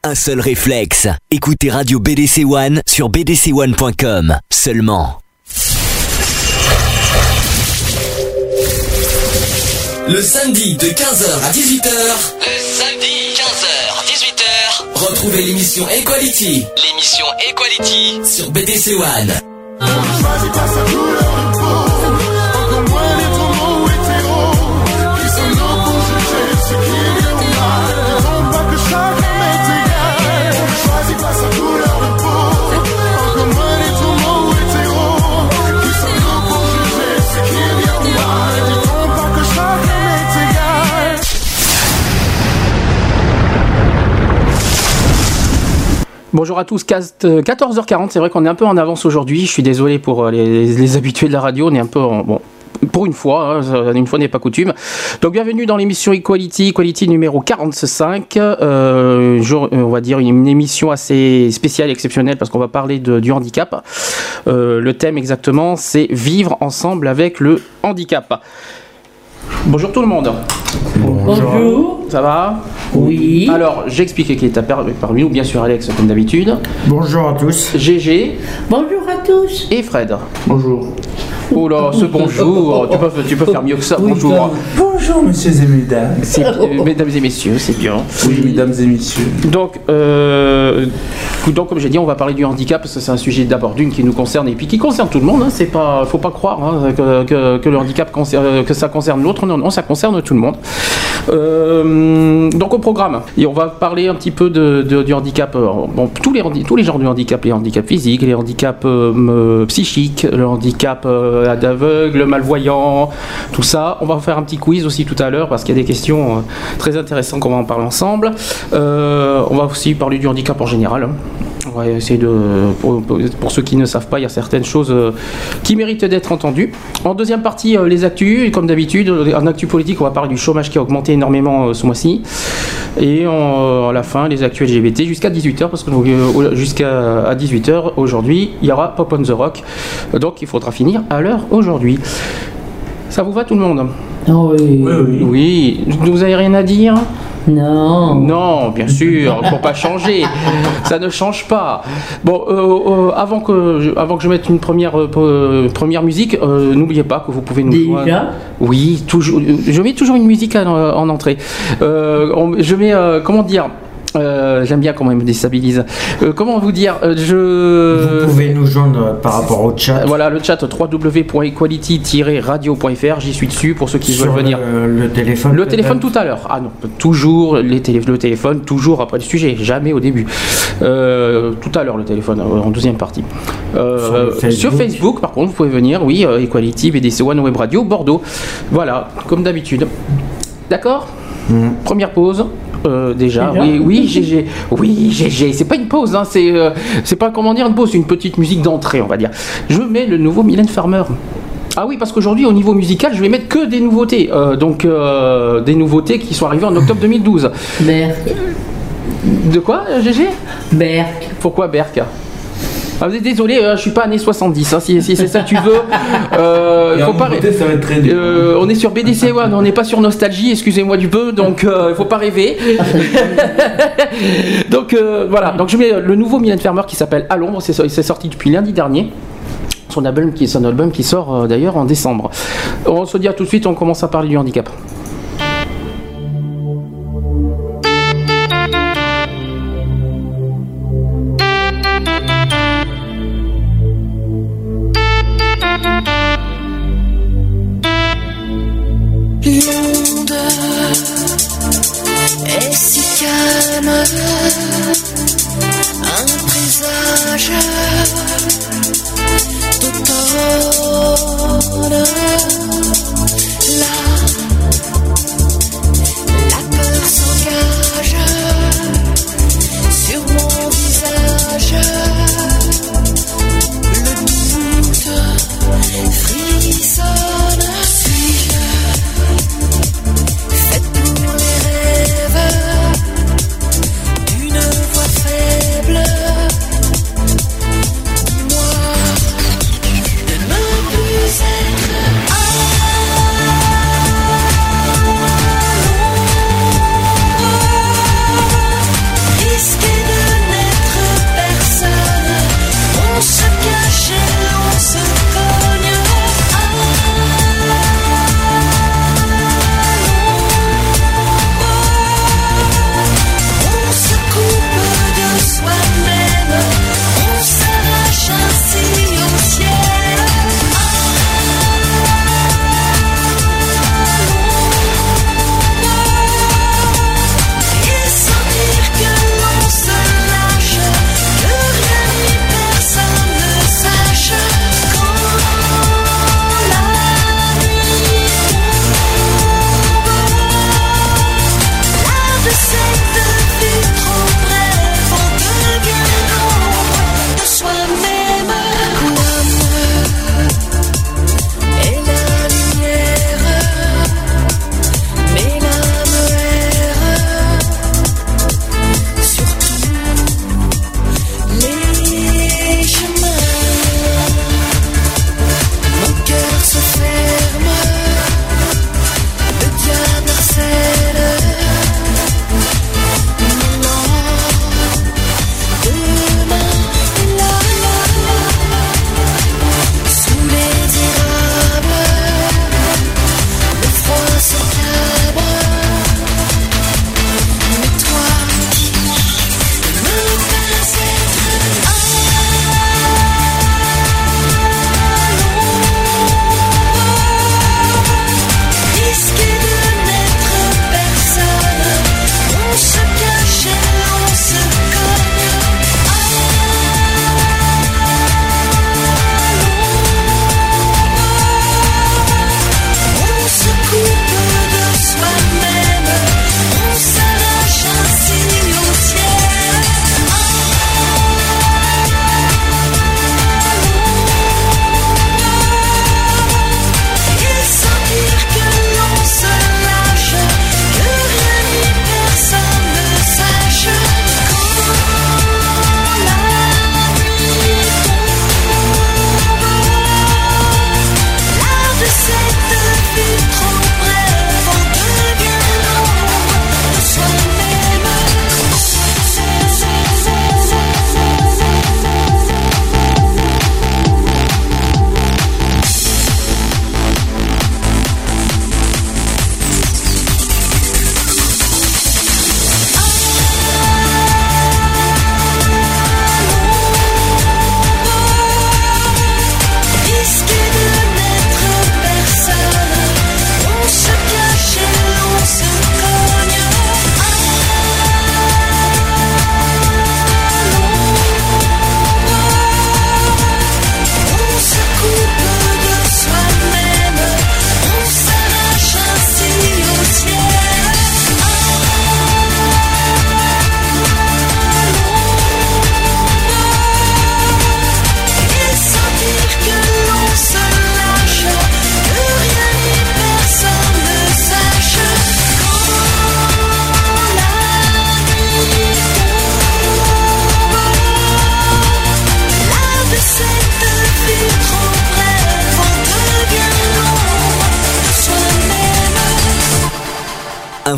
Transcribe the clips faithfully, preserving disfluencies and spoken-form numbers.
un seul réflexe. Écoutez Radio B D C One sur b d c one point com seulement. Le samedi de quinze heures à dix-huit heures. Le samedi quinze heures dix-huit heures. Retrouvez l'émission Equality. L'émission Equality sur B D C One. Bonjour à tous, quatorze heures quarante, c'est vrai qu'on est un peu en avance aujourd'hui, je suis désolé pour les, les habitués de la radio, on est un peu en, bon, pour une fois, hein, une fois n'est pas coutume. Donc bienvenue dans l'émission Equality, Equality numéro quarante-cinq, euh, jour, on va dire une émission assez spéciale, exceptionnelle, parce qu'on va parler de, du handicap. Euh, le thème exactement, c'est vivre ensemble avec le handicap. Bonjour tout le monde. Bonjour. Ça va ? Oui. Alors, j'ai expliqué qui est parmi nous, bien sûr Alex comme d'habitude. Bonjour à tous. Gégé. Bonjour à tous. Et Fred. Bonjour. Oh là, ce bonjour, tu peux, tu peux faire mieux que ça, Oui, bonjour. comme- Bonjour, messieurs et mesdames. C'est, euh, mesdames et messieurs, c'est bien. Oui, mesdames et messieurs. Donc, euh, donc, comme j'ai dit, on va parler du handicap, parce que c'est un sujet d'abord d'une qui nous concerne, et puis qui concerne tout le monde, hein, c'est pas, faut pas croire hein, que, que, que le handicap, concerne, que ça concerne l'autre, non, non, ça concerne tout le monde. Euh, donc au programme, et on va parler un petit peu de, de, du handicap, euh, bon, tous, les, tous les genres de handicap, les handicaps physiques, les handicaps euh, psychiques, le handicap euh, d'aveugle, malvoyant, tout ça. On va faire un petit quiz aussi tout à l'heure parce qu'il y a des questions euh, très intéressantes qu'on va en parler ensemble. Euh, on va aussi parler du handicap en général. Hein. On va essayer de, pour, pour ceux qui ne savent pas, il y a certaines choses euh, qui méritent d'être entendues. En deuxième partie, euh, les actus, comme d'habitude, en actu politique, on va parler du chômage qui a augmenté énormément euh, ce mois-ci. Et en, à la fin, les actus L G B T jusqu'à dix-huit heures, parce que euh, jusqu'à dix-huit heures aujourd'hui, il y aura Pop on the Rock. Donc il faudra finir à l'heure aujourd'hui. Ça vous va tout le monde ? Oh oui. Oui, oui. Oui. Vous avez rien à dire ? Non. Non, bien sûr, pour pas changer, ça ne change pas. Bon, euh, euh, avant que je, avant que je mette une première euh, première musique, euh, n'oubliez pas que vous pouvez nous Déjà joindre. Oui, toujours. Je mets toujours une musique en, en entrée. Euh, on, je mets euh, comment dire. Euh, j'aime bien comment il me déstabilise. Euh, comment vous dire euh, je... Vous pouvez nous joindre par rapport au chat. Euh, voilà, le chat w w w point equality tiret radio point f r, j'y suis dessus pour ceux qui Sur veulent venir. Le, le téléphone. Le téléphone tout à l'heure. Ah non, toujours les télé- le téléphone, toujours après le sujet, jamais au début. Euh, tout à l'heure le téléphone, en deuxième partie. Euh, Sur Facebook. sur Facebook, par contre, vous pouvez venir, oui, euh, Equality, B D C One Web Radio, Bordeaux. Voilà, comme d'habitude. D'accord ? Mmh. Première pause. Euh, déjà, Déjà oui, oui, G G, oui, G G, c'est pas une pause, hein, c'est, euh, c'est pas comment dire une pause, c'est une petite musique d'entrée, on va dire. Je mets le nouveau Mylène Farmer. Ah oui, parce qu'aujourd'hui, au niveau musical, je vais mettre que des nouveautés, euh, donc euh, des nouveautés qui sont arrivées en octobre deux mille douze. Berk. De quoi, G G ? Berk. Pourquoi Berk ? Ah, vous êtes désolé, euh, je suis pas années soixante-dix, hein, si, si c'est ça que tu veux. Euh, faut pas, côté, ça va être très dur. euh, on est sur B D C One, on n'est pas sur Nostalgie, excusez-moi du peu, donc il euh, faut pas rêver. donc euh, voilà, donc je mets le nouveau Mylène Farmer qui s'appelle À l'ombre, c'est, c'est sorti depuis lundi dernier. Son album qui, son album qui sort euh, d'ailleurs en décembre. On se dit à tout de suite, on commence à parler du handicap. L'onde est si calme, un présage d'automne. Là, la peur s'engage sur mon visage. Le doute frissonne. Suis-je faite pour les rêves d'une voix faible? Moi, de me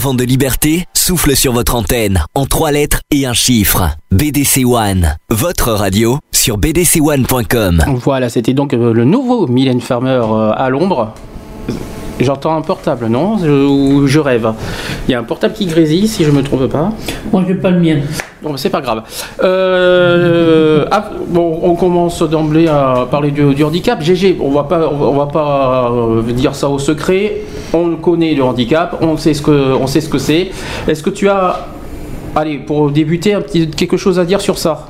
vent de liberté souffle sur votre antenne en trois lettres et un chiffre. B D C One, votre radio sur b d c one point com. Voilà, c'était donc euh, le nouveau Mylène Farmer euh, à l'ombre. J'entends un portable, non? je, Ou je rêve. Il y a un portable qui grésille, si je me trompe pas. Moi, j'ai pas le mien. Bon, c'est pas grave. Euh, ah, bon, on commence d'emblée à parler du, du handicap. G G, on va pas, on va pas euh, dire ça au secret. On connaît le handicap, on sait ce que, on sait ce que c'est. Est-ce que tu as, allez, pour débuter, un petit quelque chose à dire sur ça?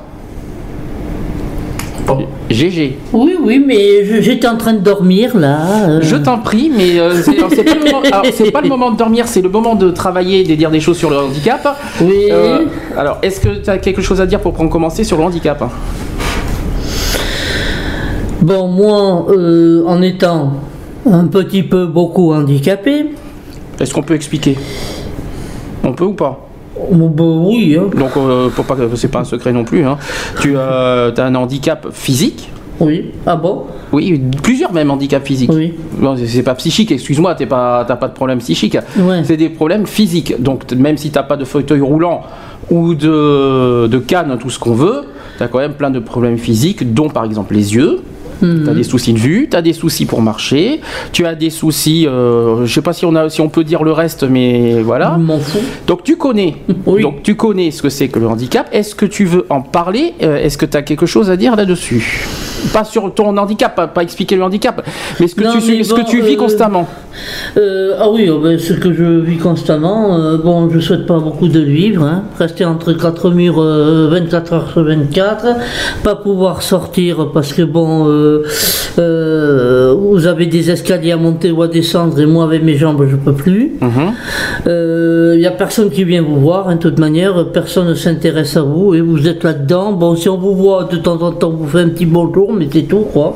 Bon. G G. Oui, oui, mais je- j'étais en train de dormir, là. euh. Je t'en prie, mais euh, c'est, alors, c'est pas le moment, alors, c'est pas le moment de dormir, c'est le moment de travailler, de dire des choses sur le handicap. Oui. Euh, alors, est-ce que tu as quelque chose à dire pour commencer sur le handicap? Bon, moi, euh, en étant un petit peu beaucoup handicapé, Est-ce qu'on peut expliquer? On peut ou pas? bon, bah, oui, hein. Donc, euh, pour pas que c'est pas un secret non plus. Hein. Tu as un handicap physique. Oui. Ah bon? Oui, plusieurs même handicaps physiques. Oui. Bon, c'est- c'est pas psychique, excuse-moi, t'es pas, t'as pas de problème psychique. Ouais. C'est des problèmes physiques. Donc t- même si t'as pas de fauteuil roulant ou de, de canne, tout ce qu'on veut, t'as quand même plein de problèmes physiques, dont par exemple les yeux. Mhm. T'as des soucis de vue, t'as des soucis pour marcher, tu as des soucis, euh, je sais pas si on a, si on peut dire le reste, mais voilà. Je m'en fous. Donc tu connais, Oui. donc tu connais ce que c'est que le handicap. Est-ce que tu veux en parler? Euh, Est-ce que tu as quelque chose à dire là-dessus? Pas sur ton handicap, pas, pas expliquer le handicap, mais ce que Non, tu, mais ce que bon, tu vis euh, constamment. Euh, ah oui, oh ben, ce que je vis constamment, euh, bon, je souhaite pas beaucoup de le vivre, hein. Rester entre quatre murs euh, vingt-quatre heures sur vingt-quatre, pas pouvoir sortir parce que bon, euh, euh, vous avez des escaliers à monter ou à descendre et moi avec mes jambes je peux plus. Mhm. Il n'y a personne qui vient vous voir, hein, de toute manière, personne ne s'intéresse à vous et vous êtes là-dedans. Bon, si on vous voit de temps en temps, vous fait un petit bonjour, mais c'est tout, quoi.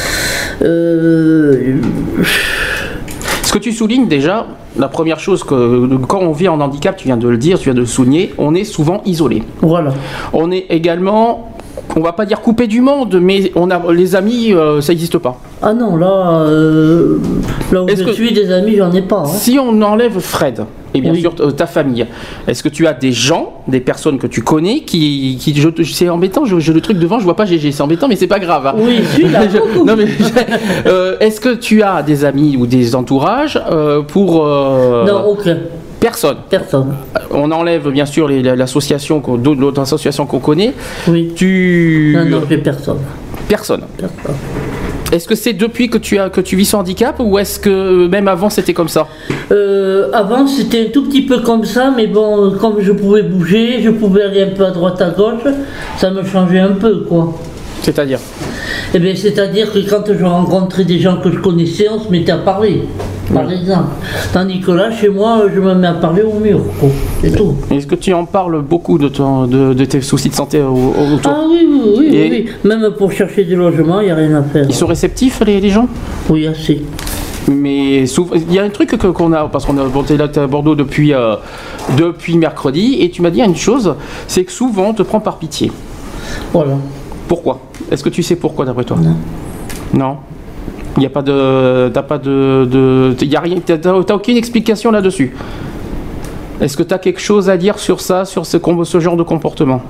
Euh, Ce que tu soulignes déjà, la première chose que quand on vit en handicap, tu viens de le dire, tu viens de le souligner, on est souvent isolé. voilà. On est également, on va pas dire coupé du monde, mais on a les amis, euh, ça n'existe pas. Ah non, là, euh, là où Est-ce je que- suis, des amis, j'en ai pas. Hein. Si on enlève Fred, et bien Oui. sûr euh, ta famille, est-ce que tu as des gens, des personnes que tu connais qui, qui je, c'est embêtant, je- j'ai le truc devant, je vois pas G G, c'est embêtant, mais c'est pas grave. Hein. Oui, celui-là, Je- beaucoup. non mais euh, est-ce que tu as des amis ou des entourages euh, pour euh, Non, aucun. personne? Personne. On enlève bien sûr les- l'association, qu'on- d'autres d'autres associations qu'on connaît. Oui. Tu Non, non, j'ai personne. personne. Personne. Est-ce que c'est depuis que tu as que tu vis ce handicap ou est-ce que même avant c'était comme ça? Euh, avant, c'était un tout petit peu comme ça, mais bon, comme je pouvais bouger, je pouvais aller un peu à droite, à gauche, ça me changeait un peu, quoi. C'est-à-dire? Eh bien, c'est-à-dire que quand je rencontrais des gens que je connaissais, on se mettait à parler, par exemple. Tandis que là, chez moi, je me mets à parler au mur, quoi. C'est tout. Est-ce que tu en parles beaucoup de, ton, de, de tes soucis de santé au- au- autour? Ah oui, oui, oui, Et- oui, oui. Même pour chercher des logements, il n'y a rien à faire. Ils sont réceptifs les, les gens? Oui, assez. Mais souvent, il y a un truc que- qu'on a, parce qu'on a bon, t'es là t'es à Bordeaux depuis, euh, depuis mercredi, et tu m'as dit une chose, c'est que souvent on te prend par pitié. Voilà. Pourquoi? Est-ce que tu sais pourquoi d'après toi? Non. Non. Il n'y a pas de, t'as pas de, de y a rien, t'as, t'as aucune explication là-dessus. Est-ce que tu as quelque chose à dire sur ça, sur ce, com- ce genre de comportement?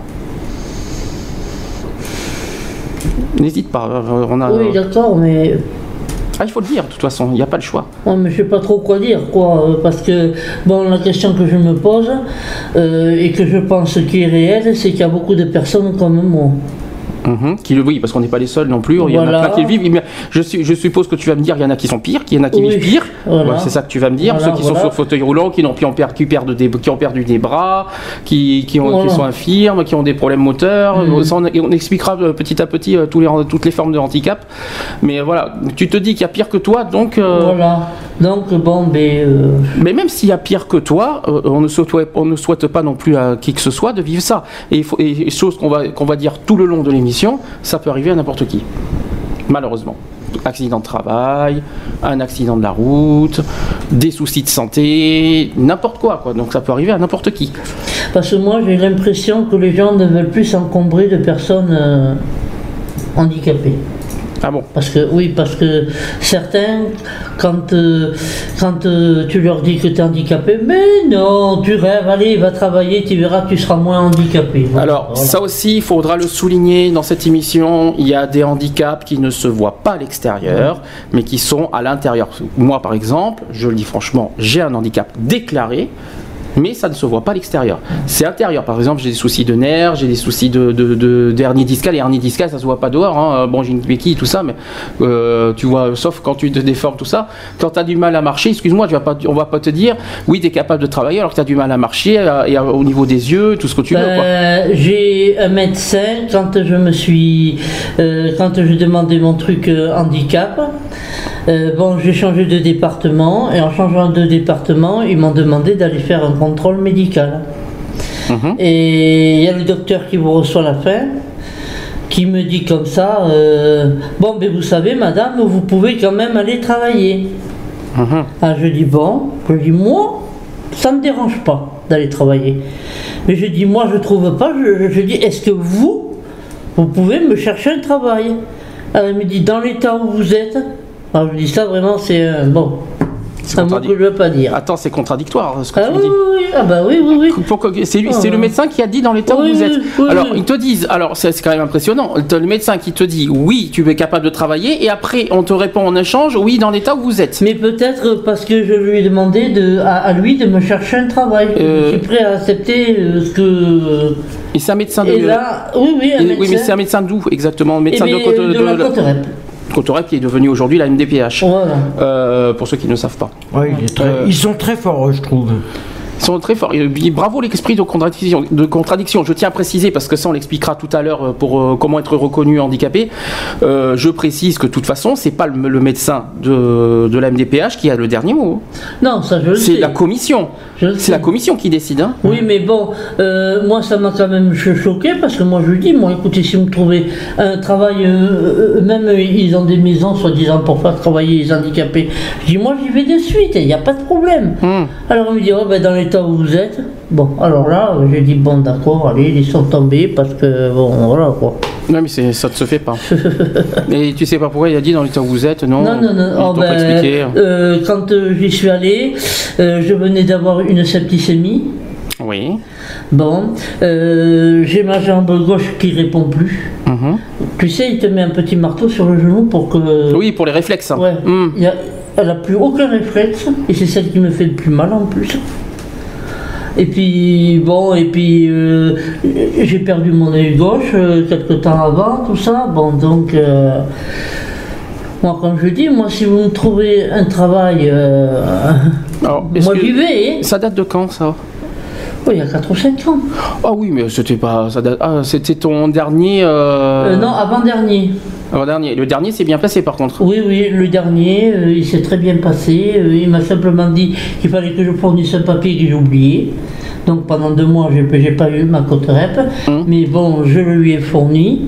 N'hésite pas. euh, On a, Oui, d'accord, mais... ah, il faut le dire, de toute façon, il n'y a pas le choix. Ouais, mais je sais pas trop quoi dire, quoi, euh, parce que, bon, la question que je me pose, euh, et que je pense qui est réelle, c'est qu'il y a beaucoup de personnes comme moi. Mhm, qui le oui, parce qu'on n'est pas les seuls non plus. Il y en a Voilà. plein qui le vivent. Mais Je, suis- je suppose que tu vas me dire, il y en a qui sont pires, qu'il y en a qui Oui, vivent pire. voilà. Ouais, c'est ça que tu vas me dire. Voilà, Ceux qui sont voilà. sur fauteuil roulant, qui, n'ont, qui, ont, per- qui, perdent des, qui ont perdu des bras, qui, qui, ont, Voilà. qui sont infirmes, qui ont des problèmes moteurs. Mhm. Ça, on, on expliquera euh, petit à petit euh, tous les, toutes les formes de handicap. Mais voilà, tu te dis qu'il y a pire que toi, donc. euh, Voilà. Donc, bon, ben... euh, Mais même s'il y a pire que toi, euh, on, ne souhaite, on ne souhaite pas non plus à qui que ce soit de vivre ça. Et, il faut, et, et chose qu'on va, qu'on va dire tout le long de l'émission, ça peut arriver à n'importe qui. Malheureusement. Accident de travail, un accident de la route, des soucis de santé, n'importe quoi, quoi. Donc ça peut arriver à n'importe qui. Parce que moi, j'ai l'impression que les gens ne veulent plus s'encombrer de personnes euh, handicapées. Ah bon? Parce que, oui, parce que certains, quand, euh, quand euh, tu leur dis que tu es handicapé, mais non, tu rêves, allez, va travailler, tu verras, tu seras moins handicapé. Voilà. Alors, Voilà. ça aussi, il faudra le souligner dans cette émission, il y a des handicaps qui ne se voient pas à l'extérieur, mmh. mais qui sont à l'intérieur. Moi, par exemple, je le dis franchement, j'ai un handicap déclaré, mais ça ne se voit pas à l'extérieur. C'est intérieur. Par exemple, j'ai des soucis de nerfs, j'ai des soucis de, de, de, de hernie discale. Les hernies discales, ça se voit pas dehors. Hein. Bon, j'ai une béquille, tout ça, mais euh, tu vois, sauf quand tu te déformes, tout ça. Quand tu as du mal à marcher, excuse-moi, tu vas pas, on va pas te dire, oui, tu es capable de travailler alors que tu as du mal à marcher et à, au niveau des yeux, tout ce que tu veux. Euh, Quoi. J'ai un médecin, quand je me suis. Euh, quand je demandais mon truc euh, handicap, euh, bon, j'ai changé de département et en changeant de département, ils m'ont demandé d'aller faire un contrôle médical. Mmh. Et il y a le docteur qui vous reçoit à la fin qui me dit comme ça euh, bon, ben vous savez, madame, vous pouvez quand même aller travailler. Mmh. Ah, je dis bon, je dis moi, ça ne me dérange pas d'aller travailler. Mais je dis moi, je trouve pas, je, je dis est-ce que vous, vous pouvez me chercher un travail? Alors, elle me dit dans l'état où vous êtes. Alors je dis ça vraiment, c'est euh, bon. C'est un mot que je ne veux pas dire. Attends, c'est contradictoire ce que ah tu oui, me dis. Oui, ah bah oui, oui, oui. Pourquoi, c'est, lui, oh, c'est le médecin qui a dit dans l'état oui, où vous êtes. Oui, alors, oui. ils te disent, alors c'est, c'est quand même impressionnant, le médecin qui te dit oui, tu es capable de travailler, et après on te répond en échange oui, dans l'état où vous êtes. Mais peut-être parce que je lui ai demandé de, à, à lui de me chercher un travail. Euh, je suis prêt à accepter euh, ce que. Euh, et c'est un médecin de. Et là, oui, oui, un et, médecin. Oui, mais c'est un médecin d'où exactement? Médecin et de, de, de, de la Côte-Rep. Côte-Rep qui est devenu aujourd'hui la M D P H. Voilà. Euh, pour ceux qui ne savent pas. Ouais, il est très, euh, ils sont très forts, je trouve. Ils sont très forts. Et bravo l'esprit de contradiction, de contradiction. Je tiens à préciser, parce que ça on l'expliquera tout à l'heure pour euh, comment être reconnu handicapé. Euh, je précise que de toute façon, c'est pas le, le médecin de, de la M D P H qui a le dernier mot. Non, ça je le sais. C'est la commission. C'est la commission qui décide. Hein. Oui, mais bon, euh, moi ça m'a quand même choqué parce que moi je lui dis, moi écoutez, si vous me trouvez un travail, euh, même euh, ils ont des maisons soi-disant pour faire travailler les handicapés. Je dis, moi j'y vais de suite, il n'y a pas de problème. Hum. Alors on me dit, oh, ben, dans l'état où vous êtes, bon, alors là, j'ai dit, bon d'accord, allez, ils sont tombés parce que, bon, voilà quoi. Non, mais c'est, ça ne se fait pas. Et tu sais pas pourquoi il a dit dans l'état où vous êtes? Non, non, non. non. Ils oh, ben, pas expliqué. Euh, quand euh, j'y suis allé, euh, je venais d'avoir une septicémie. Oui. Bon, euh, j'ai ma jambe gauche qui répond plus. Mm-hmm. Tu sais, il te met un petit marteau sur le genou pour que. Oui, pour les réflexes. Ouais. Mm. Y a, elle n'a plus aucun réflexe et c'est celle qui me fait le plus mal en plus. Et puis, bon, et puis euh, j'ai perdu mon œil gauche euh, quelques temps avant, tout ça. Bon, donc, euh, moi, comme je dis, moi, si vous me trouvez un travail, euh, Alors, moi, j'y vais. Hein. Ça date de quand, ça? Oh, il y a quatre ou cinq ans. Ah oui, mais c'était pas. Ça date, ah, c'était ton dernier. Euh... Euh, non, avant-dernier. Avant-dernier. Le dernier s'est bien passé, par contre. Oui, oui, le dernier, euh, il s'est très bien passé. Euh, il m'a simplement dit qu'il fallait que je fournisse un papier que j'ai oublié. Donc pendant deux mois, je n'ai pas eu ma Côte-Rep. Hum. Mais bon, je le lui ai fourni.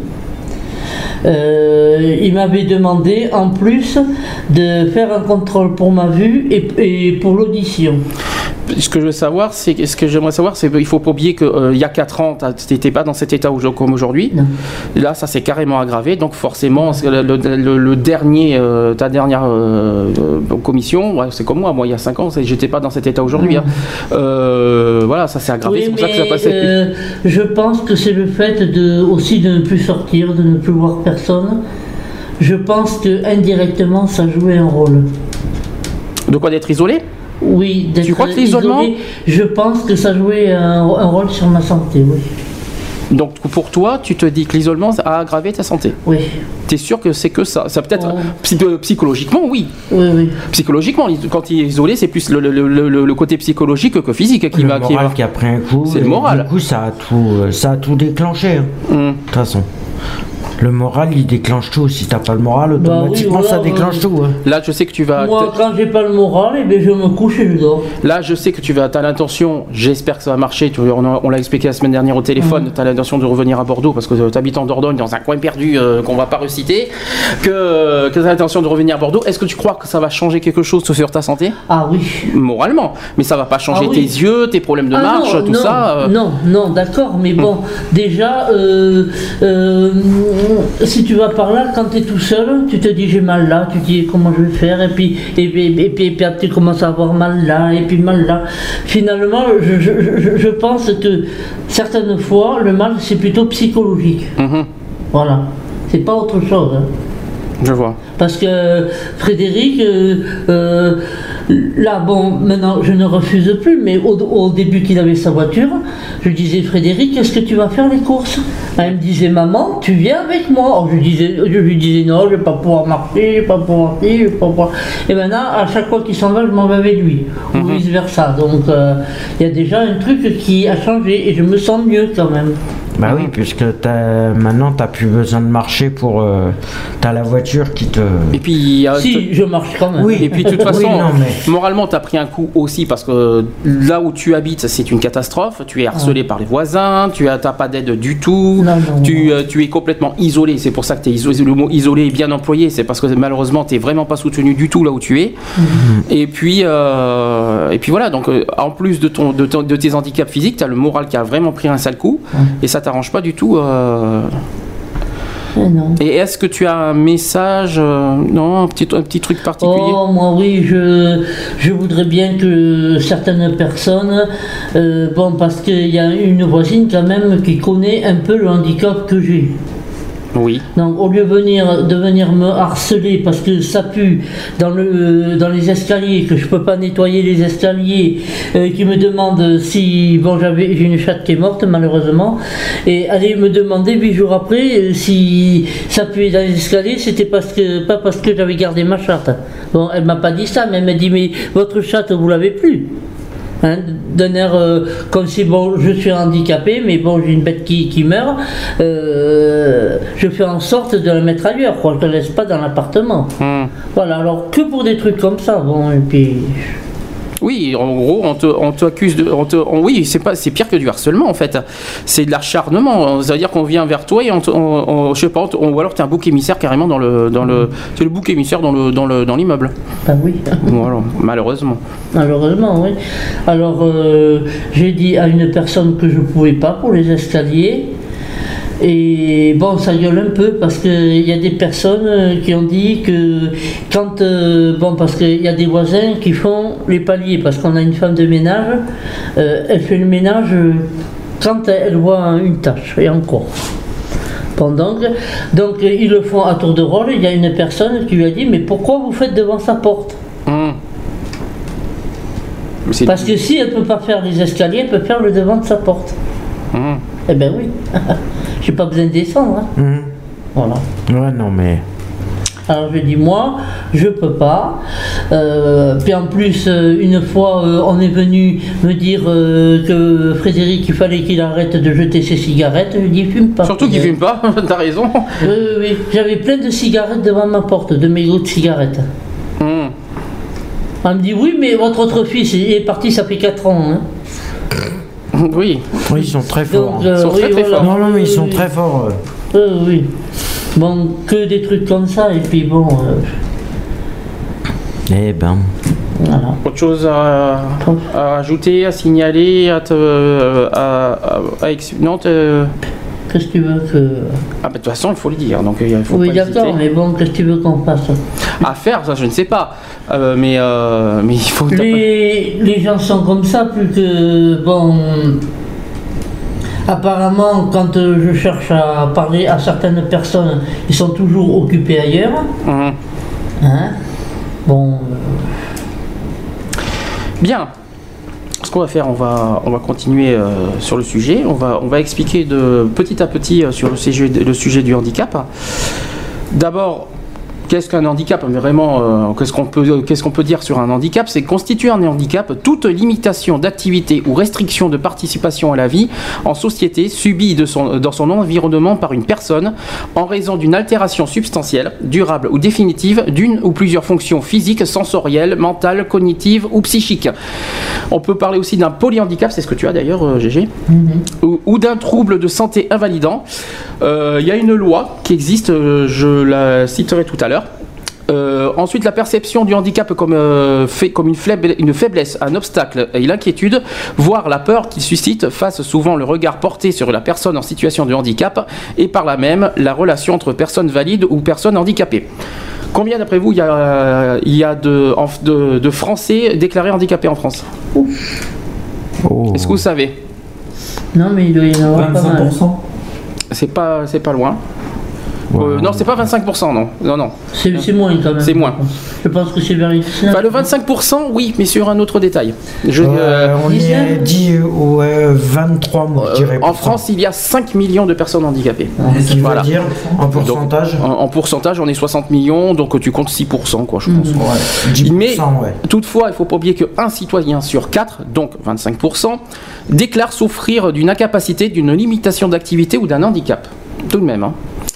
Euh, il m'avait demandé en plus de faire un contrôle pour ma vue et, et pour l'audition. Ce que je veux savoir, c'est ce que j'aimerais savoir, c'est qu'il faut pas oublier que euh, il y a quatre ans, tu n'étais pas dans cet état comme aujourd'hui. Non. Là, ça s'est carrément aggravé, donc forcément, le, le, le dernier, euh, ta dernière euh, commission, ouais, c'est comme moi, moi il y a cinq ans, j'étais pas dans cet état aujourd'hui. Hein. Euh, voilà, ça s'est aggravé, oui, c'est pour mais, ça que ça passait. Euh, je pense que c'est le fait de aussi de ne plus sortir, de ne plus voir personne. Je pense que indirectement, ça jouait un rôle. De quoi, d'être isolé? Oui, d'être tu crois que l'isolement isolé, je pense que ça jouait un, un rôle sur ma santé, oui. Donc pour toi, tu te dis que l'isolement a aggravé ta santé? Oui. Tu es sûr que c'est que ça? Ça peut-être oh. Psychologiquement, oui. Oui, oui. Psychologiquement, quand il est isolé, c'est plus le, le, le, le côté psychologique que physique qui va. Le moral qui, qui a pris un coup. C'est le moral. Du coup, ça a tout, ça a tout déclenché. Hein, mm. De toute façon. Le moral, il déclenche tout. Si t'as pas le moral, automatiquement, bah oui, voilà, ça déclenche euh, tout. Hein. Là, je sais que tu vas... Moi, quand j'ai pas le moral, eh bien, je me couche et je dors. Là, je sais que tu vas... T'as l'intention, j'espère que ça va marcher, tu, on, a, on l'a expliqué la semaine dernière au téléphone, mmh. T'as l'intention de revenir à Bordeaux, parce que t'habites en Dordogne, dans un coin perdu euh, qu'on va pas reciter, que, que t'as l'intention de revenir à Bordeaux. Est-ce que tu crois que ça va changer quelque chose sur ta santé? Ah oui. Moralement. Mais ça va pas changer ah, oui. tes yeux, tes problèmes de ah, marche, non, tout non, ça euh... Non, non, d'accord, mais bon, mmh. déjà, euh, euh, si tu vas par là, quand tu es tout seul, tu te dis j'ai mal là, tu te dis comment je vais faire, et puis, et puis, et puis, et puis après, tu commences à avoir mal là, et puis mal là. Finalement, je, je, je, je pense que certaines fois, le mal, c'est plutôt psychologique. Mm-hmm. Voilà. C'est pas autre chose. Hein. Je vois. Parce que Frédéric, euh, euh, là, bon, maintenant, je ne refuse plus, mais au, au début qu'il avait sa voiture, je disais, Frédéric, est-ce que tu vas faire les courses? Elle me disait, maman, tu viens avec moi. Alors, je, disais, je lui disais, non, je ne vais pas pouvoir marcher, je ne vais pas pouvoir marcher, je vais pas pouvoir... Et maintenant, à chaque fois qu'il s'en va, je m'en vais avec lui, ou mm-hmm. vice-versa. Donc, il euh, y a déjà un truc qui a changé, et je me sens mieux quand même. Bah oui, puisque t'as, maintenant t'as plus besoin de marcher pour... Euh, t'as la voiture qui te... Et puis... Euh, si, te... je marche quand même. Oui, et puis de toute façon, oui, non, mais... moralement t'as pris un coup aussi parce que là où tu habites, c'est une catastrophe. Tu es harcelé ah. par les voisins, tu n'as pas d'aide du tout, non, non, tu, non. Euh, tu es complètement isolé. C'est pour ça que t'es isolé, le mot isolé est bien employé. C'est parce que malheureusement t'es vraiment pas soutenu du tout là où tu es. Mm-hmm. Et puis... Euh, et puis voilà, donc euh, en plus de, ton, de, ton, de tes handicaps physiques, t'as le moral qui a vraiment pris un sale coup. Mm. Et ça t'arrange pas du tout. Euh... Et, non. Et est-ce que tu as un message, euh, non, un petit, un petit truc particulier? Oh, moi oui, je, je voudrais bien que certaines personnes, euh, bon, parce qu'il y a une voisine quand même qui connaît un peu le handicap que j'ai. Oui. Donc au lieu de venir, de venir me harceler parce que ça pue dans, le, dans les escaliers, que je peux pas nettoyer les escaliers, euh, qui me demande si, bon j'avais, j'ai une chatte qui est morte malheureusement, et aller me demander huit jours après euh, si ça puait dans les escaliers, c'était parce que, pas parce que j'avais gardé ma chatte. Bon, elle m'a pas dit ça, mais elle m'a dit mais votre chatte vous l'avez plus. Hein, d'un air euh, comme si bon je suis handicapé mais bon j'ai une bête qui, qui meurt, euh, je fais en sorte de la mettre ailleurs quoi, je ne la laisse pas dans l'appartement. Mmh. Voilà, alors que pour des trucs comme ça, bon, et puis oui, en gros, on te, on te accuse de, on te, on, oui, c'est pas, c'est pire que du harcèlement en fait. C'est de l'acharnement. Ça veut dire qu'on vient vers toi et on, te, on, on je sais pas, on, ou alors t'es un bouc émissaire carrément dans le, dans le, c'est le bouc émissaire dans le, dans le, dans l'immeuble. Ben oui. Voilà, malheureusement. Malheureusement, oui. Alors, euh, j'ai dit à une personne que je pouvais pas pour les escaliers. Et bon, ça gueule un peu parce qu'il y a des personnes qui ont dit que quand... Euh, bon, parce qu'il y a des voisins qui font les paliers, parce qu'on a une femme de ménage, euh, elle fait le ménage quand elle voit une tâche, et encore. Bon, donc, donc ils le font à tour de rôle. Il y a une personne qui lui a dit, mais pourquoi vous faites devant sa porte? mmh. Parce que si elle ne peut pas faire les escaliers, elle peut faire le devant de sa porte. mmh. Eh ben oui, j'ai pas besoin de descendre. Hein. Mmh. Voilà. Ouais, non, mais. Alors je dis, moi, je peux pas. Euh, puis en plus, une fois, euh, on est venu me dire euh, que Frédéric, il fallait qu'il arrête de jeter ses cigarettes. Je dis, fume pas. Surtout qu'il fume pas, t'as raison. Oui, oui, oui. J'avais plein de cigarettes devant ma porte, de mégots de cigarettes. Mmh. On me dit, oui, mais votre autre fils il est parti, ça fait quatre ans. Hein. Oui. Oui, ils sont très forts. Donc, euh, ils sont oui, très, très voilà. forts. Non, non, mais ils sont oui. très forts. Euh. Euh, oui. Bon, que des trucs comme ça, et puis bon. Euh... Eh ben. Voilà. Autre chose à, à ajouter, à signaler, à te. À, à, à ex... Non, te... Qu'est-ce que tu veux que. Ah, bah, de toute façon, il faut le dire. Donc, il faut oui, pas d'accord, hésiter. mais bon, qu'est-ce que tu veux qu'on fasse? À faire, ça, je ne sais pas. Euh, mais, euh, mais il faut. Les, les gens sont comme ça, plus que. Bon. Apparemment, quand je cherche à parler à certaines personnes, ils sont toujours occupés ailleurs. Mmh. Hein? Bon. Euh... Bien. Ce qu'on va faire, on va, on va continuer euh, sur le sujet. On va, on va expliquer de petit à petit euh, sur le sujet, le sujet du handicap. D'abord, qu'est-ce qu'un handicap? Vraiment, euh, qu'est-ce qu'on peut, qu'est-ce qu'on peut dire sur un handicap? C'est constituer un handicap toute limitation d'activité ou restriction de participation à la vie en société subie de son, dans son environnement par une personne en raison d'une altération substantielle, durable ou définitive d'une ou plusieurs fonctions physiques, sensorielles, mentales, cognitives ou psychiques. On peut parler aussi d'un polyhandicap, c'est ce que tu as d'ailleurs, euh, G G, mm-hmm. ou, ou d'un trouble de santé invalidant. Il euh, y a une loi qui existe, euh, je la citerai tout à l'heure. Euh, ensuite, la perception du handicap comme, euh, fait, comme une, faible, une faiblesse, un obstacle et l'inquiétude, voire la peur qu'il suscite, fasse souvent le regard porté sur la personne en situation de handicap et par là même la relation entre personnes valides ou personnes handicapées. Combien d'après vous il y a, il y a de, de, de Français déclarés handicapés en France ? Oh. Est-ce que vous savez ? Non, mais il doit y en avoir pas mal. vingt-cinq pour cent. C'est pas, c'est pas loin. Ouais. Euh, non, c'est pas vingt-cinq pour cent, non. Non, non. C'est, c'est moins quand même. C'est moins. Je pense que c'est vers les dix-neuf. Enfin, le vingt-cinq pour cent, oui, mais sur un autre détail. Je, Euh, euh, on y a dit ouais, vingt-trois, moi, je dirais. en pourtant. France, il y a cinq millions de personnes handicapées. Ce qui Voilà. veut dire, en pourcentage, En, en pourcentage, on est soixante millions, donc tu comptes six pour cent, quoi, je pense. ouais, dix pour cent, Mais ouais. toutefois, il ne faut pas oublier qu'un citoyen sur quatre, donc vingt-cinq pour cent, déclare souffrir d'une incapacité, d'une limitation d'activité ou d'un handicap. Tout de même. Hein.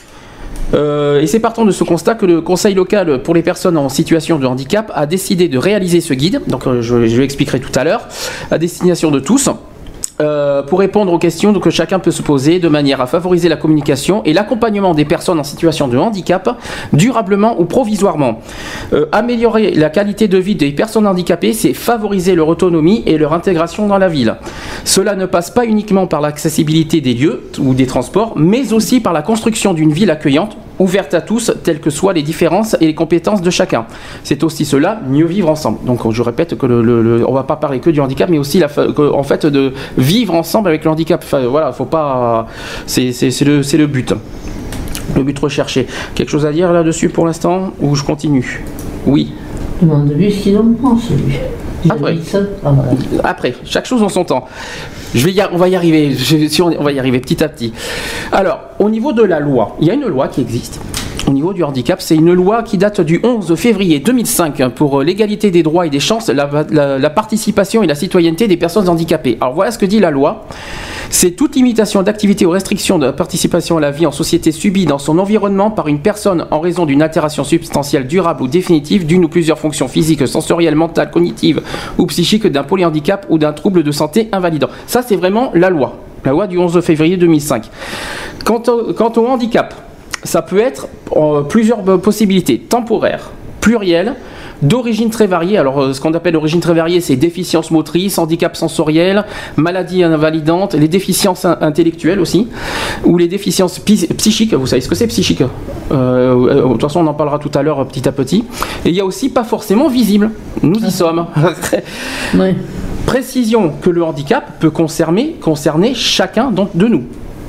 Euh, et c'est partant de ce constat que le Conseil local pour les personnes en situation de handicap a décidé de réaliser ce guide, donc euh, je, je l'expliquerai tout à l'heure, à destination de tous. Euh, pour répondre aux questions que chacun peut se poser de manière à favoriser la communication et l'accompagnement des personnes en situation de handicap, durablement ou provisoirement. Euh, améliorer la qualité de vie des personnes handicapées, c'est favoriser leur autonomie et leur intégration dans la ville. Cela ne passe pas uniquement par l'accessibilité des lieux ou des transports, mais aussi par la construction d'une ville accueillante, ouverte à tous, telles que soient les différences et les compétences de chacun. C'est aussi cela, mieux vivre ensemble. Donc je répète que le, le, le, on ne va pas parler que du handicap, mais aussi la, que, en fait de vivre ensemble avec le handicap. Enfin, voilà, faut pas. C'est, c'est, c'est, le, c'est le but. Le but recherché. Quelque chose à dire là-dessus pour l'instant ou je continue ? Oui. Demande-lui ce qu'il en pense, lui. Il Après. habite ça. Ah, voilà. Après, chaque chose en son temps. Je vais y, on va y arriver. Je, si on, on va y arriver petit à petit. Alors, au niveau de la loi, il y a une loi qui existe. Au niveau du handicap, c'est une loi qui date du onze février deux mille cinq pour l'égalité des droits et des chances, la, la, la participation et la citoyenneté des personnes handicapées. Alors voilà ce que dit la loi. C'est toute limitation d'activité ou restriction de la participation à la vie en société subie dans son environnement par une personne en raison d'une altération substantielle durable ou définitive d'une ou plusieurs fonctions physiques, sensorielles, mentales, cognitives ou psychiques d'un polyhandicap ou d'un trouble de santé invalidant. Ça, c'est vraiment la loi. La loi du onze février deux mille cinq. Quant au, quant au handicap, ça peut être euh, plusieurs possibilités, temporaires, plurielles, d'origine très variée. Alors, euh, ce qu'on appelle origine très variée, c'est déficience motrice, handicap sensoriel, maladie invalidante, les déficiences in- intellectuelles aussi, ou les déficiences pi- psychiques. Vous savez ce que c'est psychique ? euh, De toute façon, on en parlera tout à l'heure petit à petit. Et il y a aussi pas forcément visible. Nous y sommes. Ouais. Précision que le handicap peut concerner, concerner chacun de nous.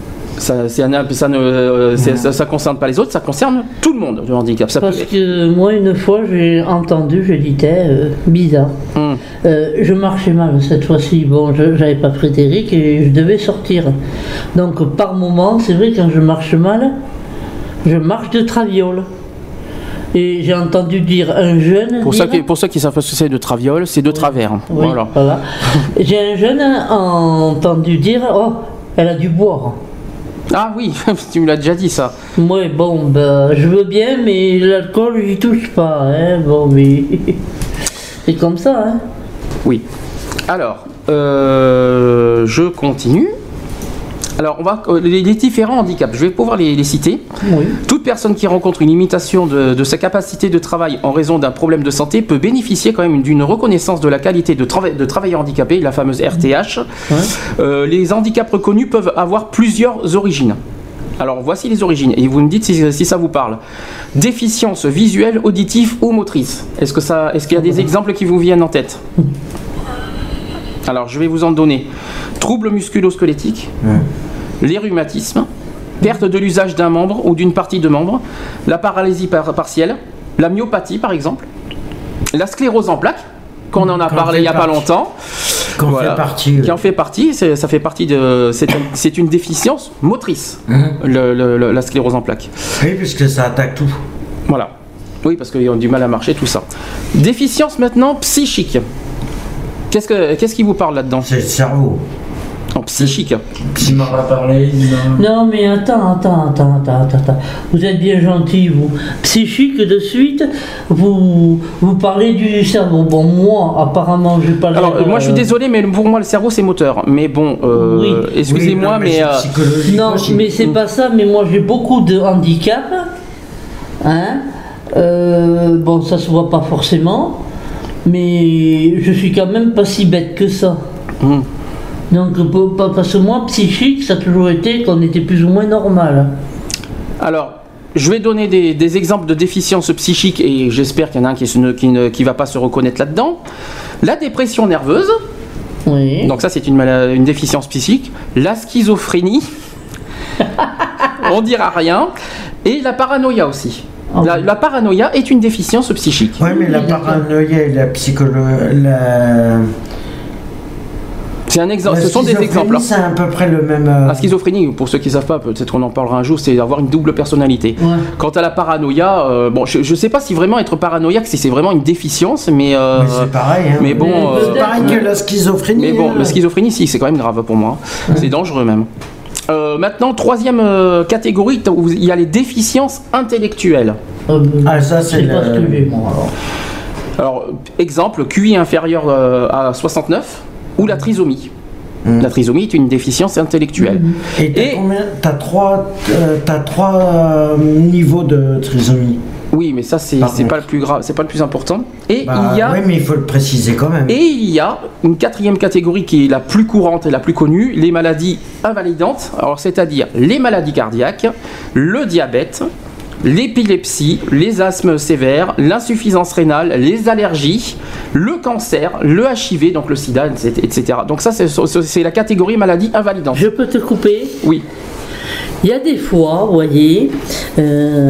Ça, c'est un, ça ne euh, c'est, ça, ça concerne pas les autres, ça concerne tout le monde, le handicap. Ça Parce peut... que moi, une fois, j'ai entendu, je disais, euh, bizarre. Hum. Euh, je marchais mal cette fois-ci. Bon, je n'avais pas Frédéric et je devais sortir. Donc, par moment, c'est vrai, quand je marche mal, je marche de traviole. Et j'ai entendu dire un jeune. Pour, dire, ceux qui, pour ceux qui savent ce que c'est de traviole, c'est de travers. Oui, Voilà. voilà. J'ai un jeune entendu dire, oh, elle a dû boire. Ah oui, tu me l'as déjà dit ça. Moi, bon, ben, je veux bien, mais l'alcool, j'y touche pas. Hein. Bon, mais c'est comme ça. Hein. Oui. Alors, euh, je continue. Alors, on va les, les différents handicaps. Je vais pouvoir les, les citer. Oui. Toute personne qui rencontre une limitation de, de sa capacité de travail en raison d'un problème de santé peut bénéficier quand même d'une reconnaissance de la qualité de, trava- de travailleur handicapé, la fameuse R T H. Ouais. Euh, les handicaps reconnus peuvent avoir plusieurs origines. Alors, voici les origines, et vous me dites si, si ça vous parle. Déficience visuelle, auditive ou motrice. Est-ce que ça, est-ce qu'il y a des exemples qui vous viennent en tête ? Alors, je vais vous en donner. Troubles musculo-squelettiques, Ouais. les rhumatismes, perte de l'usage d'un membre ou d'une partie de membre, la paralysie par- partielle, la myopathie par exemple, la sclérose en plaques, qu'on en a Qu'en parlé fait il n'y a pas partie. longtemps. Qu'en Voilà. fait partie. Qui en fait partie, c'est- ça fait partie de. C'est, un- c'est une déficience motrice, Mhm. le- le- le- la sclérose en plaques. Oui, puisque ça attaque tout. Voilà. Oui, parce qu'ils ont du mal à marcher, tout ça. Déficience maintenant psychique. Qu'est-ce, que, qu'est-ce qui vous parle là-dedans ? C'est le cerveau. En psychique. Qui m'en a parlé, il m'a- Non, mais attends, attends, attends, attends, attends, attends. Vous êtes bien gentil, vous. Psychique, de suite, vous, vous parlez du cerveau. Bon, moi, apparemment, je pas Alors, l'air, moi je suis euh, désolé, mais pour moi le cerveau c'est moteur. Mais bon, euh, Oui. excusez-moi, Oui, non, mais. c'est euh, psychologique Non, aussi. mais c'est pas ça, mais moi j'ai beaucoup de handicaps. Hein euh, bon, ça se voit pas forcément, mais je suis quand même pas si bête que ça. Mmh. Donc, parce que moi, psychique, ça a toujours été qu'on était plus ou moins normal. Alors, je vais donner des, des exemples de déficience psychique et j'espère qu'il y en a un qui ne qui, ne, qui va pas se reconnaître là-dedans. La dépression nerveuse, oui. Donc ça c'est une, une déficience psychique. La schizophrénie, on dira rien. Et la paranoïa aussi. Oh. La, la paranoïa est une déficience psychique. Oui, mais la paranoïa et la psychologie... La... C'est un exemple, ce sont des exemples. C'est à peu près le même. Euh... La schizophrénie, pour ceux qui ne savent pas, peut-être qu'on en parlera un jour, c'est avoir une double personnalité. Ouais. Quant à la paranoïa, euh, bon, je ne sais pas si vraiment être paranoïaque, si c'est vraiment une déficience, mais. Euh, mais c'est pareil. Hein. Mais bon. Euh, c'est pareil que la schizophrénie. Mais bon, la schizophrénie, si, c'est quand même grave pour moi. Ouais. C'est dangereux même. Euh, maintenant, troisième euh, catégorie, où il y a les déficiences intellectuelles. Euh, ah, ça, c'est. Je sais pas ce que j'ai, moi, alors. Alors, exemple, Q I inférieur euh, à soixante-neuf. Ou la trisomie. Mmh. La trisomie est une déficience intellectuelle. Mmh. Et t'as Et combien t'as trois, euh, t'as trois euh, niveaux de trisomie. Oui, mais ça c'est, c'est pas le plus grave, c'est pas le plus important. Et bah, il y a. Oui, mais il faut le préciser quand même. Et il y a une quatrième catégorie qui est la plus courante et la plus connue, les maladies invalidantes. Alors c'est-à-dire les maladies cardiaques, le diabète, l'épilepsie, les asthmes sévères, l'insuffisance rénale, les allergies, le cancer, le H I V, donc le sida, et cetera. Donc ça, c'est, c'est la catégorie maladie invalidante. Je peux te couper ? Oui. Il y a des fois, vous voyez, euh,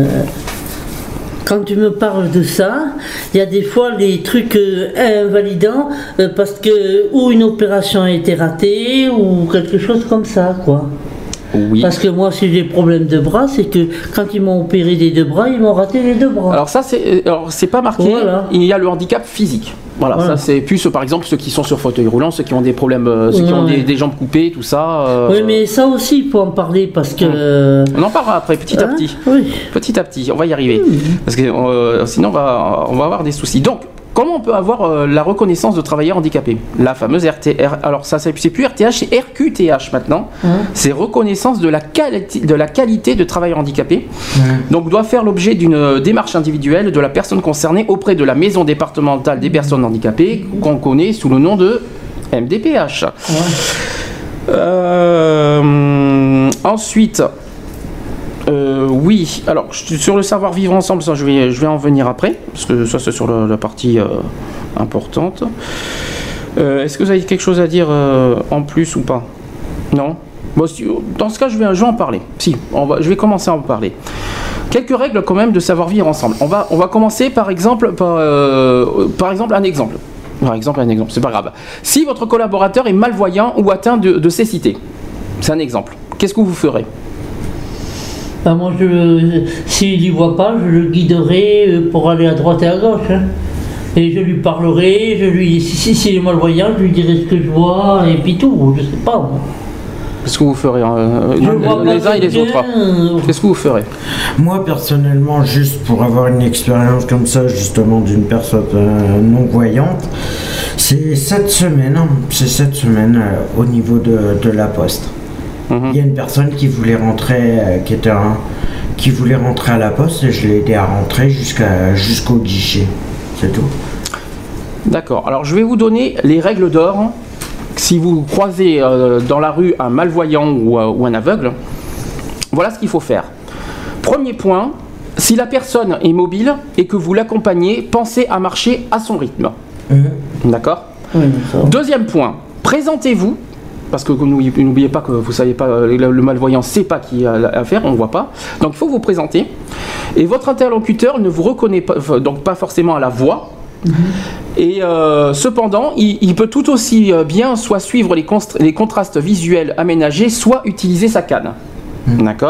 quand tu me parles de ça, il y a des fois les trucs euh, invalidants euh, parce que ou une opération a été ratée ou quelque chose comme ça, quoi. Oui. Parce que moi, si j'ai des problèmes de bras, c'est que quand ils m'ont opéré des deux bras, ils m'ont raté les deux bras. Alors ça, c'est, alors, c'est pas marqué, voilà. Il y a le handicap physique. Voilà, voilà, ça c'est plus par exemple ceux qui sont sur fauteuil roulant, ceux qui ont des problèmes, euh, ceux ouais. qui ont des, des jambes coupées, tout ça. Euh... Oui, mais ça aussi, il faut en parler parce que... Euh... On en parlera après, petit hein à petit. Oui. Petit à petit, on va y arriver. Mmh. Parce que euh, sinon, on va, on va avoir des soucis. Donc, comment on peut avoir euh, la reconnaissance de travailleurs handicapés ? La fameuse R T R. Alors ça, c'est plus R T H, c'est R Q T H maintenant. Mmh. C'est reconnaissance de la, quali- de la qualité de travailleur handicapé. Mmh. Donc doit faire l'objet d'une démarche individuelle de la personne concernée auprès de la maison départementale des personnes handicapées, qu'on connaît sous le nom de M D P H. Mmh. Euh, ensuite... Euh, oui, alors sur le savoir vivre ensemble, ça je vais, je vais en venir après, parce que ça c'est sur la, la partie euh, importante. Euh, est-ce que vous avez quelque chose à dire euh, en plus ou pas ? Non ? Bon, si, dans ce cas, je vais, je vais en parler. Si, on va, je vais commencer à en parler. Quelques règles quand même de savoir vivre ensemble. On va, on va commencer par exemple, par, euh, par exemple un exemple. Par exemple un exemple, c'est pas grave. Si votre collaborateur est malvoyant ou atteint de, de cécité, c'est un exemple. Qu'est-ce que vous ferez ? Ben moi, je, s'il n'y voit pas, je le guiderai pour aller à droite et à gauche. Hein. Et je lui parlerai, je lui, si, si, s'il est malvoyant, je lui dirai ce que je vois, et puis tout, je sais pas. Moi. Qu'est-ce que vous ferez euh, les, les uns et les bien. autres Qu'est-ce que vous ferez ? Moi, personnellement, juste pour avoir une expérience comme ça, justement, d'une personne euh, non-voyante, c'est cette semaine, c'est cette semaine euh, au niveau de, de la poste. Mmh. Il y a une personne qui voulait rentrer, euh, qui était un, qui voulait rentrer à la poste et je l'ai aidé à rentrer jusqu'à, jusqu'au guichet. C'est tout. D'accord. Alors je vais vous donner les règles d'or. Si vous croisez euh, dans la rue un malvoyant ou, euh, ou un aveugle, voilà ce qu'il faut faire. Premier point, si la personne est mobile et que vous l'accompagnez, pensez à marcher à son rythme. Mmh. D'accord ? Mmh, Deuxième point, présentez-vous. Parce que n'oubliez pas que vous savez pas, le malvoyant ne sait pas qui a à faire, on ne voit pas. Donc il faut vous présenter. Et votre interlocuteur ne vous reconnaît pas, donc pas forcément à la voix. Mm-hmm. Et euh, cependant, il, il peut tout aussi bien soit suivre les, const- les contrastes visuels aménagés, soit utiliser sa canne. Mm-hmm. D'accord ?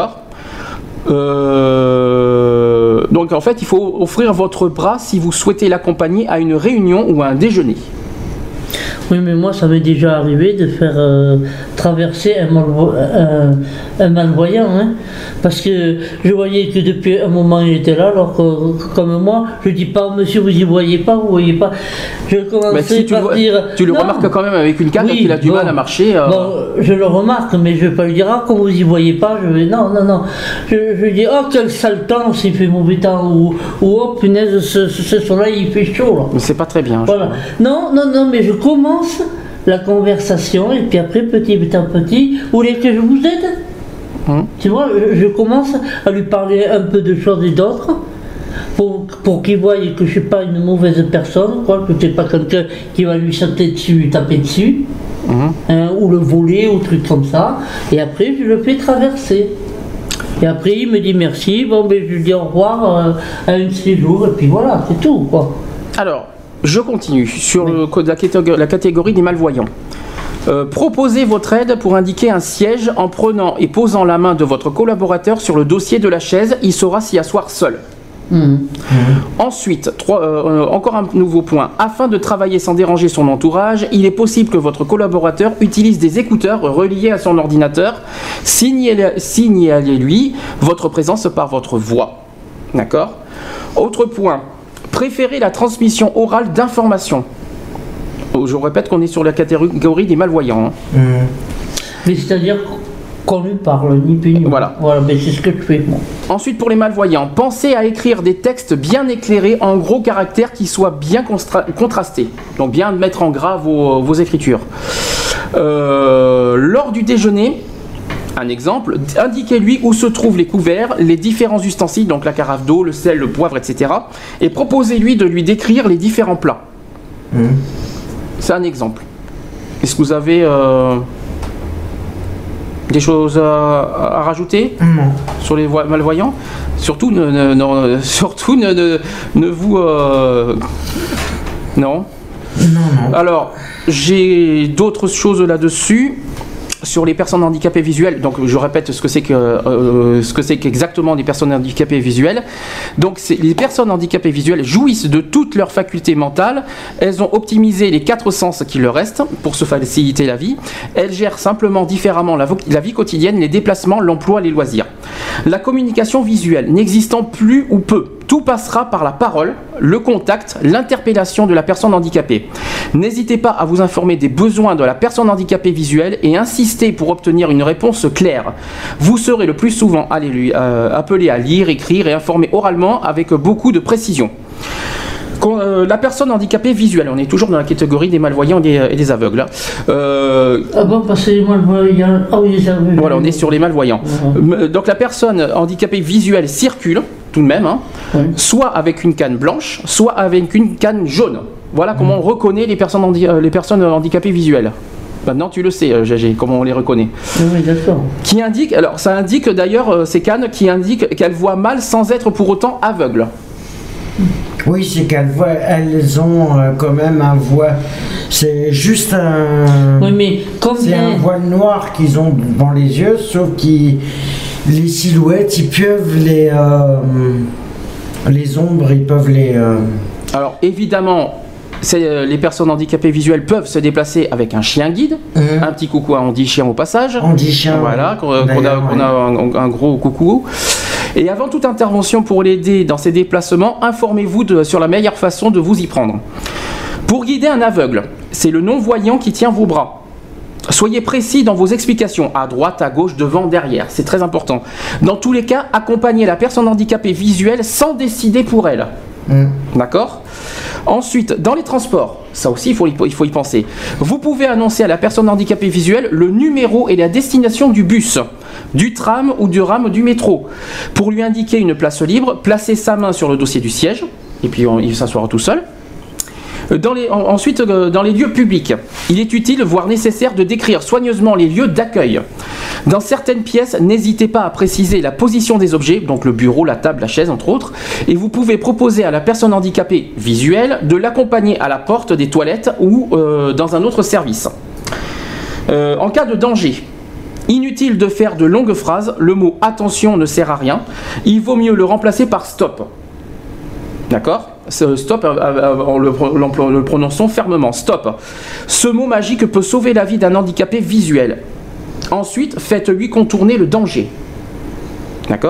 euh, Donc en fait, il faut offrir votre bras si vous souhaitez l'accompagner à une réunion ou à un déjeuner. Oui, mais moi, ça m'est déjà arrivé de faire euh, traverser un, malvo- un, un malvoyant, hein, parce que je voyais que depuis un moment il était là, alors que comme moi, je dis pas, monsieur, vous y voyez pas, vous voyez pas. Je commençais si tu par le, dire. tu le non. remarques quand même avec une canne, Oui, qu'il a du bon, mal à marcher. Euh... Bon, je le remarque, mais je vais pas lui dire, ah, quand vous y voyez pas, je vais. Non, non, non. Je, je lui dis, oh, quel sale temps, s'il fait mauvais temps, ou, ou oh, punaise, ce, ce soleil, il fait chaud, là. Mais c'est pas très bien. Voilà. Non, non, non, mais je commence la conversation, et puis après, petit à petit, vous voulez que je vous aide? Hum. Tu vois, je, je commence à lui parler un peu de choses et d'autres. Pour, pour qu'il voie que je ne suis pas une mauvaise personne, quoi, que je ne suis pas quelqu'un qui va lui sauter dessus, lui taper dessus, Mmh. hein, ou le voler, ou truc comme ça. Et après, je le fais traverser. Et après, il me dit merci, bon, ben, je lui dis au revoir euh, à un de ces jours, et puis voilà, c'est tout, quoi. Alors, je continue sur le, la, catégorie, la catégorie des malvoyants. Euh, proposez votre aide pour indiquer un siège en prenant et posant la main de votre collaborateur sur le dossier de la chaise. Il saura s'y asseoir seul. Mmh. Mmh. Ensuite, trois, euh, encore un nouveau point. Afin de travailler sans déranger son entourage, il est possible que votre collaborateur utilise des écouteurs reliés à son ordinateur. Signalez-lui votre présence par votre voix. D'accord ? Autre point. Préférez la transmission orale d'informations. Je répète qu'on est sur la catégorie des malvoyants. Hein. Mmh. Mais c'est-à-dire qu'on lui parle, ni plus ni moins. Voilà. Voilà, mais c'est ce que je fais, moi. Ensuite, pour les malvoyants, pensez à écrire des textes bien éclairés en gros caractères qui soient bien constra- contrastés. Donc bien mettre en gras vos, vos écritures. Euh, lors du déjeuner, un exemple, indiquez-lui où se trouvent les couverts, les différents ustensiles, donc la carafe d'eau, le sel, le poivre, et cetera. Et proposez-lui de lui décrire les différents plats. Mmh. C'est un exemple. Est-ce que vous avez... Euh Des choses à, à rajouter Non. Sur les malvoyants? Surtout, ne, ne, ne, surtout ne, ne, ne vous... Euh... Non. Non, non. Alors, j'ai d'autres choses là-dessus. Sur les personnes handicapées visuelles, donc je répète ce que c'est que euh, ce que c'est qu'exactement les personnes handicapées visuelles. Donc c'est, les personnes handicapées visuelles jouissent de toutes leurs facultés mentales. Elles ont optimisé les quatre sens qui leur restent pour se faciliter la vie. Elles gèrent simplement différemment la, vo- la vie quotidienne, les déplacements, l'emploi, les loisirs. La communication visuelle n'existant plus ou peu. Tout passera par la parole, le contact, l'interpellation de la personne handicapée. N'hésitez pas à vous informer des besoins de la personne handicapée visuelle et insistez pour obtenir une réponse claire. Vous serez le plus souvent allé lui, euh, appelé à lire, écrire et informer oralement avec beaucoup de précision. Quand, euh, la personne handicapée visuelle, on est toujours dans la catégorie des malvoyants et des, et des aveugles. Euh, ah bon, parce que les malvoyants... Ah oui, les aveugles. Voilà, on est sur les malvoyants. Uh-huh. Donc la personne handicapée visuelle circule, tout de même, hein, oui. Soit avec une canne blanche, soit avec une canne jaune. Voilà mmh. comment on reconnaît les personnes, handi- les personnes handicapées visuelles. Maintenant, tu le sais, Gégé, comment on les reconnaît. Oui, d'accord. Qui indique, alors ça indique d'ailleurs, euh, ces cannes qui indiquent qu'elles voient mal sans être pour autant aveugles. Oui, c'est qu'elles voient, elles ont euh, quand même un voile. C'est juste un. Oui, mais combien... C'est un voile noir qu'ils ont dans les yeux, sauf qu'ils. Les silhouettes, ils peuvent les. Euh, les ombres, ils peuvent les. Euh... Alors, évidemment. C'est, euh, les personnes handicapées visuelles peuvent se déplacer avec un chien guide, mmh. un petit coucou à Andy Chien au passage. Andy Chien. Voilà, qu'on, qu'on a, qu'on a un, un gros coucou. Et avant toute intervention pour l'aider dans ses déplacements, informez-vous de, sur la meilleure façon de vous y prendre. Pour guider un aveugle, c'est le non-voyant qui tient vos bras. Soyez précis dans vos explications, à droite, à gauche, devant, derrière, c'est très important. Dans tous les cas, accompagnez la personne handicapée visuelle sans décider pour elle. Mmh. D'accord ? Ensuite, dans les transports, ça aussi il faut, y, il faut y penser. Vous pouvez annoncer à la personne handicapée visuelle le numéro et la destination du bus, du tram ou du ram du métro. Pour lui indiquer une place libre, placez sa main sur le dossier du siège, et puis on, il s'assoira tout seul. Dans les, en, ensuite, dans les lieux publics, il est utile, voire nécessaire, de décrire soigneusement les lieux d'accueil. Dans certaines pièces, n'hésitez pas à préciser la position des objets, donc le bureau, la table, la chaise, entre autres, et vous pouvez proposer à la personne handicapée visuelle de l'accompagner à la porte des toilettes ou euh, dans un autre service. Euh, en cas de danger, inutile de faire de longues phrases, le mot « attention » ne sert à rien, il vaut mieux le remplacer par « stop ». D'accord ? Stop, en le, en le prononçant fermement. Stop. Ce mot magique peut sauver la vie d'un handicapé visuel. Ensuite, faites-lui contourner le danger. D'accord ?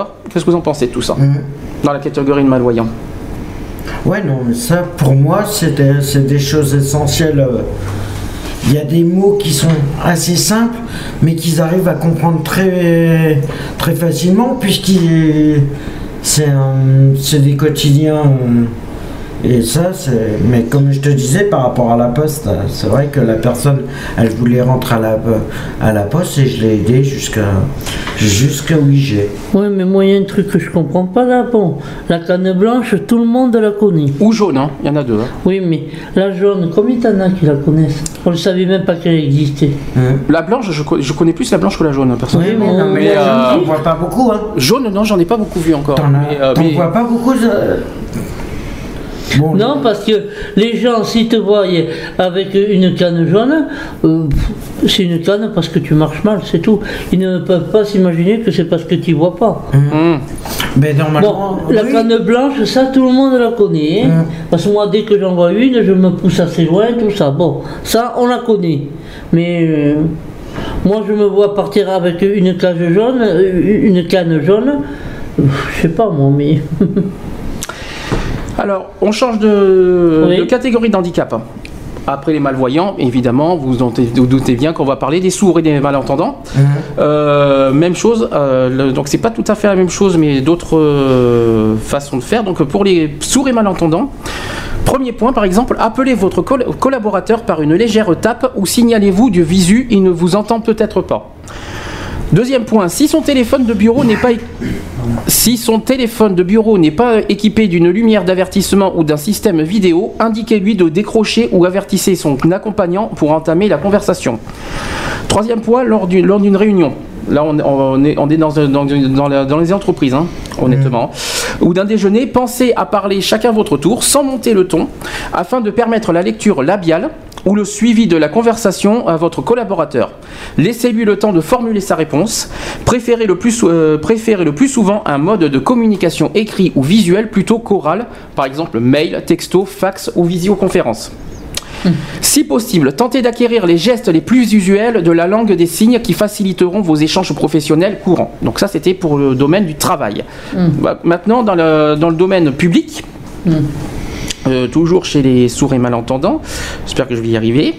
Qu'est-ce que vous en pensez de tout ça ? mmh. Dans la catégorie de malvoyants. Ouais, non, mais ça, pour moi, c'est des, c'est des choses essentielles. Il y a des mots qui sont assez simples, mais qu'ils arrivent à comprendre très, très facilement, puisqu'ils c'est, un, c'est des quotidiens. Et ça, c'est... Mais comme je te disais, par rapport à la poste, c'est vrai que la personne, elle voulait rentrer à la, à la poste et je l'ai aidé jusqu'à, jusqu'à où j'ai. Oui, mais moi, il y a un truc que je comprends pas là. Bon, la canne blanche, tout le monde la connaît. Ou jaune, hein. Il y en a deux. Hein. Oui, mais la jaune, combien t'en as qui la connaissent ? On ne savait même pas qu'elle existait. Hum. La blanche, je, je connais plus la blanche que la jaune, personnellement. Oui, mais, non, mais euh, j'en vois pas beaucoup. Hein. Jaune, non, j'en ai pas beaucoup vu encore. T'en, mais, euh, t'en mais... vois pas beaucoup euh... Bon, non, parce que les gens, s'ils te voient avec une canne jaune, euh, c'est une canne parce que tu marches mal, c'est tout. Ils ne peuvent pas s'imaginer que c'est parce que tu ne vois pas. Mmh. Mais normalement, bon, la oui. canne blanche, ça, tout le monde la connaît. Hein, mmh. Parce que moi, dès que j'en vois une, je me pousse assez loin, tout ça. Bon, ça, on la connaît. Mais euh, moi, je me vois partir avec une cage jaune, une canne jaune. Je sais pas, moi, mais... Alors, on change de, oui. de catégorie d'handicap. Après les malvoyants, évidemment, vous vous doutez bien qu'on va parler des sourds et des malentendants. Mmh. Euh, même chose, euh, le, donc c'est pas tout à fait la même chose, mais d'autres euh, façons de faire. Donc pour les sourds et malentendants, premier point par exemple, appelez votre col- collaborateur par une légère tape ou signalez-vous du visu, il ne vous entend peut-être pas. Deuxième point, si son téléphone de bureau n'est pas, é- si son téléphone de bureau n'est pas équipé d'une lumière d'avertissement ou d'un système vidéo, indiquez-lui de décrocher ou avertissez son accompagnant pour entamer la conversation. Troisième point, lors d'une, lors d'une réunion. Là, on, on, est, on est dans, dans, dans, la, dans les entreprises, hein, honnêtement. Mmh. Ou d'un déjeuner, pensez à parler chacun votre tour, sans monter le ton, afin de permettre la lecture labiale ou le suivi de la conversation à votre collaborateur. Laissez-lui le temps de formuler sa réponse. Préférez le plus, euh, préférez le plus souvent un mode de communication écrit ou visuel plutôt qu'oral, par exemple mail, texto, fax ou visioconférence. Mmh. Si possible, tentez d'acquérir les gestes les plus usuels de la langue des signes qui faciliteront vos échanges professionnels courants. Donc ça, c'était pour le domaine du travail. Mmh. Bah, maintenant, dans le, dans le domaine public, mmh. euh, toujours chez les sourds et malentendants, j'espère que je vais y arriver.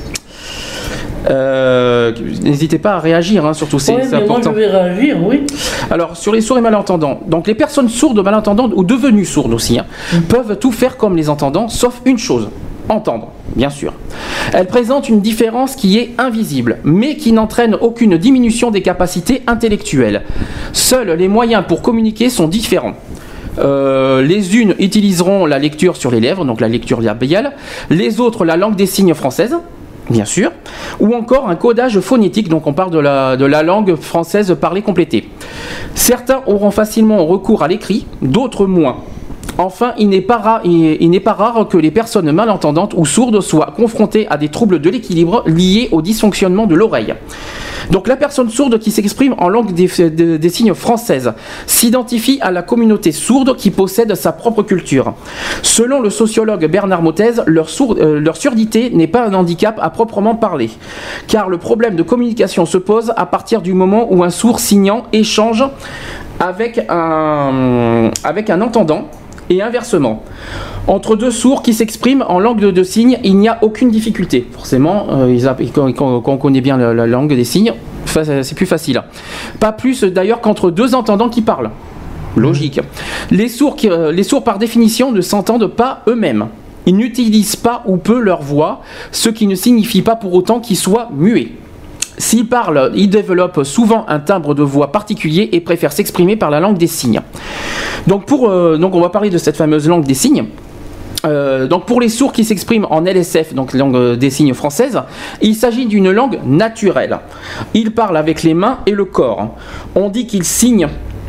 Euh, n'hésitez pas à réagir, hein, surtout c'est, oui, c'est mais important. Moi je vais réagir, oui. Alors sur les sourds et malentendants, donc les personnes sourdes, malentendantes ou devenues sourdes aussi, hein, mmh. peuvent tout faire comme les entendants, sauf une chose. Entendre, bien sûr. Elle présente une différence qui est invisible, mais qui n'entraîne aucune diminution des capacités intellectuelles. Seuls les moyens pour communiquer sont différents. Euh, les unes utiliseront la lecture sur les lèvres, donc la lecture labiale, les autres la langue des signes française, bien sûr, ou encore un codage phonétique, donc on parle de la, de la langue française parlée complétée. Certains auront facilement recours à l'écrit, d'autres moins. Enfin, il n'est, pas rare, il, il n'est pas rare que les personnes malentendantes ou sourdes soient confrontées à des troubles de l'équilibre liés au dysfonctionnement de l'oreille. Donc la personne sourde qui s'exprime en langue des, des, des signes française s'identifie à la communauté sourde qui possède sa propre culture. Selon le sociologue Bernard Mottez, leur, sourde, euh, leur surdité n'est pas un handicap à proprement parler, car le problème de communication se pose à partir du moment où un sourd signant échange avec un, avec un entendant. Et inversement, entre deux sourds qui s'expriment en langue de, de signes, il n'y a aucune difficulté. Forcément, euh, ils a, quand, quand, quand on connaît bien la, la langue des signes, c'est plus facile. Pas plus d'ailleurs qu'entre deux entendants qui parlent. Logique. Les sourds, qui, euh, les sourds par définition ne s'entendent pas eux-mêmes. Ils n'utilisent pas ou peu leur voix, ce qui ne signifie pas pour autant qu'ils soient muets. S'ils parlent, ils développent souvent un timbre de voix particulier et préfèrent s'exprimer par la langue des signes. Donc, pour, euh, donc on va parler de cette fameuse langue des signes. Euh, donc pour les sourds qui s'expriment en L S F, donc langue des signes française, il s'agit d'une langue naturelle. Ils parlent avec les mains et le corps. On dit qu'ils signent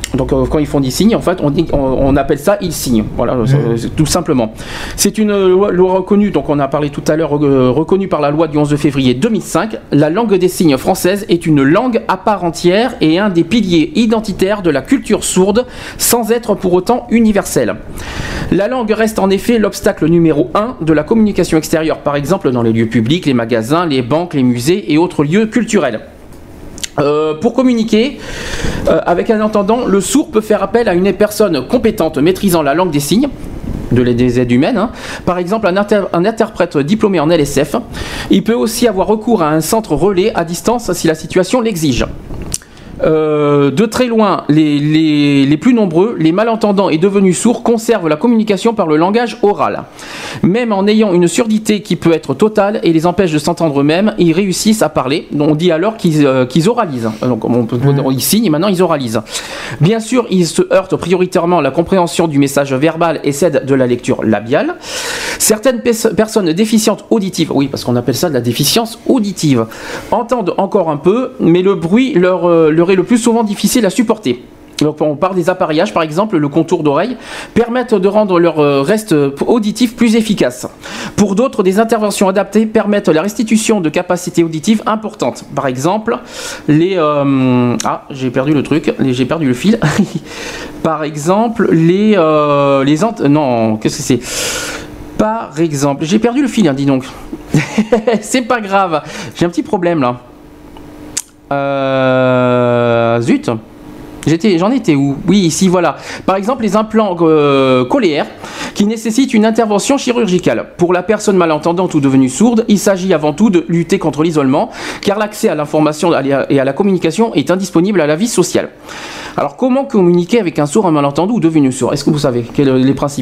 Donc euh, quand ils font des signes, en fait, on, dit, on, on appelle ça ils signent. Voilà, mmh. c'est, tout simplement. C'est une loi, loi reconnue, donc on a parlé tout à l'heure, euh, reconnue par la loi du onze février deux mille cinq. La langue des signes française est une langue à part entière et un des piliers identitaires de la culture sourde, sans être pour autant universelle. La langue reste en effet l'obstacle numéro un de la communication extérieure, par exemple dans les lieux publics, les magasins, les banques, les musées et autres lieux culturels. Euh, pour communiquer euh, avec un entendant, le sourd peut faire appel à une personne compétente maîtrisant la langue des signes, de des aides humaines, hein. Par exemple un, inter- un interprète diplômé en L S F. Il peut aussi avoir recours à un centre relais à distance si la situation l'exige. Euh, de très loin, les, les, les plus nombreux, les malentendants et devenus sourds conservent la communication par le langage oral. Même en ayant une surdité qui peut être totale et les empêche de s'entendre eux-mêmes, ils réussissent à parler. On dit alors qu'ils, euh, qu'ils oralisent. Donc on peut, mmh. Ils signent et maintenant ils oralisent. Bien sûr, ils se heurtent prioritairement à la compréhension du message verbal et cèdent de la lecture labiale. Certaines pe- personnes déficientes auditives, oui parce qu'on appelle ça de la déficience auditive, entendent encore un peu, mais le bruit leur, euh, leur est le plus souvent difficile à supporter. Donc on parle des appareillages, par exemple, le contour d'oreille, permettent de rendre leur reste auditif plus efficace. Pour d'autres, des interventions adaptées permettent la restitution de capacités auditives importantes. Par exemple, les... Euh, ah, j'ai perdu le truc, les, j'ai perdu le fil. Par exemple, les... Euh, les ent- non, qu'est-ce que c'est ? Par exemple, j'ai perdu le fil, hein, dis donc. C'est pas grave, j'ai un petit problème là. Euh, zut, J'étais, j'en étais où ? Oui, ici, voilà. Par exemple, les implants euh, cochléaires qui nécessitent une intervention chirurgicale. Pour la personne malentendante ou devenue sourde, il s'agit avant tout de lutter contre l'isolement, car l'accès à l'information et à la communication est indisponible à la vie sociale. Alors, comment communiquer avec un sourd, un malentendu ou devenu sourd ? Est-ce que vous savez quels sont les principes ?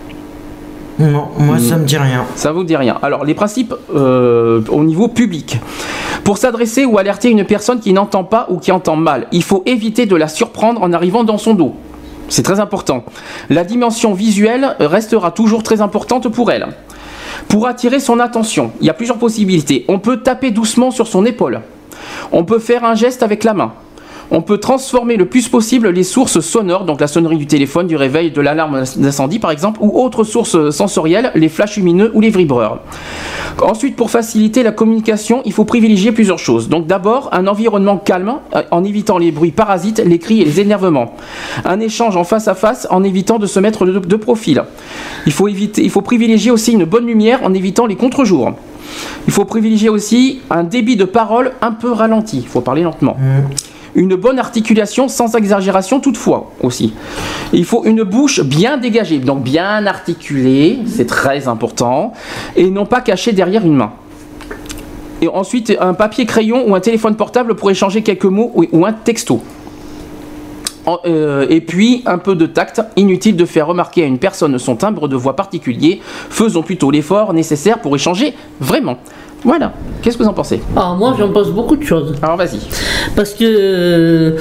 Non, moi ça me dit rien. Ça vous dit rien. Alors les principes euh, au niveau public. Pour s'adresser ou alerter une personne qui n'entend pas ou qui entend mal, il faut éviter de la surprendre en arrivant dans son dos. C'est très important. La dimension visuelle restera toujours très importante pour elle. Pour attirer son attention, il y a plusieurs possibilités. On peut taper doucement sur son épaule. On peut faire un geste avec la main. On peut transformer le plus possible les sources sonores, donc la sonnerie du téléphone, du réveil, de l'alarme d'incendie par exemple, ou autres sources sensorielles, les flashs lumineux ou les vibreurs. Ensuite, pour faciliter la communication, il faut privilégier plusieurs choses. Donc d'abord, un environnement calme, en évitant les bruits parasites, les cris et les énervements. Un échange en face à face, en évitant de se mettre de, de profil. Il faut éviter, il faut privilégier aussi une bonne lumière, en évitant les contre-jours. Il faut privilégier aussi un débit de parole un peu ralenti. Il faut parler lentement. Mmh. Une bonne articulation sans exagération toutefois aussi. Il faut une bouche bien dégagée, donc bien articulée, c'est très important, et non pas cachée derrière une main. Et ensuite, un papier crayon ou un téléphone portable pour échanger quelques mots ou un texto. En, euh, et puis, un peu de tact. Inutile de faire remarquer à une personne son timbre de voix particulier. Faisons plutôt l'effort nécessaire pour échanger vraiment. Voilà. Qu'est-ce que vous en pensez ? Ah, moi, j'en pense beaucoup de choses. Alors, vas-y. Parce que euh,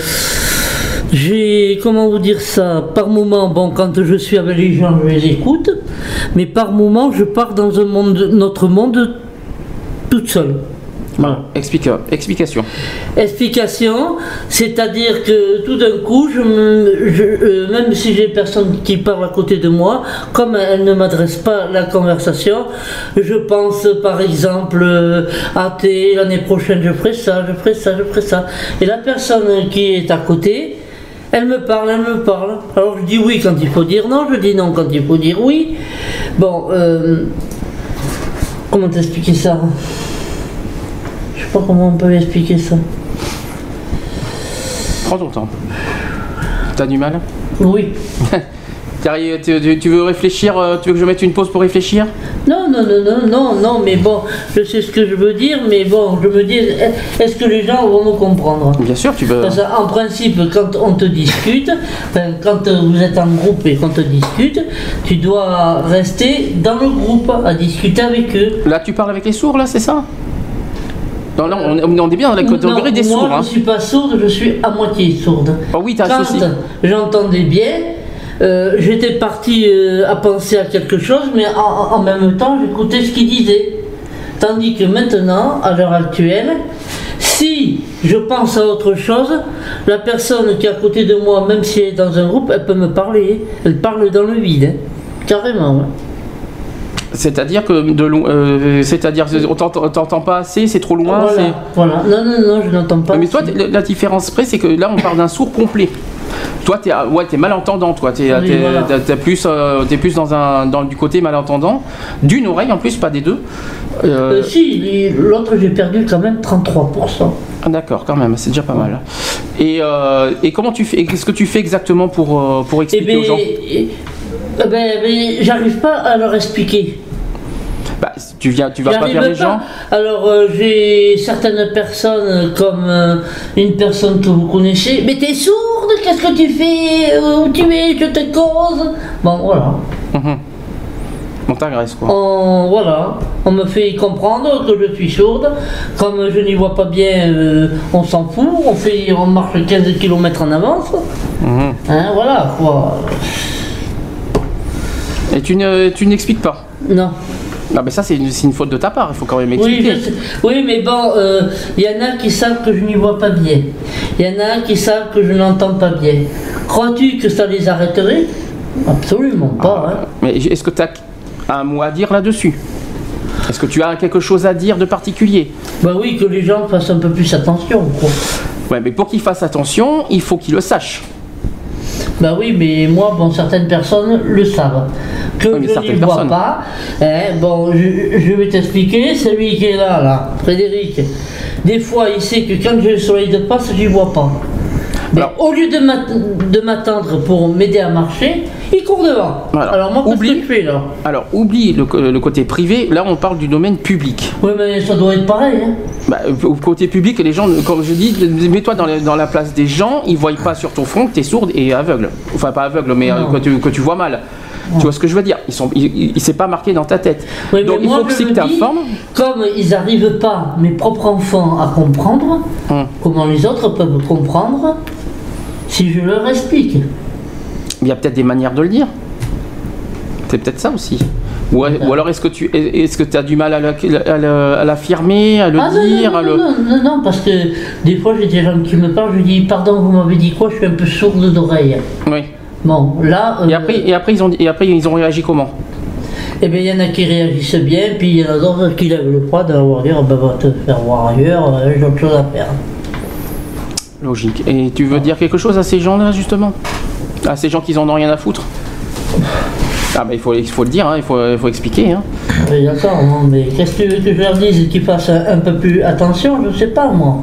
j'ai, comment vous dire ça, par moment, bon, quand je suis avec les gens, je les écoute, mais par moment, je pars dans un monde, notre monde, toute seule. Voilà. Explique, explication. Explication, c'est-à-dire que tout d'un coup, je me, je, euh, même si j'ai personne qui parle à côté de moi, comme elle ne m'adresse pas la conversation, je pense par exemple euh, à T, l'année prochaine je ferai ça, je ferai ça, je ferai ça. Et la personne qui est à côté, elle me parle, elle me parle. Alors je dis oui quand il faut dire non, je dis non quand il faut dire oui. Bon, euh, comment t'expliquer ça ? Je sais pas comment on peut expliquer ça. Prends ton temps. T'as du mal ? Oui. tu, tu veux réfléchir ? Tu veux que je mette une pause pour réfléchir ? Non, non, non, non, non, non, mais bon, je sais ce que je veux dire, mais bon, je me dis, est-ce que les gens vont me comprendre ? Bien sûr, tu veux. Parce qu'en principe, quand on te discute, enfin, quand vous êtes en groupe et qu'on te discute, tu dois rester dans le groupe à discuter avec eux. Là, tu parles avec les sourds, là, c'est ça ? Non, là, on, on est bien dans la catégorie des sourds. Moi, je ne hein. suis pas sourde, je suis à moitié sourde. Oh oui, t'as Quand aussi. j'entendais bien, euh, j'étais parti euh, à penser à quelque chose, mais en, en même temps, j'écoutais ce qu'il disait. Tandis que maintenant, à l'heure actuelle, si je pense à autre chose, la personne qui est à côté de moi, même si elle est dans un groupe, elle peut me parler. Elle parle dans le vide, hein. Carrément. Hein. C'est-à-dire que de lo- euh, c'est-à-dire on t'entend, t'entend pas assez, c'est trop loin. Voilà, c'est... voilà. Non, non, non, je n'entends pas. Mais toi, la, la différence près, c'est que là, on parle d'un sourd complet. Toi, t'es, ouais, t'es malentendant, toi. T'es, Oui, t'es, voilà. t'es, t'es plus, euh, t'es plus dans un, dans du côté malentendant, d'une oreille en plus, pas des deux. Euh, Euh, si, les- l'autre j'ai perdu quand même trente-trois pour cent. ah, d'accord, quand même, c'est déjà pas mal. Et, euh, et comment tu fais, et qu'est-ce que tu fais exactement pour, euh, pour Eh expliquer bien, aux gens? eh, eh ben, ben, j'arrive pas à leur expliquer. Bah, tu viens, tu vas pas J'arrive vers les pas. gens. Alors euh, j'ai certaines personnes comme euh, une personne que vous connaissez. Mais t'es sourde, qu'est-ce que tu fais? Où tu es? Je te cause. Bon voilà. Mhm. On t'agresse, quoi. On, voilà. On me fait comprendre que je suis sourde. Comme je n'y vois pas bien, euh, on s'en fout. On fait, on marche quinze kilomètres en avance. Mhm. Hein, voilà quoi. Et tu, ne, tu n'expliques pas. Non. Ah, ben ça, c'est une, c'est une faute de ta part, il faut quand même Oui, expliquer. je sais. Oui, mais bon, il y en a qui savent que je n'y vois pas bien. Il y en a qui savent que je n'entends pas bien. Crois-tu que ça les arrêterait? Absolument pas. Hein. Mais est-ce que tu as un mot à dire là-dessus? Est-ce que tu as quelque chose à dire de particulier? Bah oui, que les gens fassent un peu plus attention, quoi. Ouais, mais pour qu'ils fassent attention, il faut qu'ils le sachent. Bah oui, mais moi, bon, certaines personnes le savent. Que Oui, mais je n'y certaines vois personnes. pas. Hein, bon, je, je vais t'expliquer. Celui qui est là, là, Frédéric, des fois, il sait que quand le soleil de passe, je n'y vois pas. Mais Alors- au lieu de m'att- de m'attendre pour m'aider à marcher, il court devant. Voilà. Alors moi, qu'est-ce Oublie. que je fais là? Alors, oublie le, co- le côté privé, là on parle du domaine public. Oui, mais ça doit être pareil. Hein. Bah, au côté public, les gens, comme je dis, mets-toi dans, les- dans la place des gens, ils ne voient pas sur ton front que tu es sourde et aveugle. Enfin, pas aveugle, mais euh, Non. que, tu, que tu vois mal. Tu vois ce que je veux dire? Ils sont, ils, ils- c'est pas marqué dans ta tête. Oui, Donc mais il moi, faut que je c'est que me tu dis, informes. Comme ils n'arrivent pas, mes propres enfants, à comprendre, Hum. comment les autres peuvent comprendre si je leur explique. Il y a peut-être des manières de le dire. C'est peut-être ça aussi. Ou, ou alors est-ce que tu est-ce que tu as du mal à, la- à la- à l'affirmer, à le Ah non, dire, non, à non, le... non, non, non, parce que des fois j'ai des gens qui me parlent, je dis pardon, vous m'avez dit quoi? Je suis un peu sourde d'oreille. Oui. Bon, là. Et euh, après, et après ils ont et après ils ont réagi comment? Eh bien, il y en a qui réagissent bien, puis il y en a d'autres qui lèvent le poids d'avoir dit, oh, ben, va te faire voir ailleurs, euh, j'ai autre chose à faire. Logique. Et tu veux dire quelque chose à ces gens-là justement? À ces gens qui en ont rien à foutre? Ah bah il faut, il faut le dire, hein, il, faut, il faut expliquer. Hein. Oui, d'accord, non, mais qu'est-ce que tu veux que je leur dise? Qu'ils fassent un, un peu plus attention? Je sais pas, moi.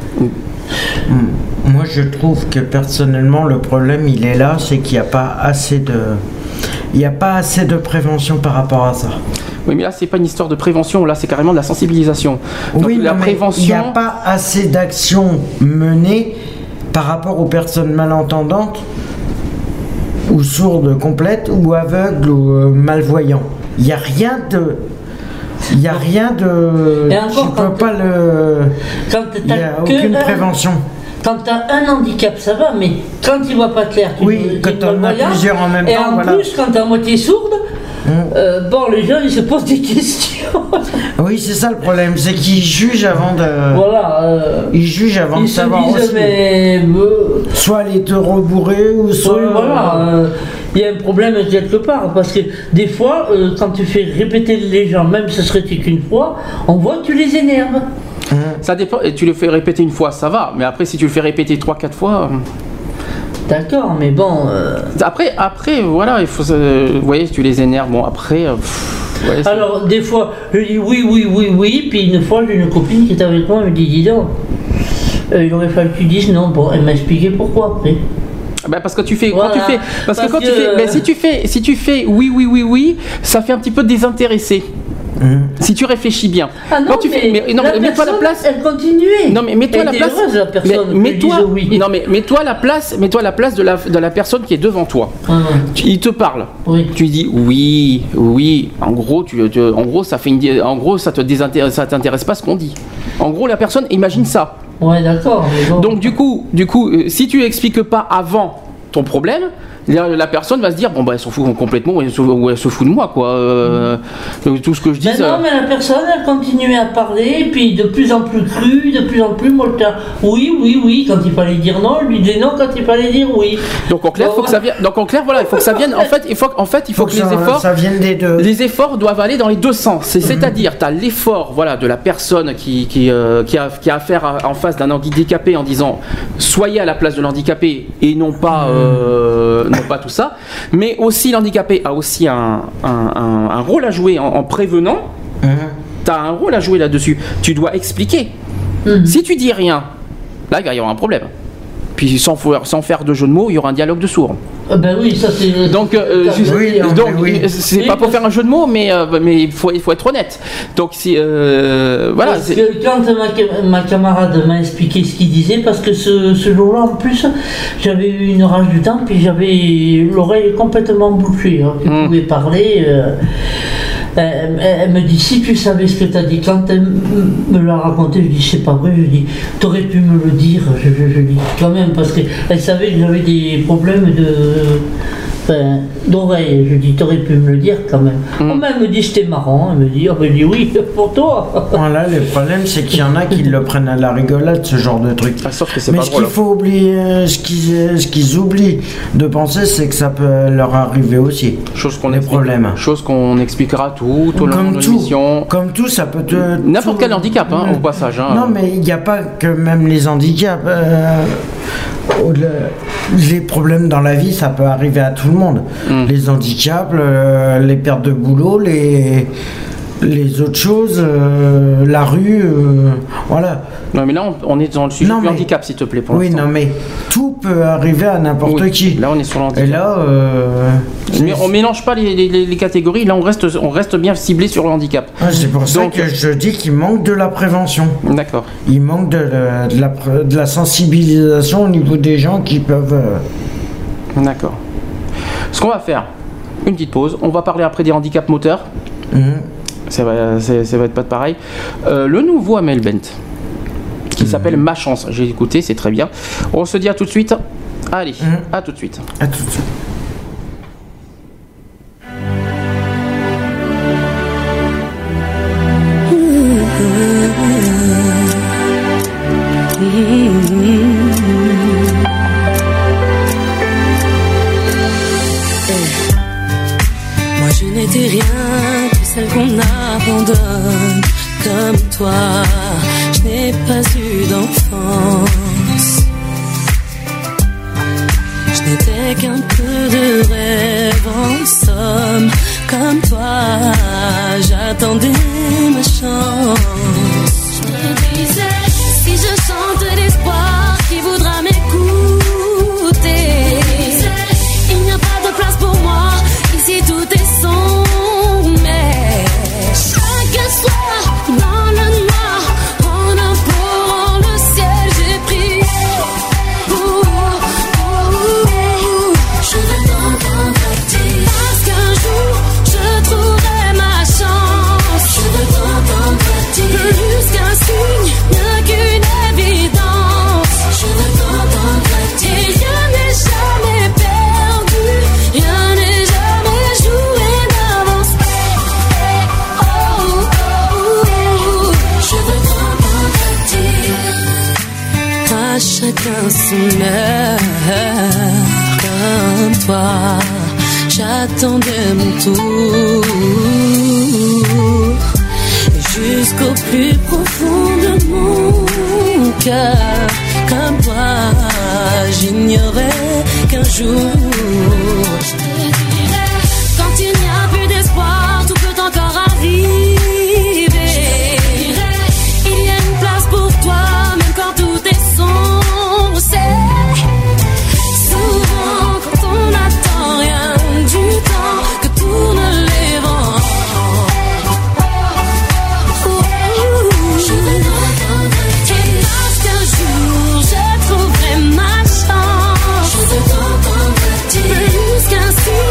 Moi, je trouve que personnellement, le problème, il est là, c'est qu'il n'y a pas assez de, il n'y a pas assez de prévention par rapport à ça. Oui, mais là c'est pas une histoire de prévention, là c'est carrément de la sensibilisation. Donc, Oui, la non, mais prévention. il n'y a pas assez d'actions menées par rapport aux personnes malentendantes ou sourdes complètes ou aveugles ou euh, malvoyants. Il n'y a rien de... Il n'y a rien de... Et encore, tu peux quand- pas le... Quand Il n'y a t'as que aucune un- prévention. Quand tu as un handicap, ça va, mais quand il ne voit pas clair, tu Oui, tu quand es t'en as malvoyant, plusieurs en même et temps, en voilà. plus, quand tu es à moitié sourde, Mm. euh, bon, les gens, ils se posent des questions. Oui, c'est ça le problème, c'est qu'ils jugent avant de... Voilà. euh, Ils jugent avant de ils se savoir disent, aussi. mais... euh, Soit les te rebourrer ou soit... oui, voilà. euh, Il y a un problème quelque part, parce que des fois, euh, quand tu fais répéter les gens, même ce serait qu'une fois, on voit que tu les énerves. Ça dépend. Et tu le fais répéter une fois, ça va. Mais après, si tu le fais répéter trois, quatre fois. euh, D'accord, mais bon... euh, Après, après, voilà, il faut. se- Vous voyez, tu les énerves. Bon, après. euh, pff, ouais, c'est- Alors, des fois, je dis oui, oui, oui, oui, puis une fois, j'ai une copine qui était avec moi, elle me dit, dis donc, euh, il aurait fallu que tu dises non. Bon, elle m'a expliqué pourquoi après. Bah, parce que tu fais. Voilà. Quand tu fais. Parce, Parce que quand tu que- fais. Mais si tu fais. Si tu fais oui, oui, oui, oui, ça fait un petit peu désintéressé. Si tu réfléchis bien. Ah non, quand tu mais, fais. Mais, non, la mais mets-toi à la personne, place. elle continuait. Non mais mets-toi à la Elle place. était heureuse, la personne, mais que mets-toi. je dise oui. Non mais mets-toi à la place. Mets-toi à la place de la de la personne qui est devant toi. Ah, ouais. Tu- Il te parle. Oui. Tu lui dis oui, oui. En gros, tu, tu- en gros, ça fait une, en gros, ça te désintéresse, ça t'intéresse pas ce qu'on dit. En gros, la personne imagine ça. Ouais, d'accord. mais bon. Donc du coup, du coup, euh, si tu expliques pas avant ton problème, la, la personne va se dire bon bah elle s'en fout complètement ou elle se, ou elle se fout de moi quoi. Euh, mmh. Tout ce que je dis. Ben non, euh... mais la personne elle continuait à parler, et puis de plus en plus cru, de plus en plus molta. Oui, oui, oui. Quand il fallait dire non, elle lui disait non quand il fallait dire oui. Donc en clair, bon, faut que ça vienne. Donc en clair, voilà, il faut que ça vienne. En fait, il faut, en fait, il faut, faut que, que ça, les efforts, ça vienne des deux. Les efforts doivent aller dans les deux sens. C'est, mmh. C'est-à-dire, tu as l'effort, voilà, de la personne qui qui euh, qui a qui a affaire à, en face d'un handicapé en disant soyez à la place de l'handicapé et non pas euh, non pas tout ça. Mais aussi l'handicapé a aussi un, un, un, un rôle à jouer en, en prévenant. Mmh. Tu as un rôle à jouer là-dessus. Tu dois expliquer. Mmh. Si tu dis rien, là il va y avoir un problème. Puis sans, sans faire de jeu de mots, il y aura un dialogue de sourds. Ah ben oui, ça c'est. Donc, euh, oui, donc oui. c'est oui, pas pour faire un jeu de mots, mais euh, mais il faut il faut être honnête. Donc si euh, voilà. Parce c'est... que quand ma, ma camarade m'a expliqué ce qu'il disait, parce que ce, ce jour-là en plus, j'avais eu une rage du temps, puis j'avais l'oreille complètement bouchée. Hein, je mmh. pouvais parler. Euh, Elle, elle me dit si tu savais ce que tu as dit. Quand elle me l'a raconté, je dis c'est pas vrai. Je dis t'aurais pu me le dire. Je, je, je dis quand même parce qu'elle savait que j'avais des problèmes de enfin, d'oreille. Je dis t'aurais pu me le dire quand même. Mm. Oh, mais elle me dit c'était marrant. Elle me dit oh, ben, je dis oui pour toi. Voilà, le problème c'est qu'il y en a qui le prennent à la rigolade ce genre de truc. Ah, sauf que c'est mais pas ce drôle. qu'il faut oublier, ce qu'ils, ce qu'ils oublient de penser, c'est que ça peut leur arriver aussi. Chose qu'on les explique, problèmes. Chose qu'on expliquera tout au long de l'émission. Comme tout, ça peut te. N'importe tout, quel handicap, hein, au passage. Hein. Non, mais il n'y a pas que même les handicaps. Euh, les problèmes dans la vie, ça peut arriver à tout le monde. Mm. Les handicaps, euh, les pertes de boulot, les. Les autres choses, euh, la rue, euh, voilà. Non mais là on, on est dans le sujet non, du mais, handicap s'il te plaît pour oui, l'instant. Oui non mais tout peut arriver à n'importe oui, qui. Là on est sur le handicap. Et là, euh, mais on mélange pas les, les, les catégories. Là on reste on reste bien ciblé sur le handicap. Ah, c'est pour ça Donc, que je dis qu'il manque de la prévention. D'accord. Il manque de, de, la, de la sensibilisation au niveau des gens qui peuvent. Euh... D'accord. Ce qu'on va faire, une petite pause. On va parler après des handicaps moteurs. Mmh. Ça va, ça, ça va être pas de pareil. Euh, le nouveau Amel Bent, qui mmh. s'appelle Ma Chance. J'ai écouté, c'est très bien. On se dit à tout de suite. Allez, mmh. à tout de suite. À tout de suite. Moi je n'étais rien, celle qu'on abandonne comme toi. Je n'ai pas eu d'enfance. Je n'étais qu'un peu de rêve en somme. Comme toi, j'attendais ma chance. Je me disais, si je chante l'espoir, qui voudra m'écouter? Il n'y a pas de place pour moi, ici tout est sombre. Mais chaque soir, dans le noir, en implorant le ciel, j'ai prié. Ouh, ouh, ouh, je veux t'entendre dire, parce qu'un jour, je trouverai ma chance. Je veux t'entendre dire, plus qu'un signe, rien qu'une évidence. Je veux t'entendre dire, et rien n'est jamais perdu, rien n'est jamais joué d'avance. Hey, oh, oh, oh, je veux t'entendre dire, à chacun son heure, comme toi, j'attendais mon tour. Et jusqu'au plus profond de mon cœur, comme toi, j'ignorais qu'un jour je te dirais, quand il n'y a plus d'espoir, tout peut encore arriver. Il y a une place pour toi, même quand tout est sombre. C'est souvent quand on n'attend rien du temps que tournent les vents. Je veux t'entendre dire, parce qu'un jour je trouverai ma chance. Je veux t'entendre dire, plus qu'un signe.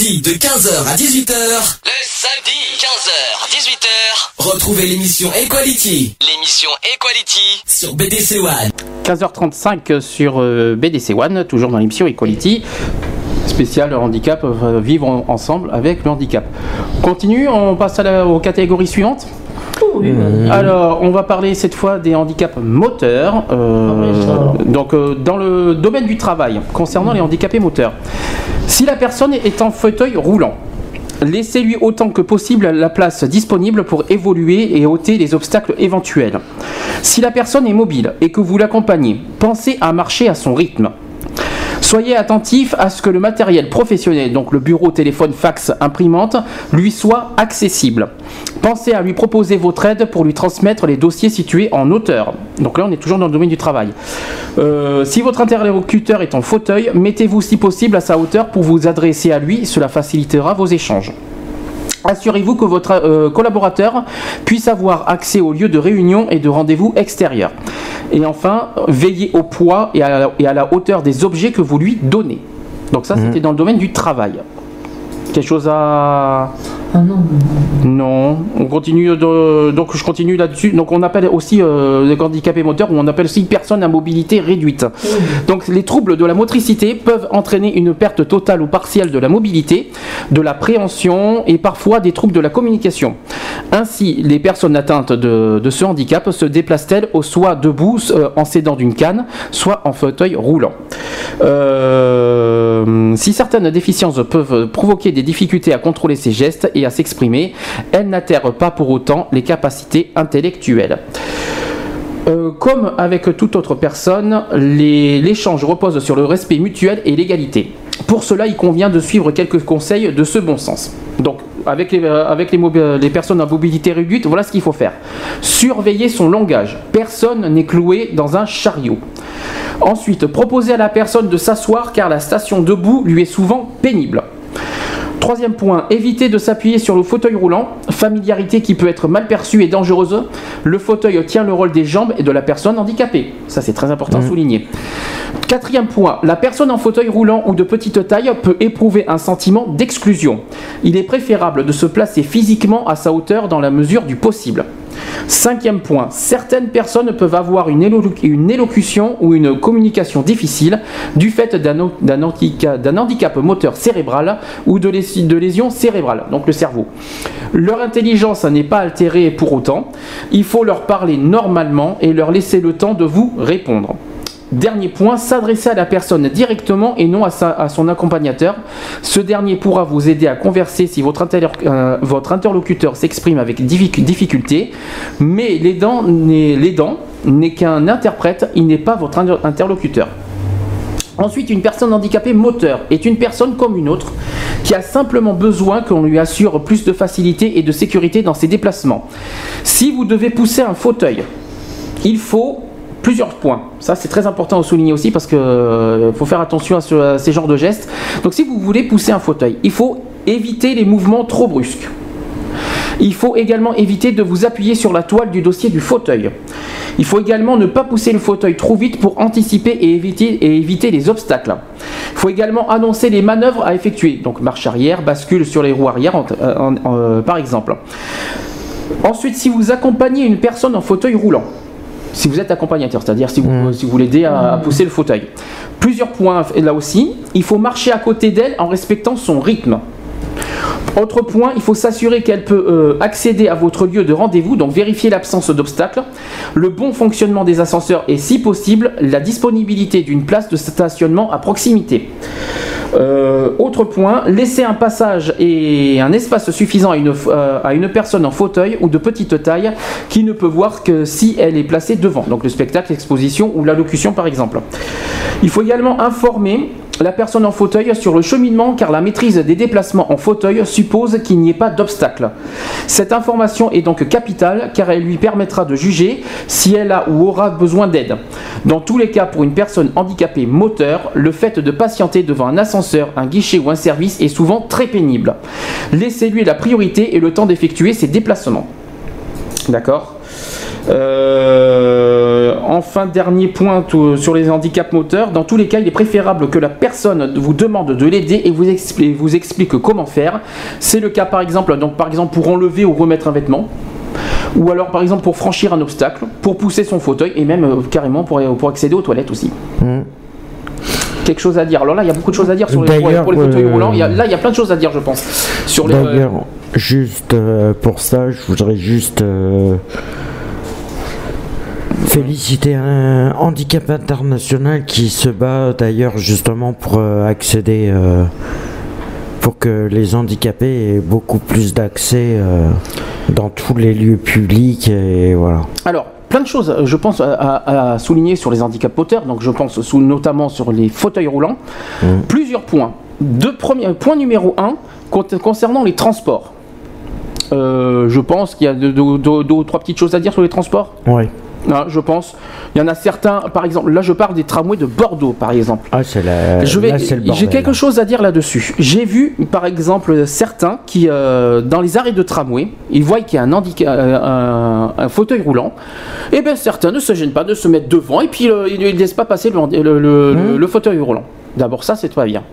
samedi de quinze heures à dix-huit heures. Le samedi quinze heures dix-huit heures. Retrouvez l'émission Equality. L'émission Equality sur B D C One. quinze heures trente-cinq sur euh, B D C One, toujours dans l'émission Equality. Spécial handicap, euh, vivre en, ensemble avec le handicap. On continue, on passe à la, aux catégories suivantes. Oui, mmh. Alors, on va parler cette fois des handicaps moteurs. Euh, oui, donc, euh, dans le domaine du travail, concernant mmh. les handicapés moteurs. Si la personne est en fauteuil roulant, laissez-lui autant que possible la place disponible pour évoluer et ôter les obstacles éventuels. Si la personne est mobile et que vous l'accompagnez, pensez à marcher à son rythme. Soyez attentif à ce que le matériel professionnel, donc le bureau, téléphone, fax, imprimante, lui soit accessible. Pensez à lui proposer votre aide pour lui transmettre les dossiers situés en hauteur. Donc là, on est toujours dans le domaine du travail. Euh, si votre interlocuteur est en fauteuil, mettez-vous si possible à sa hauteur pour vous adresser à lui. Cela facilitera vos échanges. Assurez-vous que votre euh, collaborateur puisse avoir accès aux lieux de réunion et de rendez-vous extérieurs. Et enfin, veillez au poids et à la, et à la hauteur des objets que vous lui donnez. Donc ça, mmh. c'était dans le domaine du travail. Quelque chose à... Ah non. Non, on continue de... donc je continue là-dessus. Donc on appelle aussi euh, les handicapés moteurs, ou on appelle aussi personnes à mobilité réduite. Mmh. Donc les troubles de la motricité peuvent entraîner une perte totale ou partielle de la mobilité, de la préhension et parfois des troubles de la communication. Ainsi, les personnes atteintes de, de ce handicap se déplacent-elles au soit debout euh, en s'aidant d'une canne, soit en fauteuil roulant. Euh, si certaines déficiences peuvent provoquer des difficultés à contrôler ses gestes et à s'exprimer, elles n'altèrent pas pour autant les capacités intellectuelles. Euh, comme avec toute autre personne, les, l'échange repose sur le respect mutuel et l'égalité. Pour cela, il convient de suivre quelques conseils de ce bon sens. Donc, avec les, avec les, mob- les personnes à mobilité réduite, voilà ce qu'il faut faire. Surveiller son langage. Personne n'est cloué dans un chariot. Ensuite, proposer à la personne de s'asseoir car la station debout lui est souvent pénible. Troisième point, éviter de s'appuyer sur le fauteuil roulant, familiarité qui peut être mal perçue et dangereuse. Le fauteuil tient le rôle des jambes et de la personne handicapée. Ça, c'est très important mmh. à souligner. Quatrième point, la personne en fauteuil roulant ou de petite taille peut éprouver un sentiment d'exclusion. Il est préférable de se placer physiquement à sa hauteur dans la mesure du possible. Cinquième point, certaines personnes peuvent avoir une, élo- une élocution ou une communication difficile du fait d'un, o- d'un, handicap, d'un handicap moteur cérébral ou de, lés- de lésions cérébrales, donc le cerveau. Leur intelligence n'est pas altérée pour autant. Il faut leur parler normalement et leur laisser le temps de vous répondre. Dernier point, s'adresser à la personne directement et non à, sa, à son accompagnateur. Ce dernier pourra vous aider à converser si votre, inter, euh, votre interlocuteur s'exprime avec difficulté, mais l'aidant n'est, l'aidant n'est qu'un interprète, il n'est pas votre interlocuteur. Ensuite, une personne handicapée moteur est une personne comme une autre qui a simplement besoin qu'on lui assure plus de facilité et de sécurité dans ses déplacements. Si vous devez pousser un fauteuil, il faut... plusieurs points. Ça, c'est très important à souligner aussi parce qu'il euh, faut faire attention à, ce, à ces genres de gestes. Donc, si vous voulez pousser un fauteuil, il faut éviter les mouvements trop brusques. Il faut également éviter de vous appuyer sur la toile du dossier du fauteuil. Il faut également ne pas pousser le fauteuil trop vite pour anticiper et éviter, et éviter les obstacles. Il faut également annoncer les manœuvres à effectuer. Donc, marche arrière, bascule sur les roues arrière, en, en, en, euh, par exemple. Ensuite, si vous accompagnez une personne en fauteuil roulant, si vous êtes accompagnateur, c'est-à-dire si vous, mmh. si vous l'aidez à, à pousser le fauteuil. Plusieurs points là aussi. Il faut marcher à côté d'elle en respectant son rythme. Autre point, il faut s'assurer qu'elle peut euh, accéder à votre lieu de rendez-vous, donc vérifier l'absence d'obstacles, le bon fonctionnement des ascenseurs et, si possible, la disponibilité d'une place de stationnement à proximité. Euh, autre point, laisser un passage et un espace suffisant à une, euh, à une personne en fauteuil ou de petite taille qui ne peut voir que si elle est placée devant, donc le spectacle, l'exposition ou l'allocution par exemple. Il faut également informer la personne en fauteuil sur le cheminement car la maîtrise des déplacements en fauteuil suppose qu'il n'y ait pas d'obstacle. Cette information est donc capitale car elle lui permettra de juger si elle a ou aura besoin d'aide. Dans tous les cas, pour une personne handicapée moteur, le fait de patienter devant un ascenseur, un guichet ou un service est souvent très pénible. Laissez-lui la priorité et le temps d'effectuer ses déplacements. D'accord ? Euh, enfin, dernier point tout, sur les handicaps moteurs. Dans tous les cas, il est préférable que la personne vous demande de l'aider et vous explique, vous explique comment faire. C'est le cas par exemple, donc par exemple pour enlever ou remettre un vêtement. Ou alors par exemple pour franchir un obstacle, pour pousser son fauteuil et même euh, carrément pour, pour accéder aux toilettes aussi. Mmh. Quelque chose à dire. Alors là, il y a beaucoup de choses à dire sur les, pour, pour les fauteuils euh, roulants. Il y a, là, il y a plein de choses à dire, je pense. Sur les, d'ailleurs, euh... juste euh, pour ça, je voudrais juste euh, féliciter un handicap international qui se bat d'ailleurs justement pour euh, accéder, euh, pour que les handicapés aient beaucoup plus d'accès euh, dans tous les lieux publics et voilà. Alors. Plein de choses, je pense, à, à, à souligner sur les handicaps moteurs, donc je pense sous, notamment sur les fauteuils roulants. Mmh. Plusieurs points. Deux premiers, point numéro un, concernant les transports. Euh, je pense qu'il y a deux, deux, deux, deux ou trois petites choses à dire sur les transports. Oui. Ah, je pense. Il y en a certains, par exemple, là je parle des tramways de Bordeaux, par exemple. Ah, c'est la... je vais, là, c'est le bordel. J'ai quelque chose à dire là-dessus. J'ai vu, par exemple, certains qui, euh, dans les arrêts de tramway, ils voient qu'il y a un, handica- un, un fauteuil roulant. Et bien certains ne se gênent pas de se mettre devant et puis euh, ils ne laissent pas passer le, le, le, mmh. le fauteuil roulant. D'abord ça, c'est pas bien.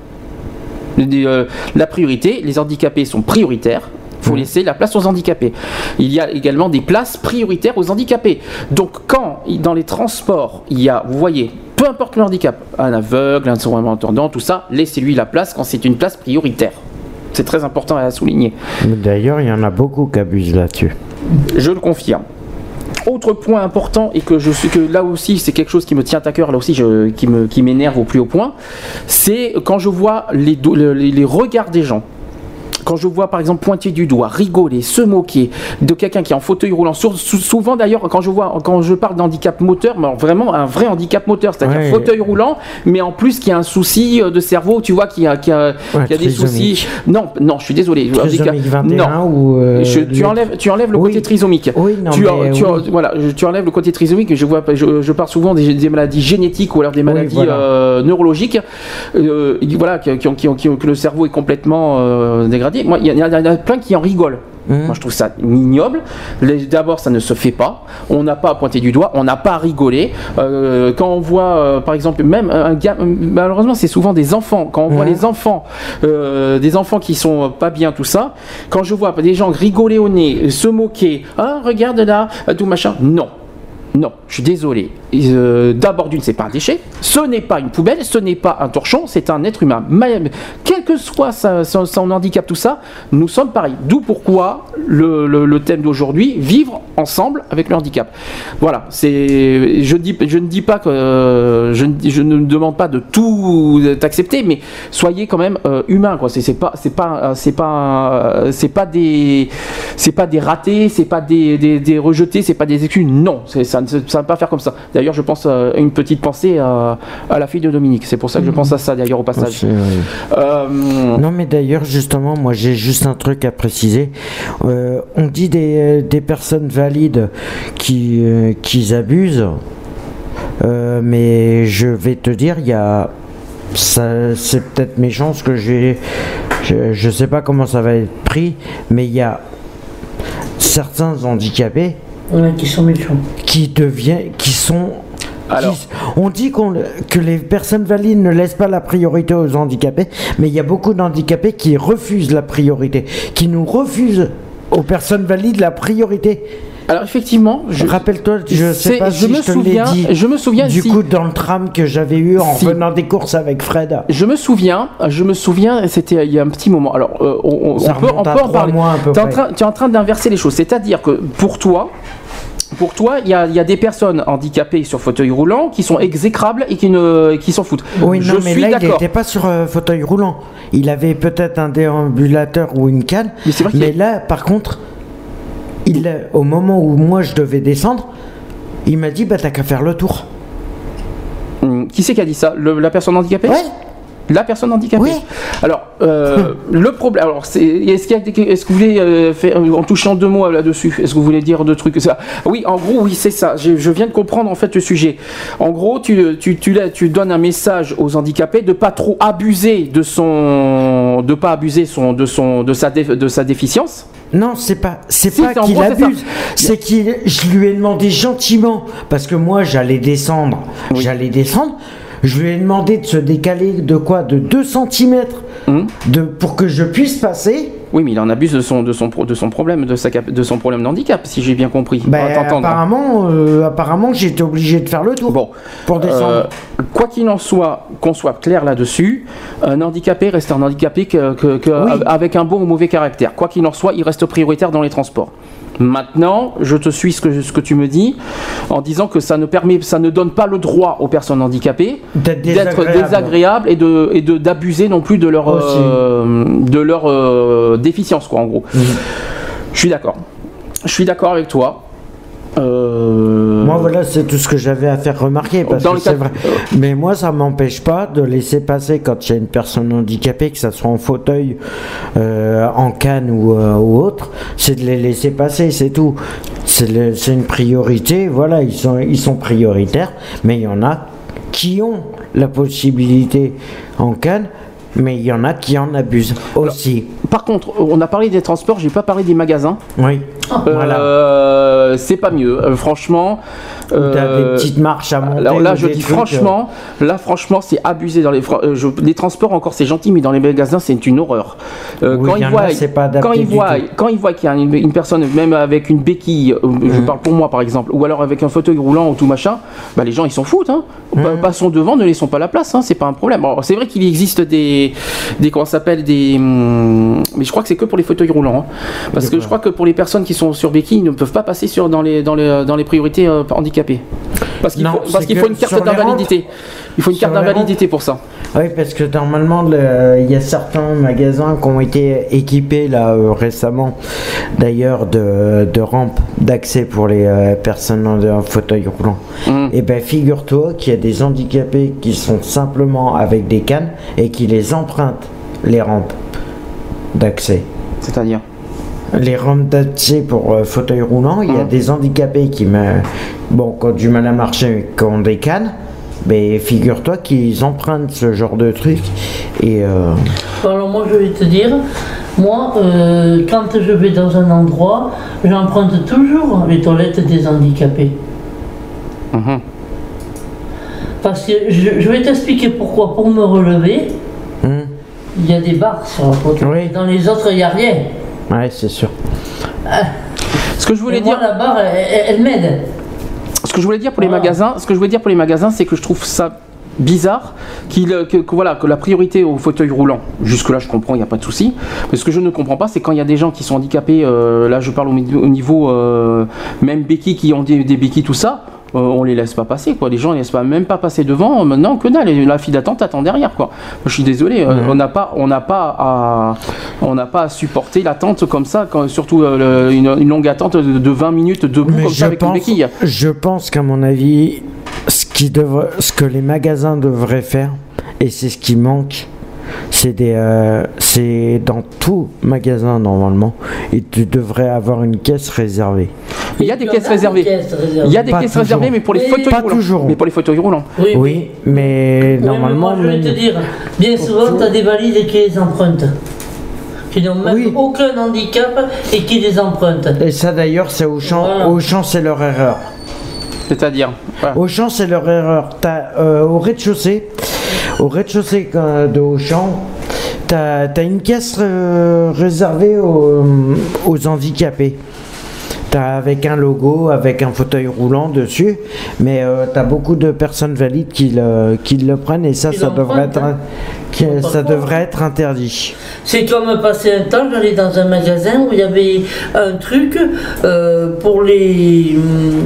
Euh, la priorité, les handicapés sont prioritaires. Il faut laisser la place aux handicapés. Il y a également des places prioritaires aux handicapés. Donc quand, dans les transports, il y a, vous voyez, peu importe le handicap, un aveugle, un sourd-entendant, tout ça, laissez-lui la place quand c'est une place prioritaire. C'est très important à souligner. D'ailleurs, il y en a beaucoup qui abusent là-dessus. Je le confirme. Autre point important, et que je suis que là aussi c'est quelque chose qui me tient à cœur, là aussi je, qui, me, qui m'énerve au plus haut point, c'est quand je vois les, les, les regards des gens. Quand je vois par exemple pointer du doigt, rigoler, se moquer de quelqu'un qui est en fauteuil roulant, souvent d'ailleurs quand je vois, quand je parle d'handicap moteur, mais vraiment un vrai handicap moteur, c'est-à-dire ouais, fauteuil roulant, mais en plus qui a un souci de cerveau, tu vois, qui a, qui a, ouais, qui a des soucis. Non, non, je suis désolé. Trisomique vingt et un non. Ou euh, je, tu enlèves, tu enlèves le oui. côté trisomique. Oui, non, tu, mais tu, oui. voilà, tu enlèves le côté trisomique. Je vois, je, je parle souvent des, des maladies génétiques ou alors des maladies oui, voilà. euh, neurologiques, euh, voilà, qui, qui, qui, qui, que le cerveau est complètement euh, dégradé. Moi, il y, y, y a plein qui en rigolent. Mmh. Moi, je trouve ça ignoble. D'abord, ça ne se fait pas. On n'a pas à pointer du doigt. On n'a pas à rigoler. Euh, quand on voit, euh, par exemple, même un gars, malheureusement, c'est souvent des enfants. Quand on mmh. voit les enfants, euh, des enfants qui sont pas bien, tout ça. Quand je vois des gens rigoler au nez, se moquer, ah, regarde là, tout machin. Non. Non, je suis désolé. Euh, d'abord d'une, c'est pas un déchet, ce n'est pas une poubelle, ce n'est pas un torchon, c'est un être humain. Même, quel que soit sa, son, son handicap, tout ça, nous sommes pareils. D'où pourquoi le, le, le thème d'aujourd'hui, vivre ensemble avec le handicap. Voilà, c'est, je, dis, je ne dis pas que euh, je, ne, je ne demande pas de tout accepter, mais soyez quand même euh, humains, quoi. C'est, c'est pas, c'est pas, c'est pas, c'est pas des, c'est pas des ratés, c'est pas des, des, des rejetés, c'est pas des excuses. Non, c'est, ça, ça ne va pas faire comme ça. D'ailleurs, je pense à une petite pensée à, à la fille de Dominique. C'est pour ça que je pense à ça, d'ailleurs, au passage. Aussi, oui. euh... Non, mais d'ailleurs, justement, moi, j'ai juste un truc à préciser. Euh, on dit des, des personnes valides qui, euh, qui abusent, euh, mais je vais te dire, il y a... Ça, c'est peut-être méchant ce que j'ai... Je, je sais pas comment ça va être pris, mais il y a certains handicapés Ouais, qui sont méchants. Qui deviennent, qui sont. Alors, qui, on dit qu'on, que les personnes valides ne laissent pas la priorité aux handicapés, mais il y a beaucoup d'handicapés qui refusent la priorité, qui nous refusent aux personnes valides la priorité. Alors effectivement, je, rappelle-toi, je sais pas je si me je te souviens, l'ai dit. Je me souviens du si, coup dans le tram que j'avais eu en si, venant des courses avec Fred. Je me souviens, je me souviens, c'était il y a un petit moment. Alors euh, on, on, Ça on peut, on peut en parler. Tu es en train, tu es en train d'inverser les choses. C'est-à-dire que pour toi. Pour toi, il y, y a des personnes handicapées sur fauteuil roulant qui sont exécrables et qui, ne, qui s'en foutent. Oui, je non, mais suis là, d'accord. il n'était pas sur euh, fauteuil roulant. Il avait peut-être un déambulateur ou une canne. Mais, c'est vrai mais là, par contre, il, au moment où moi je devais descendre, il m'a dit bah t'as qu'à faire le tour. Hum, qui c'est qui a dit ça? Le, La personne handicapée? Ouais. La personne handicapée. Oui. Alors, euh, le problème. Alors, c'est, est-ce, qu'il y a des, est-ce que vous voulez euh, faire en touchant deux mots là-dessus? Est-ce que vous voulez dire deux trucs ça? Oui, en gros, oui, c'est ça. Je, je viens de comprendre en fait le sujet. En gros, tu, tu, tu, tu donnes un message aux handicapés de pas trop abuser de son, de pas abuser son, de son, de sa, dé, de sa déficience. Non, c'est pas, c'est si, pas c'est qu'il gros, abuse, c'est, c'est qu'il, je lui ai demandé gentiment, parce que moi j'allais descendre, oui. j'allais descendre, je lui ai demandé de se décaler de quoi, de deux centimètres, mmh. de, pour que je puisse passer. Oui, mais il en abuse de son, de son, de son problème, de, sa, de son problème de handicap, si j'ai bien compris. Ben, apparemment, euh, apparemment, j'étais obligé de faire le tour bon, pour descendre. Euh, quoi qu'il en soit, qu'on soit clair là-dessus, un handicapé reste un handicapé que, que, que, oui. avec un bon ou mauvais caractère. Quoi qu'il en soit, il reste prioritaire dans les transports. Maintenant, je te suis ce que, ce que tu me dis en disant que ça ne permet, ça ne donne pas le droit aux personnes handicapées d'être, d'être désagréables et de et de d'abuser non plus de leur euh, de leur euh, déficience quoi en gros. Mmh. Je suis d'accord. Je suis d'accord avec toi. Euh... Moi voilà, c'est tout ce que j'avais à faire remarquer parce Dans que c'est vrai. Mais moi ça m'empêche pas de laisser passer quand il y a une personne handicapée, que ça soit en fauteuil, euh, en canne ou, euh, ou autre, c'est de les laisser passer, c'est tout. C'est, le, c'est une priorité, voilà, ils sont, ils sont prioritaires, mais il y en a qui ont la possibilité en canne. Mais il y en a qui en abusent aussi. Alors, par contre, on a parlé des transports, j'ai pas parlé des magasins. Oui. Euh, voilà. C'est pas mieux, euh, franchement. Euh, T'as des petites marches à monter. Alors là, je dis franchement, euh... là franchement, c'est abusé dans les euh, je, les transports encore c'est gentil, mais dans les magasins c'est une horreur. Euh, oui, quand ils voient, quand ils voient, quand ils voient qu'il y a une, une personne même avec une béquille, mmh. je parle pour moi par exemple, ou alors avec un fauteuil roulant ou tout machin, bah les gens ils s'en foutent. Hein. Mmh. Passons devant, ne laissons pas la place, hein, c'est pas un problème. Alors, c'est vrai qu'il existe des, des comment ça s'appelle des, hum, mais je crois que c'est que pour les fauteuils roulants, hein, parce que quoi. Je crois que pour les personnes qui sont sur béquille, ils ne peuvent pas passer sur dans les dans les dans les priorités euh, handicapées. Parce qu'il, non, faut, parce qu'il faut une carte d'invalidité. Il faut une carte d'invalidité pour ça. Oui, parce que normalement, le, il y a certains magasins qui ont été équipés là euh, récemment, d'ailleurs, de, de rampes d'accès pour les euh, personnes en, en fauteuil roulant. Mmh. Et ben, figure-toi qu'il y a des handicapés qui sont simplement avec des cannes et qui les empruntent les rampes d'accès. C'est-à-dire ? Les rampes d'accès pour euh, fauteuil roulant, il y a mmh. des handicapés qui, me, bon, qui ont du mal à marcher, qui ont des cannes, mais figure-toi qu'ils empruntent ce genre de truc. Et euh... Alors moi je vais te dire, moi euh, quand je vais dans un endroit, j'emprunte toujours les toilettes des handicapés. Mmh. Parce que je, je vais t'expliquer pourquoi. Pour me relever, mmh. il y a des barres sur la fauteuil. Oui. Dans les autres, il n'y a rien. Ouais, c'est sûr. Euh, ce que je voulais dire, moi, la barre, elle, elle m'aide. Ce que je voulais dire pour les voilà. magasins, ce que je voulais dire pour les magasins, c'est que je trouve ça bizarre qu'il, que, que voilà que la priorité au fauteuil roulant. Jusque là, je comprends, il n'y a pas de souci. Mais ce que je ne comprends pas, c'est quand il y a des gens qui sont handicapés. Euh, là, je parle au, au niveau euh, même béquilles qui ont des, des béquilles, tout ça. Euh, on les laisse pas passer quoi, les gens ne laissent pas même pas passer devant, maintenant que dalle, la file d'attente attend derrière quoi. Je suis désolé, euh, mmh. on n'a pas on n'a pas à on n'a pas à supporter l'attente comme ça, quand, surtout euh, le, une, une longue attente de, de vingt minutes debout mais comme ça avec pense, une béquille. Je pense qu'à mon avis, ce qui devrait, ce que les magasins devraient faire, et c'est ce qui manque, c'est des, euh, c'est dans tout magasin normalement, et tu devrais avoir une caisse réservée. Il y a des caisses réservées. Il y a des caisses réservées, mais pour les fauteuils roulants. Toujours. Mais pour les fauteuils roulants. Oui, oui mais oui, normalement. Mais moi, je vais te dire, bien souvent, tu as des valides qui les empruntent, qui n'ont même oui. aucun handicap et qui les empruntent. Et ça d'ailleurs, c'est Auchan. Voilà. Auchan, c'est leur erreur. C'est-à-dire voilà. Auchan, c'est leur erreur. T'as, euh, au rez-de-chaussée, au rez-de-chaussée de Auchan, tu as une caisse euh, réservée aux, aux handicapés. T'as avec un logo, avec un fauteuil roulant dessus, mais euh, t'as beaucoup de personnes valides qui le, qui le prennent et ça, ça devrait, être, hein. qui, ça devrait être interdit. C'est comme passer un temps, j'allais dans un magasin où il y avait un truc euh, pour les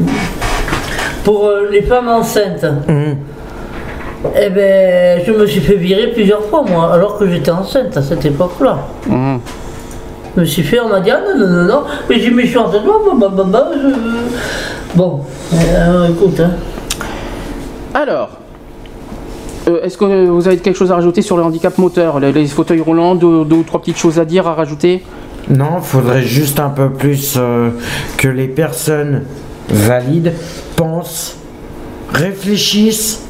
pour les femmes enceintes. Mmh. Eh ben, je me suis fait virer plusieurs fois moi, alors que j'étais enceinte à cette époque-là. Mmh. Je me suis fait, on m'a dit, ah non, non, non, non, mais j'ai mes chances, bah, bah, bah, je... bon, euh, écoute. Hein. Alors, Euh, est-ce que vous avez quelque chose à rajouter sur le handicap moteur, les, les fauteuils roulants, deux, deux ou trois petites choses à dire, à rajouter? Non, il faudrait juste un peu plus euh, que les personnes valides pensent, réfléchissent,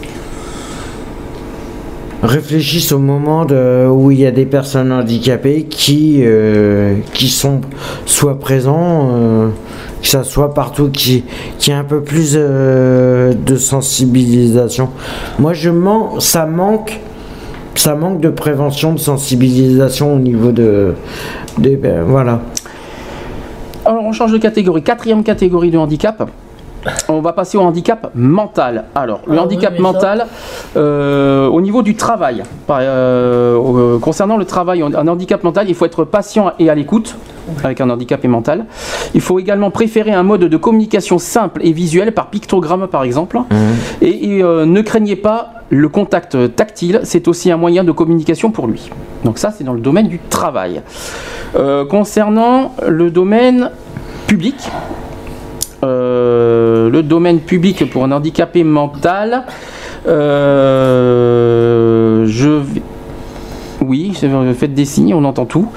réfléchissent au moment de, où il y a des personnes handicapées qui, euh, qui sont soit présents, euh, que ça soit partout, qui, qui ait un peu plus euh, de sensibilisation. Moi, je mens, ça manque, ça manque de prévention, de sensibilisation au niveau de, des, ben, voilà. Alors, on change de catégorie. Quatrième catégorie de handicap. On va passer au handicap mental. Alors, le ah, handicap oui, mental, euh, au niveau du travail, euh, euh, concernant le travail, un handicap mental, il faut être patient et à l'écoute, avec un handicap mental. Il faut également préférer un mode de communication simple et visuel, par pictogramme par exemple. Mmh. Et, et euh, ne craignez pas le contact tactile, c'est aussi un moyen de communication pour lui. Donc ça, c'est dans le domaine du travail. Euh, concernant le domaine public, Euh, le domaine public pour un handicapé mental, euh, je vais... oui, faites des signes, on entend tout.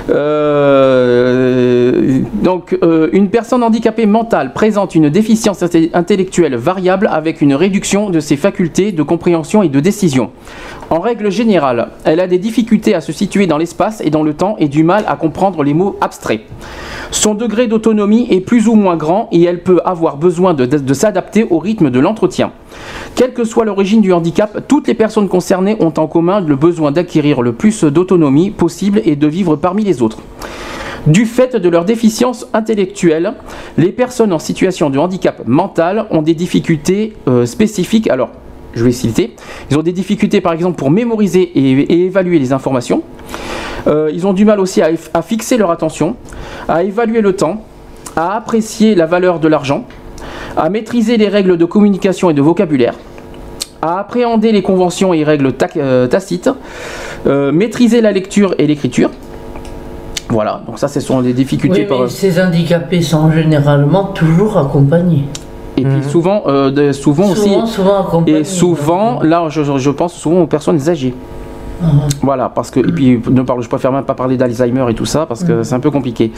Euh, donc, euh, une personne handicapée mentale présente une déficience intellectuelle variable avec une réduction de ses facultés de compréhension et de décision. En règle générale, elle a des difficultés à se situer dans l'espace et dans le temps et du mal à comprendre les mots abstraits. Son degré d'autonomie est plus ou moins grand et elle peut avoir besoin de, de, de s'adapter au rythme de l'entretien. Quelle que soit l'origine du handicap, toutes les personnes concernées ont en commun le besoin d'acquérir le plus d'autonomie possible et de vivre parmi les autres. Du fait de leur déficience intellectuelle, les personnes en situation de handicap mental ont des difficultés euh, spécifiques. Alors, je vais citer. Ils ont des difficultés, par exemple, pour mémoriser et, et évaluer les informations. Euh, ils ont du mal aussi à, à fixer leur attention, à évaluer le temps, à apprécier la valeur de l'argent, à maîtriser les règles de communication et de vocabulaire, à appréhender les conventions et règles tac, euh, tacites, euh, maîtriser la lecture et l'écriture. Voilà, donc ça, ce sont les difficultés. Oui, mais par... ces handicapés sont généralement toujours accompagnés. Et puis mmh. souvent, euh, de, souvent, souvent aussi, souvent accompagnés, et souvent, là, je, je pense souvent aux personnes âgées. Mmh. Voilà, parce que, et puis, ne parle, je préfère même pas parler d'Alzheimer et tout ça, parce que mmh. c'est un peu compliqué.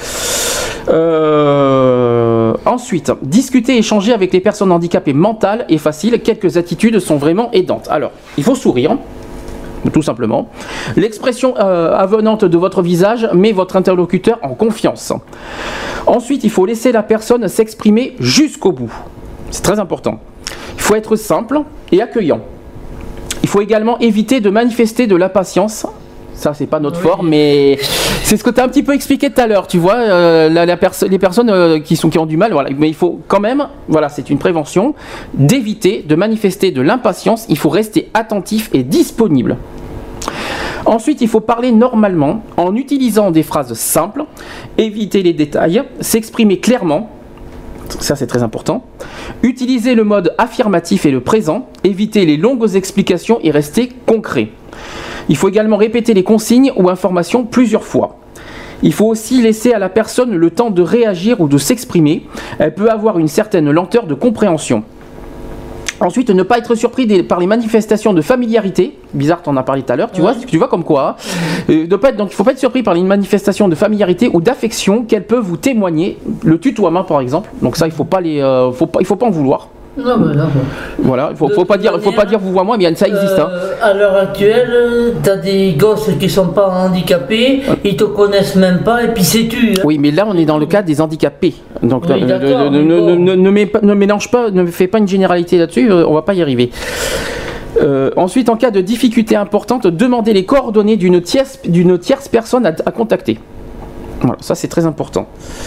Euh, ensuite, discuter et échanger avec les personnes handicapées mentales est facile, quelques attitudes sont vraiment aidantes. Alors, il faut sourire, tout simplement. L'expression euh, avenante de votre visage met votre interlocuteur en confiance. Ensuite, il faut laisser la personne s'exprimer jusqu'au bout. C'est très important. Il faut être simple et accueillant. Il faut également éviter de manifester de l'impatience. Ça, c'est pas notre oui. forme, mais c'est ce que tu as un petit peu expliqué tout à l'heure, tu vois, euh, la, la perso- les personnes euh, qui, sont, qui ont du mal, voilà. Mais il faut quand même, voilà, c'est une prévention, d'éviter de manifester de l'impatience. Il faut rester attentif et disponible. Ensuite, il faut parler normalement, en utilisant des phrases simples, éviter les détails, s'exprimer clairement. Ça, c'est très important. Utiliser le mode affirmatif et le présent, éviter les longues explications et rester concret. Il faut également répéter les consignes ou informations plusieurs fois. Il faut aussi laisser à la personne le temps de réagir ou de s'exprimer. Elle peut avoir une certaine lenteur de compréhension. Ensuite, ne pas être surpris des, par les manifestations de familiarité. Bizarre, tu en as parlé tout à l'heure, tu, ouais. vois, tu vois comme quoi. Euh, de pas être, donc, il ne faut pas être surpris par les manifestations de familiarité ou d'affection qu'elles peuvent vous témoigner. Le tutoiement, par exemple. Donc ça, il ne faut pas les, euh, faut pas, il faut pas en vouloir. Non, mais non. Voilà, il faut, faut pas dire, faut pas dire vous vois moi, mais ça existe. Euh, hein. À l'heure actuelle, t'as des gosses qui sont pas handicapés, ils te connaissent même pas et puis c'est tu. Hein. Oui, mais là on est dans le cas des handicapés. Donc oui, ne, ne, ne, ne, ne, ne, met pas, ne mélange pas, ne fais pas une généralité là-dessus, on va pas y arriver. Euh, ensuite, en cas de difficulté importante, demandez les coordonnées d'une tierce, d'une tierce personne à, à contacter. Voilà, ça c'est très important.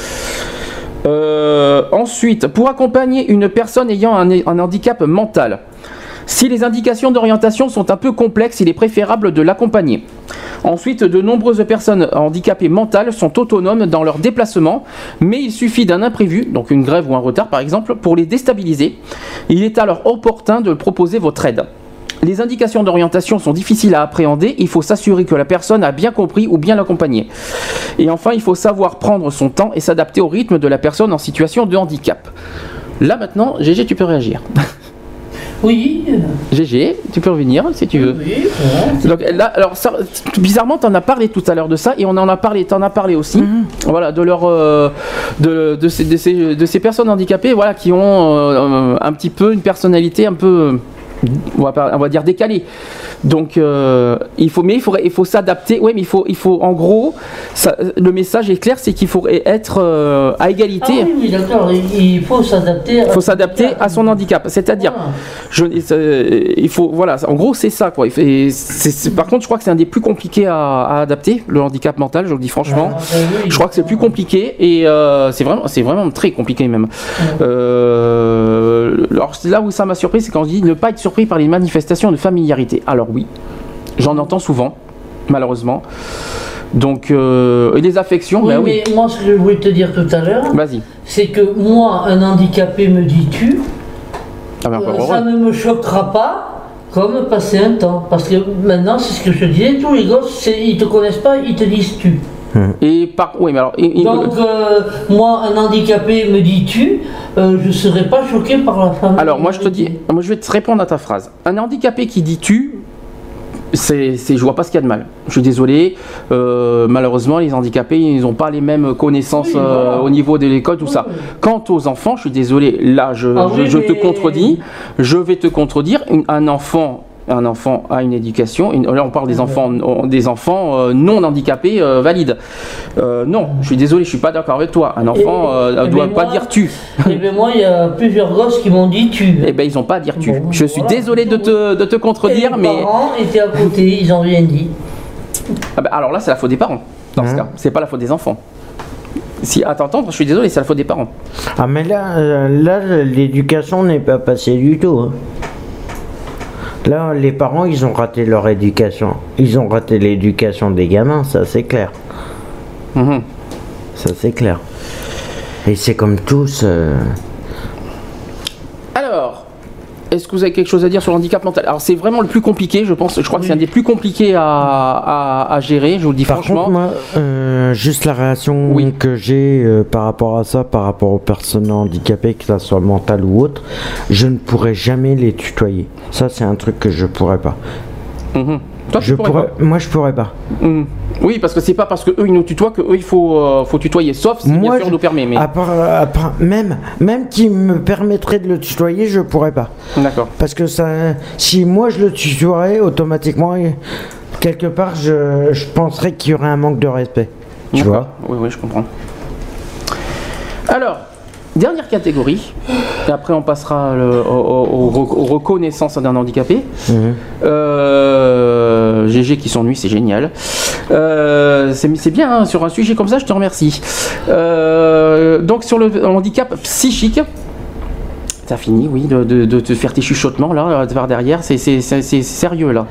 Euh, ensuite, pour accompagner une personne ayant un, un handicap mental, si les indications d'orientation sont un peu complexes, il est préférable de l'accompagner. Ensuite, de nombreuses personnes handicapées mentales sont autonomes dans leurs déplacements, mais il suffit d'un imprévu, donc une grève ou un retard par exemple, pour les déstabiliser. Il est alors opportun de proposer votre aide. Les indications d'orientation sont difficiles à appréhender, il faut s'assurer que la personne a bien compris ou bien l'accompagner. Et enfin, il faut savoir prendre son temps et s'adapter au rythme de la personne en situation de handicap. Là maintenant, Gégé, tu peux réagir. Oui. G G, tu peux revenir si tu veux. Oui, ouais. Donc là, alors ça, bizarrement, tu en as parlé tout à l'heure de ça, et on en a parlé, t'en as parlé aussi, mm-hmm. voilà, de leur, euh, de, de, ces, de, ces, de ces personnes handicapées, voilà, qui ont euh, un petit peu une personnalité un peu, on va, on va dire décalée. Donc euh, il faut, mais il faut, il faut s'adapter. Ouais, mais il faut, il faut, en gros, ça, le message est clair, c'est qu'il faut être euh, à égalité. Ah oui, oui, d'accord. Il faut s'adapter. Il faut s'adapter à son handicap. C'est-à-dire, ah. je, il faut, voilà. En gros, c'est ça, quoi. Et c'est, c'est, par contre, je crois que c'est un des plus compliqués à, à adapter, le handicap mental. Je le dis franchement. Ah, ben oui, je crois que c'est le plus compliqué et euh, c'est vraiment, c'est vraiment très compliqué même. Ah. Euh, alors là où ça m'a surpris, c'est quand je dis ne pas être surpris par les manifestations de familiarité. Alors oui, j'en entends souvent, malheureusement. Donc, euh, et les affections, oui, ben mais oui. moi, ce que je voulais te dire tout à l'heure, Vas-y. c'est que moi, un handicapé me dit tu, ah ben, euh, ça ne me choquera pas, comme passer un temps. Parce que maintenant, c'est ce que je te disais, tous les gosses, c'est, ils te connaissent pas, ils te disent tu. Et par, oui, mais alors, et, Donc, euh, moi, un handicapé me dit tu, euh, je ne serais pas choqué par la femme. Alors, moi, je te dis, moi, je vais te répondre à ta phrase. Un handicapé qui dit tu, c'est, c'est, je vois pas ce qu'il y a de mal. Je suis désolé, euh, malheureusement, les handicapés, ils n'ont pas les mêmes connaissances oui, voilà. euh, au niveau de l'école, tout oui. ça. Quant aux enfants, je suis désolé, là, je, ah, je, oui, je mais... te contredis, je vais te contredire. Un enfant. Un enfant a une éducation. Une, là, on parle des enfants, des enfants euh, non handicapés euh, valides. Euh, non, je suis désolé, je suis pas d'accord avec toi. Un enfant ne euh, doit pas moi, dire tu. Et bien moi, il y a plusieurs gosses qui m'ont dit tu. Eh ben ils n'ont pas à dire tu. Bon, je suis voilà. désolé de te, de te contredire, et les mais. Les parents étaient à côté, ils n'ont rien dit. Ah ben, alors là, c'est la faute des parents. Dans mmh. ce cas, c'est pas la faute des enfants. Si à t'entendre, je suis désolé, c'est la faute des parents. Ah mais là, là, l'éducation n'est pas passée du tout. Hein. Là, les parents, ils ont raté leur éducation. Ils ont raté l'éducation des gamins, ça c'est clair. Mmh. Ça c'est clair. Et c'est comme tous. Euh... Alors, est-ce que vous avez quelque chose à dire sur le handicap mental ? Alors c'est vraiment le plus compliqué, je pense. Je crois oui. que c'est un des plus compliqués à, à, à gérer. Je vous le dis par franchement. Contre, moi, euh, juste la réaction oui. que j'ai euh, par rapport à ça, par rapport aux personnes handicapées, que ça soit mental ou autre, je ne pourrais jamais les tutoyer. Ça, c'est un truc que je pourrais pas. Mmh. Toi, je pourrais, pas. Moi, je pourrais pas. Mmh. Oui, parce que c'est pas parce que eux ils nous tutoient que eux il faut euh, faut tutoyer, sauf si moi, bien sûr on nous permet. Mais à part, à part, même même qui me permettrait de le tutoyer, je pourrais pas. D'accord. Parce que ça, si moi je le tutoierais automatiquement, quelque part, je, je penserais qu'il y aurait un manque de respect. Tu D'accord. vois ? Oui, oui, je comprends. Alors. Dernière catégorie, et après on passera le, au, au, aux reconnaissances d'un handicapé. Mmh. Euh, G G qui s'ennuie, c'est génial. Euh, c'est, c'est bien, hein, sur un sujet comme ça, je te remercie. Euh, donc sur le handicap psychique, t'as fini, oui, de, de, de te faire tes chuchotements là, par derrière, c'est, c'est, c'est, c'est sérieux là.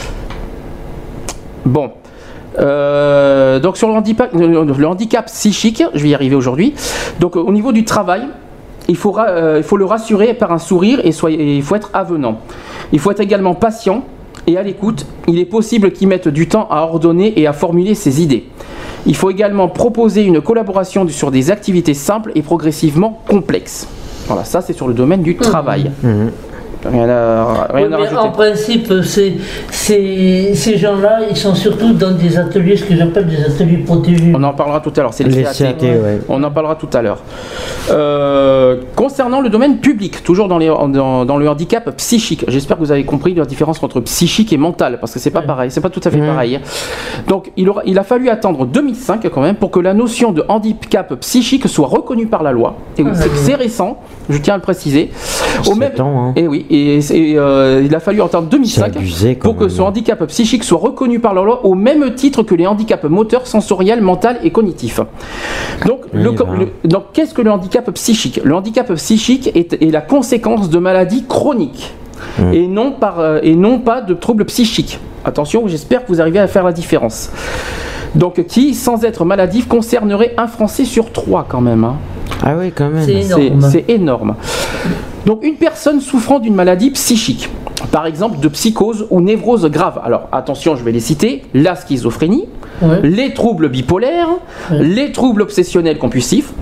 Bon. Euh, donc sur le handicap, le handicap psychique, je vais y arriver aujourd'hui. Donc au niveau du travail, il faut, euh, il faut le rassurer par un sourire et, soyez, et il faut être avenant. Il faut être également patient et à l'écoute. Il est possible qu'il mette du temps à ordonner et à formuler ses idées. Il faut également proposer une collaboration sur des activités simples et progressivement complexes. Voilà, ça c'est sur le domaine du travail. Mmh. Rien à, rien oui, à mais rajouter. En principe, c'est, c'est, ces gens-là, ils sont surtout dans des ateliers, ce que j'appelle des ateliers protégés. On en parlera tout à l'heure, c'est les, les C A T. C A T ouais. On en parlera tout à l'heure. Euh, concernant le domaine public, toujours dans, les, dans, dans le handicap psychique, j'espère que vous avez compris la différence entre psychique et mental, parce que c'est pas ouais. pareil, c'est pas tout à fait mmh. pareil. Donc, il, aura, il a fallu attendre deux mille cinq quand même pour que la notion de handicap psychique soit reconnue par la loi. Et oui, ah, c'est, c'est récent, je tiens à le préciser. Au même, ans, hein. Et oui. Et, et euh, il a fallu attendre deux mille cinq pour que ce handicap psychique soit reconnu par la loi au même titre que les handicaps moteurs, sensoriels, mental et cognitifs. Donc, oui, le, ben. le, donc qu'est-ce que le handicap psychique ? Le handicap psychique est, est la conséquence de maladies chroniques mmh. et, non par, euh, et non pas de troubles psychiques. Attention, j'espère que vous arrivez à faire la différence. Donc, qui, sans être maladif, concernerait un Français sur trois quand même. Hein. Ah oui, quand même. C'est énorme. C'est, c'est énorme. Donc, une personne souffrant d'une maladie psychique, par exemple de psychose ou névrose grave. Alors, attention, je vais les citer. La schizophrénie, ouais. les troubles bipolaires, ouais. les troubles obsessionnels compulsifs,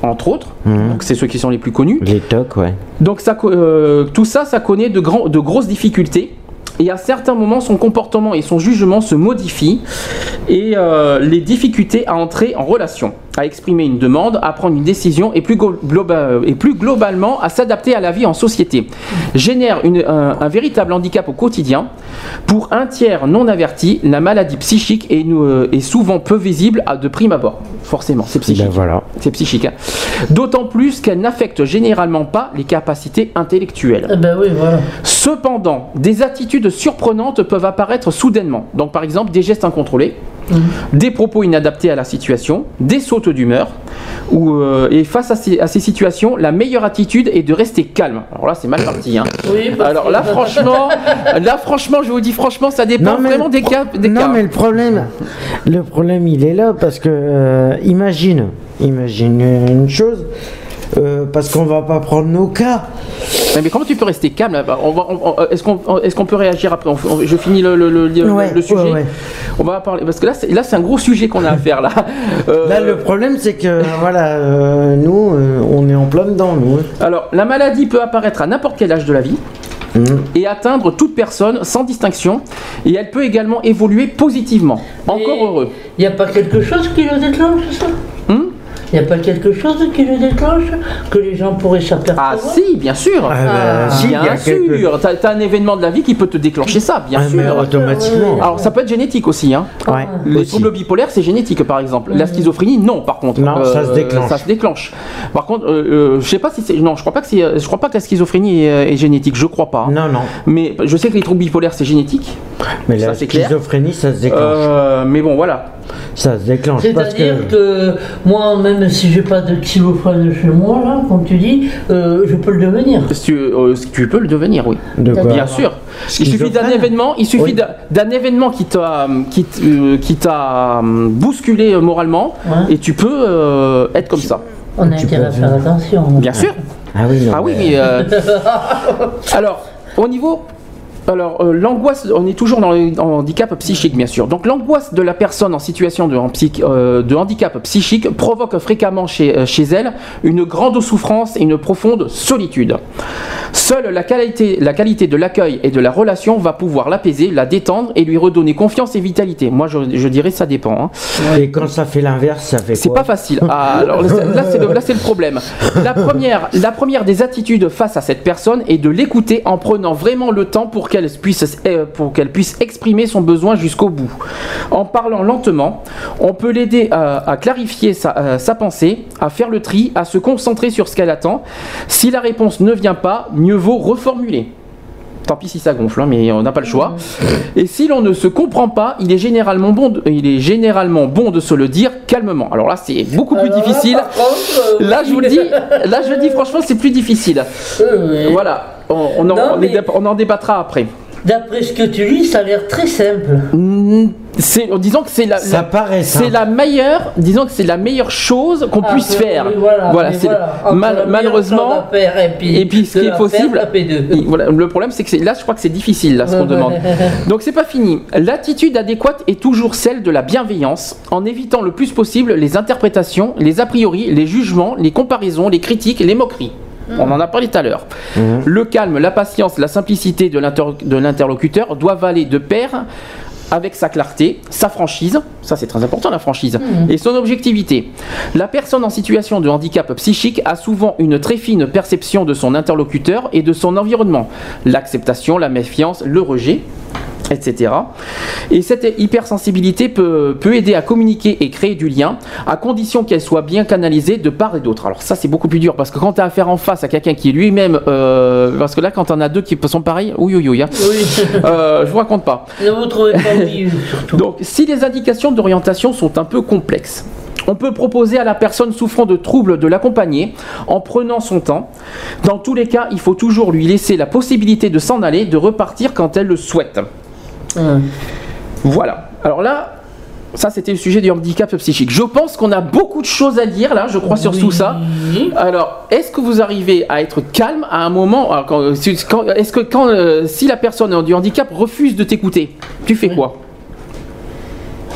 entre autres. Mmh. Donc c'est ceux qui sont les plus connus. Les T O C, ouais. Donc ça, euh, tout ça, ça connaît de, grands, de grosses difficultés. Et à certains moments, son comportement et son jugement se modifient et euh, les difficultés à entrer en relation, à exprimer une demande, à prendre une décision et plus, globa- et plus globalement à s'adapter à la vie en société génèrent une, un, un véritable handicap au quotidien. Pour un tiers non averti, la maladie psychique est, euh, est souvent peu visible à de prime abord. Forcément, c'est psychique. Ben voilà. C'est psychique. Hein. D'autant plus qu'elle n'affecte généralement pas les capacités intellectuelles. Eh ben oui, voilà. Cependant, des attitudes surprenantes peuvent apparaître soudainement. Donc par exemple, des gestes incontrôlés, mmh. des propos inadaptés à la situation, des sautes d'humeur. Où, euh, et face à ces, à ces situations, la meilleure attitude est de rester calme. Alors là, c'est mal parti. Hein. Oui, Alors là, franchement, là, franchement, je vous dis franchement, ça dépend non, vraiment des pro- cas. Des non, cas. mais le problème, le problème, il est là parce que euh, imagine, imagine une chose. Euh, parce qu'on va pas prendre nos cas. Mais comment tu peux rester calme là on va, on, on, est-ce, qu'on, est-ce qu'on peut réagir après on, on, je finis le, le, le, ouais, le sujet. Ouais, ouais. On va parler parce que là, c'est, là, c'est un gros sujet qu'on a à faire là. Euh, là, le problème, c'est que voilà, euh, nous, euh, on est en plein dedans, nous. Alors, la maladie peut apparaître à n'importe quel âge de la vie. Mmh. Et atteindre toute personne sans distinction, et elle peut également évoluer positivement. Encore et heureux. Il n'y a pas quelque chose qui le déclenche, ça mmh Il n'y a pas quelque chose qui le déclenche que les gens pourraient s'apercevoir? Ah si, bien sûr. Ah, ah, si, bien bien sûr. quelque... T'as, t'as un événement de la vie qui peut te déclencher ça, bien ah, sûr. Mais automatiquement. Alors ça peut être génétique aussi. Hein. Ouais, les aussi. troubles bipolaires, c'est génétique par exemple. Mmh. La schizophrénie, non, par contre. Non, euh, ça se déclenche. Ça se déclenche. Par contre, euh, euh, je sais pas si c'est. Non, je crois pas que c'est. Je crois pas que la schizophrénie est, est génétique. Je crois pas. Hein. Non, non. Mais je sais que les troubles bipolaires, c'est génétique. Mais la ça, c'est clair. schizophrénie, ça se déclenche. Euh, mais bon, voilà. Ça se déclenche. C'est-à-dire parce que... que moi, même si j'ai pas de xylophrène chez moi, là, comme tu dis, euh, je peux le devenir. Si tu, euh, tu peux le devenir, oui. De quoi? Bien sûr. Il suffit d'un événement, il suffit oui. d'un, d'un événement qui t'a, qui, euh, qui t'a bousculé moralement, ouais. et tu peux euh, être comme ça. On a intérêt à faire attention. Bien sûr. Ah oui, non. Ah oui, mais. Euh... Alors, au niveau. Alors, euh, l'angoisse, on est toujours dans le handicap psychique, bien sûr. Donc, l'angoisse de la personne en situation de, en psych, euh, de handicap psychique provoque fréquemment chez, euh, chez elle une grande souffrance et une profonde solitude. Seule la qualité, la qualité de l'accueil et de la relation va pouvoir l'apaiser, la détendre et lui redonner confiance et vitalité. Moi, je, je dirais ça dépend. Hein. Et quand ça fait l'inverse, ça fait C'est quoi? pas facile. Ah, alors, là, c'est le, là, c'est le problème. La première, la première des attitudes face à cette personne est de l'écouter en prenant vraiment le temps pour qu'elle puisse, pour qu'elle puisse exprimer son besoin jusqu'au bout. En parlant lentement, on peut l'aider à, à clarifier sa, à, sa pensée, à faire le tri, à se concentrer sur ce qu'elle attend. Si la réponse ne vient pas, mieux vaut reformuler. Tant pis si ça gonfle, hein, mais on n'a pas le choix. Et si l'on ne se comprend pas, il est généralement bon de, il est généralement bon de se le dire calmement. Alors là, c'est beaucoup plus Alors, difficile. Là, contre, euh, là, je vous le dis, là, je le dis franchement, c'est plus difficile. Euh, oui. Voilà, on, on, en, non, on, est, on en débattra après. D'après ce que tu lis, ça a l'air très simple. Mmh, c'est, disons que c'est la, ça la, paraît c'est la meilleure, disons que c'est la meilleure chose qu'on ah, puisse faire. Oui, voilà, voilà, c'est voilà. mal, malheureusement. Et puis, et puis ce qui est possible. Faire, voilà, le problème, c'est que c'est, là, je crois que c'est difficile là, ce qu'on demande. Donc c'est pas fini. L'attitude adéquate est toujours celle de la bienveillance, en évitant le plus possible les interprétations, les a priori, les jugements, les comparaisons, les critiques, les moqueries. On en a parlé tout à l'heure. Mmh. Le calme, la patience, la simplicité de, l'inter- de l'interlocuteur doivent aller de pair avec sa clarté, sa franchise, ça c'est très important la franchise, mmh. et son objectivité. La personne en situation de handicap psychique a souvent une très fine perception de son interlocuteur et de son environnement. L'acceptation, la méfiance, le rejet, et cetera. Et cette hypersensibilité peut, peut aider à communiquer et créer du lien, à condition qu'elle soit bien canalisée de part et d'autre. Alors ça, c'est beaucoup plus dur, parce que quand tu as affaire en face à quelqu'un qui est lui-même... Euh, parce que là, quand on a deux qui sont pareils, oui, oui, oui. Hein, oui. euh, je vous raconte pas. Ne vous trouvez pas oui, surtout. Donc, si les indications d'orientation sont un peu complexes, on peut proposer à la personne souffrant de troubles de l'accompagner en prenant son temps. Dans tous les cas, il faut toujours lui laisser la possibilité de s'en aller, de repartir quand elle le souhaite. Mmh. Voilà. Alors là, ça c'était le sujet du handicap psychique. Je pense qu'on a beaucoup de choses à dire là, je crois, sur oui. tout ça. Alors, est-ce que vous arrivez à être calme à un moment quand, quand, est-ce que quand, euh, si la personne du handicap refuse de t'écouter, tu fais oui. quoi?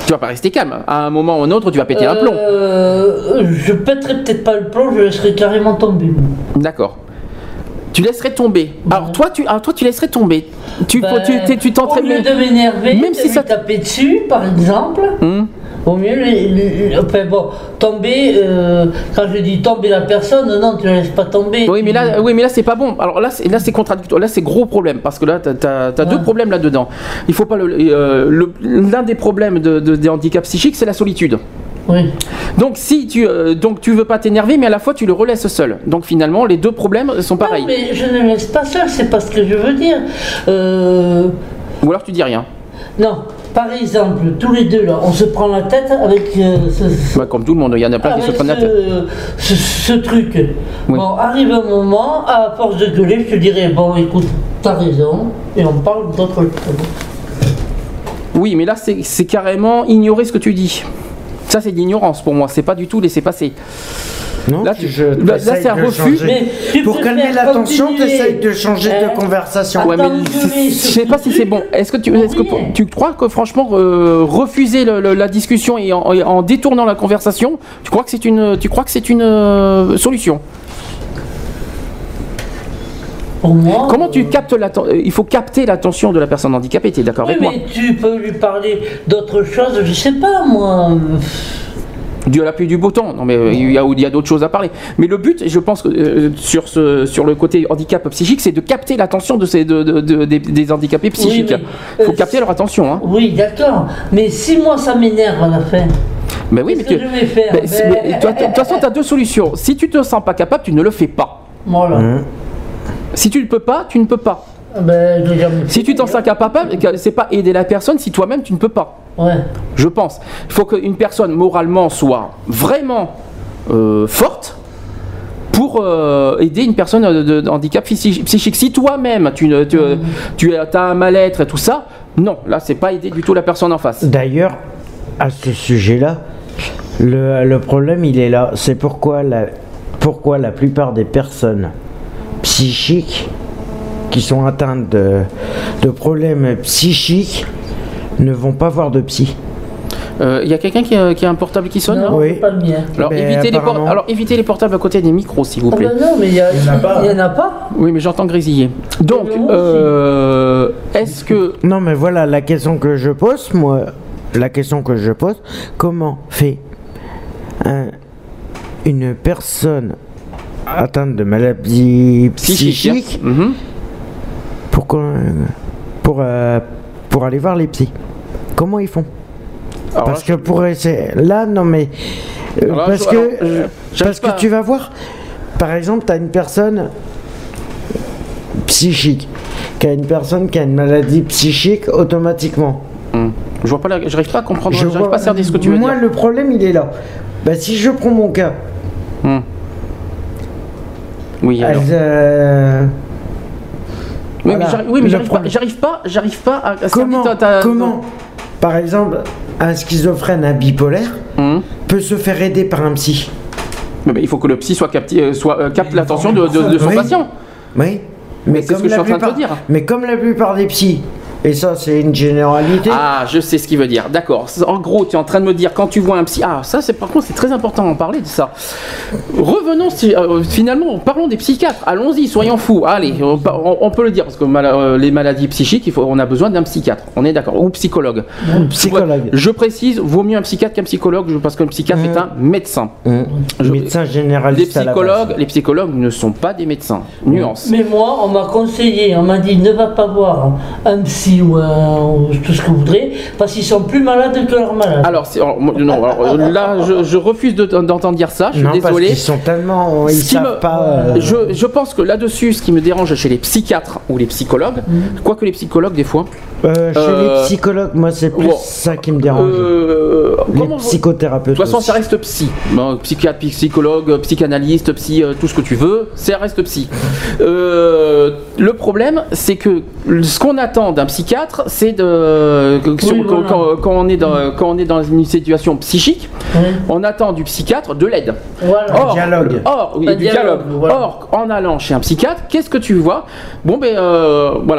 Tu vas pas rester calme. À un moment ou un autre, tu vas péter euh, un plomb. Je pèterai peut-être pas le plomb, je laisserai carrément tomber. D'accord. Tu laisserais tomber. Alors toi, tu, alors toi, tu laisserais tomber. Tu, ben, tu, tu, tu t'entraînes. Au lieu de m'énerver, même de si lui ça taper dessus, par exemple. Hum. Au mieux, les, les, enfin bon, tomber, euh, quand je dis tomber la personne, non, tu ne la laisses pas tomber. Oui, mais là, oui, mais là, c'est pas bon. Alors là, c'est, là, c'est contradictoire. Là, c'est gros problème parce que là, tu as ouais. deux problèmes là-dedans. Il faut pas le, euh, le, l'un des problèmes de, de, des handicaps psychiques, c'est la solitude. Oui. Donc si tu euh, donc tu veux pas t'énerver, mais à la fois tu le relaisses seul. Donc finalement, les deux problèmes sont pareils. Non, mais je ne le laisse pas seul. C'est pas ce que je veux dire. Euh... Ou alors tu dis rien. Non. Par exemple, tous les deux là, on se prend la tête avec euh, ce, bah, comme tout le monde, il y en a plein qui se prennent ce, la tête. Ce, ce truc. Oui. Bon, arrive un moment, à force de gueuler, je te dirais bon, écoute, t'as raison, et on parle d'autre chose. Oui, mais là, c'est, c'est carrément ignorer ce que tu dis. Ça, c'est de l'ignorance pour moi. C'est pas du tout laisser passer. Non, là, tu, je, là, là c'est un refus. Mais pour calmer la tension, tu essayes de changer euh, de conversation. Ouais, mais je sais pas si c'est bon. Est-ce que tu, est-ce que tu crois que franchement euh, refuser le, le, la discussion et en, en détournant la conversation, tu crois que c'est une, tu crois que c'est une euh, solution? Pour moi, comment tu captes l'attention? Il faut capter l'attention de la personne handicapée. Tu es d'accord oui, avec moi? Mais tu peux lui parler d'autre chose. Je sais pas moi. Dû à la pluie du beau temps. Non, mais euh, il y a, il y a d'autres choses à parler. Mais le but, je pense que euh, sur, ce, sur le côté handicap psychique, c'est de capter l'attention de ces, de, de, de, des, des handicapés psychiques. Il oui, euh, faut capter leur attention. Hein. Oui, d'accord. Mais si moi, ça m'énerve à la fin. Ben oui, qu'est-ce mais que tu... je vais faire? Ben, ben... De toute façon, tu as deux solutions. Si tu te sens pas capable, tu ne le fais pas. Voilà. Mmh. Si tu ne peux pas, tu ne peux pas. Ben, si tu t'en sens capable, c'est pas aider la personne si toi-même tu ne peux pas. Ouais. Je pense. Il faut qu'une personne moralement soit vraiment euh, forte pour euh, aider une personne de, de, de handicap psychique. Si toi-même tu, tu, mmh. tu as un mal-être et tout ça, non, là c'est pas aider du tout la personne en face. D'ailleurs, à ce sujet-là, le, le problème il est là. C'est pourquoi la, pourquoi la plupart des personnes psychiques qui sont atteintes de, de problèmes psychiques ne vont pas voir de psy. Il euh, y a quelqu'un qui a, qui a un portable qui sonne? Non, oui. Pas le mien. Alors, ben, évitez les por- alors évitez les portables à côté des micros s'il vous plaît. Ah ben non, mais il n'y en, en a pas. Oui, mais j'entends grésiller. Donc, euh, est-ce que... Non, mais voilà, la question que je pose, moi, la question que je pose, comment fait un, une personne atteinte de maladie psychique, psychique mm-hmm. pour, pour, euh, pour aller voir les psys? Comment ils font? Alors parce là, que pour essayer... Là, non mais... Euh, alors, parce je, que, alors, je, parce que tu vas voir, par exemple, tu as une personne psychique, qui a une personne qui a une maladie psychique automatiquement. Hum. Je vois pas la... J'arrive pas à comprendre, je j'arrive vois... pas à cerner ce que tu veux Moi, dire. Moi, le problème, il est là. Bah, si je prends mon cas... Hum. Oui, alors... Euh... Oui, voilà. mais j'arrive, oui, mais j'arrive pas, j'arrive pas, j'arrive pas à... Comment, ta, ta... comment par exemple, un schizophrène, un bipolaire, mmh. peut se faire aider par un psy? Mais ben, il faut que le psy soit capté, soit, euh, capte l'attention de, de, de son oui. patient. Oui. Mais, mais c'est ce que je suis en train de te dire. Mais comme la plupart des psys, et ça c'est une généralité. Ah, je sais ce qu'il veut dire. D'accord. En gros, tu es en train de me dire quand tu vois un psy. Ah, ça, c'est par contre, c'est très important d'en parler de ça. Revenons euh, finalement, parlons des psychiatres. Allons-y, soyons fous. Allez, on, on peut le dire parce que mal, euh, les maladies psychiques, il faut, on a besoin d'un psychiatre. On est d'accord. Ou psychologue. Mmh, psychologue. Je précise, vaut mieux un psychiatre qu'un psychologue parce qu'un psychiatre mmh. est un médecin. Mmh. Je, médecin généraliste. Les psychologues, les psychologues ne sont pas des médecins. Mmh. Nuance. Mais moi, on m'a conseillé, on m'a dit ne va pas voir un psy ou, un, ou tout ce que vous voudrez, parce qu'ils sont plus malades que leurs malades. Alors, c'est, alors non, alors, là, je, je refuse de, d'entendre dire ça. Je suis non, désolé. Parce qu'ils sont tellement, ils savent me, pas. Euh... Je, je pense que là-dessus, ce qui me dérange chez les psychiatres ou les psychologues, mmh. quoique les psychologues des fois. Euh, chez euh, les psychologues, moi, c'est plus bon, ça qui me dérange. Euh, les comment, psychothérapeutes. De toute façon, ça reste psy. Bon, psychiatre, psychologue, psychanalyste, psy, euh, tout ce que tu veux, ça reste psy. Euh, le problème, c'est que ce qu'on attend d'un psychiatre, c'est de oui, sur, voilà. quand, quand on est dans quand on est dans une situation psychique, oui. on attend du psychiatre de l'aide. Voilà. Or, dialogue. Or, oui, du dialogue. dialogue. Voilà. Or, en allant chez un psychiatre, qu'est-ce que tu vois? Bon ben euh, voilà.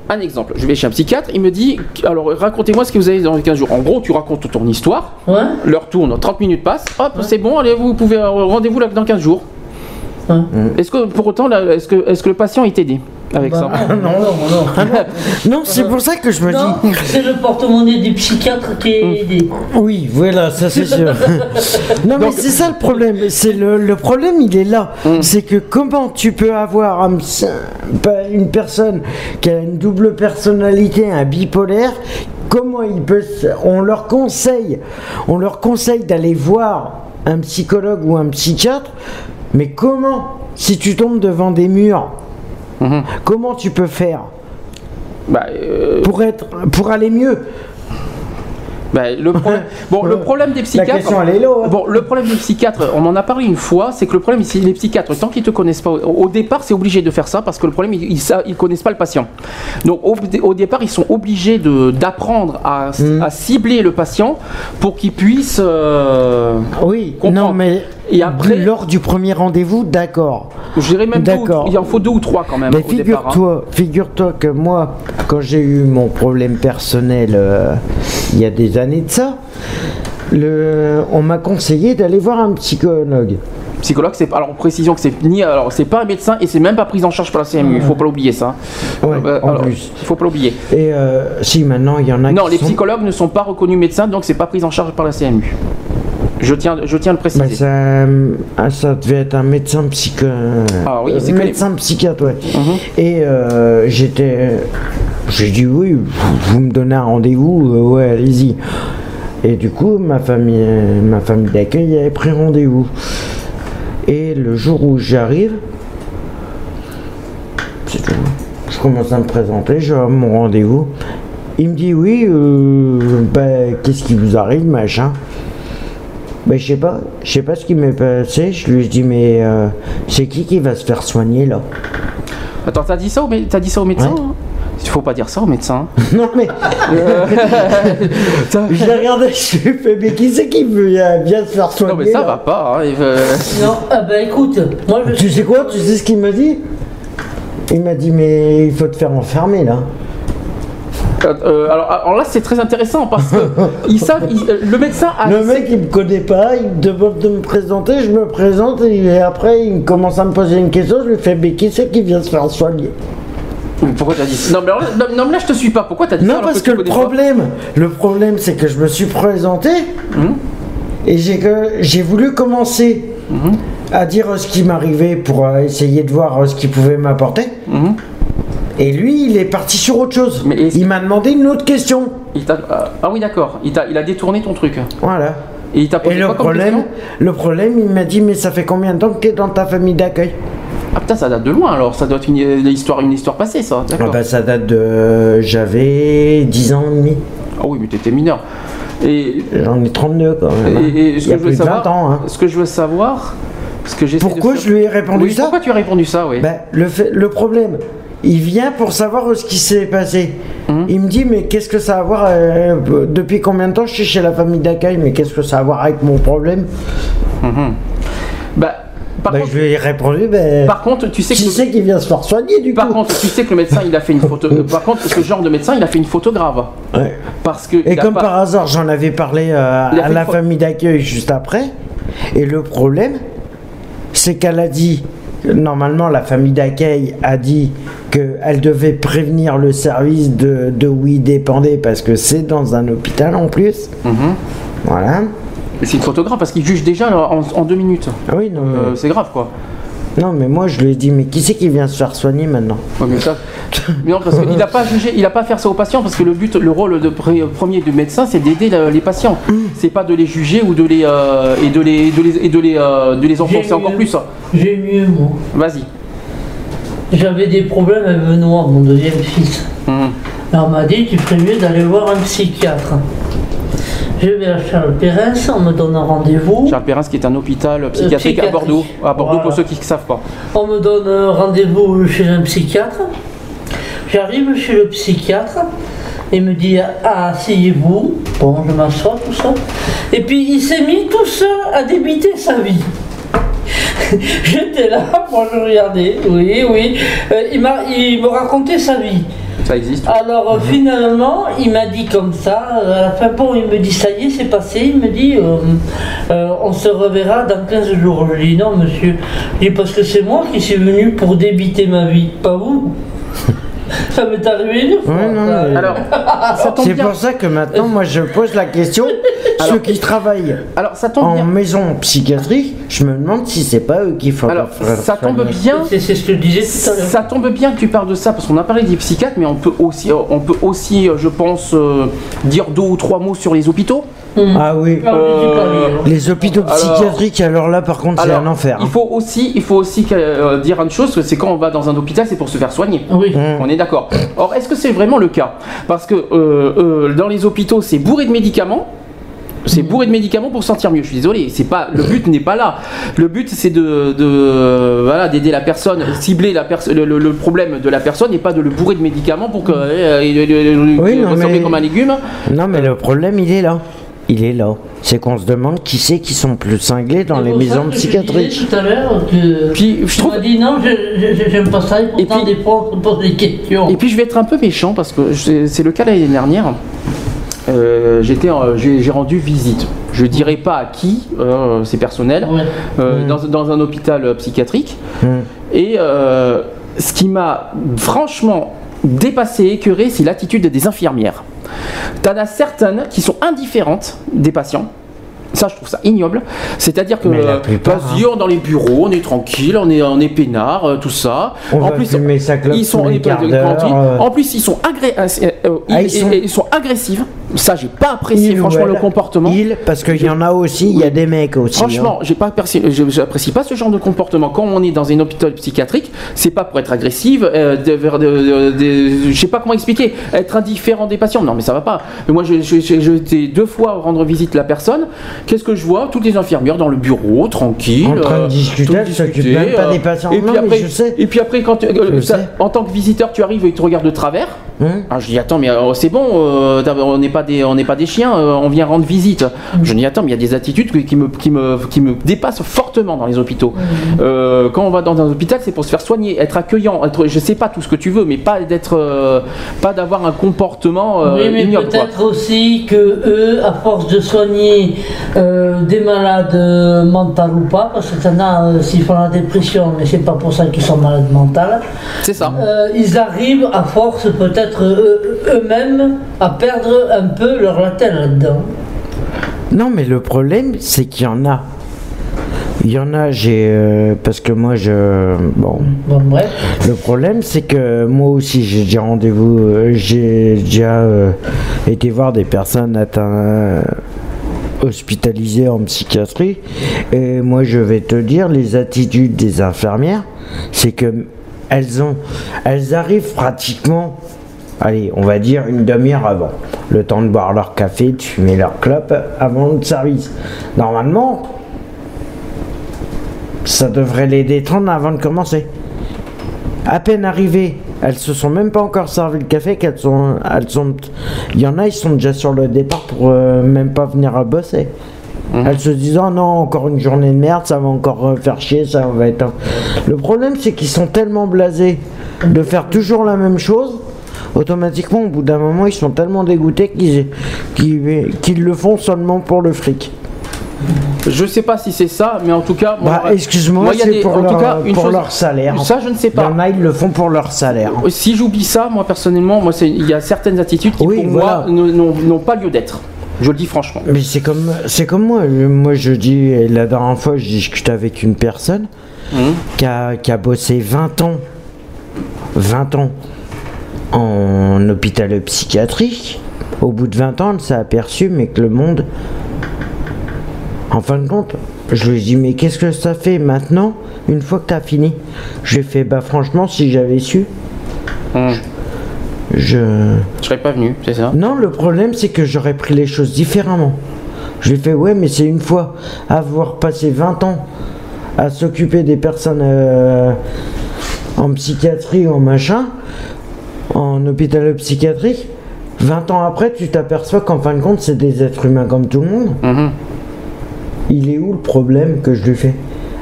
un exemple, je vais chez un psychiatre, il me dit, alors racontez-moi ce que vous avez dans les quinze jours. En gros, tu racontes ton histoire, ouais. L'heure tourne, trente minutes passent, hop, ouais. C'est bon, allez, vous pouvez, rendez-vous là dans quinze jours. Ouais. Est-ce que pour autant, là, est-ce que, est-ce que le patient est aidé avec bah, ça? Non, non, non. Non, non c'est pour ça que je me non, dis. C'est le porte-monnaie du psychiatre qui est aidé. Oui, voilà, ça c'est sûr. Non, donc, mais c'est ça le problème. C'est le, le problème, il est là. Hum. C'est que comment tu peux avoir un, une personne qui a une double personnalité, un bipolaire, comment il peut, on leur conseille, on leur conseille d'aller voir un psychologue ou un psychiatre, mais comment, si tu tombes devant des murs, mmh. Comment tu peux faire bah, euh... pour être, pour aller mieux? Bah, le, problème, bon, le problème des psychiatres. La question, elle est là, hein. Bon, le problème des psychiatres, on en a parlé une fois, c'est que le problème ici, les psychiatres, tant qu'ils te connaissent pas, au, au départ, c'est obligé de faire ça parce que le problème, ils, ils, ils connaissent pas le patient. Donc, au, au départ, ils sont obligés de, d'apprendre à, mmh. à cibler le patient pour qu'il puisse. Euh, oui. Comprendre. Non, mais. Et après, lors du premier rendez-vous, d'accord. Je dirais même d'accord. Deux, il en faut deux ou trois quand même. Mais figure-toi, hein. figure-toi que moi, quand j'ai eu mon problème personnel euh, il y a des années de ça, le, on m'a conseillé d'aller voir un psychologue. Psychologue, c'est alors précision que c'est ni alors c'est pas un médecin et c'est même pas pris en charge par la C M U. Il faut pas l'oublier ça. Ouais, euh, en alors, plus. Il faut pas l'oublier. Et euh, si maintenant il y en a. Non, qui les sont... psychologues ne sont pas reconnus médecins, donc c'est pas pris en charge par la C M U. Je tiens, je tiens à le préciser. Bah ça, ah, ça devait être un médecin psycho... Ah oui, c'est médecin les... psychiatre, ouais. Uh-huh. Et euh, j'étais... J'ai dit oui, vous, vous me donnez un rendez-vous, euh, ouais, allez-y. Et du coup, ma famille, ma famille d'accueil avait pris rendez-vous. Et le jour où j'arrive, c'est tout. Je commence à me présenter, j'ai mon rendez-vous. Il me dit oui, euh, bah, qu'est-ce qui vous arrive, machin. Ben je sais pas, je sais pas ce qui m'est passé, je lui ai dit mais euh, c'est qui qui va se faire soigner là? Attends, t'as dit ça au, t'as dit ça au médecin? Ouais. Hein? Il faut pas dire ça au médecin. Non mais... euh... je l'ai regardé, je lui ai fait mais qui c'est qui veut bien se faire soigner? Non mais ça là? va pas, hein, il veut... Non, ah ben écoute, moi je... Tu sais quoi, tu sais ce qu'il m'a dit? Il m'a dit mais il faut te faire enfermer là. Euh, alors, alors là c'est très intéressant parce que ils savent, ils, le médecin a le mec il me connaît pas, il me demande de me présenter, je me présente et après il commence à me poser une question, je lui fais mais qui c'est qui vient se faire soigner? Pourquoi t'as dit ça? Non mais, alors, non, non mais là je te suis pas, pourquoi t'as dit non, ça? Non parce que, que le problème, pas le problème c'est que je me suis présenté mmh. et j'ai, que, j'ai voulu commencer mmh. à dire ce qui m'arrivait pour euh, essayer de voir ce qu'il pouvait m'apporter. Mmh. Et lui, il est parti sur autre chose. Mais il m'a demandé une autre question. Il t'a... Ah oui, d'accord. Il, t'a... il a détourné ton truc. Voilà. Et il t'a posé Et le quoi comme problème, question ? le problème, il m'a dit, mais ça fait combien de temps que tu es dans ta famille d'accueil ? Ah putain, ça date de loin alors. Ça doit être une, une, histoire, une histoire passée, ça. D'accord. Ah bah, ça date de... J'avais dix ans et demi. Ah oui, mais t'étais mineur. Et... J'en ai trente-deux quand même. Et, et, et ce, il y a que je plus veux de savoir, vingt ans. Hein. Ce que je veux savoir... Ce que pourquoi de je lui ai répondu oui, ça ? Pourquoi tu as répondu ça, oui. Bah, le, fait, le problème... Il vient pour savoir ce qui s'est passé. Mmh. Il me dit mais qu'est-ce que ça a à voir euh, depuis combien de temps je suis chez la famille d'accueil, mais qu'est-ce que ça a à voir avec mon problème? mmh. Bah, par bah contre, je lui ai répondu ben. Par contre, tu sais que qui c'est qui vient se faire soigner du par coup. Par contre, tu sais que le médecin il a fait une photo. Par contre, ce genre de médecin il a fait une photo grave. Ouais. Parce que. Et comme pas... par hasard, j'en avais parlé euh, à la famille d'accueil juste après. Et le problème, c'est qu'elle a dit. Normalement, la famille d'accueil a dit qu'elle devait prévenir le service de, de où il dépendait parce que c'est dans un hôpital en plus. Mmh. Voilà. Et c'est une photographe parce qu'il juge déjà en, en deux minutes. Ah oui, non. Euh, mais... C'est grave quoi. Non, mais moi je lui ai dit, mais qui c'est qui vient se faire soigner maintenant? Ouais, mais ça... mais non, parce qu'il n'a pas jugé, il n'a pas fait ça aux patients parce que le but, le rôle de pre- premier du médecin, c'est d'aider la, les patients. Mm. C'est pas de les juger ou de les euh, et de les de les et de les euh, de les enfoncer encore mieux. plus. J'ai mieux moi. Vas-y. J'avais des problèmes avec Benoît, mon deuxième fils. Mm. Alors on m'a dit, tu ferais mieux d'aller voir un psychiatre. Je vais à Charles Perrin, on me donne un rendez-vous. Charles Perrin, qui est un hôpital psychiatrique à Bordeaux, à Bordeaux voilà. Pour ceux qui ne savent pas. On me donne un rendez-vous chez un psychiatre. J'arrive chez le psychiatre, il me dit ah, asseyez-vous. Bon, je m'assois, tout ça. Et puis il s'est mis tout seul à débiter sa vie. J'étais là, moi je regardais, oui, oui. Euh, il, m'a, il me racontait sa vie. Ça existe. Alors euh, finalement, il m'a dit comme ça, euh, à la fin, bon, il me dit ça y est, c'est passé. Il me dit, euh, euh, on se reverra dans quinze jours. Je lui dis non, monsieur. Je dis parce que c'est moi qui suis venu pour débiter ma vie, pas vous. Ça m'est arrivé une fois. Ouais, non, mais... Alors, ça tombe c'est bien. pour ça que maintenant, moi, je pose la question. Alors, ceux qui travaillent alors, ça tombe en bien. maison psychiatrique, je me demande si c'est pas eux qui font. Alors, ça tombe soigner. bien. C'est, c'est ce que je disais tout à l'heure. Ça tombe bien que tu parles de ça parce qu'on a parlé des psychiatres, mais on peut aussi, on peut aussi, je pense, euh, dire deux ou trois mots sur les hôpitaux. Ah oui. Ah, oui, j'ai pas Euh, vu. Les hôpitaux psychiatriques, alors, là, par contre, c'est Alors, un enfer. Il faut aussi, il faut aussi euh, dire une chose, c'est quand on va dans un hôpital, c'est pour se faire soigner. Oui. Mmh. On est d'accord. Or, est-ce que c'est vraiment le cas? Parce que euh, euh, dans les hôpitaux, c'est bourré de médicaments. C'est bourré de médicaments pour sentir mieux. Je suis désolé, c'est pas le but n'est pas là. Le but c'est de, de voilà d'aider la personne, cibler la perso- le, le- le problème de la personne et pas de le bourrer de médicaments pour que euh, il- il- il- Oui, qu'il non, ressemble mais- comme un légume. Non, mais le problème, il est là. Il est là. C'est qu'on se demande qui c'est qui sont plus cinglés dans C'est les pour ça maisons que je psychiatriques. disais tout à l'heure que Puis je tu trouve. m'as dit non, je, je- j'aime pas ça et pourtant puis- des fois on se pose des questions. Et puis je vais être un peu méchant parce que c'est c'est le cas l'année dernière. Euh, j'étais, en- j'ai j'ai rendu visite. Je dirais pas à qui, euh, c'est personnel, Ouais. euh, Mm. dans, dans un hôpital euh, psychiatrique. Mm. Et euh, ce qui m'a franchement dépassé, écœuré, c'est l'attitude des infirmières. T'en as certaines qui sont indifférentes des patients. Ça, je trouve ça ignoble. C'est-à-dire que Mais la euh, plupart, vas-y, on est dans les bureaux, on est tranquille, on est, on est peinard, euh, tout ça. On en va plus, fumer sa clope ils sont, tous les quarts d'heure, tranquilles. euh. En plus, ils sont, agré- euh, euh, Ah, ils, ils sont- et- et ils sont agressifs. Ça, j'ai pas apprécié Il ou franchement elle, le comportement. Il, parce qu'il y en a aussi, il y a des mecs aussi. Franchement, hein. j'ai pas apprécié, je- j'apprécie pas ce genre de comportement. Quand on est dans un hôpital psychiatrique, c'est pas pour être agressive, euh, de- vers de- de- de- je sais pas comment expliquer, être indifférent des patients. Non, mais ça va pas. Mais moi, j'ai j'ai- j'ai- j'ai été deux fois rendre visite à la personne. Qu'est-ce que je vois? Toutes les infirmières dans le bureau, tranquilles, En train de euh, discuter, toutes elles s'occupent discuter, même pas euh, des patients. Et Non, puis mais après, je sais. et puis après, quand euh, Je ça- sais. en tant que visiteur, tu arrives et ils te regardent de travers. Hum. Ah, je dis attends mais euh, c'est bon, euh, on n'est pas des on n'est pas des chiens, euh, on vient rendre visite. Je dis attends mais il y a des attitudes qui qui me qui me qui me dépassent fortement dans les hôpitaux. Euh, quand on va dans un hôpital, c'est pour se faire soigner, être accueillant, être je sais pas tout ce que tu veux, mais pas d'être euh, pas d'avoir un comportement euh, Oui, mais ignoble, quoi. peut-être aussi que eux, à force de soigner euh, des malades euh, mentales ou pas, parce que t'en as euh, s'ils font la dépression, mais c'est pas pour ça qu'ils sont malades mentales, C'est ça. euh, ils arrivent à force peut-être euh, eux-mêmes à perdre un peu leur latin là-dedans. Non, mais le problème, c'est qu'il y en a. Il y en a, j'ai. euh, parce que moi, je. Bon. Bon, bref. Le problème, c'est que moi aussi, j'ai déjà rendez-vous. euh, j'ai déjà euh, été voir des personnes atteintes. euh, hospitalisées en psychiatrie. Et moi, je vais te dire, les attitudes des infirmières, c'est que elles ont. Elles arrivent pratiquement. Allez, on va dire une demi-heure avant. Le temps de boire leur café, de fumer leur clope avant le service. Normalement, ça devrait les détendre avant de commencer. À peine arrivées, elles se sont même pas encore servi le café qu'elles sont, elles sont, il y en a, ils sont déjà sur le départ pour euh, même pas venir à bosser. Mhm. Elles se disent oh non, encore une journée de merde, ça va encore euh, faire chier, ça va être. un- Le problème, c'est qu'ils sont tellement blasés de faire toujours la même chose. Automatiquement, au bout d'un moment, ils sont tellement dégoûtés qu'ils, qu'ils, qu'ils le font seulement pour le fric. Je sais pas si c'est ça, mais en tout cas, moi, Bah, excuse-moi, moi, il y a c'est des- pour, en leur, tout cas, une pour chose- leur salaire. Ça, je ne sais Il y pas. en a, ils le font pour leur salaire. Si j'oublie ça, moi personnellement, moi c'est- il y a certaines attitudes qui Oui, pour voilà. moi ne- n'ont n'ont pas lieu d'être. Je le dis franchement. Mais c'est comme, c'est comme moi. Euh, Moi, je dis, et la dernière fois, je discutais avec une personne Mhm. qui a, qui a bossé vingt ans, vingt ans en hôpital psychiatrique. Au bout de vingt ans, elle s'est aperçue, mais que le monde, en fin de compte, je lui ai dit, mais qu'est-ce que ça fait maintenant, une fois que tu as fini? Je lui ai fait, bah franchement, si j'avais su, Mhm. je... Je serais pas venu, c'est ça. Non, le problème, c'est que j'aurais pris les choses différemment. Je lui ai fait, ouais, mais c'est une fois avoir passé vingt ans à s'occuper des personnes euh, en psychiatrie ou en machin, en hôpital psychiatrique, vingt ans après, tu t'aperçois qu'en fin de compte, c'est des êtres humains comme tout le monde. Mhm. Il est où le problème que je lui fais?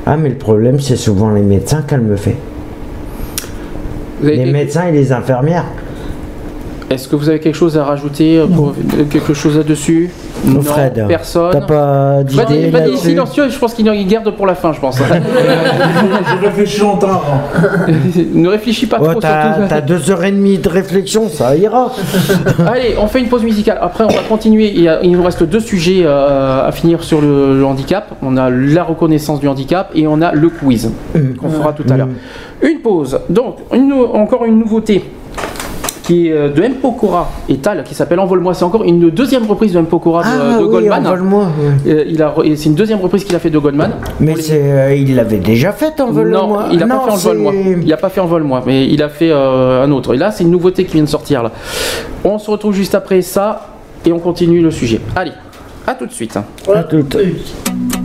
Ah, mais le problème, c'est souvent les médecins qu'elle me fait. Les quelque... médecins et les infirmières. Est-ce que vous avez quelque chose à rajouter, pour... quelque chose là-dessus? Non, Fred, personne. T'as pas d'idée Fred est silencieux, je pense qu'il garde pour la fin, je pense. Je réfléchis longtemps. Ne réfléchis pas oh, trop. T'as, surtout. t'as deux heures et demie de réflexion, ça ira. Allez, on fait une pause musicale. Après, on va continuer. Il, y a, il nous reste deux sujets euh, à finir sur le, le handicap. On a la reconnaissance du handicap et on a le quiz mmh. qu'on fera tout à l'heure. Mmh. Une pause. Donc, une, encore une nouveauté qui est de M. Pokora et Tal, qui s'appelle Envole-moi. C'est encore une deuxième reprise de M. Pokora de, ah, de oui, Goldman. Envole-moi. Oui. Il a, c'est une deuxième reprise qu'il a fait de Goldman. Mais c'est, euh, il l'avait déjà fait Envole-moi. Non, il n'a pas fait Envole-moi. Il n'a pas fait Envole-moi, mais il a fait euh, un autre. Et là, c'est une nouveauté qui vient de sortir. Là. On se retrouve juste après ça et on continue le sujet. Allez, à tout de suite. À tout de suite.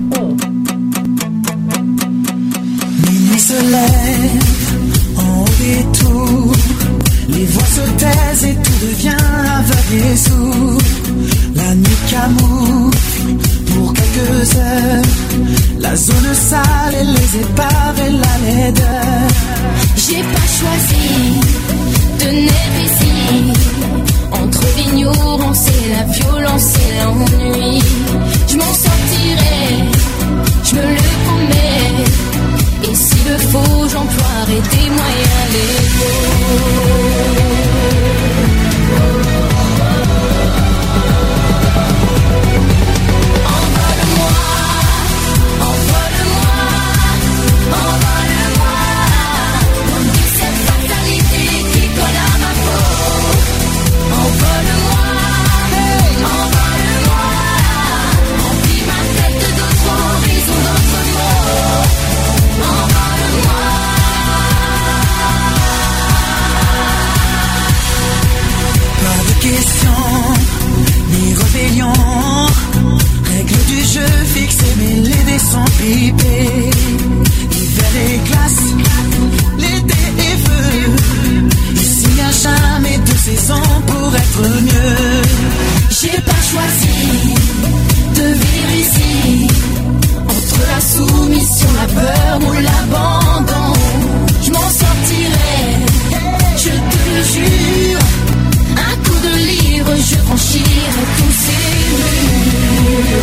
Minuit se lève en haut des tours. Les voix se taisent et tout devient aveugle et sourd. La nuit camoufle pour quelques heures la zone sale et les épaves et la laideur. J'ai pas choisi de naître ici. Entre l'ignorance et la violence et l'ennui, je m'en sortirai, je me le promets. Et s'il le faut, j'emploierai des moyens légaux. Règles du jeu fixées, mais les dés sont pipés. Hiver et glace, l'été et feu. Ici y a jamais deux saisons pour être mieux. J'ai pas choisi de vivre ici. Entre la soumission, la peur ou l'abandon, je m'en sortirai, je te le jure. Un coup de livre, je franchirai tous ces murs.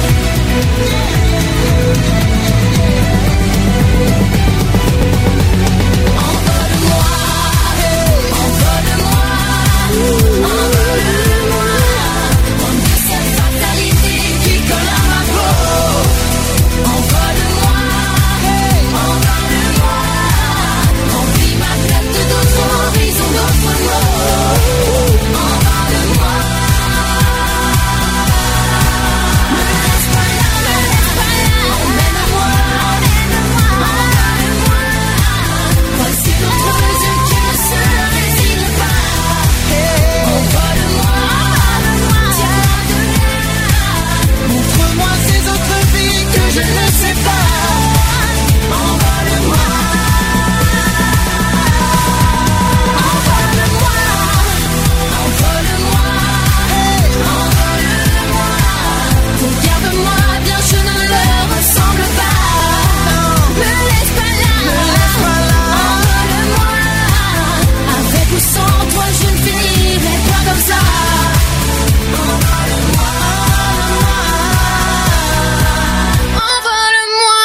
Envole-moi, envole-moi, envole-moi. Comme de cette fatalité qui colle à ma peau. Envole-moi, envole-moi. Remplis ma tête d'autres horizons, d'autres mots. Envole-moi. Me laisse pas là, me laisse pas là. Emmène-moi, emmène-moi, envole-moi. Voici d'autres yeux qui ne se résignent pas. Envole-moi, tiens de là. Montre-moi ces autres vies que je ne sais pas. Envole-moi. Envole-moi, envole-moi, envole-moi. Regarde-moi bien, je ne leur ressemble pas. Me laisse pas là, envole-moi. Avec ou sans toi, je ne finirai pas comme ça. Envole-moi, envole-moi.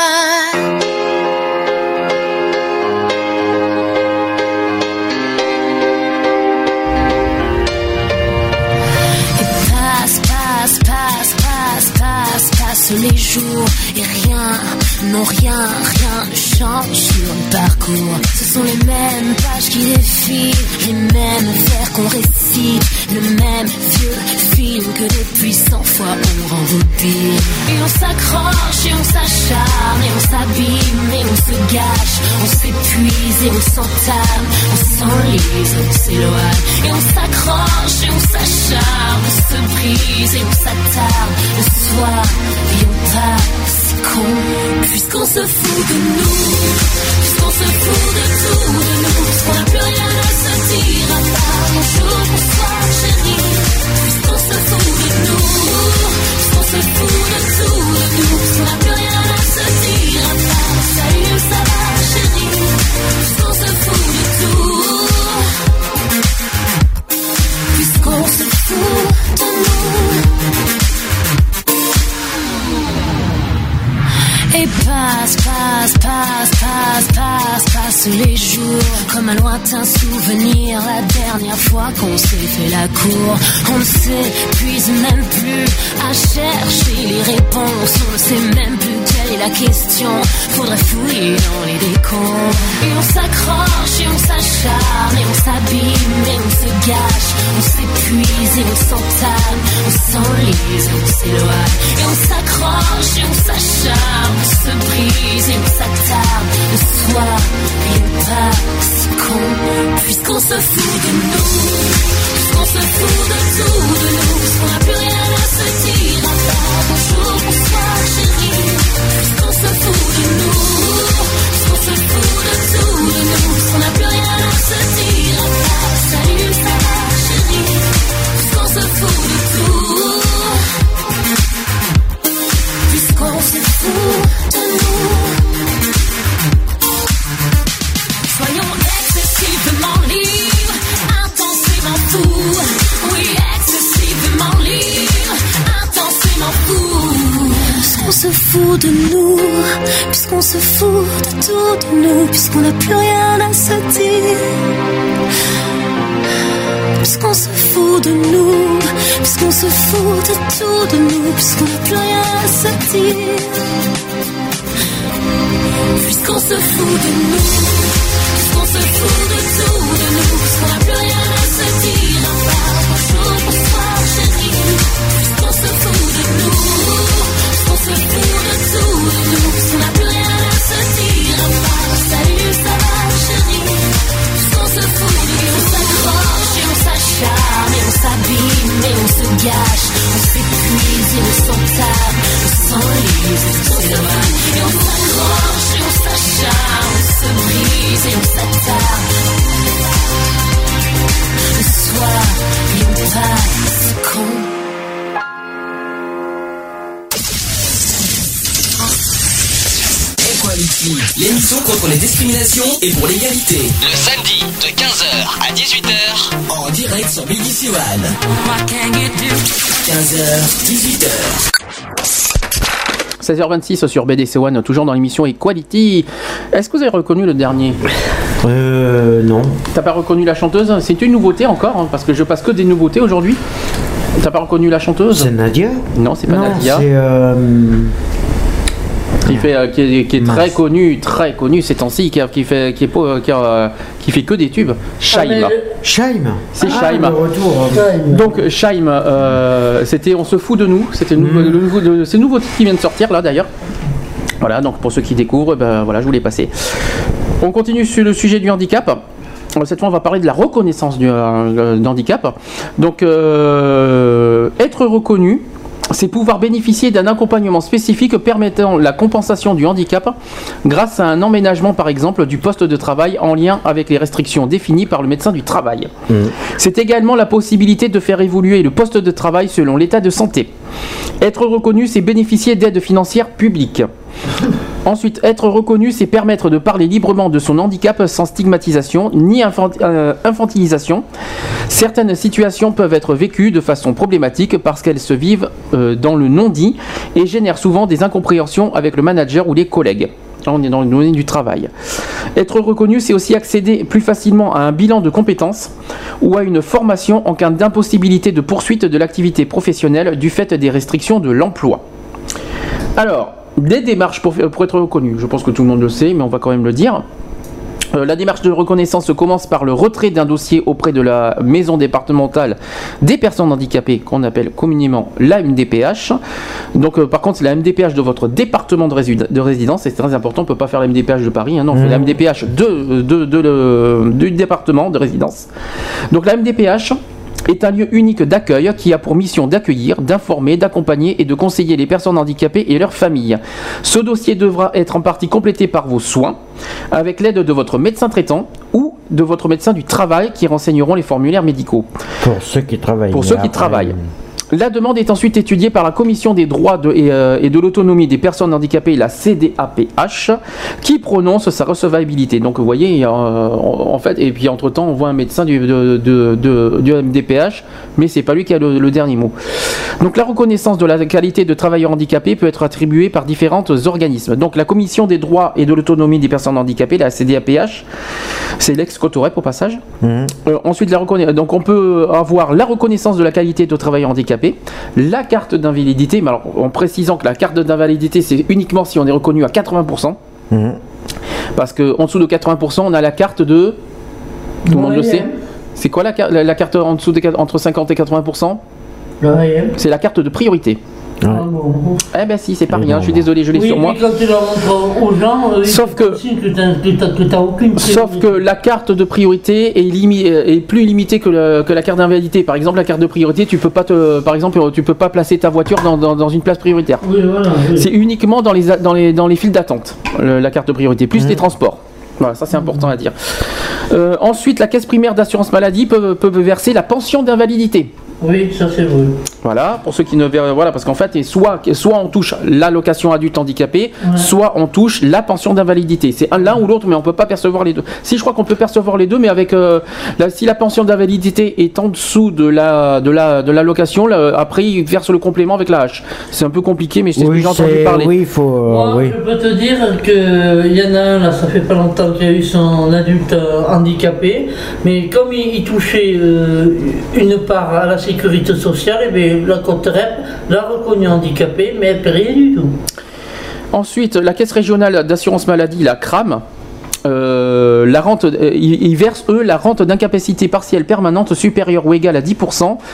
Et passe, passe, passe, passe, passe, passe les jours et rien, non rien, rien ne change sur le parcours. Ce sont les mêmes pages qui défilent, les mêmes vers qu'on récite, le même vieux film que depuis cent fois on rembobine. Et on s'accroche et on s'acharne et on s'abîme et on se gâche, on s'épuise et on s'entame, on s'enlise et on s'éloigne. Et on s'accroche et on s'acharne, on se brise et on s'attarde. Le soir et on passe, c'est con, puisqu'on se fout de nous, puisqu'on se fout de tout de nous, puisqu'on n'a plus rien à se dire à part bonjour, bonsoir chérie. Puisqu'on se fout de nous, puisqu'on se fout de tout de nous, puisqu'on n'a plus rien à se dire à part repasse les jours comme un lointain souvenir. La dernière fois qu'on s'est fait la cour, on ne s'épuise même plus à chercher les réponses. On ne sait même plus quelle est la question. Faudrait fouiller dans les décombres. Et on s'accroche et on s'acharne et on s'abîme et on se gâche. On s'épuise et on s'entame, on s'enlise et on s'éloigne. Et on s'accroche et on s'acharne, on se brise et on s'attarde de soi et on passe con. Puisqu'on se fout de nous, puisqu'on se fout de tout de nous, puisqu'on n'a plus rien à se dire à part bonjour, bonsoir chérie. Puisqu'on se fout de nous, puisqu'on se fout de tout de nous, puisqu'on n'a plus rien à se dire à part salut, ça va chérie. Puisqu'on se fout de tout, puisqu'on se fout de nous. Soyons excessivement libres, intensément fous. Oui, excessivement libres, intensément fous. Puisqu'on se fout de nous, puisqu'on se fout de tout de nous, puisqu'on n'a plus rien à se dire. Puisqu'on se fout de nous, puisqu'on se fout de tout de nous, puisqu'on n'a plus rien à se dire. Puisqu'on se fout de nous, puisqu'on se fout de tout de nous, puisqu'on n'a plus rien à se dire à part bonjour, bonsoir chérie. Puisqu'on se fout de nous, puisqu'on se fout de tout de nous, puisqu'on n'a plus rien à se dire à part salut, ça va chérie. Puisqu'on se fout de nous, on s'accroche et on s'acharne et on s'abîme et on se gâche. On s'épuise et on s'entame, on s'enlise et on s'éloigne. Et on s'accroche et on s'acharne, on se brise et on s'attarde de soi et on passe con. Equality, l'émission contre les discriminations et pour l'égalité. Le samedi de quinze heures à dix-huit heures en direct sur B D C One. quinze heures, dix-huit heures. seize heures vingt-six sur B D C One, toujours dans l'émission Equality. Est-ce que vous avez reconnu le dernier ? Euh, non. T'as pas reconnu la chanteuse ? C'est une nouveauté encore, hein, parce que je passe que des nouveautés aujourd'hui. T'as pas reconnu la chanteuse ? C'est Nadia ? Non, c'est pas non, Nadia. C'est euh... Qui fait, euh, qui est, qui est très connu, très connu ces temps-ci, qui, a, qui fait, qui est, pas- qui, a- qui fait que des tubes. Shaim. Shaim. C'est Ah, Shaim. le retour. Donc Shaim, euh, c'était On se fout de nous. C'était le nouveau, le nouveau, de- c'est le nouveau titre qui vient de sortir là d'ailleurs. Voilà, donc pour ceux qui découvrent, ben, voilà, je vous l'ai passé. On continue sur le sujet du handicap. Cette fois, on va parler de la reconnaissance du euh, handicap. Donc, euh, être reconnu, c'est pouvoir bénéficier d'un accompagnement spécifique permettant la compensation du handicap grâce à un emménagement, par exemple, du poste de travail en lien avec les restrictions définies par le médecin du travail. Mmh. C'est également la possibilité de faire évoluer le poste de travail selon l'état de santé. Être reconnu, c'est bénéficier d'aides financières publiques. Ensuite, être reconnu, c'est permettre de parler librement de son handicap sans stigmatisation ni infant- euh, infantilisation. Certaines situations peuvent être vécues de façon problématique parce qu'elles se vivent euh, dans le non-dit et génèrent souvent des incompréhensions avec le manager ou les collègues. Là, on est dans le domaine du travail. Être reconnu, c'est aussi accéder plus facilement à un bilan de compétences ou à une formation en cas d'impossibilité de poursuite de l'activité professionnelle du fait des restrictions de l'emploi. Alors, des démarches pour, pour être reconnu, je pense que tout le monde le sait, mais on va quand même le dire. Euh, la démarche de reconnaissance commence par le retrait d'un dossier auprès de la maison départementale des personnes handicapées, qu'on appelle communément la M D P H. Donc euh, par contre, c'est la M D P H de votre département de, résid- de résidence, c'est très important, on ne peut pas faire la M D P H de Paris, hein, non, on fait la M D P H de, de, de, de, du département de résidence. Donc la M D P H est un lieu unique d'accueil qui a pour mission d'accueillir, d'informer, d'accompagner et de conseiller les personnes handicapées et leurs familles. Ce dossier devra être en partie complété par vos soins, avec l'aide de votre médecin traitant ou de votre médecin du travail qui renseigneront les formulaires médicaux. Pour ceux qui travaillent. Pour ceux qui après, travaillent. La demande est ensuite étudiée par la Commission des droits de, et, euh, et de l'autonomie des personnes handicapées, la C D A P H, qui prononce sa recevabilité. Donc vous voyez, euh, en, en fait, et puis entre-temps, on voit un médecin du, de, de, de, du M D P H, mais c'est pas lui qui a le, le dernier mot. Donc la reconnaissance de la qualité de travailleur handicapé peut être attribuée par différents organismes. Donc la Commission des droits et de l'autonomie des personnes handicapées, la C D A P H, c'est l'ex-Cotorep au passage. Mmh. Euh, ensuite, la reconna... donc on peut avoir la reconnaissance de la qualité de travailleur handicapé, la carte d'invalidité, mais alors en précisant que la carte d'invalidité c'est uniquement si on est reconnu à quatre-vingts pour cent, mmh. parce qu'en dessous de quatre-vingts pour cent on a la carte de, tout le monde le sait, c'est quoi la, la, la carte en dessous de, entre cinquante et quatre-vingts pour cent? C'est la carte de priorité. Ah bon. Eh ben si, c'est pas rien, je suis désolé, je l'ai oui, sur moi. Quand tu la montres aux gens, euh, sauf que, que t'as, que t'as, que t'as aucune sauf que la carte de priorité est, limi- est plus limitée que, le, que la carte d'invalidité. Par exemple, la carte de priorité, tu peux pas te, par exemple, tu peux pas placer ta voiture dans, dans, dans une place prioritaire. Oui, voilà, oui. C'est uniquement dans les, dans les, dans les files d'attente, le, la carte de priorité, plus mmh. les transports. Voilà, ça c'est important à dire. Euh, ensuite, la caisse primaire d'assurance maladie peut, peut verser la pension d'invalidité. Oui, ça c'est vrai. Voilà, pour ceux qui ne verraient, voilà, parce qu'en fait, soit, soit on touche l'allocation adulte handicapé, ouais. soit on touche la pension d'invalidité. C'est l'un ou l'autre, mais on peut pas percevoir les deux. Si je crois qu'on peut percevoir les deux, mais avec euh, la, si la pension d'invalidité est en dessous de la de la de l'allocation, là, après il verse le complément avec la hache. C'est un peu compliqué, mais c'est oui, ce que j'ai entendu parler. Oui, il faut. Euh, Moi, oui. je peux te dire que il y en a un là, ça fait pas longtemps qu'il y a eu son adulte euh, handicapé, mais comme il, il touchait euh, une part à la sécurité sociale, et bien la Cotorep l'a reconnu handicapé, mais elle ne paie rien du tout. Ensuite, la caisse régionale d'assurance maladie, la C R A M, euh, la rente, euh, ils, ils versent eux la rente d'incapacité partielle permanente supérieure ou égale à dix pour cent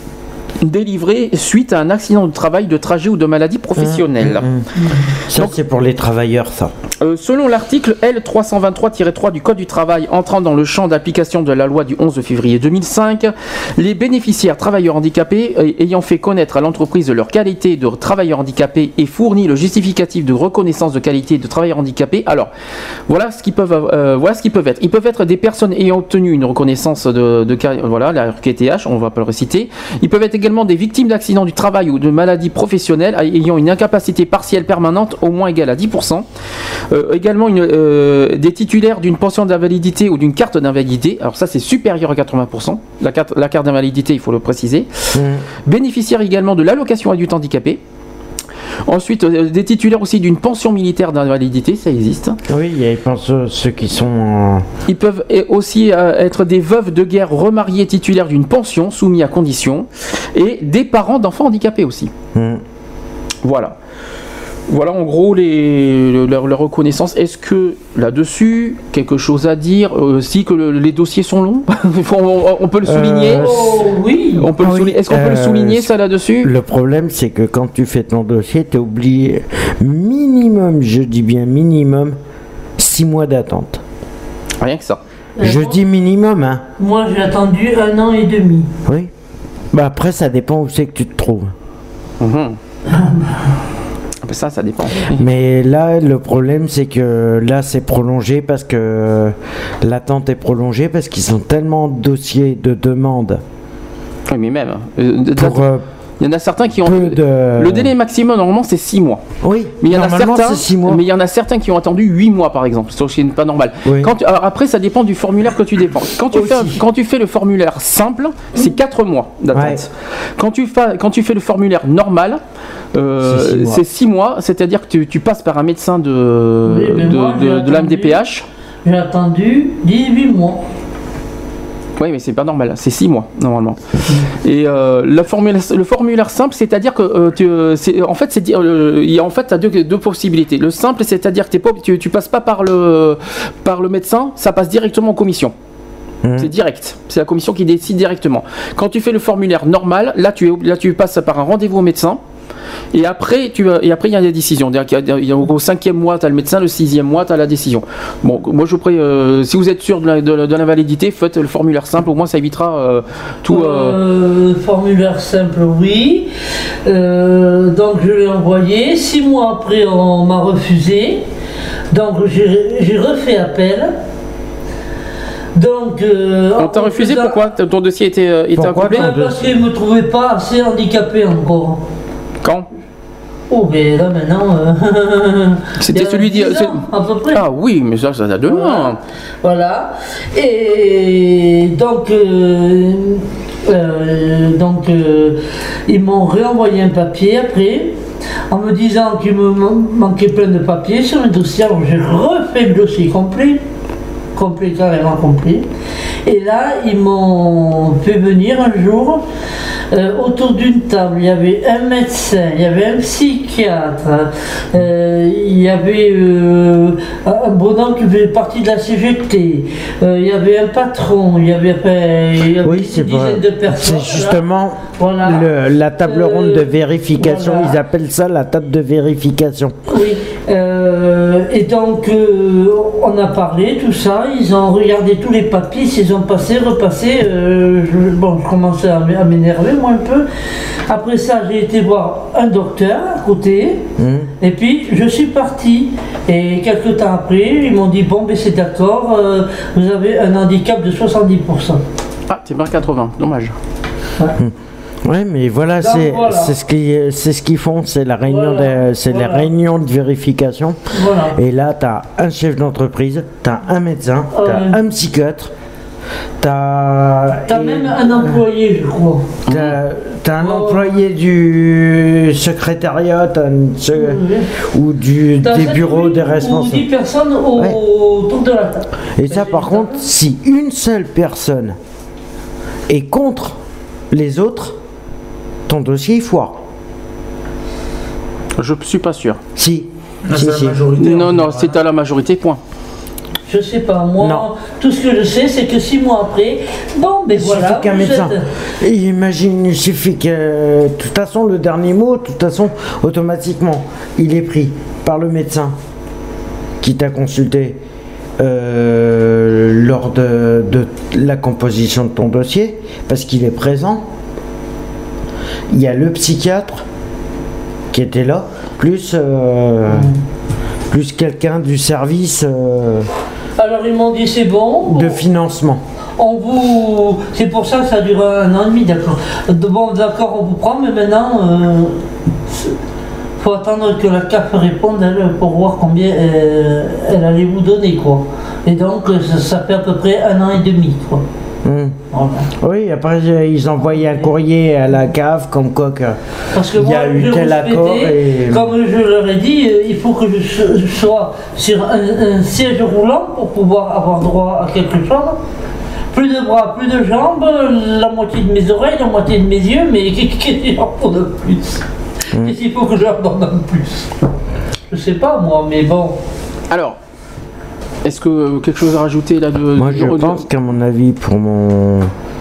délivrée suite à un accident de travail, de trajet ou de maladie professionnelle. Mmh, mmh, mmh. Ça, donc, c'est pour les travailleurs, ça. Euh, selon l'article L trois cent vingt-trois tiret trois du Code du travail entrant dans le champ d'application de la loi du onze février deux mille cinq, les bénéficiaires travailleurs handicapés euh, ayant fait connaître à l'entreprise leur qualité de travailleur handicapé et fourni le justificatif de reconnaissance de qualité de travailleur handicapé, alors voilà ce qu'ils peuvent, euh, voilà ce qu'ils peuvent être. Ils peuvent être des personnes ayant obtenu une reconnaissance de, de voilà, la R Q T H, on va pas le réciter. Ils peuvent être également des victimes d'accidents du travail ou de maladies professionnelles ayant une incapacité partielle permanente au moins égale à dix pour cent. Euh, également une, euh, des titulaires d'une pension d'invalidité ou d'une carte d'invalidité, alors ça c'est supérieur à quatre-vingts pour cent, la carte, la carte d'invalidité il faut le préciser, mmh. bénéficiaires également de l'allocation adulte handicapé. Ensuite, euh, des titulaires aussi d'une pension militaire d'invalidité, ça existe. Oui, il y a je pense, ceux qui sont... Euh... Ils peuvent aussi euh, être des veuves de guerre remariées titulaires d'une pension soumis à conditions et des parents d'enfants handicapés aussi. Mmh. Voilà. Voilà en gros les, leur, leur reconnaissance. Est-ce que là-dessus, quelque chose à dire euh, si que le, les dossiers sont longs? on, on peut le souligner euh, oh, oui. On peut ah le souligner. Oui. Est-ce qu'on euh, peut le souligner ça là-dessus? Le problème c'est que quand tu fais ton dossier, tu as oublié minimum, je dis bien minimum, six mois d'attente. Rien que ça. Euh, je moi, dis minimum, hein. Moi j'ai attendu un an et demi. Oui. Bah après ça dépend où c'est que tu te trouves. Mmh. Ça, ça dépend. Mais là, le problème, c'est que là, c'est prolongé parce que l'attente est prolongée parce qu'ils ont tellement de dossiers de demande. Oui, mais même. Euh, pour, euh, il y en a certains qui ont. De... Le délai maximum, normalement, c'est six mois. Oui, mais il y en a certains. c'est six mois. Mais il y en a certains qui ont attendu huit mois, par exemple. Ce qui n'est pas normal. Oui. Quand tu, alors après, ça dépend du formulaire que tu dépends. Quand tu, fais, quand tu fais le formulaire simple, c'est quatre mois d'attente. Ouais. Quand, tu fais, quand tu fais le formulaire normal, euh, c'est six mois. C'est-à-dire que tu, tu passes par un médecin de, oui, de, moi, de, de, de l'A M D P H. J'ai attendu dix-huit mois. Oui, mais c'est pas normal, c'est six mois normalement. Et euh, le, formulaire, le formulaire simple, c'est-à-dire que euh, tu, c'est, en fait, c'est, euh, il y a en fait, t'as deux, deux possibilités. Le simple, c'est-à-dire que t'es pas, tu, tu passes pas par le, par le médecin, ça passe directement en commission. Mmh. C'est direct, c'est la commission qui décide directement. Quand tu fais le formulaire normal, là tu, es, là, tu passes par un rendez-vous au médecin. Et après, tu, et après, il y a des décisions. Il y a, au cinquième mois, tu as le médecin, le sixième mois, tu as la décision. Bon, moi, je prie, euh, si vous êtes sûr de, la, de, de l'invalidité, faites le formulaire simple, au moins ça évitera euh, tout. Euh... Euh, formulaire simple, oui. Euh, donc, je l'ai envoyé. Six mois après, on m'a refusé. Donc, j'ai, j'ai refait appel. Donc, euh, on t'a refusé faisant... pourquoi? Ton dossier était, euh, était incomplet? Parce qu'ils ne me trouvaient pas assez handicapé encore. Quand? Oh, mais là maintenant. Euh... C'était celui d'il y a à peu près. Ah oui, mais ça, ça date de loin. Voilà. Et donc, euh, euh, donc euh, ils m'ont réenvoyé un papier après, en me disant qu'il me manquait plein de papiers sur le dossier. Alors j'ai refait le dossier complet. complet, carrément complet. Et là, ils m'ont fait venir un jour, euh, autour d'une table, il y avait un médecin, il y avait un psychiatre, euh, il y avait euh, un bonhomme qui faisait partie de la C G T, euh, il y avait un patron, il y avait, enfin, il y avait oui, une dizaine de personnes. C'est justement voilà. le, la table euh, ronde de vérification, voilà. Ils appellent ça la table de vérification. Oui, euh, et donc euh, on a parlé, tout ça, ils ont regardé tous les papiers, ils ont passé, repassé, euh, je, bon, je commençais à m'énerver moi un peu. Après ça, j'ai été voir un docteur à côté, mmh. Et puis je suis parti. Et quelques temps après, ils m'ont dit, bon, ben c'est d'accord, euh, vous avez un handicap de soixante-dix pour cent. Ah, c'est pas quatre-vingts, dommage. Ouais. Mmh. Oui, mais voilà, c'est voilà. ce qu'ils ce qu'ils font, c'est la réunion, voilà. de, c'est voilà. les réunions de vérification. Voilà. Et là, tu as un chef d'entreprise, tu as un médecin, euh, tu as un psychiatre, tu as... Tu as même un employé, je crois. Tu as un oh. employé du secrétariat ce, oui. ou du, des bureaux des responsables. Ou dix personnes au, ouais. autour de la table. Et ça, par contre, si une seule personne est contre les autres, ton dossier est foire. Je suis pas sûr. Si. Ah, si, c'est si. la majorité. Non, non, c'est à la majorité, point. Je sais pas, moi, non. Tout ce que je sais, c'est que six mois après, bon, ben il voilà. Suffit qu'un médecin. Êtes... Imagine, il suffit que, de toute façon, le dernier mot, de toute façon, automatiquement, il est pris par le médecin qui t'a consulté euh, lors de, de la composition de ton dossier, parce qu'il est présent. Il y a le psychiatre qui était là, plus, euh, mmh. plus quelqu'un du service euh, alors ils m'ont dit c'est bon de financement. On vous, c'est pour ça que ça dure un an et demi, d'accord. Bon, d'accord, on vous prend, mais maintenant euh, faut attendre que la C A F réponde elle, pour voir combien elle, elle allait vous donner, quoi. Et donc ça, ça fait à peu près un an et demi, quoi. Mmh. Voilà. Oui, après ils envoyaient un courrier à la C A F comme quoi que Parce que il y moi, a eu tel accord et... Comme je leur ai dit, il faut que je sois sur un, un siège roulant pour pouvoir avoir droit à quelque chose. Plus de bras, plus de jambes, la moitié de mes oreilles, la moitié de mes yeux, mais qu'est-ce qu'il leur faut de plus? mmh. Qu'est-ce qu'il faut que je leur donne de plus? Je sais pas moi, mais bon. Alors, est-ce que quelque chose à rajouter là de... Moi je de... pense qu'à mon avis pour mon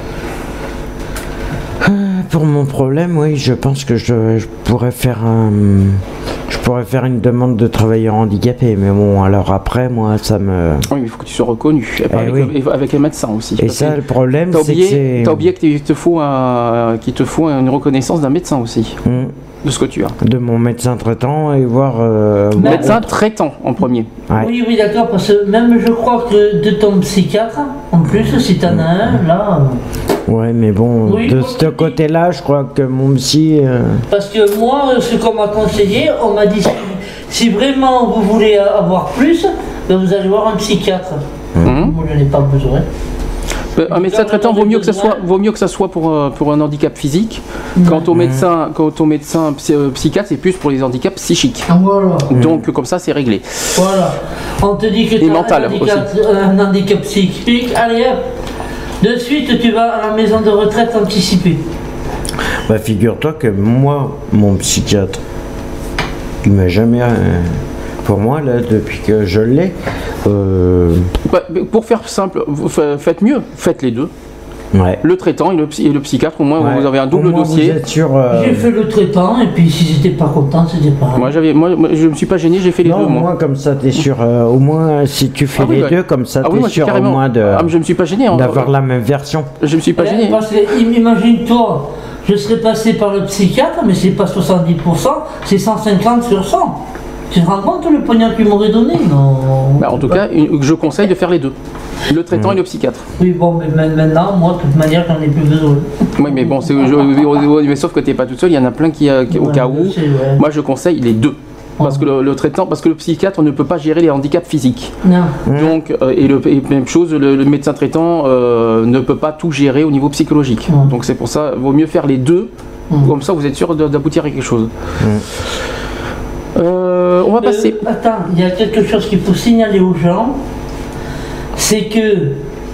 pour mon problème, oui, je pense que je, je pourrais faire un je pourrais faire une demande de travailleur handicapé, mais bon, alors après moi ça me... Oui, il faut que tu sois reconnu, et avec, oui. avec un médecin aussi. Et ça, le problème, c'est oublié, que c'est... T'as oublié qu'il te faut, un, qu'il te faut une reconnaissance d'un médecin aussi. Mmh. De ce que tu as. De mon médecin traitant et voir... Euh, médecin autre. traitant en premier. Ouais. Oui, oui, d'accord, parce que même je crois que de ton psychiatre, en plus, si t'en as un, là... Ouais, mais bon, oui, de ce côté-là, je crois que mon psy... Euh... Parce que moi, ce qu'on m'a conseillé, on m'a dit, si vraiment vous voulez avoir plus, ben vous allez voir un psychiatre. Mmh. Moi, je n'ai pas besoin. Un médecin traitant vaut mieux que ça soit, vaut mieux que ça soit pour, pour un handicap physique. Mmh. Quant au médecin, quant au médecin psychiatre, c'est plus pour les handicaps psychiques. Voilà. Donc comme ça, c'est réglé. Voilà. On te dit que tu as un handicap, un handicap psychique. Allez hop. De suite, tu vas à la maison de retraite anticipée. Bah, figure-toi que moi, mon psychiatre, il m'a jamais... Euh, pour moi, là, depuis que je l'ai... Euh... Bah, pour faire simple, vous faites mieux, faites les deux. Ouais. Le traitant et le, psy, et le psychiatre, au moins ouais. vous avez un double dossier. Sur, euh... J'ai fait le traitant et puis si j'étais pas content, c'était pas. Moi, j'avais, moi, je me suis pas gêné, j'ai fait les non, deux. Moi, moi, comme ça, t'es sûr. Euh, au moins, si tu fais ah, les oui, deux, ouais. comme ça, ah, t'es oui, moi, sûr au moins de. Ah, je me suis pas gêné. D'avoir la même version. Je me suis pas ouais, gêné. Parce que, imagine-toi, je serais passé par le psychiatre, mais c'est pas soixante-dix pour cent, c'est cent cinquante sur cent. Tu te rends compte le pognon qu'ils m'auraient donné? Non. Bah, en tout cas, une- je conseille de faire les deux. Le traitant mmh. et le psychiatre. Oui, bon, mais maintenant, moi, de toute manière, j'en ai plus besoin. Oui, mais bon, c'est, je, mais sauf que tu n'es pas toute seule, il y en a plein qui, qui au Ouais, cas où. sais, ouais. Moi, je conseille les deux. Parce que le, le traitant, parce que le psychiatre ne peut pas gérer les handicaps physiques. Non. Donc, euh, et, le, et même chose, le, le médecin traitant euh, ne peut pas tout gérer au niveau psychologique. Ouais. Donc c'est pour ça, il vaut mieux faire les deux. Ouais. Comme ça, vous êtes sûr de, d'aboutir à quelque chose. Ouais. Euh, on va passer. Euh, attends, il y a quelque chose qu'il faut signaler aux gens, c'est que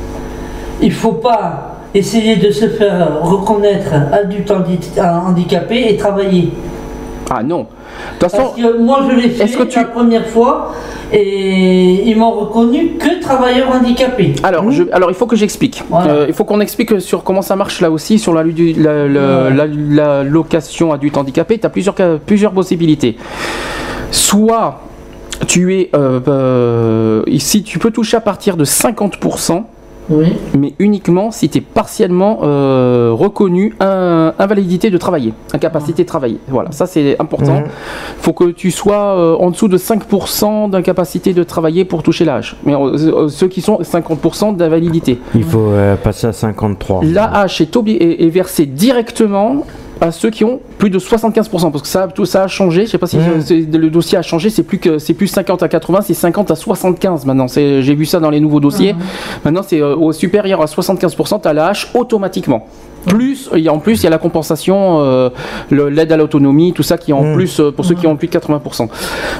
il faut pas essayer de se faire reconnaître adulte handicapé et travailler. Ah non. De toute façon, parce que moi je l'ai fait tu... la première fois et ils m'ont reconnu que travailleur handicapé. Alors, mmh. je, alors il faut que j'explique. Voilà. Euh, il faut qu'on explique sur comment ça marche là aussi sur la, la, la, ouais. la, la location adulte handicapé. Tu as plusieurs, plusieurs possibilités. Soit tu es euh, euh, ici, tu peux toucher à partir de cinquante pour cent. Oui. Mais uniquement si tu es partiellement euh, reconnu un, invalidité de travailler, incapacité de travailler. Voilà, ça c'est important. Il mmh. faut que tu sois euh, en dessous de cinq pour cent d'incapacité de travailler pour toucher l'âge. Mais euh, ceux qui sont cinquante pour cent d'invalidité. Il faut euh, passer à cinquante-trois. L'A H est, obli- est, est versé directement à ceux qui ont plus de soixante-quinze pour cent, parce que ça, tout ça a changé. Je sais pas si mmh. le dossier a changé. C'est plus que c'est plus cinquante à quatre-vingts, c'est cinquante à soixante-quinze maintenant. C'est, j'ai vu ça dans les nouveaux dossiers. Mmh. Maintenant, c'est euh, au supérieur à soixante-quinze pour cent, tu as la hache automatiquement. Plus, il y a en plus, il y a la compensation, euh, le, l'aide à l'autonomie, tout ça qui est en mmh. plus euh, pour mmh. ceux qui ont plus de quatre-vingts pour cent.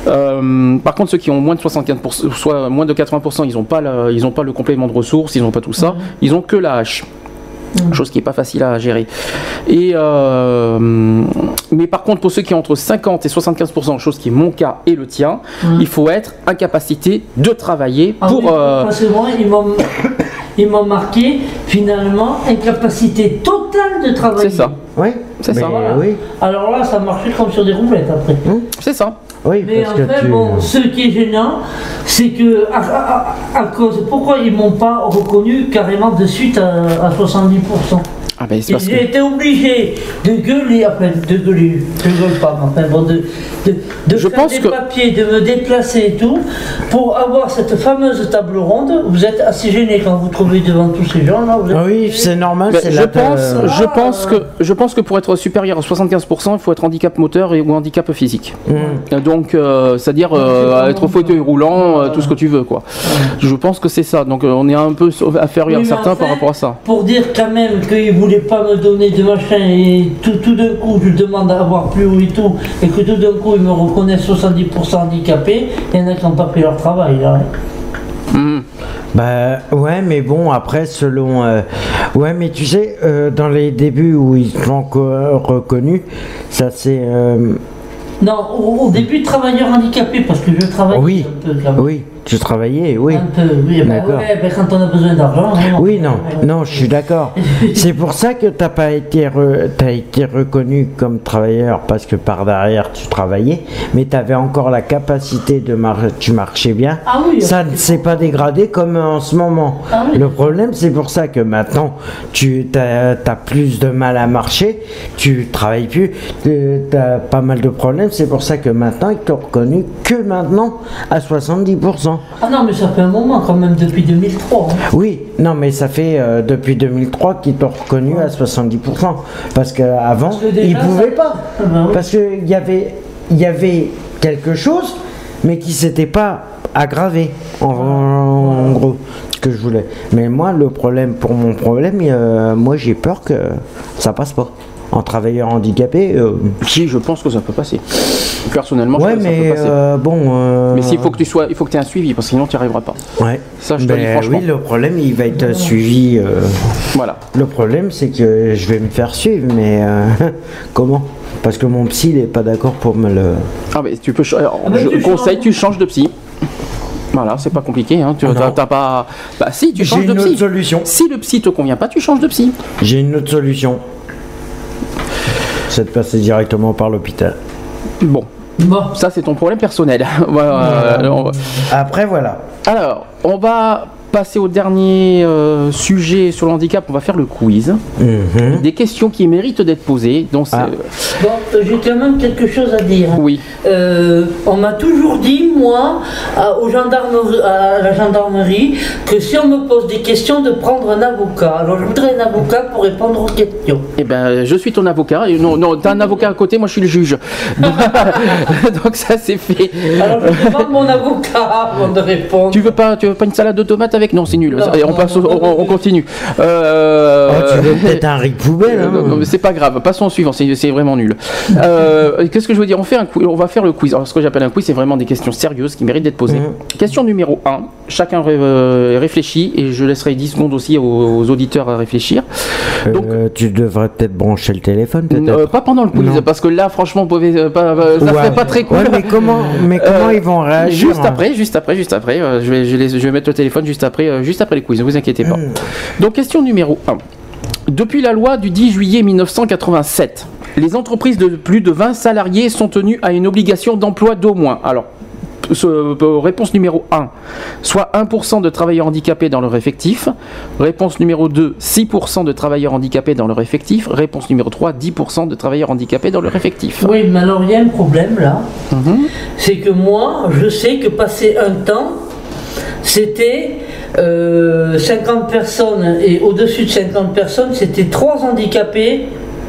Euh, par contre, ceux qui ont moins de soixante-quinze pour cent, soit moins de quatre-vingts pour cent, ils n'ont pas, la, ils ont pas le complément de ressources, ils n'ont pas tout ça. Mmh. Ils ont que la hache. Chose qui n'est pas facile à gérer. Et euh, mais par contre, pour ceux qui ont entre cinquante et soixante-quinze pour cent, chose qui est mon cas et le tien, mmh. il faut être incapacité de travailler ah pour. Oui, euh... Parce que moi, ils m'ont, ils m'ont marqué finalement incapacité totale de travailler. C'est ça. Oui, c'est ça. Voilà. Oui. Alors là, ça marchait comme sur des roulettes après. Mmh. C'est ça. Oui, mais parce en fait, que tu... bon, ce qui est gênant, c'est que à, à, à cause, pourquoi ils m'ont pas reconnu carrément de suite à, à soixante-dix pour cent. Ah ben, c'est parce j'ai que... été obligé de gueuler, enfin de gueuler, je gueule pas, enfin bon, de, de, de je faire pense des que... papiers, de me déplacer et tout, pour avoir cette fameuse table ronde. Vous êtes assez gêné quand vous trouvez devant tous ces gens là. Vous êtes ah oui, c'est normal. Ben, c'est je, la pense, euh... je, pense que, je pense que pour être supérieur à soixante-quinze pour cent, il faut être handicap moteur et, ou handicap physique. Mmh. Donc, euh, c'est-à-dire euh, être au fauteuil roulant, euh, tout ce que tu veux, quoi. Mmh. Je pense que c'est ça. Donc, euh, on est un peu inférieur oui, à certains enfin, par rapport à ça. Pour dire quand même qu'ils ne voulaient pas me donner de machin et tout, tout d'un coup je demande à avoir plus haut et tout et que tout d'un coup ils me reconnaissent soixante-dix pour cent handicapés, il y en a qui n'ont pas fait leur travail là. Mmh. Bah ouais, mais bon, après selon euh, ouais, mais tu sais euh, dans les débuts où ils sont encore reconnus, ça c'est euh... non, au, au début travailleur handicapé parce que je travaille oui, un peu quand même. Oui, tu travaillais, oui. Un peu, oui, bah, ouais, bah, quand on a besoin d'argent. Hein, oui, non, non, je suis d'accord. C'est pour ça que t'as pas été, re, t'as été reconnu comme travailleur parce que par derrière tu travaillais, mais tu avais encore la capacité de marcher, tu marchais bien. Ah oui. Ça ne s'est pas dégradé comme en ce moment. Ah oui. Le problème, c'est pour ça que maintenant tu as, as plus de mal à marcher, tu travailles plus, tu as pas mal de problèmes. C'est pour ça que maintenant ils t'ont reconnu que maintenant à soixante-dix pour cent. Ah non, mais ça fait un moment quand même, depuis deux mille trois. Hein. Oui, non, mais ça fait euh, depuis deux mille trois qu'ils t'ont reconnu ouais. à soixante-dix pour cent. Parce qu'avant, ils ne pouvaient ça... pas. Ah ben oui. Parce qu'il y avait, y avait quelque chose, mais qui ne s'était pas aggravé, en, en, en gros, ce que je voulais. Mais moi, le problème, pour mon problème, euh, moi j'ai peur que ça passe pas. En travailleur handicapé, euh... si, je pense que ça peut passer. Personnellement, ouais, je pense mais que ça peut passer. Euh, bon. Euh... Mais s'il faut que tu sois, il faut que tu aies un suivi, parce que sinon tu n'y arriveras pas. Ouais. Ça, je te ben, dis franchement. Oui, le problème, il va être suivi. Euh... Voilà. Le problème, c'est que je vais me faire suivre, mais euh... comment ? Parce que mon psy, il n'est pas d'accord pour me le. Ah, mais tu peux. Alors, ah, je tu conseille, changes. tu changes de psy. Voilà, c'est pas compliqué, hein. Tu ah t'as, t'as pas. Bah si, tu changes J'ai de une psy. autre solution. Si le psy te convient pas, tu changes de psy. J'ai une autre solution. C'est de passer directement par l'hôpital. Bon. Bon. Ça, c'est ton problème personnel. Voilà, voilà. On va... Après, voilà. Alors, on va passer au dernier euh, sujet sur le handicap, on va faire le quiz. Mhm. Des questions qui méritent d'être posées. Donc c'est- Ah. Bon, euh, j'ai quand même quelque chose à dire. Oui. Euh, on m'a toujours dit, moi, à, aux gendarmeries, à la gendarmerie, que si on me pose des questions, de prendre un avocat. Alors je voudrais un avocat pour répondre aux questions. Eh ben, je suis ton avocat. Et non, non, t'as un avocat à côté, moi je suis le juge. Donc, donc ça c'est fait. Alors je demande mon avocat avant de répondre. Tu veux pas, tu veux pas une salade de tomates avec? Non, c'est nul. Non, Et on non, passe, non, au- non, on, on non. continue. Euh, Oh, tu veux peut-être un riz poubelle, Euh, hein. non, non, mais c'est pas grave, passons au suivant, c'est c'est vraiment nul. Euh, Qu'est-ce que je veux dire? On fait un quiz, on va faire le quiz. Alors, ce que j'appelle un quiz, c'est vraiment des questions sérieuses qui méritent d'être posées. Mhm. Question numéro un, chacun ré- euh, réfléchit et je laisserai dix secondes aussi aux, aux auditeurs à réfléchir. Donc, Euh, tu devrais peut-être brancher le téléphone, peut-être. euh, pas pendant le quiz, Non. parce que là, franchement, vous pouvez, euh, pas, euh, ça Ouais. serait pas très cool. Ouais, mais comment, mais comment Euh, ils vont réagir? Juste hein après, juste après, juste après, euh, je, vais, je, vais, je vais mettre le téléphone juste après, euh, juste après les quiz, ne vous inquiétez pas. Mm. Donc question numéro un. Depuis la loi du dix juillet mille neuf cent quatre-vingt-sept, les entreprises de plus de vingt salariés sont tenues à une obligation d'emploi d'au moins. Alors, ce- euh, réponse numéro un, soit un pour cent de travailleurs handicapés dans leur effectif. Réponse numéro deux, six pour cent de travailleurs handicapés dans leur effectif. Réponse numéro trois, dix pour cent de travailleurs handicapés dans leur effectif. Oui, mais alors il y a un problème là. Mhm. C'est que moi, je sais que passé un temps, c'était euh, cinquante personnes et au-dessus de cinquante personnes, c'était trois handicapés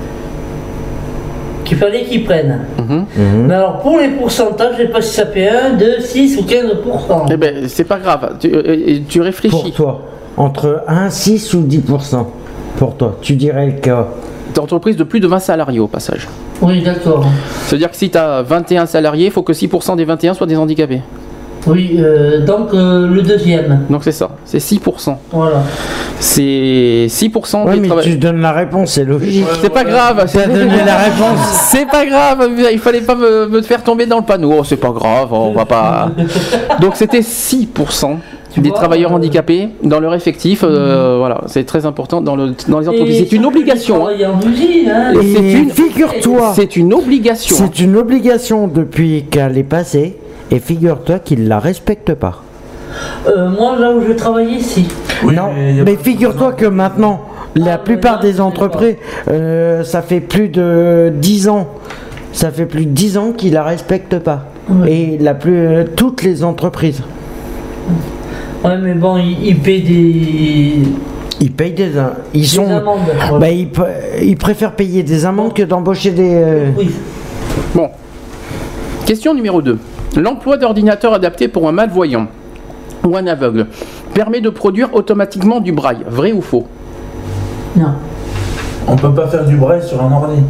qu'il fallait qu'ils prennent. Mhm. Mhm. Mais alors pour les pourcentages, je ne sais pas si ça fait un, deux, six ou quinze pour cent. Eh ben, c'est pas grave, tu, euh, tu réfléchis. Pour toi, entre un, six ou dix pour cent. Pour toi, tu dirais le cas. D'entreprises de plus de vingt salariés au passage. Oui, d'accord. C'est-à-dire que si tu as vingt et un salariés, il faut que six pour cent des vingt et un soient des handicapés. Oui, euh, donc euh, le deuxième. Donc c'est ça, c'est six pour cent. Voilà. C'est six pour cent Ouais, des mais travailleurs. tu donnes la réponse, c'est logique. C'est pas grave, Tu as donné la réponse. c'est pas grave, il fallait pas me, me faire tomber dans le panneau. Oh, c'est pas grave, on va pas. Donc c'était six pour cent Tu des vois, travailleurs euh, handicapés dans leur effectif. euh, Voilà, c'est très important dans, le, dans les entreprises. Et C'est une surtout les obligation. hein. travailleurs d'usine, hein. Et c'est Et une- figure-toi, C'est une obligation. hein. c'est une obligation depuis qu'elle est passée, et figure-toi qu'ils la respectent pas. Euh, moi, là où je travaillais, si. Oui, non, mais y a mais pas- figure-toi que maintenant, la Ah, plupart mais là, des je sais entreprises, euh, ça fait plus de dix ans, ça fait plus de dix ans qu'ils la respectent pas. Oui. Et la plus, euh, toutes les entreprises, Ouais, mais bon, ils, ils paient des, ils payent des, im- ils des sont, amendes. bah, Voilà. ils, pr- ils préfèrent payer des amendes que d'embaucher des. euh, Oui. Bon. Question numéro deux. L'emploi d'ordinateurs adaptés pour un malvoyant ou un aveugle permet de produire automatiquement du braille. Vrai ou faux? Non. On peut pas faire du braille sur un ordi.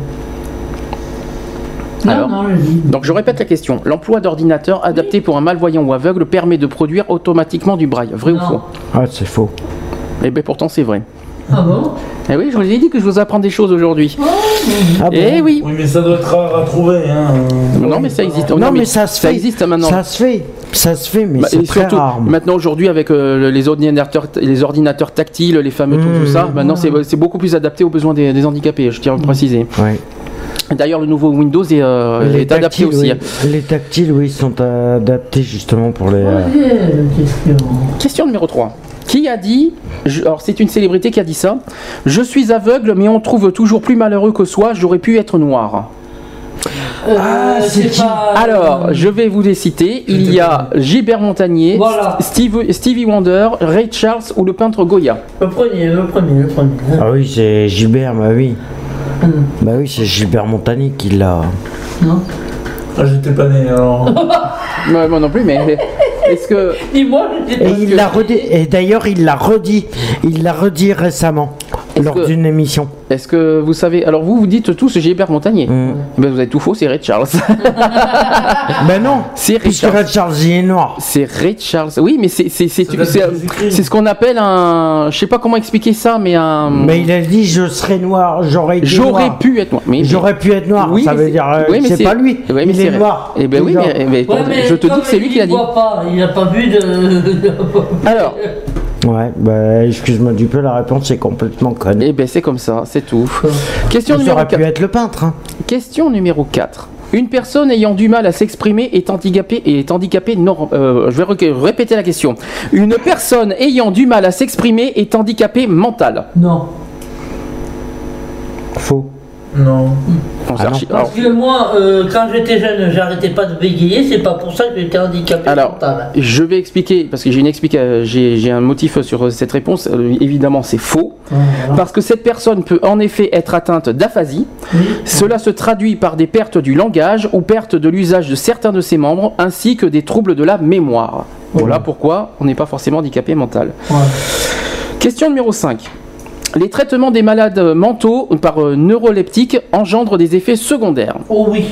Non, Alors non, je dis. Donc je répète la question. L'emploi d'ordinateur adapté pour un malvoyant ou aveugle permet de produire automatiquement du braille. Vrai ou Non. faux? Ah, c'est faux. Eh bien pourtant c'est vrai. Ah bon? Eh oui, je vous ai dit que je vous apprends des choses aujourd'hui. Ah bon Eh oui. Oui, mais ça doit être rare à trouver. Hein. Non mais ça existe. Non, mais ça se fait. existe maintenant. Ça se fait, ça se fait, mais Bah, c'est et très surtout, rare. maintenant aujourd'hui avec euh, les ordinateurs, les ordinateurs tactiles, les fameux trucs, tout Mmh. ça, maintenant c'est c'est beaucoup plus adapté aux besoins des, des handicapés. Je tiens à le préciser. Ouais. D'ailleurs, le nouveau Windows est, euh, est adapté tactiles, aussi. oui. Les tactiles, oui, sont adaptés justement pour les. euh, Ok, question. Question numéro trois. Qui a dit, je- alors c'est une célébrité qui a dit ça, je suis aveugle mais on trouve toujours plus malheureux que soi, j'aurais pu être noir. Euh, Ah, c'est qui pas, Alors, euh, je vais vous les citer. Il y a Gilbert Montagnier, Voilà. Steve- Stevie Wonder, Ray Charles ou le peintre Goya. Le premier, le premier, le premier. hein. Ah oui, c'est Gilbert, bah oui. Hum. Bah oui, c'est Gilbert Montagnier qui l'a. Non. Ah, j'étais pas né alors. Moi, moi non plus, mais est-ce que... Dis-moi, je sais Et pas. il l'a redit. Et d'ailleurs, il l'a redit. Il l'a redit récemment Est-ce lors que- d'une émission. Est-ce que vous savez... Alors vous, vous dites tous Gilbert Montagnier. Mm. Eh ben, vous avez tout faux, c'est Ray Charles. Ben non. C'est Ray Puisque Charles. Ray Charles il est noir. C'est Ray Charles. Oui, mais c'est c'est c'est Ça date c'est de Jésus-Christ. c'est ce qu'on appelle un. Je sais pas comment expliquer ça, mais un. Mais il a dit je serais noir, j'aurais été J'aurais noir. pu être noir. Mais, J'aurais pu être noir. Oui, ça mais veut c'est- dire euh, oui, mais c'est c'est- pas lui. oui, mais il c'est est vrai. noir. Eh ben oui, Déjà. mais, mais Ouais, mais je te dis comme que c'est lui qui l'a il dit. voit pas, il n'a pas vu de. Alors, Ouais, bah excuse-moi du peu, la réponse est complètement conne. eh ben c'est comme ça, c'est tout. Question Ça numéro aurait pu quatre. être le peintre. Hein. Question numéro quatre. Une personne ayant du mal à s'exprimer est handicapée et est handicapée non. Euh, je vais ré- répéter la question. Une personne ayant du mal à s'exprimer est handicapée mentale. Non. Faux. Non. On Ah non. archi- Parce alors, que moi, euh, quand j'étais jeune, j'arrêtais pas de bégayer, c'est pas pour ça que j'étais handicapé alors, mental. je vais expliquer parce que j'ai une explica- j'ai, j'ai un motif sur cette réponse. Euh, évidemment, c'est faux. Voilà. Parce que cette personne peut en effet être atteinte d'aphasie. Oui. Cela se traduit par des pertes du langage ou pertes de l'usage de certains de ses membres, ainsi que des troubles de la mémoire. Voilà pourquoi on n'est pas forcément handicapé mental. Ouais. Question numéro cinq. Les traitements des malades mentaux par euh, neuroleptiques engendrent des effets secondaires. Oh oui.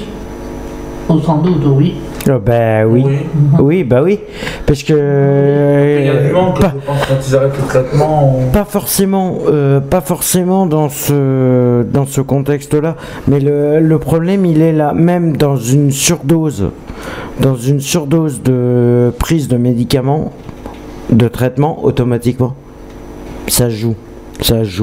Oh, sans doute, oui. Oh, bah oui. Oui. Oui, bah oui. Parce que. Il y a du manque, pas, je pense, quand ils arrêtent le traitement. on- pas forcément, euh, pas forcément dans ce, dans ce contexte-là. Mais le, le problème, il est là, même dans une surdose. Dans une surdose de prise de médicaments, de traitement, automatiquement, ça joue. Ça joue.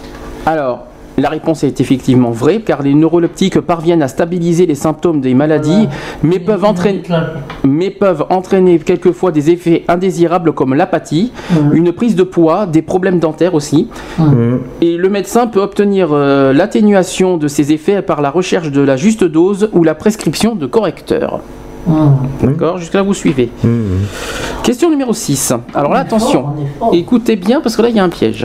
Alors, la réponse est effectivement vraie, car les neuroleptiques parviennent à stabiliser les symptômes des maladies, Voilà. mais, peuvent entraîner, mais peuvent entraîner quelquefois des effets indésirables comme l'apathie, Mhm. une prise de poids, des problèmes dentaires aussi. Mmh. Et le médecin peut obtenir euh, l'atténuation de ces effets par la recherche de la juste dose ou la prescription de correcteurs. Hum. D'accord, jusque-là vous suivez. Mmh. Question numéro six. Alors là, On est attention, fort, on est fort. écoutez bien parce que là il y a un piège.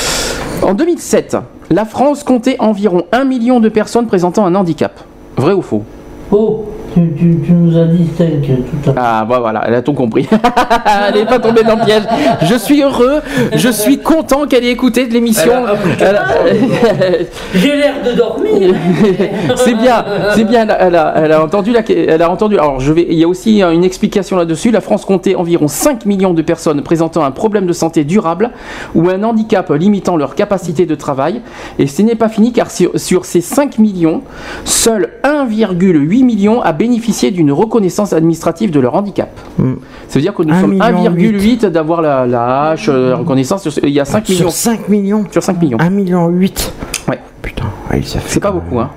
En deux mille sept, la France comptait environ un million de personnes présentant un handicap. Vrai ou faux? Oh, tu, tu, tu nous as dit cinq tout à l'heure. Ah bah voilà, elle a tout compris. Elle n'est pas tombée dans le piège. Je suis heureux, je suis content qu'elle ait écouté de l'émission. Elle a Elle- J'ai l'air de dormir. c'est bien, c'est bien. Elle a, elle a- elle a entendu la, elle a entendu. Alors je vais. Il y a aussi une explication là-dessus. La France comptait environ cinq millions de personnes présentant un problème de santé durable ou un handicap limitant leur capacité de travail. Et ce n'est pas fini car sur, sur ces cinq millions, seul un virgule huit million a bénéficié d'une reconnaissance administrative de leur handicap. Mm. Ça veut dire que nous un sommes million un virgule huit d'avoir la, la hache, euh, la reconnaissance. Sur- il y a cinq millions. Sur cinq millions. Sur cinq millions. un virgule huit million. Ouais. Putain, ouais, ça fait C'est pas quand beaucoup, même. hein.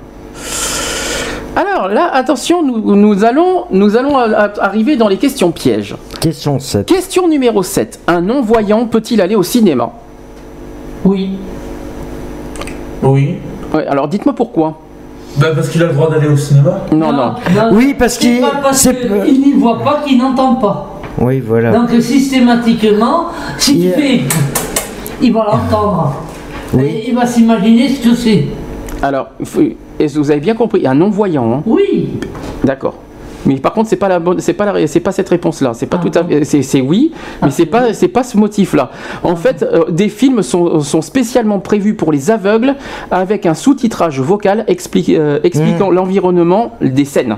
Alors là, attention, nous, nous allons, nous allons a- a- arriver dans les questions pièges. Question sept. Question numéro sept. Un non-voyant peut-il aller au cinéma? Oui. Oui. Ouais, alors dites-moi pourquoi. Bah, parce qu'il a le droit d'aller au cinéma. Non, non. Oui, parce c'est qu'il- pas parce c'est- qu'il n'y voit pas qu'il n'entend pas. Oui, voilà. Donc systématiquement, si Il- tu fais, il va l'entendre. Oui. Et il va s'imaginer ce que c'est. Alors, il faut- est-ce que vous avez bien compris? Un non-voyant, hein. Oui. D'accord. Mais par contre, c'est pas la bonne, c'est pas la, c'est pas cette réponse-là. C'est pas Ah, tout à fait, c'est, c'est oui, mais Ah, c'est pas, c'est pas ce motif-là. En fait, euh, des films sont, sont spécialement prévus pour les aveugles avec un sous-titrage vocal expli- euh, expliquant l'environnement des scènes.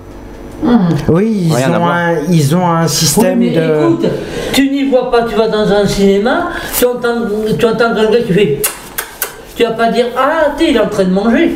Oui, ils Rien à ont, voir. un, ils ont un Oui, système mais de. écoute, tu n'y vois pas, tu vas dans un cinéma, tu entends, tu entends quelqu'un qui fait. Tu vas pas dire ah t'es il est en train de manger.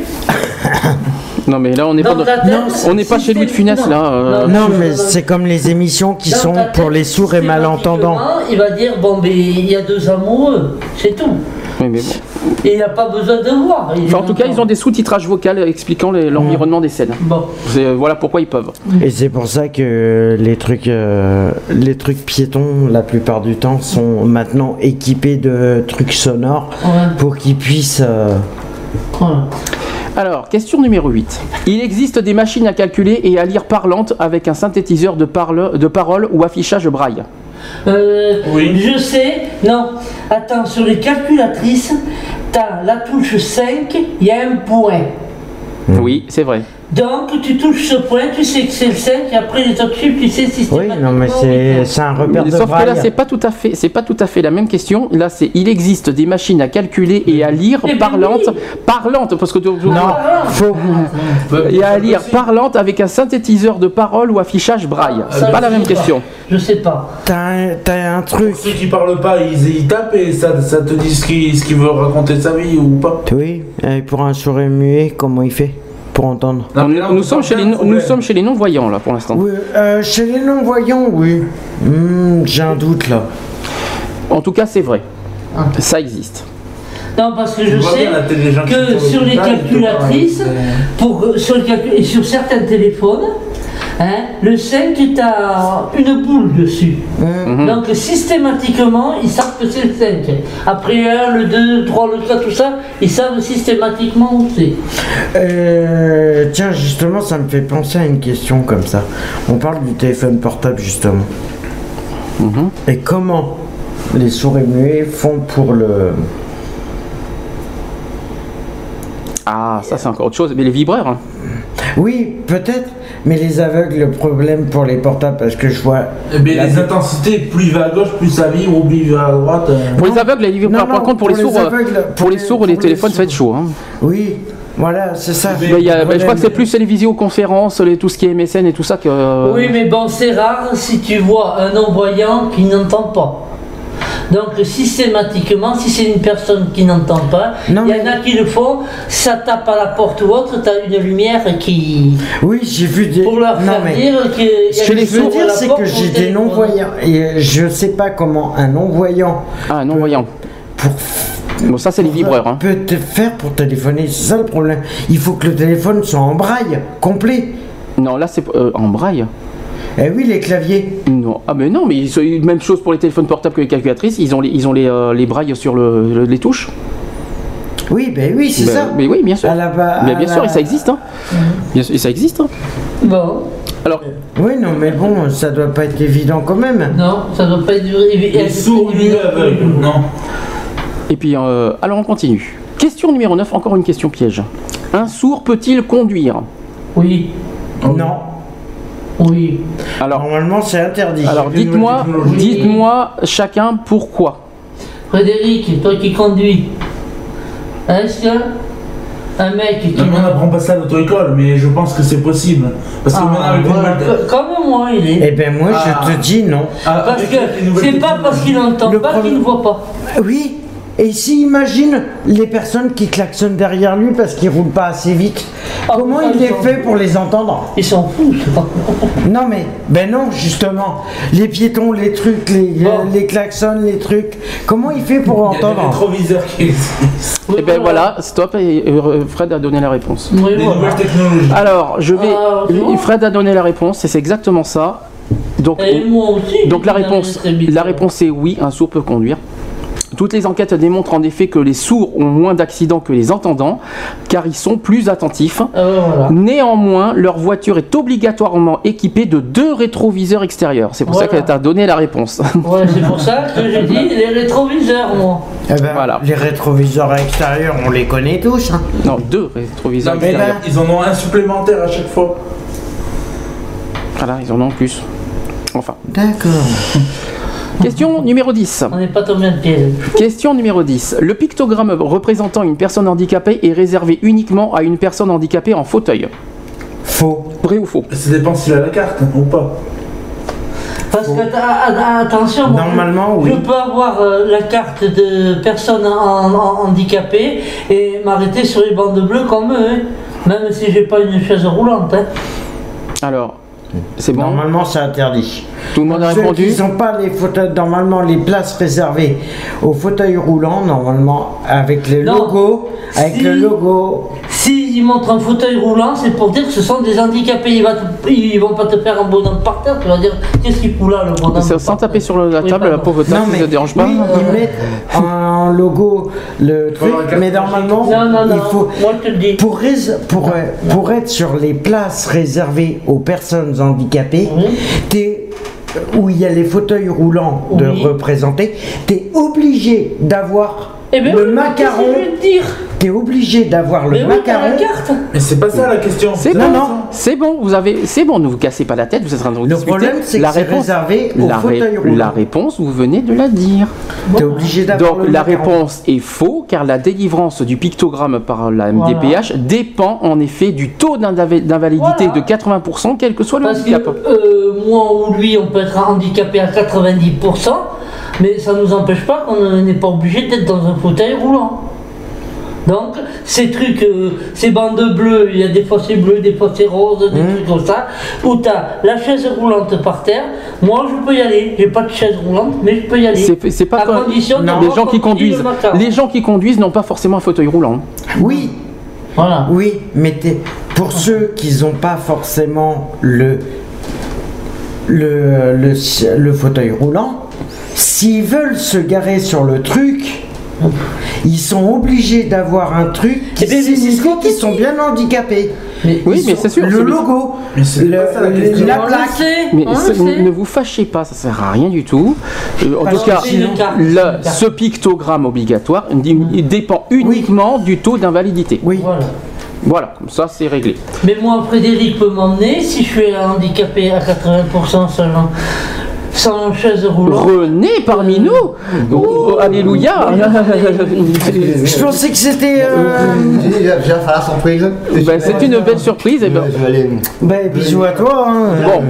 Non, mais là, on n'est pas, Dans dans- ta tête, on n'est pas chez Louis de Funès non. là. euh. Non. Non, mais c'est comme les émissions qui Dans sont ta tête, pour les sourds et malentendants. systématiquement, Il va dire bon ben il y a deux amoureux, c'est tout. Oui, mais bon. Et il n'a pas besoin de voir. il Enfin, en tout cas, entend. ils ont des sous-titrages vocaux expliquant les- l'environnement des scènes. Bon. C'est- voilà pourquoi ils peuvent. Et c'est pour ça que les trucs, euh, les trucs piétons, la plupart du temps, sont maintenant équipés de trucs sonores Ouais. pour qu'ils puissent. euh, Voilà. Alors, question numéro huit. Il existe des machines à calculer et à lire parlantes avec un synthétiseur de, parle, de paroles ou affichage braille. Euh, Oui. Je sais, non. Attends, sur les calculatrices, t'as la touche cinq, il y a un point. Oui, c'est vrai. Donc tu touches ce point, tu sais que c'est le cinq, et après les autres chiffres, tu sais Oui, systématiquement. non, mais où c'est ils sont. c'est un repère de Sauf que là, braille. c'est pas tout à fait, c'est pas tout à fait la même question. Là, c'est il existe des machines à calculer et à lire Eh ben parlantes, oui. parlantes, parce que tu- tu- Non, Ah, faux. et à lire parlantes avec un synthétiseur de paroles ou affichage braille. Ça, C'est pas je la même sais pas. question. Je sais pas. T'as un, t'as un truc. Ceux qui parlent pas, ils, ils tapent et ça, ça te dit ce qu'il ce qu'il veut raconter sa vie ou pas. Oui, et pour un sourd et muet, comment il fait pour entendre? Non, mais là, on Nous peut sommes pas chez les, faire de nous problème. sommes chez les non-voyants là pour l'instant. Oui, euh, chez les non-voyants, oui. Hmm, j'ai un doute là. En tout cas, c'est vrai. Ah. Ça existe. Non, parce que je vois sais bien la télé, les gens qui que sont sur les hôpital, ils te calculatrices, parlent, pour, sur les calcul- et sur certains téléphones, hein, le cinq, tu as une boule dessus. Mmh. Donc systématiquement, ils savent que c'est le cinq. Après un, le deux, le trois, le quatre, tout ça, ils savent systématiquement où c'est. Euh, tiens, justement, ça me fait penser à une question comme ça. On parle du téléphone portable, justement. Mhm. Et comment les sourds et muets font pour le... Ah, ça c'est encore autre chose. Mais les vibreurs, hein. Oui, peut-être, mais les aveugles, le problème pour les portables, parce que je vois... Eh bien, la- les intensités, plus il va à gauche, plus ça vibre, ou plus il va à droite. euh. Pour les aveugles, les vibreurs, Non, par non, contre, pour, pour les les sourds, euh, aveugles, pour, pour les les- sourds, les pour les téléphones, ça va être chaud. Hein. Oui, voilà, c'est ça. Mais il y a- Le ben, je crois que c'est problème- plus les visioconférences, les, tout ce qui est M S N et tout ça que. euh, Oui, mais bon, c'est rare si tu vois un non-voyant qui n'entend pas. Donc systématiquement, si c'est une personne qui n'entend pas, il y Non, en mais- a qui le font, ça tape à la porte ou autre, tu as une lumière qui... Oui, j'ai vu des... Pour leur Non, faire mais... dire que... Ce que je veux dire, c'est que j'ai des non-voyants. Et je sais pas comment un non-voyant Ah, non-voyant. pour Bon, ça, c'est les vibreurs. Hein. peut te faire pour téléphoner. C'est ça le problème. Il faut que le téléphone soit en braille, complet. Non, là, c'est euh, en braille. Eh oui, les claviers. Non, ah mais non, mais ils sont- même chose pour les téléphones portables que les calculatrices, ils ont les, ils ont les, euh, les brailles sur le, le- les touches. Oui, ben oui, c'est Ben, ça. Mais oui, bien sûr. À la ba- Mais à bien la- sûr, et ça existe. Hein. Bien sûr, et ça existe. Hein. Bon, Alors, Oui, non, mais bon, ça doit pas être évident quand même. non, ça doit pas être... Les sourds, lui, aveugles, non. et puis, euh, alors on continue. Question numéro neuf, encore une question piège. Un sourd peut-il conduire? Oui, Non. oui. Alors, Normalement, c'est interdit. alors Avec les dites-moi, nouvelles technologies. dites-moi chacun pourquoi. Frédéric, toi qui conduis, est-ce que un mec qui... Non, mais on n'apprend pas ça à l'auto-école, mais je pense que c'est possible. Parce que Ah, maintenant, avec les voilà, nouvelles. co- comme moi, il est. Eh ben moi, Ah. je te dis non. Ah, Parce avec que les nouvelles c'est pas technologies. parce qu'il n'entend Le pas problème- qu'il ne voit pas. Oui. Et si imagine les personnes qui klaxonnent derrière lui parce qu'il roule pas assez vite, Ah, comment ça, il ils les sont- fait pour les entendre? Ils s'en foutent. Non mais, ben non, justement. Les piétons, les trucs, les, Bon. les klaxons, les trucs. Comment il fait pour Il y a des entendre? rétroviseurs qui existent. Et ben voilà, stop, et euh, Fred a donné la réponse. Oui, Des voilà. nouvelles technologies. Alors, je vais. Ah, tu vois. Fred a donné la réponse, et c'est exactement ça. Donc, Et moi aussi. donc la j'ai réponse, très bizarre. la réponse est oui, un sourd peut conduire. Toutes les enquêtes démontrent en effet que les sourds ont moins d'accidents que les entendants, car ils sont plus attentifs. Ah, ouais, voilà. Néanmoins, leur voiture est obligatoirement équipée de deux rétroviseurs extérieurs. C'est pour ça Voilà. qu'elle t'a donné la réponse. Ouais, c'est pour ça que j'ai dit les rétroviseurs, moi. Eh ben, Voilà. Les rétroviseurs extérieurs, on les connaît tous. Hein. Non, deux rétroviseurs Non, mais extérieurs. Ils en ont un supplémentaire à chaque fois. Voilà, ils en ont en plus. Enfin. D'accord. Question numéro dix. On n'est pas tombé de pied. Question numéro dix. Le pictogramme représentant une personne handicapée est réservé uniquement à une personne handicapée en fauteuil. Faux. Vrai ou faux? Ça dépend s'il a la carte ou pas. Parce que, ah, ah, attention, moi, Normalement, je oui. peux avoir euh, la carte de personne en, en- handicapée et m'arrêter sur les bandes bleues comme eux, hein. Même si j'ai pas une chaise roulante. Hein. Alors, c'est bon? Normalement, c'est interdit. Tout le monde a Ceux répondu? qui n'ont pas les fauteuils, normalement, les places réservées aux fauteuils roulants, normalement, avec le Non. logo, avec Si. le logo. Si ils montrent un fauteuil roulant, c'est pour dire que ce sont des handicapés. Ils, va te- ils vont pas te faire un bonhomme par terre. Tu vas dire, qu'est-ce qu'il fout là, le bonhomme C'est par sans terre taper sur le- la Oui, table, pardon. la pauvre table, ça ne dérange pas? oui, ils mettent en logo le truc, la carte mais normalement, Non, non, non. il faut... Moi, je te le dis. Pour, rais- pour, euh, pour être sur les places réservées aux personnes handicapées, Oui. t'es- où il y a les fauteuils roulants de Oui. représenter, tu es obligé d'avoir Eh ben le oui, macaron. qu'est-ce que je veux te dire Tu es obligé d'avoir le Mais oui, t'as macaron. la carte. Mais c'est pas ça la question. C'est Non, bon, non. c'est bon, vous avez, c'est bon, ne vous cassez pas la tête, vous êtes en train de vous Le discuter. problème, c'est que la c'est réponse, réservé aux la, ré- fauteuils roulants. la réponse, vous venez de la dire. Tu es obligé d'avoir Donc le la macaron. réponse est faux, car la délivrance du pictogramme par la M D P H dépend en effet du taux d'indav- d'invalidité Voilà. de quatre-vingts pour cent, quel que soit le Parce que handicap. euh, moi ou lui, on peut être handicapé à quatre-vingt-dix pour cent, mais ça ne nous empêche pas qu'on n'est pas obligé d'être dans un fauteuil roulant. Donc, ces trucs, euh, ces bandes bleues, il y a des fois c'est bleu, des fois c'est rose, des mmh. trucs comme ça, où tu as la chaise roulante par terre. Moi, je peux y aller. J'ai pas de chaise roulante, mais je peux y aller. C'est, c'est pas à comme... condition non, les gens qui conduisent, les gens qui conduisent n'ont pas forcément un fauteuil roulant. Oui. Voilà. Oui, mais t'es, pour ceux qui n'ont pas forcément le, le, le, le fauteuil roulant, s'ils veulent se garer sur le truc, ils sont obligés d'avoir un truc qui bien, signifie qu'ils sont bien handicapés. Mais, oui, mais c'est sûr. Le logo, mais c'est le, pas ça, la, le, la plaque. Mais c'est, ne vous fâchez pas, ça sert à rien du tout. Euh, en Parce tout cas, carte, le, ce pictogramme obligatoire il dépend uniquement oui. du taux d'invalidité. Oui. Voilà. Voilà, comme ça c'est réglé. Mais moi, Frédéric peut m'emmener si je suis handicapé à quatre-vingts pour cent seulement. Sans chaise roulante. René parmi nous. Oh, alléluia. Je pensais que c'était. Euh... Je vais faire la surprise. Ben, c'est une belle surprise. Et ben... Je vais aller. Ben, bisous à toi. Hein.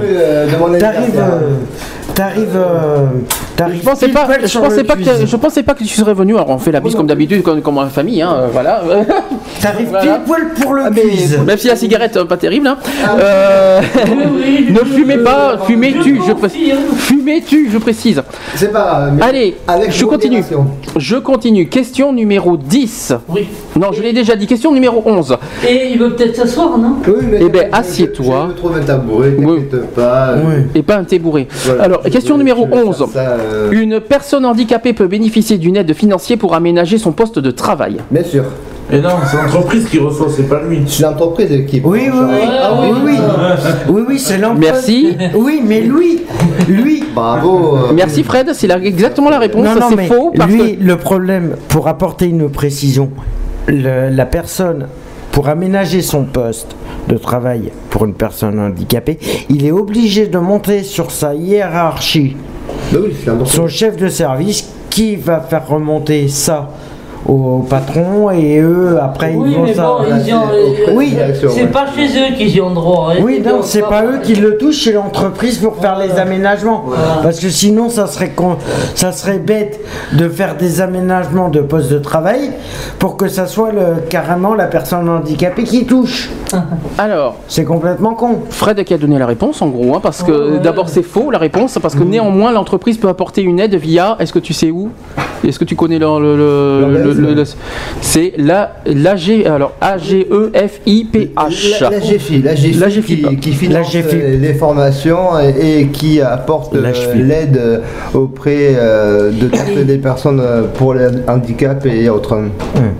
Bon, t'arrives. Euh, t'arrives. Euh, t'arrives. Je pensais pas. Je pensais pas que. Je pensais pas que tu serais venu. Alors on fait la bise comme d'habitude, comme, comme en famille. Hein, voilà. T'arrives voilà. pile poil pour le quiz. Même si la cigarette pas terrible. Hein. Euh... oui, oui, ne fumez pas. Fumez tu. Je précise. Fumez tu. Je précise. C'est pas grave. Allez. Je continue. Je continue. Question numéro dix. Oui. Non, je l'ai déjà dit. Question numéro onze. Et il veut peut-être s'asseoir, non? Oui, mais. Eh ben, assieds-toi. Je trouve un tabouret. T'inquiète pas. Oui. Et pas un thé bourré. Voilà. Alors, question numéro onze. Ça, euh... Une personne handicapée peut bénéficier d'une aide financière pour aménager son poste de travail. Bien sûr. Mais non, c'est l'entreprise qui reçoit, c'est pas lui. C'est l'entreprise qui. Oui, oui, oui. Ah, oui, oui. Oui, oui, c'est l'entreprise. Merci. Oui, mais lui, lui. Bravo. Euh... Merci Fred, c'est la, exactement la réponse. Non, non, c'est mais faux. Parce lui, que... le problème, pour apporter une précision, le, la personne, pour aménager son poste de travail pour une personne handicapée, il est obligé de monter sur sa hiérarchie. Oui, son chef de service qui va faire remonter ça au patron et eux après oui, ils vont mais ça. Bon, ils ont, euh, oui, c'est pas chez eux qu'ils y ont droit. Hein. Oui, non, c'est pas eux qui le touchent, c'est l'entreprise pour faire les aménagements. Voilà. Parce que sinon, ça serait con, ça serait bête de faire des aménagements de poste de travail pour que ça soit le, carrément la personne handicapée qui touche. Alors, c'est complètement con. Fred qui a donné la réponse en gros, hein, parce que oh, ouais. d'abord c'est faux la réponse, parce que mmh. néanmoins l'entreprise peut apporter une aide via. Est-ce que tu sais où? Est-ce que tu connais le, le, le, le, le, le c'est la l'A G alors A G E F I P H. La, la G F I, la G F I, la G F I qui, qui finance les formations et, et qui apporte l'aide auprès euh, de toutes les personnes pour les handicaps et autres. Mmh.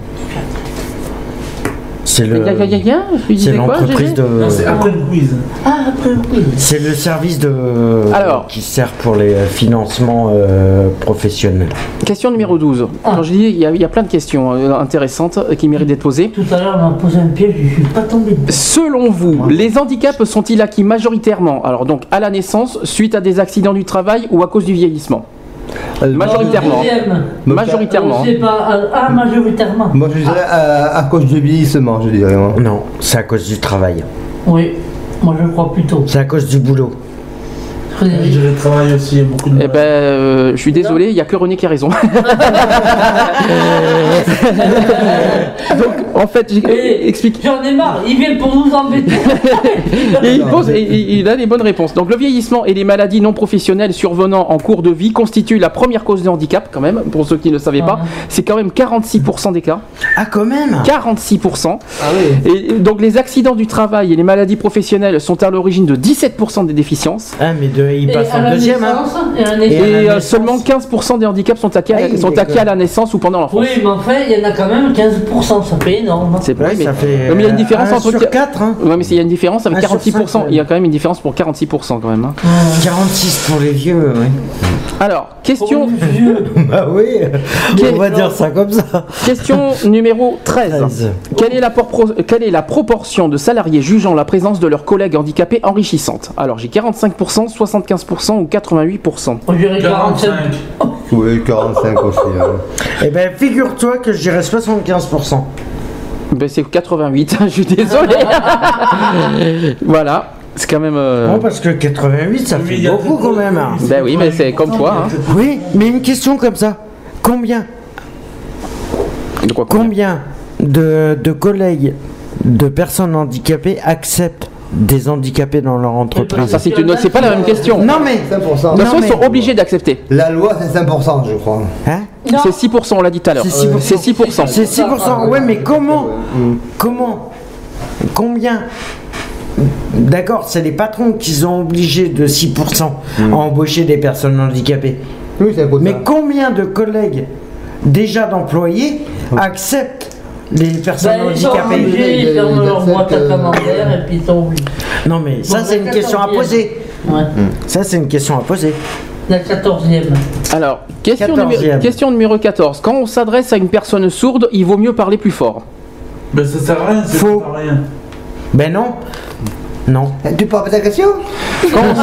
C'est le. C'est l'entreprise de. Non, c'est après le quiz. Ah, après le quiz. C'est le service de. Alors. Qui sert pour les financements euh, professionnels. Question numéro douze. Ah. Alors, je dis, il y, y a plein de questions euh, intéressantes euh, qui méritent d'être posées. Tout à l'heure, on m'a posé un piège, je suis pas tombé. Selon vous, ouais. les handicaps sont-ils acquis majoritairement, alors donc à la naissance, suite à des accidents du travail ou à cause du vieillissement? Majoritairement. Majoritairement. C'est pas. Ah, majoritairement. Moi, je dirais à, à cause du vieillissement, je dirais. Moi. Non, c'est à cause du travail. Oui, moi je crois plutôt. C'est à cause du boulot. Je dirais travail aussi, il y a beaucoup de. Eh ben, euh, je suis désolé, il n'y a que René qui a raison. Donc, en fait, explique. J'en ai marre, il vient pour nous embêter. Et il, pose, et, et, il a les bonnes réponses. Donc, le vieillissement et les maladies non professionnelles survenant en cours de vie constituent la première cause de handicap, quand même, pour ceux qui ne le savaient pas. C'est quand même quarante-six pour cent des cas. Ah, quand même quarante-six pour cent. Ah oui. Et donc, les accidents du travail et les maladies professionnelles sont à l'origine de dix-sept pour cent des déficiences. Ah, mais de il passe en deuxième. Hein. Et, et euh, seulement quinze pour cent des handicaps sont acquis, ah, sont acquis à la naissance ou pendant l'enfance. Oui, mais en fait, il y en a quand même quinze pour cent, ça fait énorme. C'est vrai, ouais, mais, ça fait mais il y a une différence un entre sur quatre. Hein. Ouais, mais il y a une différence avec quarante-six pour cent. cinq, ouais. Il y a quand même une différence pour quarante-six pour cent quand même. Hein. quarante-six pour les vieux, oui. Alors, question. Bah oui, on va dire ça comme ça. Question numéro treize. treize. Quelle est, la por- quelle est la proportion de salariés jugeant la présence de leurs collègues handicapés enrichissante? Alors, j'ai quarante-cinq pour cent, soixante-quinze pour cent ou quatre-vingt-huit pour cent. On dirait quarante-cinq. Oui, quarante-cinq aussi. Hein. Eh ben, figure-toi que je dirais soixante-quinze pour cent. Ben, c'est quatre-vingt-huit, je suis désolé. Voilà. C'est quand même. Euh... Non, parce que quatre-vingt-huit, ça fait beaucoup quand même. Hein. Ben oui, mais c'est comme toi. Hein. Oui, mais une question comme ça. Combien De quoi, combien, combien de, de collègues de personnes handicapées acceptent des handicapés dans leur entreprise? Ça, c'est, une, c'est pas la même question. Non mais cinq pour cent. De toute Non, façon, mais- ils sont obligés d'accepter. La loi, c'est cinq pour cent, je crois. hein C'est six pour cent, on l'a dit tout à l'heure. C'est six pour cent. C'est six pour cent. C'est six pour cent. Ouais, mais comment Comment Combien D'accord, c'est les patrons qui sont obligés de six pour cent à embaucher des personnes handicapées. Oui, c'est un quota. Mais combien de collègues déjà d'employés acceptent les personnes Ben, ils sont handicapées? obligés, ils ils ferment leur acceptent, boîte à euh, camembert et puis ils sont obligés. Non mais ça Bon, c'est la une question à quatorzième. poser. Ouais. Ça c'est une question à poser. La quatorzième. Alors, question, quatorzième. numéro, question numéro quatorze. Quand on s'adresse à une personne sourde, il vaut mieux parler plus fort. Ben ça sert à rien, c'est Faux. pas rien. Ben non. Non. Tu peux répéter la question? Quand on,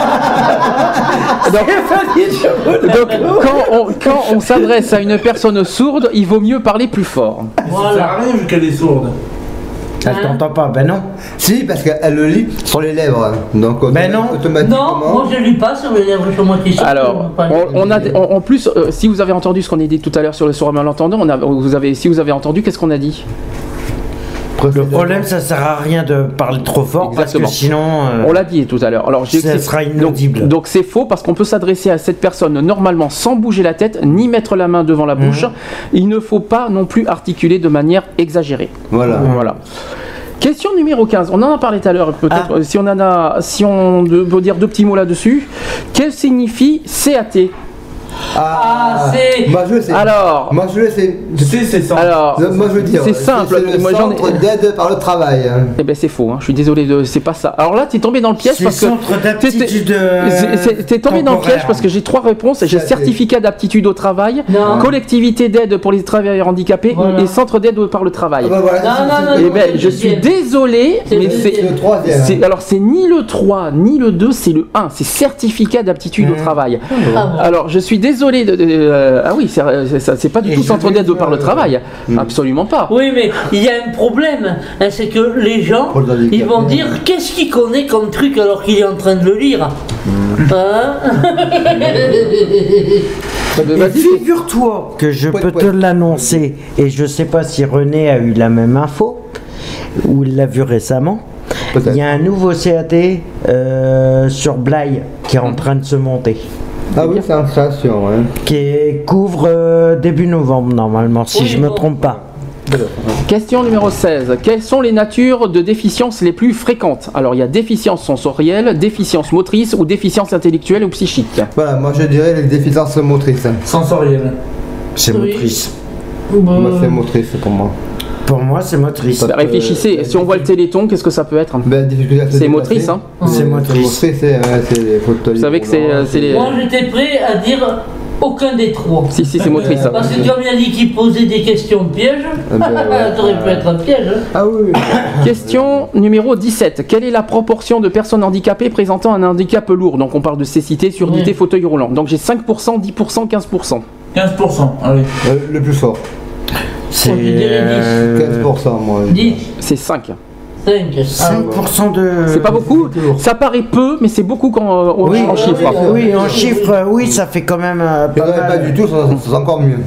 donc, donc, quand on, quand on s'adresse à une personne sourde, il vaut mieux parler plus fort. Ça sert Voilà. à rien vu qu'elle est sourde. Elle t'entend pas. Ben non. Si, parce qu'elle le lit sur les lèvres. Donc, Ben autom- non. automatiquement. Non, moi je lis pas sur les lèvres sur moi qui sont. Alors, pas- on, on a, en, en plus, euh, si vous avez entendu ce qu'on a dit tout à l'heure sur le sourd malentendant, on a, vous avez, si vous avez entendu, qu'est-ce qu'on a dit? Le problème, ça sert à rien de parler trop fort Exactement. parce que sinon. euh, On l'a dit tout à l'heure. Alors, j'ai- Ça c'est- sera donc- inaudible. Donc c'est faux parce qu'on peut s'adresser à cette personne normalement sans bouger la tête ni mettre la main devant la bouche. Mhm. Il ne faut pas non plus articuler de manière exagérée. Voilà. Voilà. Question numéro quinze. On en a parlé tout à l'heure. Peut-être Ah. euh, si on en a, si on de- peut dire deux petits mots là-dessus. Quel signifie C A T? Ah, c'est. Moi, je le sais. Alors, Moi, je le sais. Tu sais, c'est ça. alors, Moi, je veux dire. c'est simple. C'est le Moi, j'en ai- centre d'aide par le travail. Eh ben c'est faux. Hein. Je suis désolé. De... C'est pas ça. Alors là, t'es tombé dans le piège C'est parce que centre d'aptitude, euh, C'est- c'est- t'es tombé dans le piège temporaire. parce que j'ai trois réponses. J'ai Ça, c'est- certificat d'aptitude au travail, Non. collectivité d'aide pour les travailleurs handicapés Voilà. et centre d'aide par le travail. Ah bah voilà, Non, c'est- non, c'est- non, Eh ben, c'est le je suis deuxième. désolé, C'est mais le c'est. c'est le troisième. c'est- Alors c'est ni le trois ni le deux, c'est le un, c'est certificat d'aptitude au travail. Ah bon. Alors je suis désolé de, de- euh, ah oui, c'est c'est- ça- c'est pas du Et tout je centre vais d'aide dire, par le euh, travail, absolument pas. Oui, mais il y a un problème, hein, c'est que les gens, Pour le handicapé. ils vont dire qu'est-ce qu'il connaît comme truc alors qu'il est en train de le lire. Hein Euh, Et vas-y. figure-toi que je Ouais, peux ouais. te l'annoncer, et je sais pas si René a eu la même info, ou il l'a vu récemment. Peut-être. Il y a un nouveau C A T euh, sur Blaye qui est en train de se monter, Ah oui, c'est en création, ouais. qui est- couvre euh, début novembre normalement, si Oui, je me bon. trompe pas. Question numéro seize. Quelles sont les natures de déficiences les plus fréquentes? Alors il y a déficience sensorielle, déficience motrice ou déficience intellectuelle ou psychique. Voilà, moi je dirais les déficiences motrices. Sensoriel. C'est Oui. motrice. Moi, c'est motrice pour moi. Pour moi, c'est motrice. Bah, réfléchissez, euh, si on voit le téléthon, qu'est-ce que ça peut être? Ben, difficulté à se C'est déplacer. motrice, hein. C'est motrice. motrice, c'est euh, c'est les fauteuils. Vous savez que c'est euh, c'est les... Moi j'étais prêt à dire aucun des trois. Si, si, c'est motrice. ça. Parce que comme il a dit qu'il posait des questions de piège, Ah ben, ouais. ça aurait pu être un piège. Hein. Ah oui. Question numéro dix-sept. Quelle est la proportion de personnes handicapées présentant un handicap lourd? Donc on parle de cécité, surdité, Oui. fauteuil roulant. Donc j'ai cinq pour cent, dix pour cent, quinze pour cent. quinze pour cent, allez. Euh, le plus fort. C'est je dirais dix. euh, quinze pour cent, moi. dix, C'est cinq. cinq. Ah, cinq pour cent de. C'est pas beaucoup. Ça paraît peu, mais c'est beaucoup quand, euh, en- Oui, en chiffres. oui, en chiffres, euh, oui, ça fait quand même euh, Il pas n'y en a mal. pas du tout, ça- c'est encore mieux.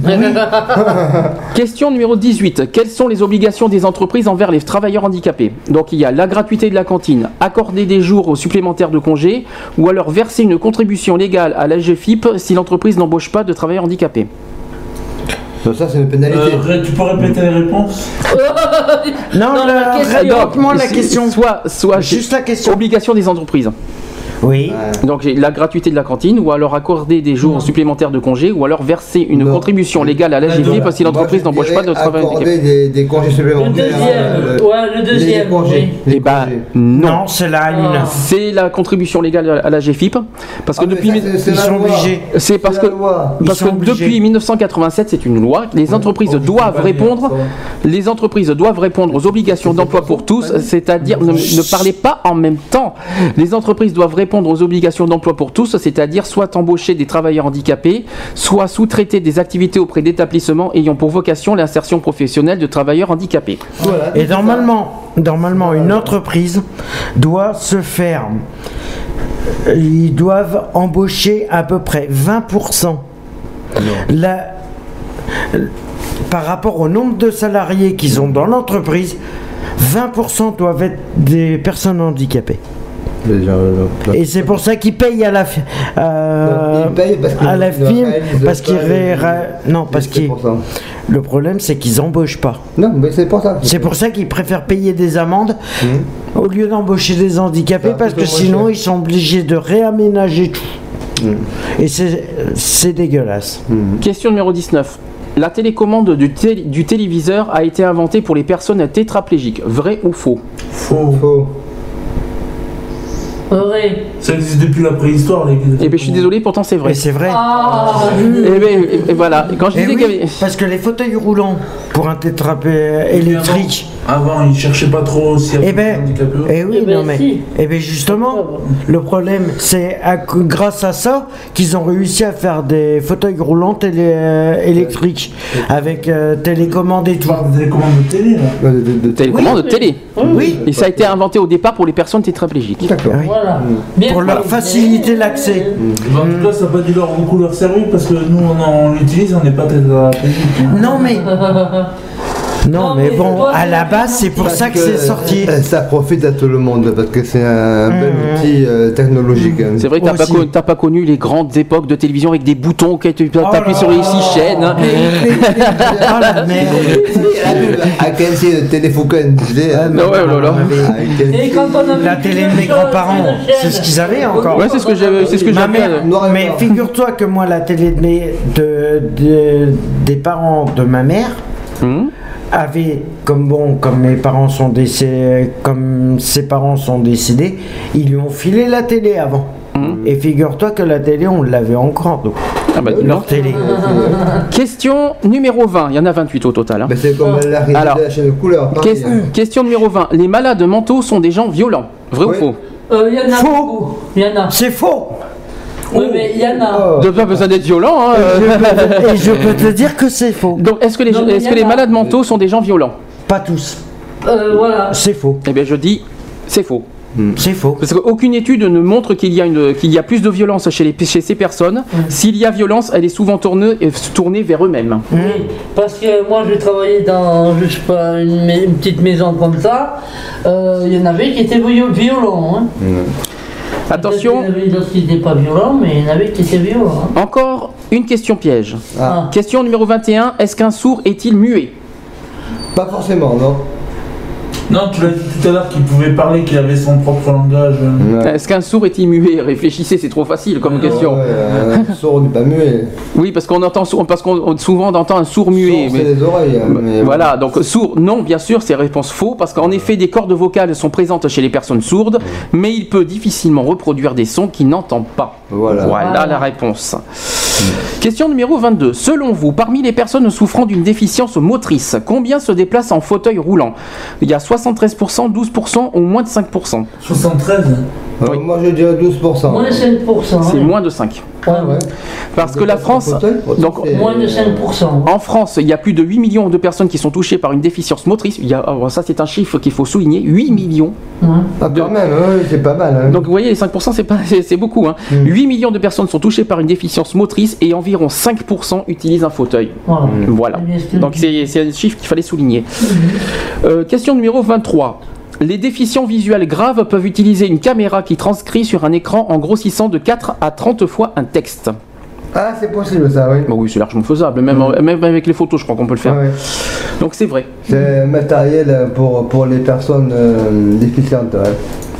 Question numéro dix-huit. Quelles sont les obligations des entreprises envers les travailleurs handicapés? Donc il y a la gratuité de la cantine, accorder des jours supplémentaires de congé, ou alors verser une contribution légale à l'A G F I P si l'entreprise n'embauche pas de travailleurs handicapés. Donc ça, c'est une pénalité. Euh, ré- tu peux répéter les réponses? Non, Non, la- la question- répète-moi la Donc, question. Soit, soit Juste la question. obligation des entreprises. Oui. Donc j'ai la gratuité de la cantine, ou alors accorder des jours supplémentaires de congé, ou alors verser une Non. contribution légale à l'A G F I P si l'entreprise Moi, je n'embauche pas de dirais travailleurs handicapés. accorder des, des congés Le supplémentaires. deuxième, euh, ouais, le deuxième. Les congés. oui. les Eh bah congés. non. Non, c'est la une. Ah. C'est la contribution légale à la G F I P, parce que Ah, mais depuis ça, c'est- c'est Ils la sont loi. obligés. c'est parce C'est que la loi. Ils parce sont que obligés. depuis mille neuf cent quatre-vingt-sept, c'est une loi. Les entreprises Oh, tu doivent peux pas dire répondre. ça. Les entreprises doivent répondre aux obligations d'emploi pour tous, c'est-à-dire ne, ne parlez pas en même temps. Les entreprises doivent répondre aux obligations d'emploi pour tous, c'est-à-dire soit embaucher des travailleurs handicapés, soit sous-traiter des activités auprès d'établissements ayant pour vocation l'insertion professionnelle de travailleurs handicapés. Voilà. Et normalement, normalement, une entreprise doit se faire. Ils doivent embaucher à peu près vingt pour cent. La, par rapport au nombre de salariés qu'ils ont dans l'entreprise, vingt pour cent doivent être des personnes handicapées. Et c'est pour ça qu'ils payent à la fi- euh, Ils payent parce qu'ils à la ne film réalisent parce qu'ils pas ré- les- ra- non parce c'est qu'ils pour ça. le problème c'est qu'ils embauchent pas. Non, mais c'est pour ça. C'est pour ça qu'ils préfèrent payer des amendes Mmh. au lieu d'embaucher des handicapés Ça parce que coûte moins sinon cher. ils sont obligés de réaménager tout. Mmh. Et c'est c'est dégueulasse. Mmh. Question numéro dix-neuf. La télécommande du, tél- du téléviseur a été inventée pour les personnes tétraplégiques. Vrai ou faux? Faux. Faux. Vrai. Ça existe depuis la préhistoire, les Eh bien, je suis désolé, pourtant c'est vrai. Et c'est vrai. Ah, Et, ben, et- et voilà. Quand je Eh disais oui, qu'il y avait- parce que les fauteuils roulants pour un tétrapé électrique. Avant, avant, ils cherchaient pas trop s'il y Eh avait des ben, handicapés. eh oui, Eh ben, non mais, si. eh ben justement, le problème, c'est à cau- grâce à ça qu'ils ont réussi à faire des fauteuils roulants télé, euh, électriques avec euh, télécommande et Tu tout. parles de télécommande de télé, là. De, de, de- télécommande de télé. Oui, Et ça a été inventé au départ pour les personnes tétraplégiques. D'accord. oui. voilà. Bien Pour leur fait. faciliter l'accès. Bah, en tout cas, ça n'a pas dû leur beaucoup leur servir parce que nous, on, en- on l'utilise, on n'est pas tétraplégique. Non mais, non Non, mais mais bon, toi, à la c'est- base, c'est pour Parce ça que c'est sorti. euh, Ça profite à tout le monde parce que c'est un bel Mmh. outil euh, technologique. hein. C'est vrai que t'as pas, Aussi. con- t'as pas connu les grandes époques de télévision avec des boutons que tu peux Oh t'appuyer là sur les là. six chaînes. hein. Oh la merde. À quel c'est le téléphone disait. Ah, Non, ouais, oh là là. Et quand on avait La télé de mes grands-parents, c'est ce qu'ils avaient encore. Ouais, c'est ce que j'avais, c'est ce que Ma j'avais. mère, euh, Noir et mais blanc. figure-toi que moi, la télé de mes, de, de- des parents de ma mère hum. avait, comme bon, comme mes parents sont décédés, comme ses parents sont décédés, ils lui ont filé la télé avant. Hum. Et figure-toi que la télé, on l'avait encore, donc. Ah bah, Leur télé. Question numéro vingt. Il y en a vingt-huit au total. hein. Mais c'est comme la réalité Alors, de la chaîne de couleur. pareil, Ques- hein. Question numéro vingt. Les malades mentaux sont des gens violents. Vrai Oui. ou faux? Euh, Il y en a Faux. beaucoup. Il y en a. C'est faux. Oui, mais il y en a. Oh. De pas besoin d'être violent. hein, euh. Et je peux te dire que c'est faux. Donc, est-ce que les, Non, mais est-ce il y que en les a. malades mentaux sont des gens violents? Pas tous. Euh, voilà. C'est faux. Eh bien, je dis, c'est faux. C'est faux. Parce qu'aucune étude ne montre qu'il y a, une, qu'il y a plus de violence chez, les, chez ces personnes. S'il y a violence, elle est souvent tournée, tournée vers eux-mêmes. Oui, parce que moi j'ai travaillé dans, je sais pas, une, mai- une petite maison comme ça. Euh, Il y en avait qui étaient viol- violents. Hein. Attention, Peut-être qu'il y en avait d'autres qui n'étaient pas violents, mais il y en avait qui étaient violents. Hein. encore une question piège. Ah. Question numéro vingt et un. Est-ce qu'un sourd est-il muet? Pas forcément, non. Non, tu l'as dit tout à l'heure qu'il pouvait parler, qu'il avait son propre langage. Ouais. Est-ce qu'un sourd est-il muet? Réfléchissez, c'est trop facile comme question. Ouais, un sourd n'est pas muet. Oui, parce qu'on entend sourd- parce qu'on souvent on entend un sourd muet. Sourd, mais- c'est les oreilles. hein, mais Voilà, donc sourd, non, bien sûr, c'est réponse faux, parce qu'en effet, des cordes vocales sont présentes chez les personnes sourdes, mais il peut difficilement reproduire des sons qu'il n'entend pas. Voilà. Voilà la réponse. Question numéro vingt-deux. Selon vous, parmi les personnes souffrant d'une déficience motrice, combien se déplacent en fauteuil roulant? Il y a soixante-treize pour cent, douze pour cent ou moins de cinq pour cent? soixante-treize. Euh, Oui. Moi je dirais douze pour cent. Moins de cinq pour cent. C'est hein. moins de cinq. Ouais, Ouais. Parce que la France... Fauteuil, donc, c'est- Moins de cinq pour cent. En France, il y a plus de huit millions de personnes qui sont touchées par une déficience motrice. Il y a, alors ça, c'est un chiffre qu'il faut souligner. huit millions. Hein. Ah, quand même, ouais, c'est pas mal. hein. Donc, vous voyez, les cinq pour cent, c'est, pas, c'est, c'est beaucoup. Hein. Mm. huit millions de personnes sont touchées par une déficience motrice et environ cinq pour cent utilisent un fauteuil. Voilà. Voilà. C'est bien ce que Donc, je c'est, c'est un chiffre qu'il fallait souligner. Euh, question numéro vingt-trois. Les déficients visuels graves peuvent utiliser une caméra qui transcrit sur un écran en grossissant de quatre à trente fois un texte. Ah, c'est possible ça, oui. Bon, oui, c'est largement faisable. Même, même avec les photos, je crois qu'on peut le faire. Ouais, ouais. Donc, c'est vrai. C'est matériel pour, pour les personnes euh, déficientes. ouais.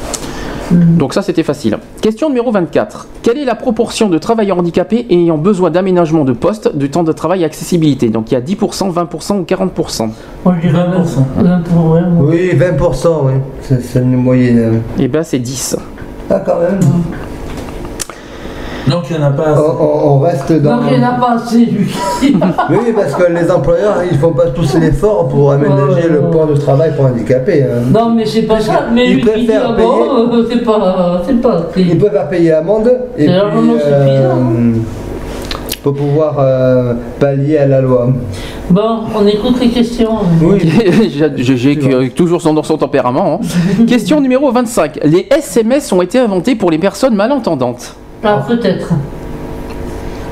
Donc ça c'était facile. Question numéro vingt-quatre. Quelle est la proportion de travailleurs handicapés ayant besoin d'aménagement de poste, de temps de travail et accessibilité? Donc il y a dix pour cent, vingt pour cent ou quarante pour cent? Moi je dirais vingt pour cent. vingt pour cent. Ouais, moi. Oui, vingt pour cent, oui. C'est c'est une moyenne. Eh bien c'est dix. Ah, quand même. Donc il n'y en a pas On, assez. on- on reste dans. Donc il n'y en a pas assez, lui. Oui, parce que les employeurs, ils font pas tous l'effort pour aménager Ouais, le ouais. temps de travail pour handicapés. hein. Non, mais c'est pas ça. Mais Ils lui qui dit préfèrent ah payer. bon, euh, c'est pas. C'est pas. c'est- Ils peuvent faire payer l'amende et C'est puis largement suffisant, hein. pour pouvoir euh, pallier à la loi. Bon, on écoute les questions. Oui. j'ai, j'ai que- toujours son, dans son tempérament. hein. Question numéro vingt-cinq. Les S M S ont été inventés pour les personnes malentendantes. Ah, peut-être.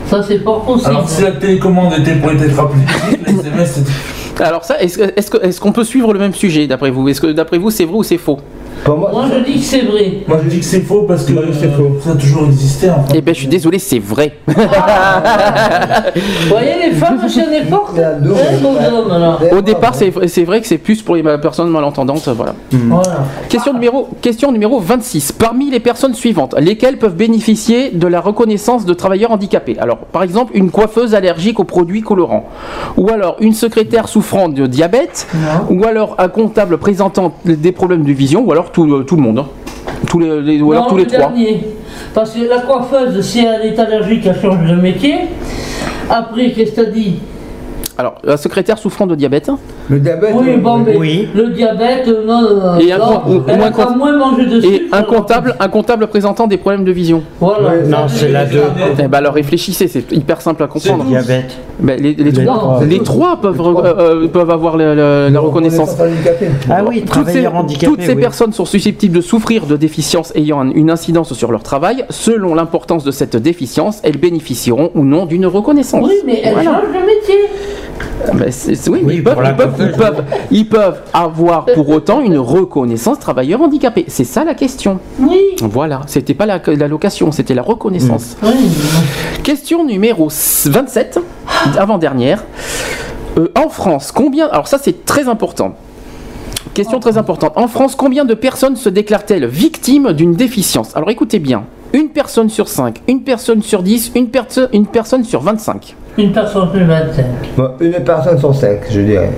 Ça, c'est pas possible. Alors, si la télécommande était pour les tétraplégiques, les S M S c'était. Alors, ça, est-ce, est-ce, que, est-ce qu'on peut suivre le même sujet d'après vous? Est-ce que d'après vous, c'est vrai ou c'est faux? Moi, moi, je dis que c'est vrai. Moi, je dis que c'est faux parce que Moi, c'est faux. ça a toujours existé. En fait. Eh ben, je suis désolé, c'est vrai. Ah. Vous voyez, les femmes, chez les portes, hein, nos hommes, alors. Au départ, c'est, c'est vrai que c'est plus pour les personnes malentendantes, voilà. Voilà. Question numéro, question numéro vingt-six. Parmi les personnes suivantes, lesquelles peuvent bénéficier de la reconnaissance de travailleurs handicapés? Alors, par exemple, une coiffeuse allergique aux produits colorants, ou alors une secrétaire souffrant de diabète, Non. ou alors un comptable présentant des problèmes de vision, ou alors tout, tout le monde. hein. Tous les, les- ou alors Non, tous les le trois. dernier. Parce que la coiffeuse, si elle est allergique, elle change de métier. Après, qu'est-ce que t'as dit? Alors, la secrétaire souffrant de diabète. Le diabète. Oui, bon, mais oui. le diabète, non, non, Et un non, con- ou- elle ou un a con- pas moins mangé de Et sucre. un comptable, un comptable présentant des problèmes de vision. Voilà. Ouais, Non, c'est la deux. Eh ben alors réfléchissez, c'est hyper simple à comprendre. Diabète. Ben, les, les Les trois, trois. les trois peuvent, re- euh, peuvent avoir la, la- la reconnaissance. Ah oui, Toutes ces, travailleurs handicapés. toutes ces oui. personnes sont susceptibles de souffrir de déficiences ayant un- une incidence sur leur travail. Selon l'importance de cette déficience, elles bénéficieront ou non d'une reconnaissance. Oui, mais elle Voilà. change de métier. Ben, c'est- c'est- oui, mais Oui, ils, peuvent, pour la ils peuvent- coiffeuse, ils peuvent- ils peuvent avoir pour autant une reconnaissance travailleur handicapé. C'est ça la question. Oui. Voilà, c'était pas la, la location, c'était la reconnaissance. Oui. Question numéro vingt-sept, avant-dernière. Euh, en France, combien... Alors ça c'est très important. Question très importante. En France, combien de personnes se déclarent-elles victimes d'une déficience? Alors écoutez bien. Une personne sur cinq, une personne sur dix, une, perso- une personne sur vingt-cinq. Une personne sur vingt-cinq. Bon, une personne sur cinq, je dirais.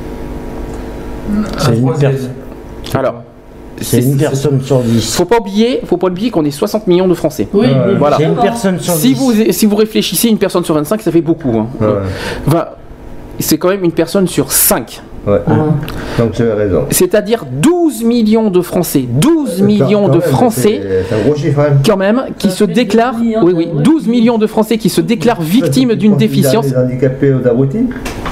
C'est une, troisième. personne. Alors, C'est une personne sur dix. faut pas oublier, faut pas oublier qu'on est soixante millions de Français. Oui, Ouais. mais Voilà. C'est une d'accord. personne sur Si dix. vous, si vous réfléchissez, une personne sur vingt-cinq, ça fait beaucoup. hein. Ouais. Enfin, c'est quand même une personne sur cinq. Ouais. Ah. Donc tu as raison. C'est-à-dire douze millions de Français. douze millions Quand de même, Français, C'est c'est un gros chiffre. hein. quand même, qui Ça se fait déclarent. douze millions Oui, de- oui, oui. douze millions de Français qui se déclarent victimes Tu d'une considères déficience. Les handicapés aux abrutis.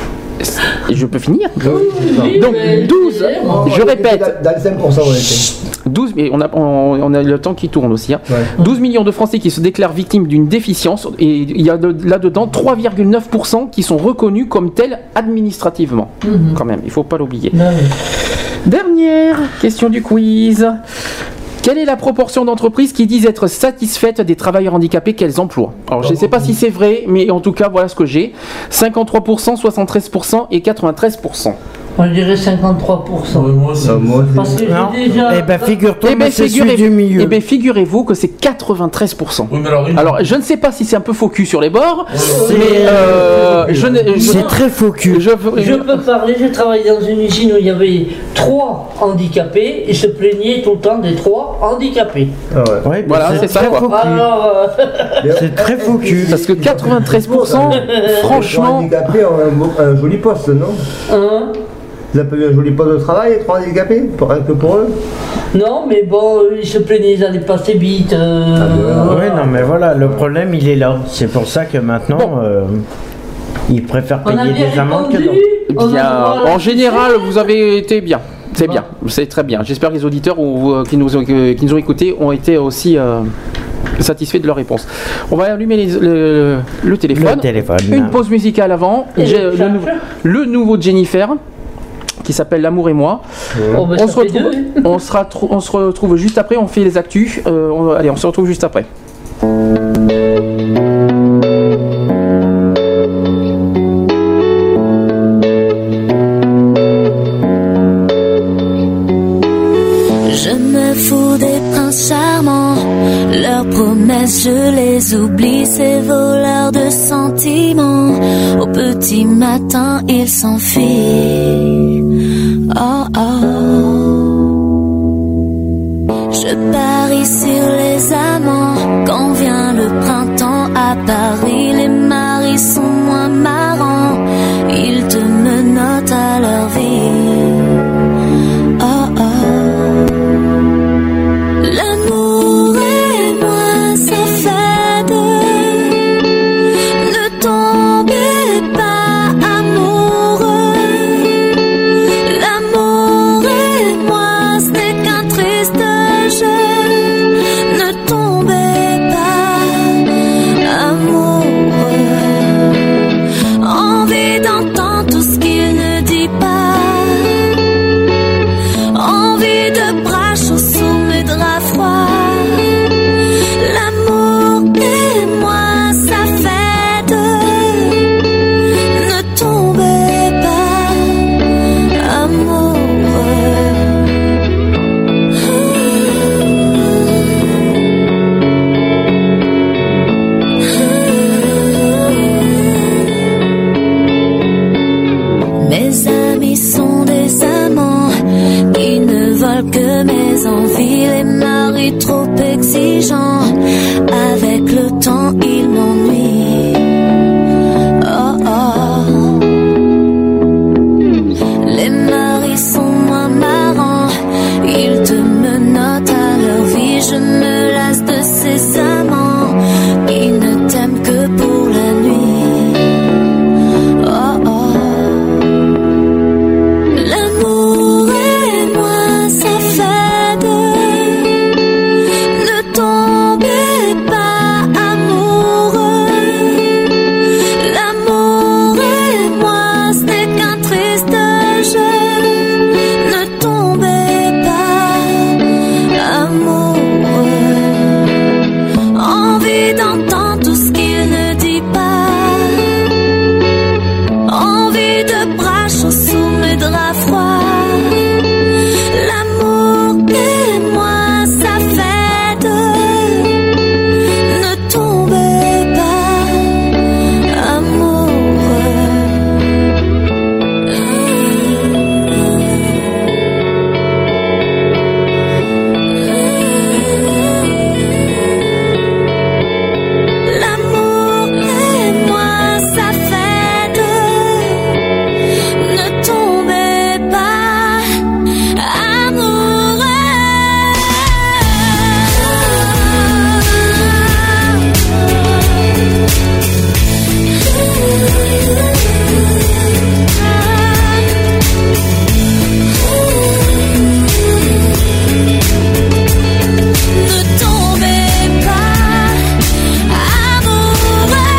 Et je peux finir. Oui, Donc, mais- douze. Je répète. Dans les cinq pour cent, on était. douze, mais on a, on, on a le temps qui tourne aussi. hein. Ouais. douze millions de Français qui se déclarent victimes d'une déficience. Et il y a de- là-dedans trois virgule neuf pour cent qui sont reconnus comme tels administrativement. Mhm. Quand même, il ne faut pas l'oublier. Non, mais- Dernière question du quiz. Quelle est la proportion d'entreprises qui disent être satisfaites des travailleurs handicapés qu'elles emploient? Alors je ne sais pas si c'est vrai, mais en tout cas voilà ce que j'ai. cinquante-trois pour cent, soixante-treize pour cent et quatre-vingt-treize pour cent. Moi, je dirais cinquante-trois pour cent. Ouais, moi aussi. Non, moi, c'est- Parce que Non. j'ai déjà. Eh ben figure-toi, Eh mais bien c'est celui du milieu. figurez-vous que c'est quatre-vingt-treize pour cent. Oui, mais alors, une- Alors je ne sais pas si c'est un peu faux cul sur les bords, C'est- mais euh, je ne... je- C'est très faux cul. je- Je peux parler, j'ai travaillé dans une usine où il y avait trois handicapés et se plaignaient tout le temps des trois handicapés. Ah ouais. Ouais, Voilà, mais c'est ça, très quoi. faux cul. Alors, euh, C'est très faux cul. Parce que quatre-vingt-treize pour cent, Les franchement... handicapés ont un, beau- un joli poste, non? hein, Ils appellent un joli poste de travail, les trois handicapés, pour, rien que pour eux. non, mais bon, euh, ils se plaignaient, ils allaient passer vite. euh, Ah, Ouais, non, mais voilà, le problème il est là. C'est pour ça que maintenant, Bon. euh, ils préfèrent On a payer bien des amendes que répondu. non. On a Bien, droit à la en général, question. vous avez été bien. C'est Bon. bien, c'est très bien. J'espère que les auditeurs ont- euh, qui, nous ont, que- qui nous ont écoutés ont été aussi euh, satisfaits de leur réponse. On va allumer les- le, le téléphone. Le téléphone. Une pause musicale avant. Et J'ai le le, charge. nou- le nouveau de Jennifer qui s'appelle L'amour et moi. Oh, bah, On ça se, fait retrouve, deux. on, sera tro- on se retrouve juste après. On fait les actus. Euh, on- allez, on se retrouve juste après. Je me fous des princes charmants, leurs promesses je les oublie, ces voleurs de sentiments. Au petit matin ils s'enfuient. Oh oh. Je parie sur les amants, quand vient le printemps à Paris, les maris sont moins marrants, ils te menottent à leur vie. Oh oh. L'amour et moi ça fait deux. Ne tombez pas amoureux. L'amour et moi ce n'est qu'un triste jeu. Ne tombez pas amoureux. amis sont des amants qui ne veulent que mes envies. Les maris trop exigeants, avec le temps ils m'ennuient. Oh oh. Les maris sont moins marrants, ils te menottent à leur vie. Je me lasse de ces amants qui ne t'aiment que pour la nuit. Oh oh. L'amour et moi ça fait deux. Ne tombez pas amoureux. L'amour et moi ce n'est qu'un triste jeu. Ne tombez pas amoureux. Envie d'entendre tout ce qu'il ne dit pas. Envie de bras chauds sous mes draps froids. L'amour et moi ça fait deux. Ne tombez pas amoureux. L'amour et moi ça fait deux. Ne tombez pas amoureux. Ne tombez pas amoureux.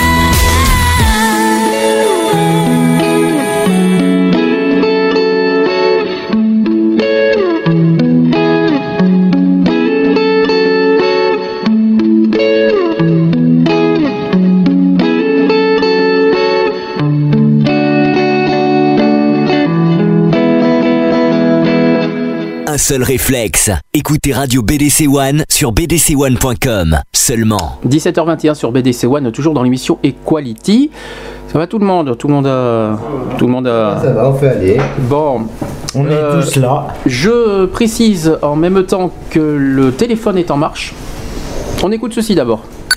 Un seul réflexe, écoutez Radio B D C One sur b d c one point com seulement. dix-sept heures vingt et un sur B D C One, toujours dans l'émission Equality. Ça va tout le monde, tout le monde a, tout le monde a. Ça va, on fait aller. Bon, On Euh, est tous là. je précise en même temps que le téléphone est en marche. On écoute ceci d'abord.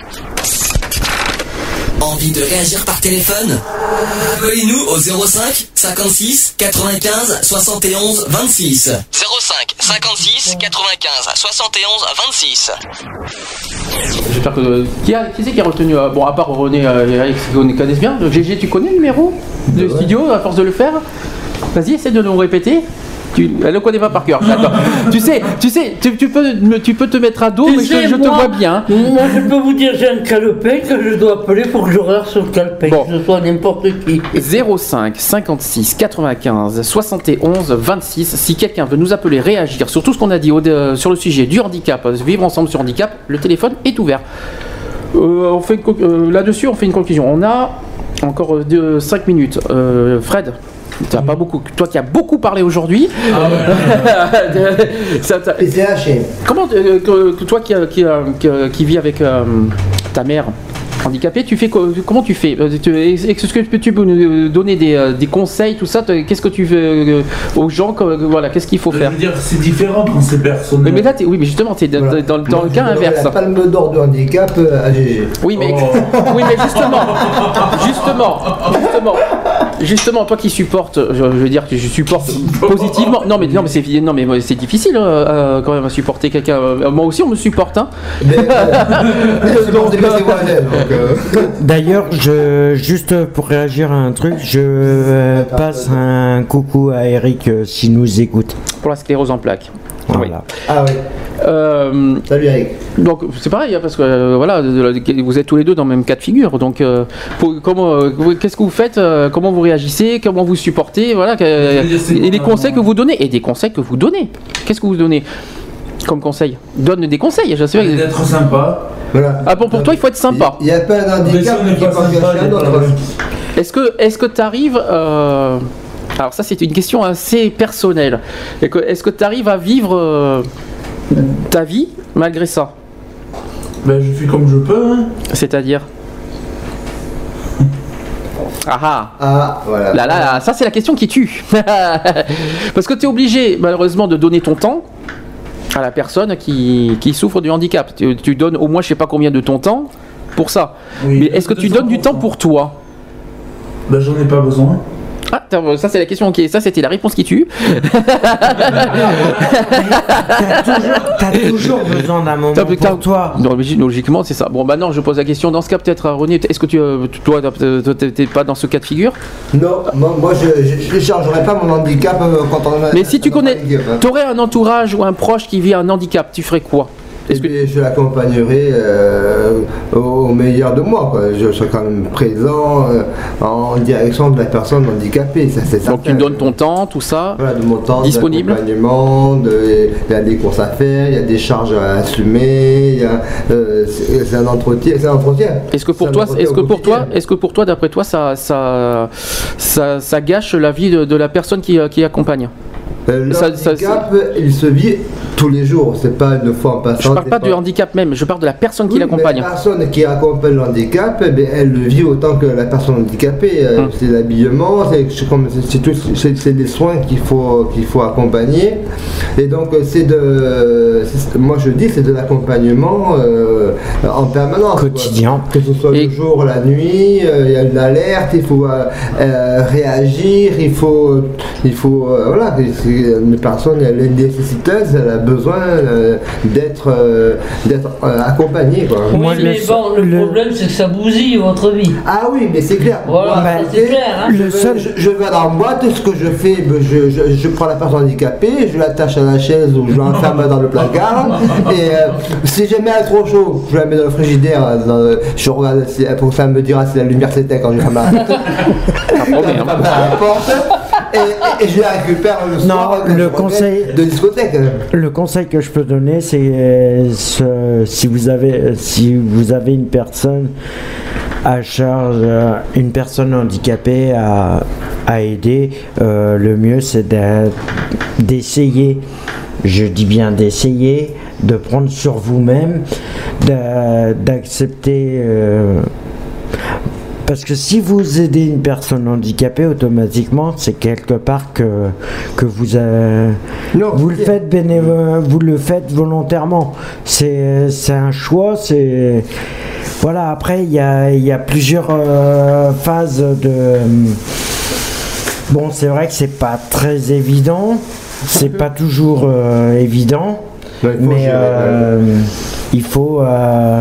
Envie de réagir par téléphone? Appelez-nous au zéro cinq cinquante-six quatre-vingt-quinze soixante et onze vingt-six. zéro cinq cinquante-six quatre-vingt-quinze soixante et onze vingt-six. J'espère que. Qui, a, qui c'est qui a retenu euh, Bon, à part René euh, et Eric, qui connaissent bien. G G, tu connais le numéro de studio à force de le faire? Vas-y, essaie de nous répéter. Tu, elle ne connaît pas par cœur. Attends. tu sais, tu sais, tu, tu, peux, me- tu peux te mettre à dos, Tu mais je, sais, je te moi- vois bien. Moi, je peux vous dire, j'ai un calepin que je dois appeler pour que j'horaire sur le calepin, Bon. que ce soit n'importe qui. zéro cinq cinquante-six quatre-vingt-quinze soixante et onze vingt-six. Si quelqu'un veut nous appeler, réagir sur tout ce qu'on a dit au- de- sur le sujet du handicap, vivre ensemble sur handicap, le téléphone est ouvert. Euh, on fait une co- euh, là-dessus, on fait une conclusion. On a encore cinq minutes. Euh, Fred, t'as pas beaucoup, toi qui as beaucoup parlé aujourd'hui. Ça, t'as- Et c'est haché. Comment, euh, que, que toi qui, a- qui, a- qui, a- qui vis avec euh, ta mère handicapée, tu fais co- comment tu fais? Euh, tu- Est-ce que tu peux nous donner des, euh, des conseils, tout ça? Qu'est-ce que tu veux euh, aux gens, que- voilà, qu'est-ce qu'il faut Je faire? veux dire, c'est différent quand c'est personnel. Mais, mais là, t'es- oui, mais justement, t'es dans, Voilà. dans- dans le Moi, cas je donnerai inverse. La palme d'or de handicap euh, à G G. Oui, mais, Oh. oui, mais justement, justement, justement, justement, toi qui supportes, je, je veux dire que je supporte positivement. Non, mais non, mais c'est non, mais c'est difficile euh, euh, quand même à supporter quelqu'un. Euh, Moi aussi, on me supporte, hein. Mais, euh, Donc, c'est euh, moi-même, donc, euh, D'ailleurs, je, juste pour réagir à un truc, je euh, passe un coucou à Eric euh, s'il nous écoute. Pour la sclérose en plaques. Voilà. Ah oui. Euh, Salut Eric. donc c'est pareil, hein, parce que euh, voilà, vous êtes tous les deux dans le même cas de figure. Donc, euh, pour- comment, euh, qu'est-ce que vous faites, euh, comment vous réagissez, comment vous supportez, voilà, que- et les conseils que vous donnez, et des conseils que vous donnez. Qu'est-ce que vous donnez comme conseil? Donne des conseils. Je sais pas. D'être sympa. Voilà. Ah bon, pour toi, il faut être sympa. Il n'y a pas un Mais si handicap on n'est qui pas peut en sympa, cacher un il y a autre. pas- Est-ce que est-ce que tu arrives euh, alors ça c'est une question assez personnelle. Et que- Est-ce que tu arrives à vivre euh, ta vie malgré ça? Ben, je fais comme je peux. Hein. C'est-à-dire Ah ah. Ah, voilà. Là, là, là, ça c'est la question qui tue. Parce que tu es obligé, malheureusement, de donner ton temps à la personne qui, qui souffre du handicap. Tu, tu donnes au moins, je sais pas combien de ton temps pour ça. Oui, mais est-ce que tu donnes du temps pour toi? Ben, j'en ai pas besoin. Ah, ça c'est la question, ok, ça c'était la réponse qui tue. T'as toujours, t'as toujours besoin d'un moment pour toi. Non, logiquement c'est ça. Bon bah non, je pose la question dans ce cas peut-être, René, est-ce que tu, toi t'es pas dans ce cas de figure? Non, moi, moi je ne chargerai pas mon handicap quand on a... Mais si tu connais, t'aurais un entourage ou un proche qui vit un handicap, tu ferais quoi? Est-ce que... Je l'accompagnerai euh, au meilleur de moi, quoi. Je serai quand même présent euh, en direction de la personne handicapée. Ça, c'est donc tu donnes ton temps, tout ça, voilà, de mon temps, disponible. D'accompagnement, de, il y a des courses à faire, il y a des charges à assumer, il y a, euh, c'est, c'est un entretien, c'est un entretien. Est-ce que pour toi, est-ce que pour toi, est-ce que pour toi, d'après toi, ça, ça, ça, ça gâche la vie de, de la personne qui, qui accompagne? Euh, le ça, handicap, ça, il se vit tous les jours, c'est pas une fois en passant. Je parle pas du handicap même, je parle de la personne qui oui, l'accompagne. La personne qui accompagne le handicap, eh bien, elle le vit autant que la personne handicapée. Hum. C'est l'habillement, c'est, c'est, tout, c'est, c'est des soins qu'il faut, qu'il faut accompagner. Et donc, c'est de, c'est, moi je dis, c'est de l'accompagnement euh, en permanence. Quotidien. Quoi. Que ce soit Et... le jour, la nuit, il euh, y a une alerte, il faut euh, euh, réagir, il faut, il faut, euh, voilà. C'est, une personne, elle est nécessiteuse, elle a besoin euh, d'être, euh, d'être euh, accompagnée. Quoi. Oui, Moi, mais le, bon, le, le problème c'est que ça bousille votre vie. Ah oui, mais c'est clair. Voilà, bah, c'est clair. Hein. Je, seul... je, je vais dans la boîte, ce que je fais, je, je, je prends la personne handicapée, je l'attache à la chaise ou je l'enferme dans le placard. Et euh, si jamais elle est trop chaud, je la mets dans le frigidaire. Dans, je regarde si, pour ça me dira si la lumière s'éteint quand je ferme la porte. Et, et, et je la récupère le soir non, le conseil de discothèque. Le conseil que je peux donner, c'est euh, ce, si vous avez si vous avez une personne à charge, euh, une personne handicapée à, à aider, euh, le mieux c'est de, d'essayer, je dis bien d'essayer, de prendre sur vous-même, de, d'accepter. Euh, Parce que si vous aidez une personne handicapée, automatiquement, c'est quelque part que, que vous, euh, non, vous, le faites bénévo- vous le faites volontairement. C'est, c'est un choix. C'est, voilà, après, il y a, y a plusieurs euh, phases de... Bon, c'est vrai que c'est pas très évident. C'est pas toujours euh, évident. Ouais, mais euh, il faut... Euh,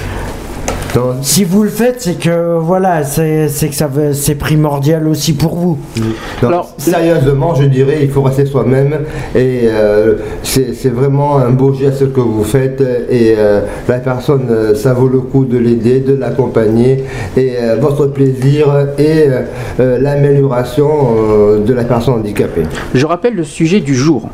Si vous le faites, c'est que voilà, c'est, c'est que ça veut, c'est primordial aussi pour vous. Non, alors, sérieusement, je dirais, il faut rester soi-même et euh, c'est, c'est vraiment un beau geste que vous faites et euh, la personne, ça vaut le coup de l'aider, de l'accompagner et euh, votre plaisir et euh, l'amélioration euh, de la personne handicapée. Je rappelle le sujet du jour,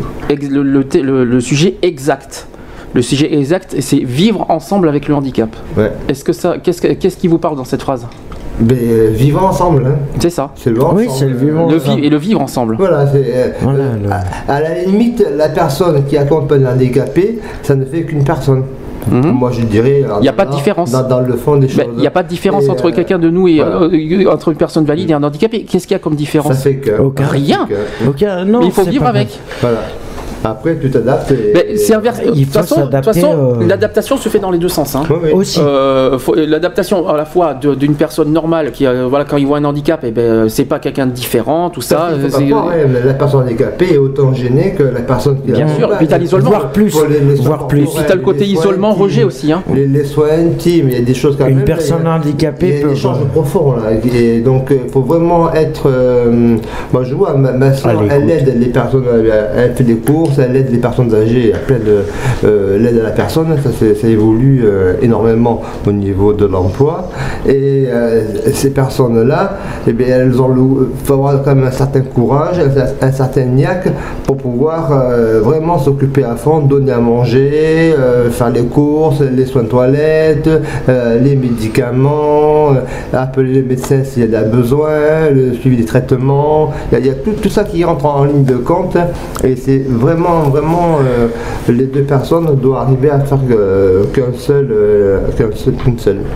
le, le, le, le sujet exact. Le sujet exact, c'est vivre ensemble avec le handicap. Ouais. Est-ce que ça, qu'est-ce, qu'est-ce qui vous parle dans cette phrase? Ben, euh, vivre ensemble. Hein. C'est ça. C'est le oui, c'est le vivre le vi- et le vivre ensemble. Voilà. C'est, euh, voilà euh, le... à, à la limite, la personne qui accompagne l'handicapé, ça ne fait qu'une personne. Mm-hmm. Moi je dirais. Il n'y a pas de différence. Dans, dans le fond des choses. Il n'y a pas de différence et entre euh, quelqu'un de nous et voilà. euh, entre une personne valide et un handicapé. Qu'est-ce qu'il y a comme différence? Ça fait que. Aucun. Rien. Que... Aucun. Non. Mais il faut vivre avec. Voilà. Après, tu t'adaptes. Et... Mais c'est inversé. De toute façon, de toute façon euh... l'adaptation se fait dans les deux sens. Hein. Oui, oui. Aussi. Euh, faut, l'adaptation à la fois de, d'une personne normale qui, euh, voilà, quand il voit un handicap, et eh ben, c'est pas quelqu'un de différent, tout ça. ça c'est... Pas ouais, la personne handicapée est autant gênée que la personne qui. Bien sûr. Puis t'as l'isolement. Voire plus. Les, les voire plus. Puis t'as le côté isolement, intimes, rejet aussi. Hein. Les, les soins intimes, il y a des choses quand Une même. Une personne il y a, handicapée. Il y a des échanges profonds là. Et donc, il faut vraiment être. Euh, moi, je vois, ma, ma soeur, elle aide les personnes. Elle fait des courses, elle aide les personnes âgées, il y a plein de euh, l'aide à la personne, ça, ça évolue euh, énormément au niveau de l'emploi et euh, ces personnes-là, eh bien, elles ont le, faut avoir quand même un certain courage, un, un certain niaque pour pouvoir euh, vraiment s'occuper à fond, donner à manger, euh, faire les courses, les soins de toilette, euh, les médicaments, euh, appeler les médecins s'il y a besoin, le suivi des traitements, il y a, il y a tout, tout ça qui rentre en ligne de compte et c'est vraiment vraiment euh, les deux personnes doivent arriver à faire euh, qu'un seul, euh, qu'un seul, qu'une seule.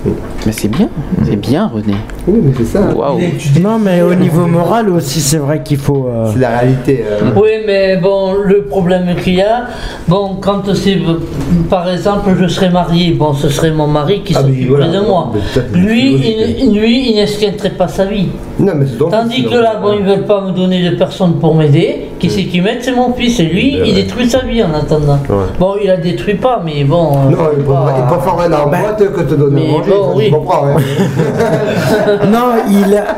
Mais c'est bien, c'est bien René. Oui, mais c'est ça. Waouh. Non, mais au niveau moral aussi, c'est vrai qu'il faut. Euh... C'est la réalité. Euh... Oui, mais bon, le problème qu'il y a, bon, quand c'est, par exemple, je serais marié, bon, ce serait mon mari qui ah, s'occuperait voilà. de moi. Lui, il, lui, il n'esquinterait pas sa vie. Non, mais c'est donc, Tandis que là, bon, ils veulent pas me donner de personne pour m'aider. Qui c'est qui m'aide, c'est mon fils. Et lui, ouais, il ouais. détruit sa vie en attendant. Ouais. Bon, il la détruit pas, mais bon. Non, il préfère aller en boîte que te donner à manger. Bon, oui. Je comprends, hein. Non, il a,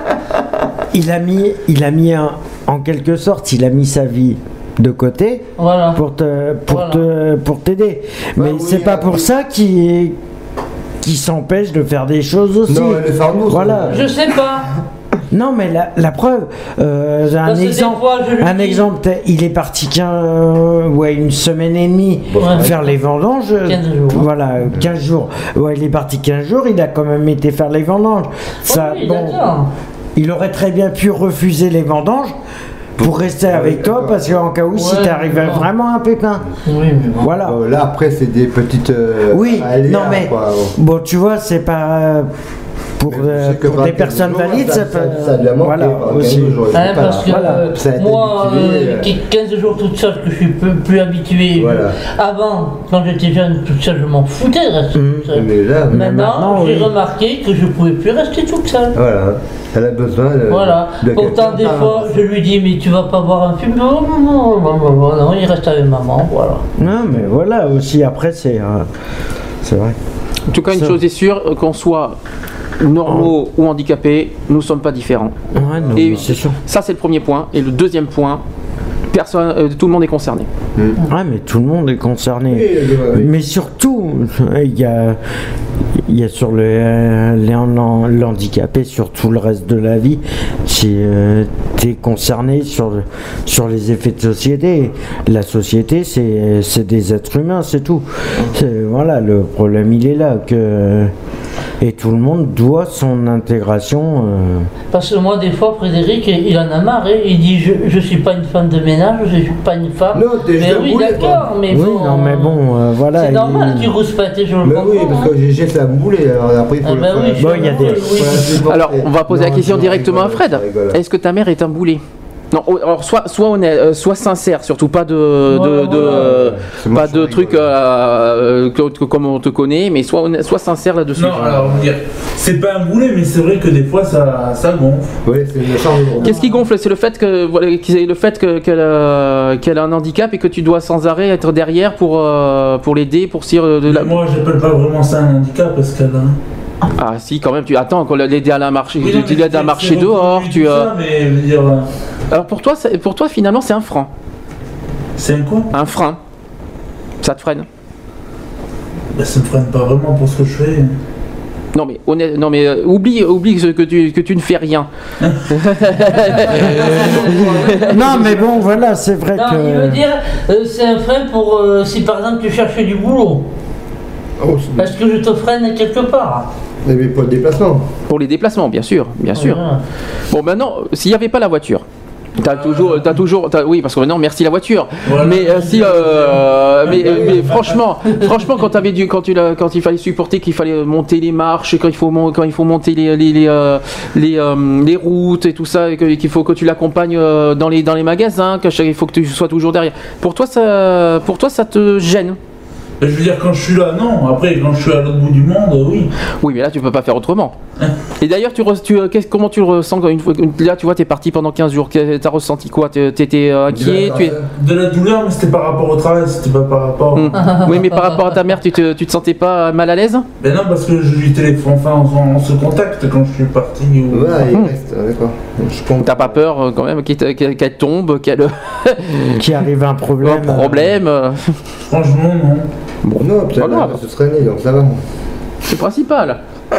il a mis, il a mis un, en quelque sorte, il a mis sa vie de côté voilà. pour te, pour voilà. te, pour t'aider. Mais ouais, c'est oui, pas oui. pour ça qu'il, qu'il s'empêche de faire des choses aussi. Non, les fardeaux, voilà. Je sais pas. Non, mais la, la preuve, euh, j'ai un exemple. Fois, un dis. exemple, il est parti qu'un, euh, ouais, une semaine et demie ouais. faire les vendanges. quinze jours. Voilà, quinze jours. Ouais, il est parti quinze jours, il a quand même été faire les vendanges. Ça, oui, bon, il aurait très bien pu refuser les vendanges pour rester avec toi, parce qu'en cas où, ouais, si t'arrivais vraiment un pépin. Oui, mais bon. Voilà. Bon, là, après, c'est des petites. Euh, oui, aléas, non, mais. Quoi. Bon, tu vois, c'est pas. Euh, Pour, euh, pour des personnes jours, valides, ça, ça, ça, ça manqué, voilà, aussi. Jours, ah, parce que voilà. euh, moi, euh, quinze jours toute seule, que je suis plus, plus habitué. Voilà. Avant, quand j'étais jeune, toute seule, je m'en foutais de rester mmh. toute seule. Mais là, maintenant, maintenant, j'ai oui. remarqué que je ne pouvais plus rester toute seule. Voilà. Elle a besoin de. Voilà. De Pourtant, des fois, je lui dis, mais tu vas pas voir un film? Non, non, non, non, non, non, il reste avec maman, voilà. Non, mais voilà, aussi, après, c'est, euh, c'est vrai. En tout cas, une ça. chose est sûre, qu'on soit normaux oh. ou handicapés, nous ne sommes pas différents. Ouais, non, et c'est sûr. Ça, c'est le premier point. Et le deuxième point, personne, euh, tout le monde est concerné. Mmh. Ouais, mais tout le monde est concerné. Oui, oui, oui. Mais surtout, il y a, il y a sur le, euh, les, l'handicapé, sur tout le reste de la vie, tu euh, es concerné sur, sur les effets de société. La société, c'est, c'est des êtres humains, c'est tout. C'est, voilà, le problème, il est là. Que, et tout le monde doit son intégration. Euh... Parce que moi, des fois, Frédéric, il en a marre. Hein. Il dit, je ne suis pas une femme de ménage, je ne suis pas une femme. Non, t'es mais oui, d'accord, mais oui, bon. non, mais bon, euh, voilà. C'est normal qu'il rouspète, je le mais comprends. Oui, parce que j'ai jeté la moulée, alors après, il faut ah le bah faire. Oui, bon, il y a des... oui. Alors, on va poser non, la question directement à Fred. Est-ce que ta mère est un boulet? Non, alors soit soit honnête, euh, soit sincère, surtout pas de de, ouais, de, ouais, euh, ouais. pas de trucs euh, que, que, comme on te connaît, mais soit honnête, soit sincère là-dessus. Non, alors on va dire, c'est pas un boulet, mais c'est vrai que des fois ça ça gonfle. Oui, c'est une charge. Qu'est-ce qui gonfle? C'est le fait que voilà, le fait que qu'elle a, qu'elle a un handicap et que tu dois sans arrêt être derrière pour euh, pour l'aider, pour s'y de la. Moi, j'appelle pas vraiment ça un handicap parce qu'elle a... Ah si, quand même, tu attends qu'on l'aide à la marcher, oui, tu l'aides à marcher dehors, tu as. Ça, mais je veux dire. Alors pour toi, pour toi finalement, c'est un frein. C'est un quoi? Un frein. Ça te freine? Bah, ça me freine pas vraiment pour ce que je fais. Non mais honnête, non mais euh, oublie, oublie que tu que tu ne fais rien. Non mais bon, voilà, c'est vrai non, que. Il veut dire, euh, c'est un frein pour euh, si par exemple tu cherchais du boulot. Oh, parce que je te freine quelque part. Mais pour le déplacement. Pour les déplacements, bien sûr, bien sûr. Ah, bon, maintenant, s'il n'y avait pas la voiture, t'as toujours, t'as toujours, t'as, oui, parce que maintenant, merci la voiture. Voilà. Mais euh, si, euh, mais, mais franchement, franchement, quand t'avais dû, quand tu l'as, quand il fallait supporter qu'il fallait monter les marches, quand il faut, quand il faut monter les les les, euh, les, euh, les routes et tout ça, et qu'il faut que tu l'accompagnes dans les dans les magasins, qu'il faut que tu sois toujours derrière. Pour toi, ça, pour toi, ça te gêne? Je veux dire, quand je suis là, non. Après, quand je suis à l'autre bout du monde, oui. Oui, mais là, tu peux pas faire autrement. Et d'ailleurs, tu, tu, comment tu le ressens quand une fois, là, tu vois, t'es parti pendant quinze jours. T'as ressenti quoi? T'étais inquiet? De la, tu es... de la douleur, mais c'était par rapport au travail, c'était pas par rapport. Mmh. Oui, mais par rapport à ta mère, tu te, tu te sentais pas mal à l'aise? Ben non, parce que je lui téléphone, enfin, on, on se contacte quand je suis parti. Ou... Ouais, il mmh. reste, d'accord. T'as pas peur quand même qu'elle, qu'elle tombe, qu'elle. Qu'il arrive un problème? Un problème. Franchement, non. Bon, non, peut-être que ce serait né, donc ça va. C'est principal.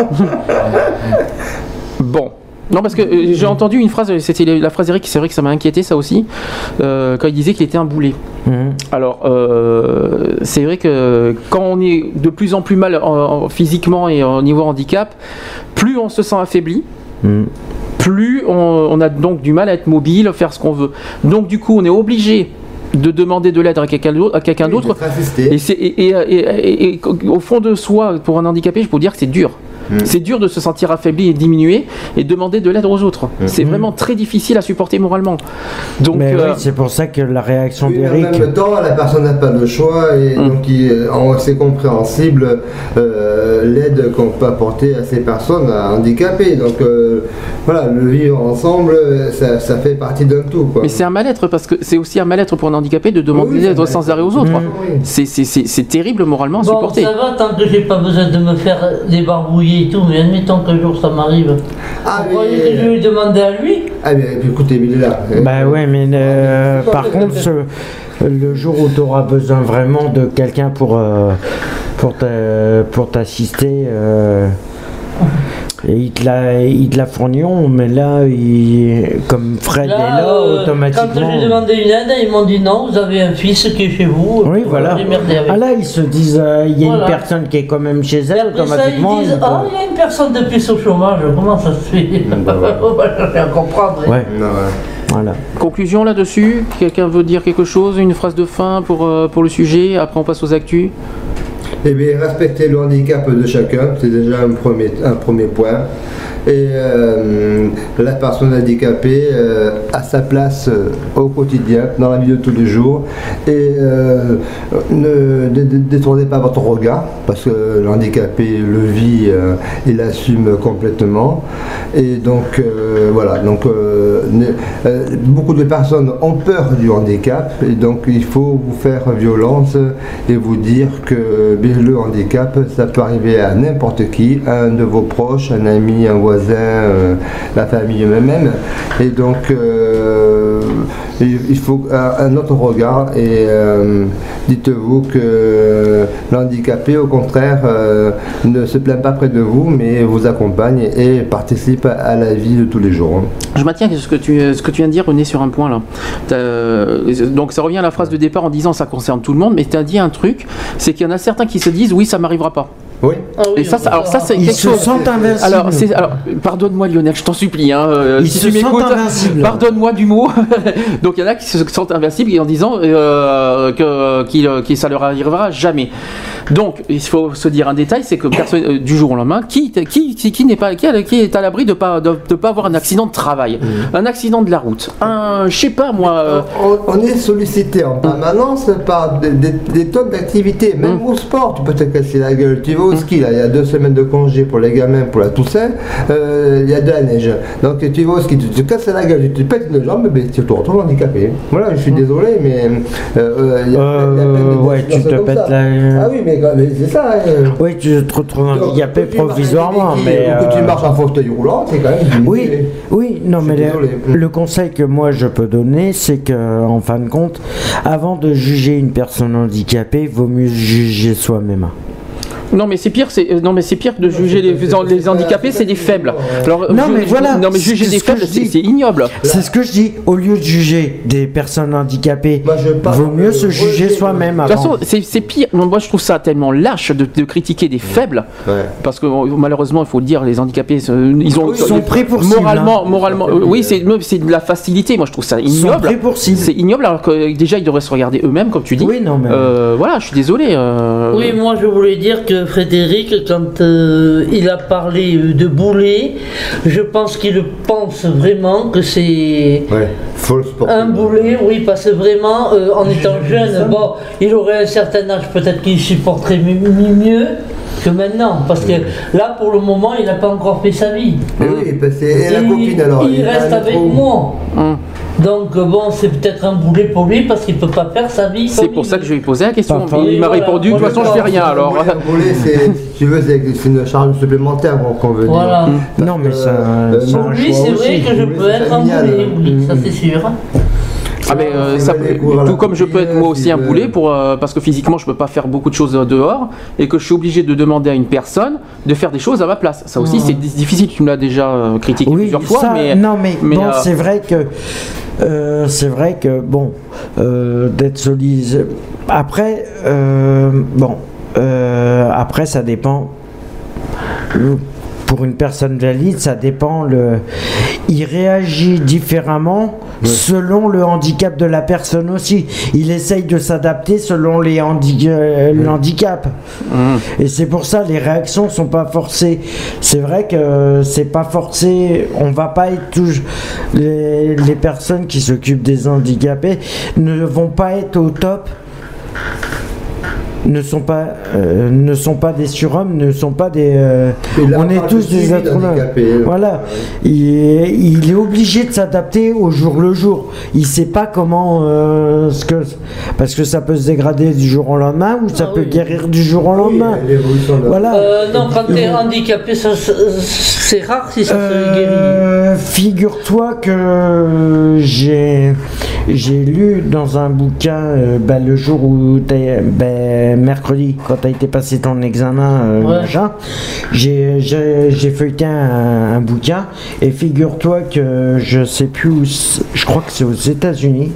Bon. Non, parce que euh, j'ai entendu une phrase, c'était la phrase d'Eric, c'est vrai que ça m'a inquiété, ça aussi, euh, quand il disait qu'il était un boulet. Mmh. Alors, euh, c'est vrai que quand on est de plus en plus mal en, en, physiquement et au niveau handicap, plus on se sent affaibli. Mmh. Plus on, on a donc du mal à être mobile, faire ce qu'on veut. Donc, du coup, on est obligé de demander de l'aide à quelqu'un d'autre, à quelqu'un d'autre. Et, c'est, et, et, et, et, et au fond de soi, pour un handicapé, je peux vous dire que c'est dur. Mmh. C'est dur de se sentir affaibli et diminué et demander de l'aide aux autres. Mmh. C'est vraiment très difficile à supporter moralement. Donc, mais euh, oui, c'est pour ça que la réaction oui, d'Eric... En même temps, la personne n'a pas le choix et mmh. donc il, c'est compréhensible euh, l'aide qu'on peut apporter à ces personnes handicapées. Donc euh, voilà, le vivre ensemble, ça, ça fait partie d'un tout. Quoi. Mais c'est un mal-être parce que c'est aussi un mal-être pour un handicapé de demander oui, l'aide sans arrêt aux autres. Mmh. Oui. C'est, c'est, c'est, c'est terrible moralement à bon, supporter. Ça va tant que j'ai pas besoin de me faire débarbouiller et tout, mais admettons qu'un jour ça m'arrive. Ah, vous croyez que je vais lui demander à lui? Ah bien, écoutez, il est là. Bah ouais, mais euh, par contre, ce, le jour où tu auras besoin vraiment de quelqu'un pour, euh, pour, t'a, pour t'assister, euh, et ils te, la, ils te la fourniront, mais là, il, comme Fred là, est là, euh, automatiquement... Quand j'ai demandé une aide, ils m'ont dit non, vous avez un fils qui est chez vous. Oui, voilà. Ah là, ils se disent, euh, il y a voilà. une personne qui est quand même chez elle, et automatiquement... Ça, ils disent, ah, oh, il y a une personne de plus au chômage, comment ça se fait? On va chercher à comprendre. Ouais. Ouais. Non, ouais. Voilà. Conclusion là-dessus, quelqu'un veut dire quelque chose, une phrase de fin pour, euh, pour le sujet, après on passe aux actus. Eh bien, respecter le handicap de chacun, c'est déjà un premier, un premier point. Et euh, la personne handicapée euh, a sa place euh, au quotidien, dans la vie de tous les jours. Et euh, ne détournez pas votre regard, parce que le handicapé le vit euh, et l'assume complètement. Et donc, euh, voilà. Donc, euh, ne, euh, beaucoup de personnes ont peur du handicap, et donc il faut vous faire violence et vous dire que bien, le handicap, ça peut arriver à n'importe qui, à un de vos proches, un ami, un voisin, Euh, la famille même, et donc euh, il faut un, un autre regard et euh, dites-vous que l'handicapé au contraire euh, ne se plaint pas près de vous mais vous accompagne et participe à la vie de tous les jours. Je maintiens ce que tu, ce que tu viens de dire, René, sur un point là. Euh, donc ça revient à la phrase de départ en disant ça concerne tout le monde, mais tu as dit un truc, c'est qu'il y en a certains qui se disent oui ça m'arrivera pas. Oui. Ah oui, et ça, ça, alors ça c'est ils quelque se chose. Sentent invincibles. Alors, c'est, alors, pardonne-moi Lionel, je t'en supplie. Hein, ils si se tu sentent invincibles. Pardonne-moi du mot. Donc il y en a qui se sentent invincibles et en disant euh, que, qu'il, que ça leur arrivera jamais. Donc il faut se dire un détail, c'est que personne, euh, du jour au lendemain, qui, qui, qui, qui n'est pas, qui, qui est à l'abri de pas de, de pas avoir un accident de travail, mmh. un accident de la route, un, je sais pas moi. Euh... On, on est sollicité en permanence mmh. par des, des, des tonnes d'activités, même mmh. au sport. Tu peux te casser la gueule. Tu vas au ski là, il y a deux semaines de congé pour les gamins pour la Toussaint, euh, il y a de la neige. Donc tu vas au ski, tu te casses la gueule, tu te pètes une jambe, mais tu te retrouves handicapé. Voilà, je suis mmh. désolé, mais euh, il y a, euh, y a plein de ouais, tu te pètes la. Ah oui, mais, mais c'est ça. Hein. Oui, tu te retrouves handicapé provisoirement, mais ou que euh... tu marches en fauteuil roulant, c'est quand même. Oui, oui, non, mais le, le conseil que moi je peux donner, c'est que en fin de compte, avant de juger une personne handicapée, il vaut mieux juger soi-même. Non mais c'est pire, c'est non mais c'est pire que de juger les, les handicapés, c'est des faibles. Alors, non mais je, voilà. Non mais juger des faibles, c'est, c'est ignoble. C'est ce que je dis. Au lieu de juger des personnes handicapées, il vaut mieux se juger soi-même. De toute façon, c'est, c'est pire. Non, moi je trouve ça tellement lâche de, de critiquer des faibles, ouais. parce que malheureusement, il faut le dire, les handicapés, ils ont ils sont pris pour moralement, cible, hein. moralement. Euh, oui, c'est c'est de la facilité. Moi je trouve ça ignoble. Ils sont pris pour cible. C'est ignoble alors que déjà ils devraient se regarder eux-mêmes, comme tu dis. Oui, non mais. Euh, voilà, je suis désolé. Euh... Oui, moi je voulais dire que Frédéric, quand euh, il a parlé de boulet, je pense qu'il pense vraiment que c'est ouais, un boulet, oui, parce que vraiment, euh, en étant jeune, bon, il aurait un certain âge, peut-être qu'il supporterait mieux que maintenant, parce que là, pour le moment, il n'a pas encore fait sa vie. Oui, parce que et la il, copine alors. Il, il reste avec trop... moi. Hum. Donc bon, c'est peut-être un boulet pour lui parce qu'il ne peut pas faire sa vie. C'est pour ça que je lui ai posé la question. Enfin, il m'a voilà, répondu, de toute façon je fais rien alors. Un boulet, c'est, si tu veux, c'est une charge supplémentaire qu'on veut voilà. dire. Mmh. Non mais ça. Euh, pour lui, c'est vrai que je peux être un boulet, oui, ça c'est sûr. Ah mais euh, ça, tout comme je peux être moi aussi un boulet pour, euh, parce que physiquement je peux pas faire beaucoup de choses dehors et que je suis obligé de demander à une personne de faire des choses à ma place. Ça aussi mmh. c'est difficile, tu me l'as déjà euh, critiqué oui, plusieurs fois. Ça, mais, non mais, mais bon, euh, c'est vrai que euh, c'est vrai que bon euh, d'être solide. Après euh, bon euh, après ça dépend. Pour une personne valide, ça dépend. Le... Il réagit différemment selon le handicap de la personne aussi. Il essaye de s'adapter selon les handi- euh, le handicap. Mmh. Et c'est pour ça les réactions sont pas forcées. C'est vrai que c'est pas forcé. On va pas être toujours les, les personnes qui s'occupent des handicapés ne vont pas être au top. Ne sont pas, euh, ne sont pas des surhommes, ne sont pas des. Euh, on est tous des êtres humains. Voilà. Il est, il est obligé de s'adapter au jour le jour. Il sait pas comment euh, ce que parce que ça peut se dégrader du jour au lendemain ou ça ah, peut oui. guérir du jour au lendemain. Oui, voilà. Euh, non, quand tu es handicapé, ça, c'est rare si ça euh, se guérit. Figure-toi que j'ai j'ai lu dans un bouquin euh, bah, le jour où t'es ben, mercredi, quand tu as été passé ton examen, euh, ouais. machin, j'ai, j'ai, j'ai feuilleté un, un bouquin et figure-toi que je sais plus où, je crois que c'est aux États-Unis.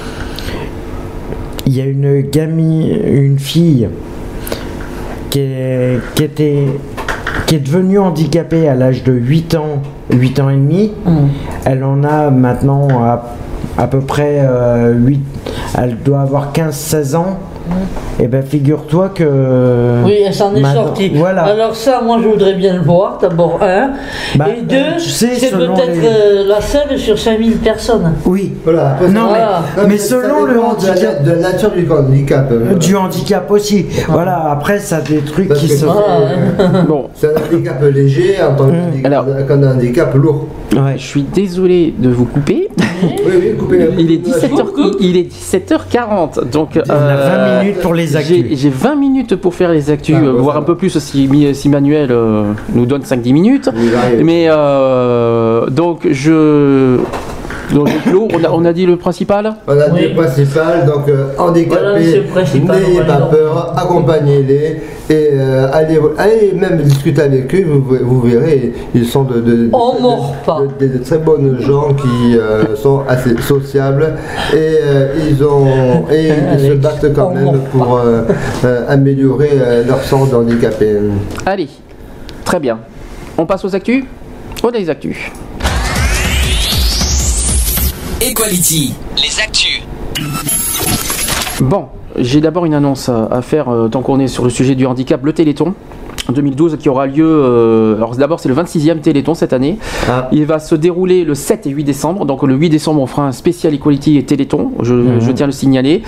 Il y a une gamine, une fille qui, est, qui était qui est devenue handicapée à l'âge de huit ans, huit ans et demi. Mmh. Elle en a maintenant à, à peu près euh, huit, elle doit avoir quinze seize ans. Et eh ben figure-toi que... Oui, elle s'en est maintenant, sortie. Voilà. Alors ça, moi je voudrais bien le voir, d'abord un. Bah, et deux, euh, tu sais, c'est peut-être les... euh, la seule sur cinq mille personnes. Oui. Voilà. Non, voilà. Mais, mais selon le handicap... De la nature du handicap. Euh, du handicap aussi. Ah. Voilà, après ça a des trucs Parce qui sont... Ah, bon. C'est un handicap léger en tant qu'un handicap lourd. Ouais. Je suis désolé de vous couper. Oui, oui, coupez. Il est dix-sept heures, il est dix-sept heures quarante, donc on a vingt minutes pour les actus. J'ai, j'ai vingt minutes pour faire les actus, ah, euh, voire un peu plus si, si Manuel euh, nous donne cinq dix minutes. Oui, mais euh, donc je... Donc, on a, on a dit le principal. On a dit oui. le principal, donc euh, handicapés, voilà, n'ayez pas peur, accompagnez-les et euh, allez, allez même discuter avec eux, vous, vous verrez, ils sont de, de, on de, mord pas. De, de, de très bonnes gens qui euh, sont assez sociables et euh, ils, ont, et ils se battent quand on même pour euh, euh, améliorer euh, leur sort d'handicapé. Allez, très bien. On passe aux actus. On a les actus. Equality, les actus. Bon, j'ai d'abord une annonce à, à faire euh, tant qu'on est sur le sujet du handicap, le Téléthon en deux mille douze qui aura lieu, euh, alors d'abord c'est le vingt-sixième Téléthon cette année, ah. Il va se dérouler le sept et huit décembre, donc le huit décembre on fera un spécial Equality et Téléthon, je, mmh. je tiens à le signaler.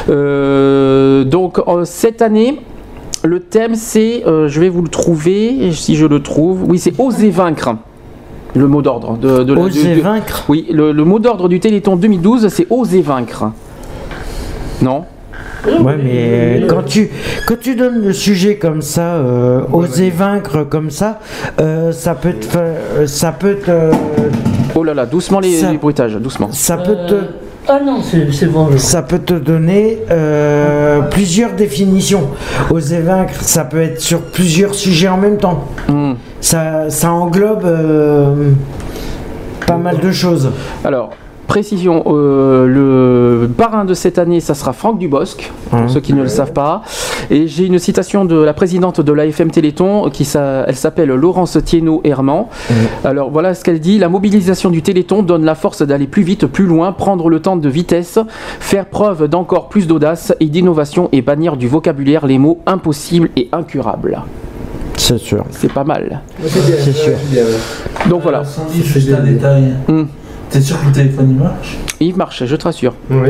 Euh, donc euh, cette année, le thème c'est, euh, je vais vous le trouver, si je le trouve, oui c'est Oser vaincre. Le mot d'ordre de, de Oser de, de, vaincre. Oui, le, le mot d'ordre du Téléthon deux mille douze, c'est Oser vaincre. Non. Ouais, mais quand tu quand tu donnes le sujet comme ça, euh, oser vaincre comme ça, euh, ça peut te faire, ça peut te. Oh là là, doucement les, ça, les bruitages, doucement. Ça peut te. Ah non, c'est, c'est bon. Ça peut te donner euh, plusieurs définitions. Oser vaincre, ça peut être sur plusieurs sujets en même temps. Mm. Ça, ça englobe euh, pas mal de choses. Alors, précision, euh, le parrain de cette année, ça sera Franck Dubosc, pour mmh. ceux qui ne le savent pas. Et j'ai une citation de la présidente de l'A F M Téléthon, qui ça, elle s'appelle Laurence Thiénot-Herman. Mmh. Alors voilà ce qu'elle dit: la mobilisation du Téléthon donne la force d'aller plus vite, plus loin, prendre le temps de vitesse, faire preuve d'encore plus d'audace et d'innovation et bannir du vocabulaire les mots impossibles et incurables. C'est sûr. C'est pas mal. C'est, bien, c'est sûr. Bien. Donc voilà. Sandy, juste un détail. Mmh. T'es sûr que le téléphone il marche? Il marche, je te rassure. Oui.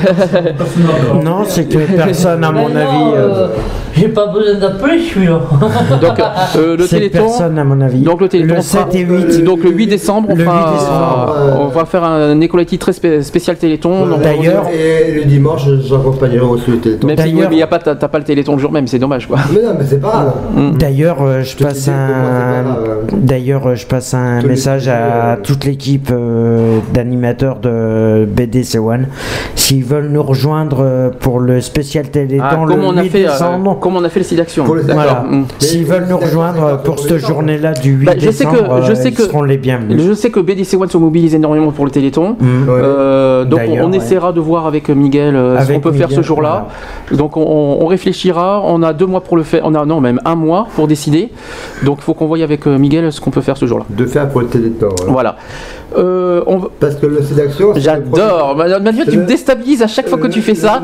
Non, c'est que personne, à mon non, avis. Euh... Euh, j'ai pas besoin d'appeler, je suis là. Donc, euh, le c'est Téléthon. Personne, à mon avis. Donc, le Téléthon. Le sept et huit. Euh, donc, le huit décembre, on, le fera, huit décembre euh, on va faire un Equality très spé- spécial Téléthon. Ouais, donc, d'ailleurs. Et le dimanche, j'accompagnerai aussi le Téléthon. Même si, oui, mais y a pas, t'as, t'as pas le Téléthon le jour même, c'est dommage, quoi. Mais non, mais c'est pas grave. Mmh. D'ailleurs, euh, je, je passe un. D'ailleurs, je passe un Tous message les... à toute l'équipe euh, d'animateurs de B D C One. S'ils veulent nous rejoindre pour le spécial Téléthon ah, le on huit a fait, décembre, euh, comme on a fait le site d'action. Voilà. Mmh. S'ils veulent nous rejoindre pour cette journée-là du huit bah, je décembre, sais que, je sais ils que, seront les bienvenus. Je sais que B D C One se mobilise énormément pour le Téléthon. Mmh. Euh, donc on, on ouais. essaiera de voir avec Miguel euh, avec ce qu'on peut Miguel, faire ce jour-là. Voilà. Donc on, on réfléchira. On a deux mois pour le faire. On a non même un mois pour décider. Donc il faut qu'on voie avec Miguel ce qu'on peut faire ce jour-là. De faire pour le Téléthon. Ouais. Voilà. Euh, on... Parce que le SIDAction... J'adore. Mathieu, tu me déstabilises à chaque fois que tu fais ça.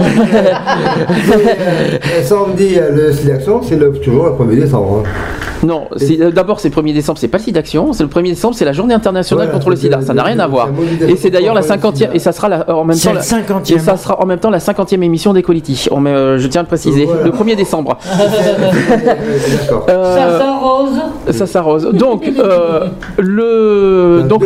Samedi, le SIDAction, c'est le, toujours le premier décembre. Hein. Non, c'est, d'abord c'est le premier décembre, c'est pas le SIDAction, c'est le premier décembre, c'est la journée internationale ouais, contre le sida, ça n'a rien à voir. Et c'est d'ailleurs la cinquantième, et ça sera la, en même temps la, et ça sera en même temps la cinquantième émission d'Equality. On met, euh, je tiens à le préciser, voilà. Le premier décembre. euh, ça s'arrose. Ça s'arrose. Donc euh, le donc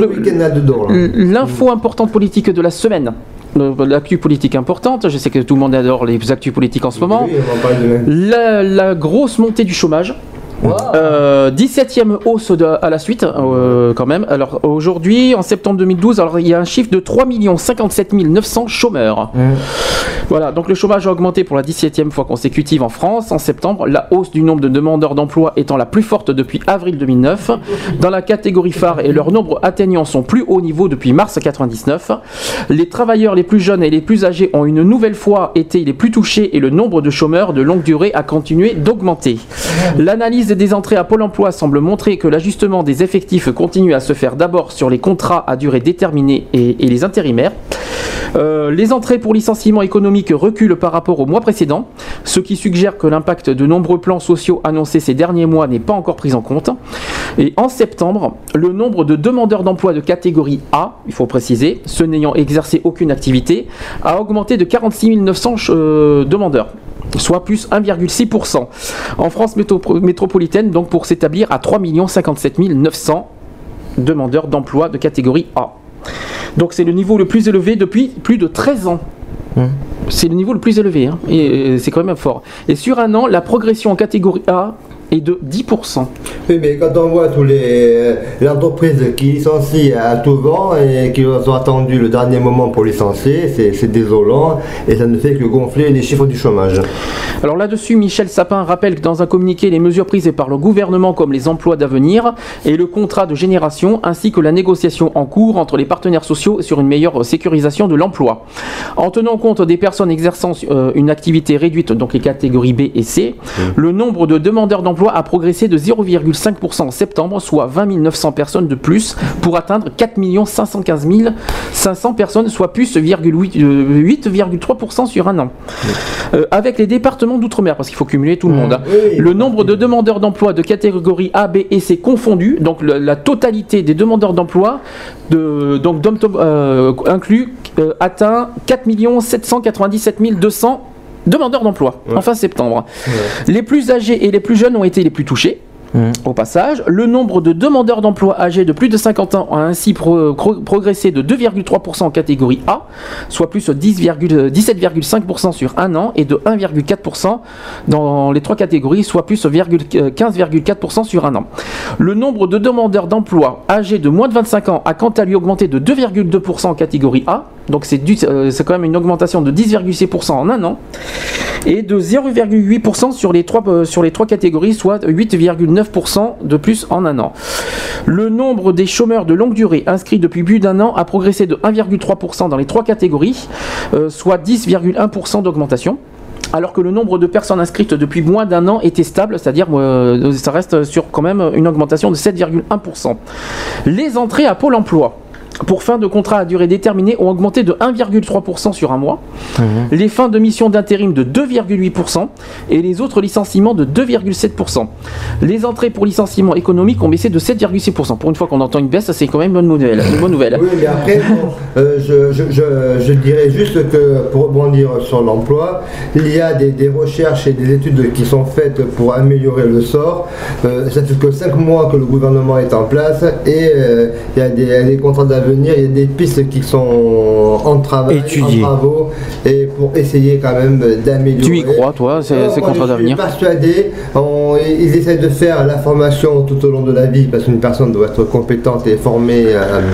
le, l'info importante politique de la semaine. L'actu politique importante, je sais que tout le monde adore les actus politiques en ce moment. Oui, on va parler de la, la grosse montée du chômage. Wow. Euh, dix-septième hausse de, à la suite, euh, quand même. Alors aujourd'hui, en septembre deux mille douze, alors, il y a un chiffre de trois millions cinquante-sept mille neuf cents chômeurs. Mmh. Voilà, donc le chômage a augmenté pour la dix-septième fois consécutive en France en septembre. La hausse du nombre de demandeurs d'emploi étant la plus forte depuis avril deux mille neuf. Dans la catégorie phare et leur nombre atteignant son plus haut niveau depuis mars quatre-vingt-dix-neuf. Les travailleurs les plus jeunes et les plus âgés ont une nouvelle fois été les plus touchés et le nombre de chômeurs de longue durée a continué d'augmenter. L'analyse des entrées à Pôle emploi semble montrer que l'ajustement des effectifs continue à se faire d'abord sur les contrats à durée déterminée et, et les intérimaires. Euh, les entrées pour licenciement économique reculent par rapport au mois précédent, ce qui suggère que l'impact de nombreux plans sociaux annoncés ces derniers mois n'est pas encore pris en compte. Et en septembre, le nombre de demandeurs d'emploi de catégorie A, il faut préciser, ceux n'ayant exercé aucune activité, a augmenté de quarante-six mille neuf cents euh, demandeurs. Soit plus un virgule six pour cent en France métro- métropolitaine, donc pour s'établir à trois millions cinquante-sept mille neuf cents demandeurs d'emploi de catégorie A. Donc c'est le niveau le plus élevé depuis plus de treize ans. Mmh. C'est le niveau le plus élevé, hein, et, et c'est quand même fort. Et sur un an, la progression en catégorie A est de dix pour cent. Oui, mais quand on voit tous les, les entreprises qui licencient à tout vent et qui ont attendu le dernier moment pour licencier, c'est, c'est désolant et ça ne fait que gonfler les chiffres du chômage. Alors là-dessus, Michel Sapin rappelle que dans un communiqué, les mesures prises par le gouvernement comme les emplois d'avenir et le contrat de génération ainsi que la négociation en cours entre les partenaires sociaux sur une meilleure sécurisation de l'emploi. En tenant compte des personnes exerçant euh, une activité réduite, donc les catégories B et C, mmh. le nombre de demandeurs d'emploi a progressé de zéro virgule cinq pour cent en septembre, soit vingt mille neuf cents personnes de plus, pour atteindre quatre millions cinq cent quinze mille cinq cents personnes, soit plus huit virgule trois pour cent sur un an. Euh, avec les départements d'outre-mer, parce qu'il faut cumuler tout le monde. Hein. Oui, le nombre de demandeurs d'emploi de catégorie A, B et C confondus, donc le, la totalité des demandeurs d'emploi, de, donc euh, inclus, euh, atteint quatre millions sept cent quatre-vingt-dix-sept mille deux cents demandeurs d'emploi, ouais. en fin septembre. Ouais. Les plus âgés et les plus jeunes ont été les plus touchés. Mmh. Au passage, le nombre de demandeurs d'emploi âgés de plus de cinquante ans a ainsi pro- pro- progressé de deux virgule trois pour cent en catégorie A, soit plus dix-sept virgule cinq pour cent sur un an, et de un virgule quatre pour cent dans les trois catégories, soit plus quinze virgule quatre pour cent sur un an. Le nombre de demandeurs d'emploi âgés de moins de vingt-cinq ans a quant à lui augmenté de deux virgule deux pour cent en catégorie A, donc c'est, du, euh, c'est quand même une augmentation de dix virgule six pour cent en un an, et de zéro virgule huit pour cent sur les trois, euh, sur les trois catégories, soit huit virgule neuf pour cent de plus en un an. Le nombre des chômeurs de longue durée inscrits depuis plus d'un an a progressé de un virgule trois pour cent dans les trois catégories, euh, soit dix virgule un pour cent d'augmentation. Alors que le nombre de personnes inscrites depuis moins d'un an était stable, c'est-à-dire euh, ça reste sur quand même une augmentation de sept virgule un pour cent. Les entrées à Pôle emploi pour fin de contrat à durée déterminée ont augmenté de un virgule trois pour cent sur un mois, mmh. les fins de mission d'intérim de deux virgule huit pour cent et les autres licenciements de deux virgule sept pour cent. Les entrées pour licenciement économique ont baissé de sept virgule six pour cent. Pour une fois qu'on entend une baisse, c'est quand même une bonne nouvelle. Une bonne nouvelle. Oui, mais après, bon, euh, je, je, je, je dirais juste que pour rebondir sur l'emploi, il y a des, des recherches et des études qui sont faites pour améliorer le sort. Euh, ça fait que cinq mois que le gouvernement est en place et euh, il y a des, des contrats d'avenir. Il y a des pistes qui sont en travail, étudiées, en travaux, et pour essayer quand même d'améliorer. Tu y crois, toi, ces, Alors, ces moi, contrats d'avenir? Je suis persuadé. On, ils essaient de faire la formation tout au long de la vie, parce qu'une personne doit être compétente et formée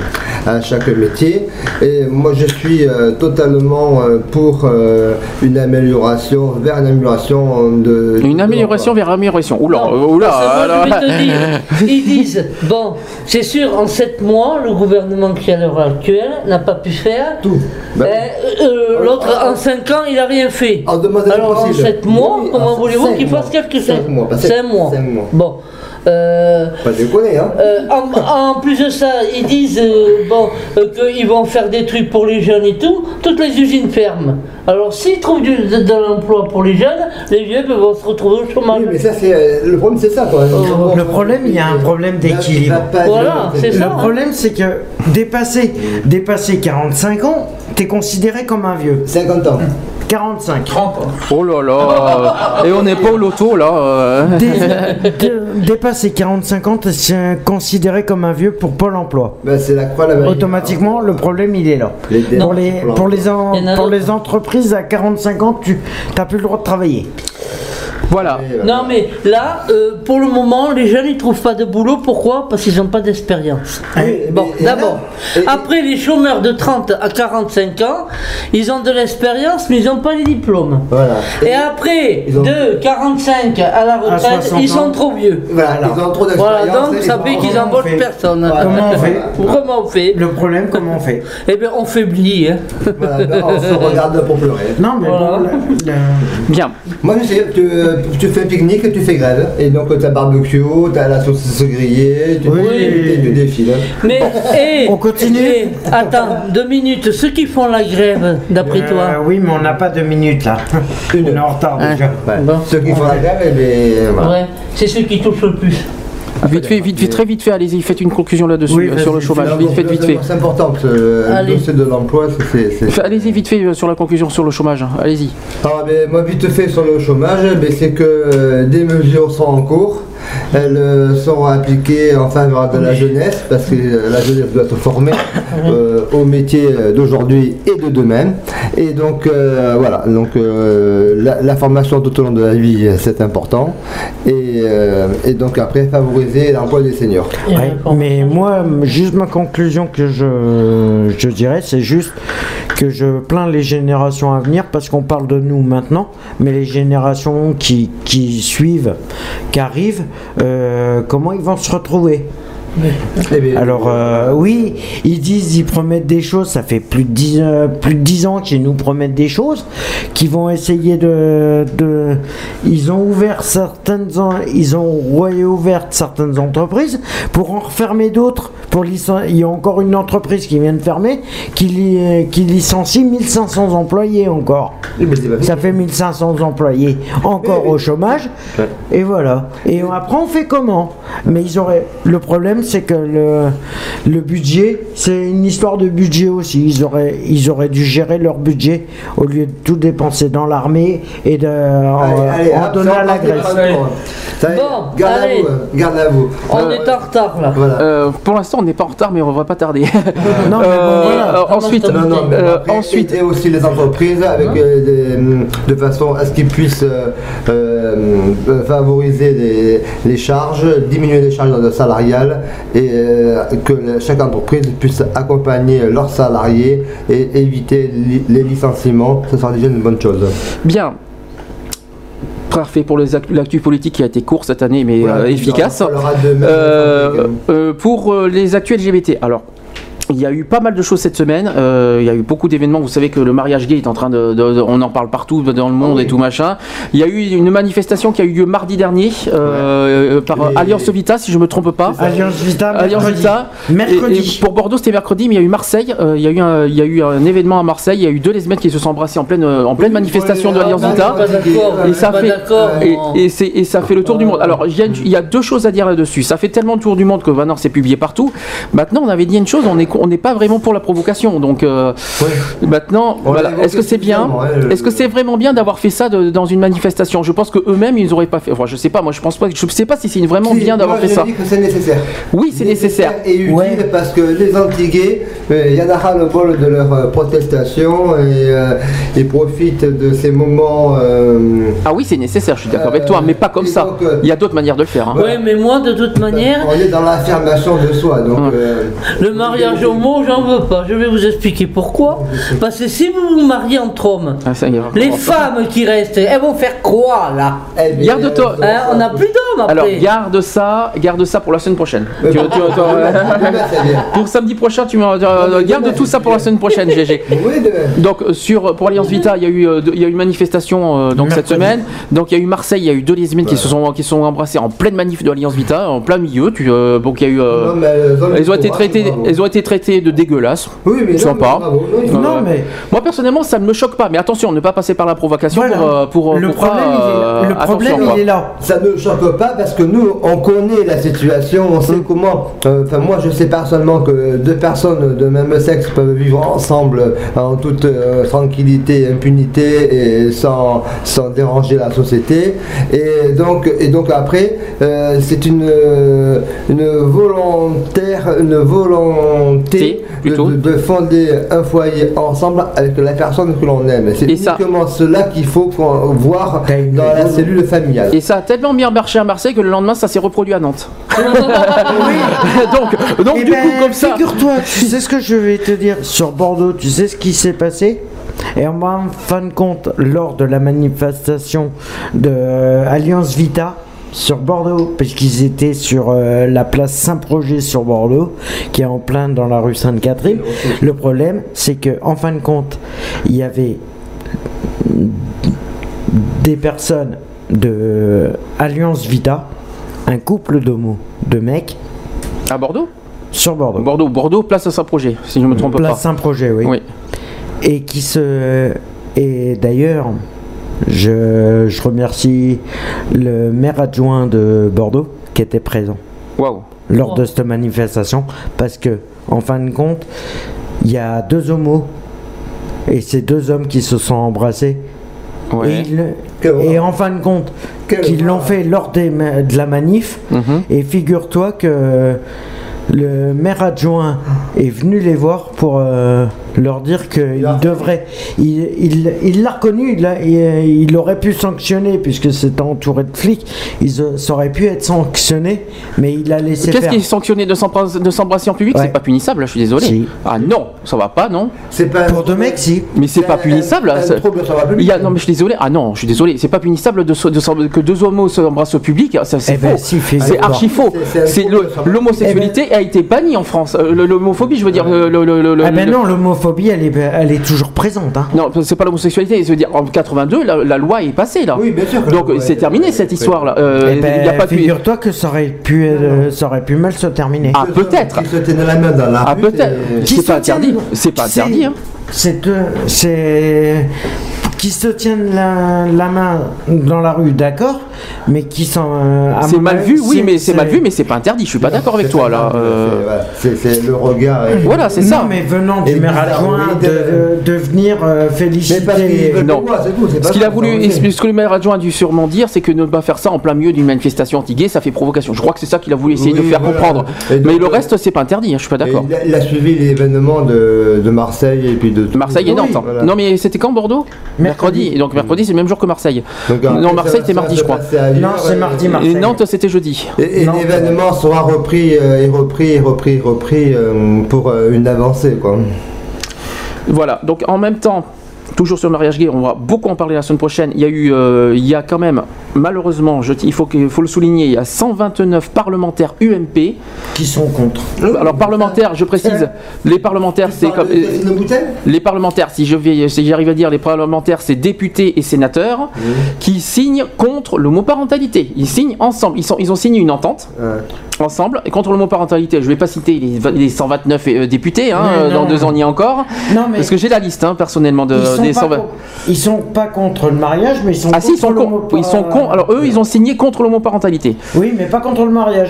à, à chaque métier. Et moi, je suis euh, totalement euh, pour euh, une amélioration, vers une amélioration de... Une amélioration vers amélioration. Oula, non, oula, oula. Je vais te dire, ils disent, bon, c'est sûr, en sept mois, le gouvernement qui est à l'heure actuelle n'a pas pu faire tout. Ben, euh, euh, l'autre en cinq ans il n'a rien fait. Alors en sept mois, oui, comment voulez-vous qu'il fasse quelque chose? cinq mois. cinq mois. Bon. Euh, Pas déconner, hein. Euh, en, en plus de ça, ils disent euh, bon, euh, qu'ils vont faire des trucs pour les jeunes et tout. Toutes les usines ferment. Alors s'ils trouvent du, de, de l'emploi pour les jeunes, les vieux vont se retrouver au chômage. Oui, mais ça, c'est, euh, le problème, c'est ça, quoi. Oh, le problème, il y a un problème d'équilibre. Voilà, c'est ça. Le problème, c'est que dépasser, dépasser quarante-cinq ans, t'es considéré comme un vieux. cinquante ans. quarante-cinq. trente ans. Oh là là. Et on n'est pas au loto là. euh. Dé- dé- dépasser quarante-cinq ans, t'es considéré comme un vieux pour Pôle emploi. Ben, c'est la croix, la bannière. Automatiquement, le problème, il est là. Les Pour les, pour les, en- Il y en a pour d'autres. les entreprises à quarante-cinq ans, tu n'as plus le droit de travailler. Voilà. Et, euh, Non mais là, euh, pour le moment, les jeunes ils trouvent pas de boulot. Pourquoi? Parce qu'ils n'ont pas d'expérience. Oui, Bon, mais- et d'abord. là- et- Après, les chômeurs de trente à quarante-cinq ans, ils ont de l'expérience, mais ils n'ont pas les diplômes. Voilà. Et après, Ils ont- de quarante-cinq à la retraite, soixante ils sont ans. trop vieux. Voilà, ils ont trop d'expérience. Voilà, donc et ça ils fait ont- qu'ils comment on embauchent fait personne. Comment on fait Comment on fait? Le problème, comment on fait Eh bien, on faiblit. Hein. Voilà, ben, on se regarde pour pleurer. Non, mais Voilà. bon, le- le- Bien. Moi, je sais, tu, tu fais un pique-nique, tu fais grève. Et donc, t'as barbecue, t'as la saucisse grillée, tu, Oui. tu, tu défiles. Mais, hé, On continue hé, attends, deux minutes. Ceux qui font la grève, d'après Euh, toi. oui, mais on n'a pas deux minutes là. Une. On est en retard Hein. déjà. Ouais. Bon. Ceux qui font la grève, eh bien, voilà. Ouais, c'est ceux qui touchent le plus. Vite fait, vite, vite, très vite fait, allez-y, faites une conclusion là-dessus, Oui, euh, sur le vas-y, chômage. Non, Vite donc, fait, vite fait. C'est important parce que le Allez. dossier de l'emploi, c'est- c'est. Fait- Allez-y, vite fait, euh, sur la conclusion sur le chômage. Allez-y. Alors, ben, moi, vite fait sur le chômage, ben, c'est que euh, des mesures sont en cours. Elles euh, seront appliquées en faveur de la jeunesse, parce que euh, la jeunesse doit se former euh, au métier d'aujourd'hui et de demain. Et donc, euh, voilà, donc, euh, la, la formation tout au long de la vie, c'est important. Et, euh, et donc, après, favoriser l'emploi des seniors. Ouais, mais moi, juste ma conclusion que je, je dirais, c'est juste que je plains les générations à venir parce qu'on parle de nous maintenant, mais les générations qui, qui suivent, qui arrivent, euh, comment ils vont se retrouver? Eh bien, Alors euh, oui, ils disent, ils promettent des choses, ça fait plus de dix, euh, plus de dix ans qu'ils nous promettent des choses, qu'ils vont essayer de, de... Ils ont ouvert certaines... en- Ils ont réouvert certaines entreprises pour en refermer d'autres. Pour licen- Il y a encore une entreprise qui vient de fermer, qui, li- qui licencie mille cinq cents employés encore. eh ben, c'est pas Ça fait mille cinq cents employés encore au chômage. Ouais. Et voilà. Et après, on fait comment? Mais ils auraient... Le problème, c'est que le, le budget, c'est une histoire de budget aussi. Ils auraient, ils auraient dû gérer leur budget au lieu de tout dépenser dans l'armée et de en, Allez, allez, en hop, donner ça, à la on part Grèce. des rapports. Ça y est, Bon, garde allez. à vous, hein, garde à vous. On Euh, est en retard là. Voilà. Euh, pour l'instant, on n'est pas en retard, mais on va pas tarder. Non, mais bon, Euh, voilà. euh, ensuite, Non, non, mais euh, après, ensuite, aider aussi les entreprises avec euh, des- de façon à ce qu'ils puissent euh, euh, favoriser les, les charges, diminuer les charges salariales et euh, que le- chaque entreprise puisse accompagner leurs salariés et éviter li- les licenciements. Ce sera déjà une bonne chose. bien. Parfait pour les ac- l'actu politique qui a été court cette année, mais Voilà, euh, puis efficace. on parlera de même Euh, santé, quand même. euh, pour euh, les actus L G B T, alors. Il y a eu pas mal de choses cette semaine. Euh, il y a eu beaucoup d'événements. Vous savez que le mariage gay est en train de, de- de- on en parle partout dans le monde Ah oui. et tout machin. Il y a eu une manifestation qui a eu lieu mardi dernier euh, euh, par Les- Alliance Vita, si je me trompe pas. Alliance Vita, Alliance mercredi. Vita. Mercredi. Et, et pour Bordeaux, c'était mercredi, mais il y a eu Marseille. Euh, il, y a eu un, il y a eu un événement à Marseille. Il y a eu deux lesbiennes qui se sont embrassées en pleine, euh, en pleine manifestation de l'Alliance Ah, Vita. je suis pas d'accord. Et je ça suis pas fait, d'accord. et, et c'est- et ça fait le tour du monde. Alors, il y, a, il y a deux choses à dire là-dessus. Ça fait tellement le tour du monde que maintenant c'est publié partout. Maintenant, on avait dit une chose, on n'est on n'est pas vraiment pour la provocation. Donc, euh, maintenant, On voilà. l'a évoqué Est-ce que c'est bien suffisamment, hein, le- Est-ce que c'est vraiment bien d'avoir fait ça de- dans une manifestation? Je pense que eux-mêmes, ils n'auraient pas fait. Enfin, je sais pas. Moi, je pense pas. Je sais pas si c'est vraiment Si, bien d'avoir moi, fait je ça. dis que c'est nécessaire. Oui, c'est nécessaire. Et utile Ouais. parce que les anti-gays, euh, il y en a ras le bol de leur euh, protestation et euh, ils profitent de ces moments. euh, Ah oui, c'est nécessaire. Je suis d'accord avec toi, mais pas comme et ça. donc, euh, Il y a d'autres manières de le faire. hein. Oui, mais moi, de toute manière, on est dans l'affirmation de soi. Donc, Ouais. euh, le mariage mot, j'en veux pas. Je vais vous expliquer pourquoi. Parce que si vous vous mariez entre hommes, ah, ça y est, les femmes qui restent, elles vont faire quoi là? Garde-toi. Hein, on n'a plus d'hommes après. Alors garde ça, garde ça pour la semaine prochaine. Tu- tu- tu- pour samedi prochain, tu m'en- euh, garde tout ça pour la semaine prochaine, G G. Donc sur pour Alliance Vita, il y a eu euh, il y a eu une manifestation euh, donc cette semaine. Donc il y a eu Marseille, il y a eu deux lesbiennes qui se sont qui se sont embrassées en pleine manif de Alliance Vita, en plein milieu. Tu, euh, donc il y a eu euh, Non, mais, euh, elles ont été traitées elles ont été traitées de dégueulasses. Oui, mais non, Sympa. mais bravo. Non, il faut- Euh, Non, mais- moi personnellement ça ne me choque pas, mais attention, ne pas passer par la provocation Voilà. pour, euh, pour Le pour problème, pas, il est- euh, le problème, attention, quoi. il est là. Ça ne choque pas parce que nous, on connaît la situation, on sait comment. euh, Enfin, moi, je sais personnellement que deux personnes de même sexe peuvent vivre ensemble en toute euh, tranquillité, impunité et sans, sans déranger la société. Et donc, et donc après, euh, c'est une, euh, une volontaire, une volonté de, de- de fonder un foyer ensemble avec la personne que l'on aime. C'est Et ça- uniquement cela qu'il faut qu'on- voir dans la cellule familiale. Et ça a tellement bien marché à Marseille que le lendemain ça s'est reproduit à Nantes. donc donc Eh du ben, coup comme ça. Figure-toi, tu sais ce que je vais te dire sur Bordeaux, tu sais ce qui s'est passé? Et en fin de compte, lors de la manifestation de euh, Alliance Vita sur Bordeaux, parce qu'ils étaient sur euh, la place Saint-Projet sur Bordeaux, qui est en plein dans la rue Sainte-Catherine. Le problème, c'est que en fin de compte, il y avait des personnes de Alliance Vita, un couple d'homos, de mecs, À Bordeaux sur Bordeaux. Bordeaux, Bordeaux, place à Saint-Projet, si je ne me trompe Place pas. Saint-Projet, oui. Oui. Et qui se. Et d'ailleurs, je, je remercie le maire adjoint de Bordeaux qui était présent Waouh. lors de cette manifestation, parce que, en fin de compte, il y a deux homos et ces deux hommes qui se sont embrassés. Ouais. Et, ils- et en fin de compte, qu'ils l'ont fait lors des ma- de la manif. Mhm. Et figure-toi que le maire adjoint est venu les voir pour euh, leur dire qu'il devrait. Il, il, il l'a reconnu, il, a- il, il aurait pu sanctionner puisque c'était entouré de flics. Ils, euh, ça aurait pu être sanctionné, mais il a laissé Qu'est-ce faire. qui est sanctionné de s'embra- de s'embrasser en public? Ouais. C'est pas punissable, là, je suis désolé. Si. Ah non, ça va pas, non. C'est pas Pour deux mecs, si. Mais c'est pas un- punissable. un ça- trouble sur la public. Il y a, non mais je suis désolé. Ah non, je suis désolé. C'est pas punissable de, se- de s'em- que deux homos s'embrassent au public. Ça, c'est Eh ben, faux. si, fais c'est effort. archi faux. C'est- c'est un C'est trouble le- sur la- l'homosexualité a été bannie en France. Euh, le- L'homophobie, je veux dire. Le, le- le- le- Ah ben le- non, l'homophobie, elle est, elle est toujours présente. Hein. Non, c'est pas l'homosexualité. Je veux dire, en quatre-vingt-deux, la, la loi est passée là. Oui, bien sûr que Donc la loi c'est est- terminé est- cette est- histoire-là. Euh, Eh il ben, y a pas pu. figure-toi que ça aurait pu, euh, ça aurait pu mal se terminer. Ah, peut-être. Qui se tenaient la main dans la Ah rue, peut-être. c'est- Qui C'est se pas interdit. tiennent- C'est pas c'est- interdit. Hein. C'est deux- c'est qui se tiennent la, la main dans la rue, d'accord, mais qui sont. euh, à C'est mon mal avis, vu, oui, mais c'est mal vu, mais c'est pas interdit. Je suis pas d'accord avec c'est toi pas là. grave, Euh, c'est- voilà, C'est c'est le regard. et- Voilà, c'est non, ça. mais venant du Et maire bizarre, adjoint oui, de, de- de venir euh, Mais parce qu'ils féliciter. veulent Non. le voir, c'est tout, c'est Ce pas qu'il a grave, voulu, on sait. ce que le maire adjoint a dû sûrement dire, c'est que ne pas faire ça en plein milieu d'une manifestation anti-gay, ça fait provocation. Je crois que c'est ça qu'il a voulu essayer de Oui, faire voilà. comprendre. Et donc, Mais le euh, reste, c'est pas interdit, hein, je suis pas d'accord. Et Il a, il a suivi l'événement de, de Marseille et puis de tout. Marseille et Nantes. hein. Voilà. Non, mais c'était quand Bordeaux? Mercredi. Et donc mercredi, c'est le même jour que Marseille. Donc, après, Non, Marseille, ça- c'est ça mardi, va je crois. se passer ailleurs, Non, c'est et- mardi, Et Marseille. Nantes, c'était jeudi. Et, et Nantes, l'événement sera repris euh, et repris et repris et repris euh, pour euh, une avancée, quoi. Voilà, donc en même temps, toujours sur le mariage gay, on va beaucoup en parler la semaine prochaine. Il y a eu, euh, il y a quand même, malheureusement, je, il faut, que- il faut le souligner, il y a cent vingt-neuf parlementaires U M P. Qui sont contre. Alors parlementaires, je précise, les parlementaires, c'est comme Une bouteille les parlementaires, si je vais, si j'arrive à dire les parlementaires, c'est députés et sénateurs qui signent contre l'homoparentalité. Ils signent ensemble. Ils sont, ils ont signé une entente. Ouais. Ensemble et contre l'homoparentalité. Je vais pas citer les, vingt- les cent vingt-neuf euh, députés, hein, Mais euh, dans non. deux ans il y a encore, Non, mais parce que j'ai la liste hein, personnellement de ils, sont des pas cent vingt. con- ils sont pas contre le mariage, mais ils sont Ah si, ils sont contre con. Ils sont cons. Alors eux, ils ont signé contre l'homoparentalité. Oui, mais pas contre le mariage.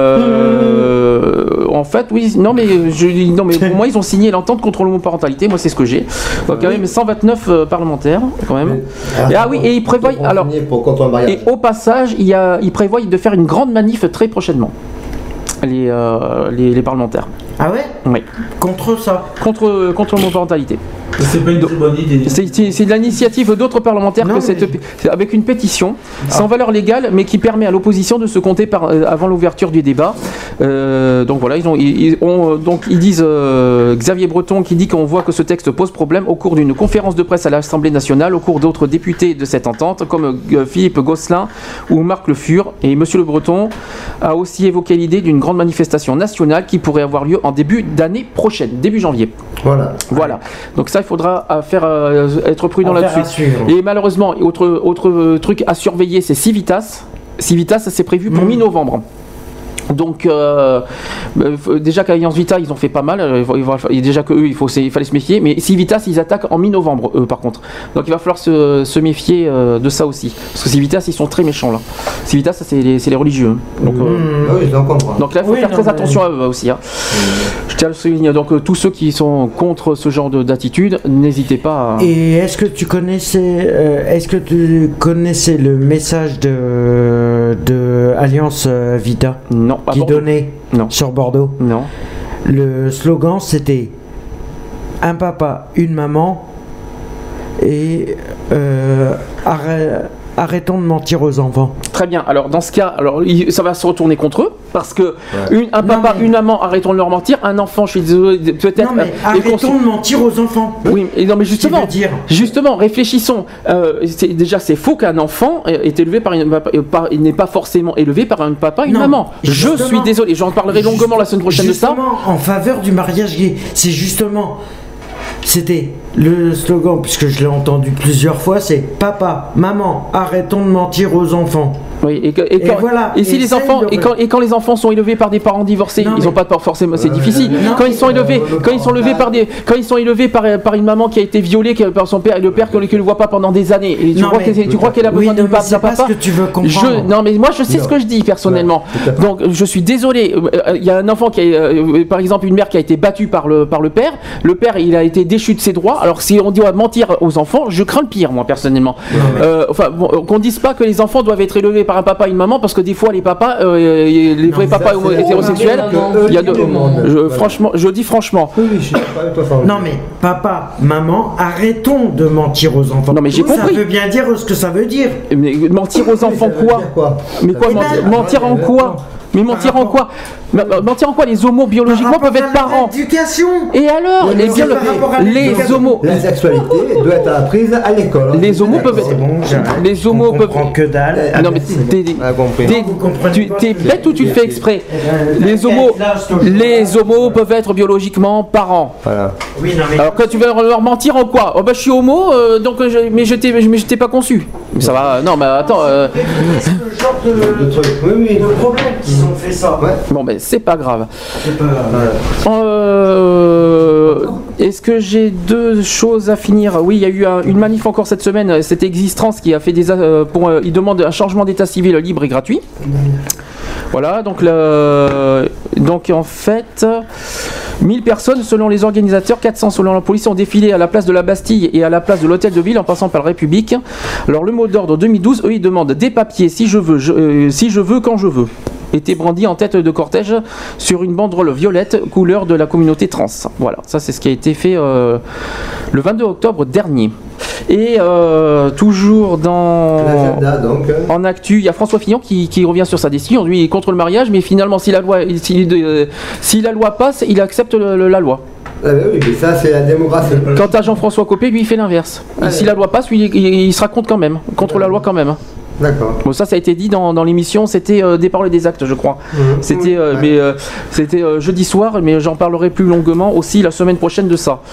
Euh, en fait, oui, non mais je, non mais pour moi, ils ont signé l'entente contre l'homoparentalité. Moi, c'est ce que j'ai. Donc quand même cent vingt-neuf euh, parlementaires, quand même. Et, ah oui, et ils prévoient. Pour Alors, signer pour contre le mariage. et au passage, il y a, ils prévoient de faire une grande manif très prochainement. Les, euh, les, les parlementaires. Ah ouais? Oui. Contre ça. Contre, contre l'homoparentalité. C'est pas une très bonne idée. C'est, c'est, c'est de l'initiative d'autres parlementaires non, que cette, je... avec une pétition ah. sans valeur légale, mais qui permet à l'opposition de se compter par, euh, avant l'ouverture du débat. Euh, donc voilà, ils, ont, ils, ils, ont, donc, ils disent euh, Xavier Breton qui dit qu'on voit que ce texte pose problème au cours d'une conférence de presse à l'Assemblée nationale, au cours d'autres députés de cette entente, comme euh, Philippe Gosselin ou Marc Le Fur. Et M. Le Breton a aussi évoqué l'idée d'une grande manifestation nationale qui pourrait avoir lieu en début d'année prochaine, début janvier. Voilà. Voilà. Donc ça, il faudra faire, euh, être prudent là-dessus. Et malheureusement, autre, autre truc à surveiller, c'est Civitas. Civitas, c'est prévu pour mmh. mi-novembre. Donc euh, déjà qu'Alliance Vita ils ont fait pas mal, il déjà que eux il, faut, il fallait se méfier, mais Civitas ils attaquent en mi-novembre eux par contre, donc il va falloir se, se méfier euh, de ça aussi, parce que Civitas ils sont très méchants là. Civitas ça c'est les, c'est les religieux, donc, euh, mmh. oui, donc là il faut oui, faire non, très mais... attention à eux aussi hein. mmh. Je tiens à le souligner, donc euh, tous ceux qui sont contre ce genre de, d'attitude, n'hésitez pas à... Et est-ce que tu connaissais euh, est-ce que tu connaissais le message de, de Alliance Vita? Non. Qui Bordeaux. donnait non. sur Bordeaux. Non. Le slogan c'était un papa, une maman et euh, arrête, arrêtons de mentir aux enfants. Très bien. Alors dans ce cas, alors ça va se retourner contre eux parce que ouais. une, un papa, mais... une maman, arrêtons de leur mentir. Un enfant, je suis désolé, peut-être. Non mais euh, arrêtons de mentir aux enfants. Oui, et non mais justement, justement, réfléchissons. Euh, c'est, déjà, c'est faux qu'un enfant est élevé par une, par, il n'est pas forcément élevé par un papa, une non, maman. Je suis désolé. J'en parlerai longuement la semaine prochaine de ça. Justement, en faveur du mariage gay, c'est justement. C'était le slogan, puisque je l'ai entendu plusieurs fois, c'est papa, maman, arrêtons de mentir aux enfants. Oui, et, que, et, quand, et voilà. Et si et les enfants, et quand, et quand les enfants sont élevés par des parents divorcés, non, ils n'ont pas de forcément, c'est euh, difficile. Non, quand ils sont élevés, euh, quand ils sont élevés par des, quand ils sont élevés par, par une maman qui a été violée par son père et le père qu'on ne le voit pas pendant des années. Et tu non, crois, que, tu crois qu'elle a besoin oui, de papa? C'est pas ce que tu veux comprendre. Je, non, mais moi je sais non. ce que je dis personnellement. Ouais, donc je suis désolé. Il y a un enfant qui, a, par exemple, une mère qui a été battue par le par le père. Le père, il a été déchu de ses droits. Alors si on doit mentir aux enfants, je crains le pire, moi personnellement. Euh, enfin, bon, qu'on dise pas que les enfants doivent être élevés par un papa et une maman, parce que des fois les papas, euh, les vrais non, papas ça, hétérosexuels, il y a de, je, franchement, je dis franchement. Oui, oui, je suis pas avec toi. Non mais papa, maman, arrêtons de mentir aux enfants. Non mais j'ai compris. Ça veut bien dire ce que ça veut dire. Mais mentir aux enfants quoi, quoi Mais quoi, mentir, ben, mentir en quoi? Mais mentir en quoi? Mentir en quoi? Les homos biologiquement peuvent être parents. Éducation. Et alors les, bio... les homos. La sexualité doit être apprise à l'école. Les homos peuvent être. Bon, les homos peuvent. Que dalle. Non mais t'es, t'es, t'es, t'es bête ou tu le fais exprès? Les homos, les homos peuvent être biologiquement parents. Voilà. Oui, non, mais... Alors que tu vas leur mentir en quoi? Oh bah je suis homo, euh, donc je, mais je t'ai, mais je t'ai pas conçu. Mais ça va. Non mais attends. Euh... C'est le genre de, de truc. Oui, oui. De problème qu'ils ont fait ça. Ouais. Bon ben c'est pas grave. C'est pas grave. Euh, est-ce que j'ai deux choses à finir? Oui, il y a eu un, une manif encore cette semaine. C'était Existrans qui a fait des, euh, pour, euh, il demande un changement d'état civil libre et gratuit. Voilà, donc le, donc en fait, mille personnes selon les organisateurs, quatre cents selon la police ont défilé à la place de la Bastille et à la place de l'Hôtel de Ville en passant par la République. Alors le mot d'ordre deux mille douze, eux ils demandent des papiers si je veux, je, euh, si je veux quand je veux. Était brandi en tête de cortège sur une banderole violette couleur de la communauté trans. Voilà, ça c'est ce qui a été fait euh, le vingt-deux octobre dernier. Et euh, toujours dans donc. en actu, il y a François Fillon qui, qui revient sur sa décision. Lui, il est contre le mariage, mais finalement, si la loi, si, euh, si la loi passe, il accepte le, le, la loi. Ah ben oui, mais ça c'est la démocratie. Quant à Jean-François Copé, lui, il fait l'inverse. Ah si ouais. la loi passe, lui, il, il sera contre quand même, contre ouais. la loi quand même. D'accord. Bon, ça, ça a été dit dans, dans l'émission. C'était euh, des paroles et des actes, je crois. Mmh. C'était, euh, ouais. mais euh, c'était euh, jeudi soir, mais j'en parlerai plus longuement aussi la semaine prochaine de ça.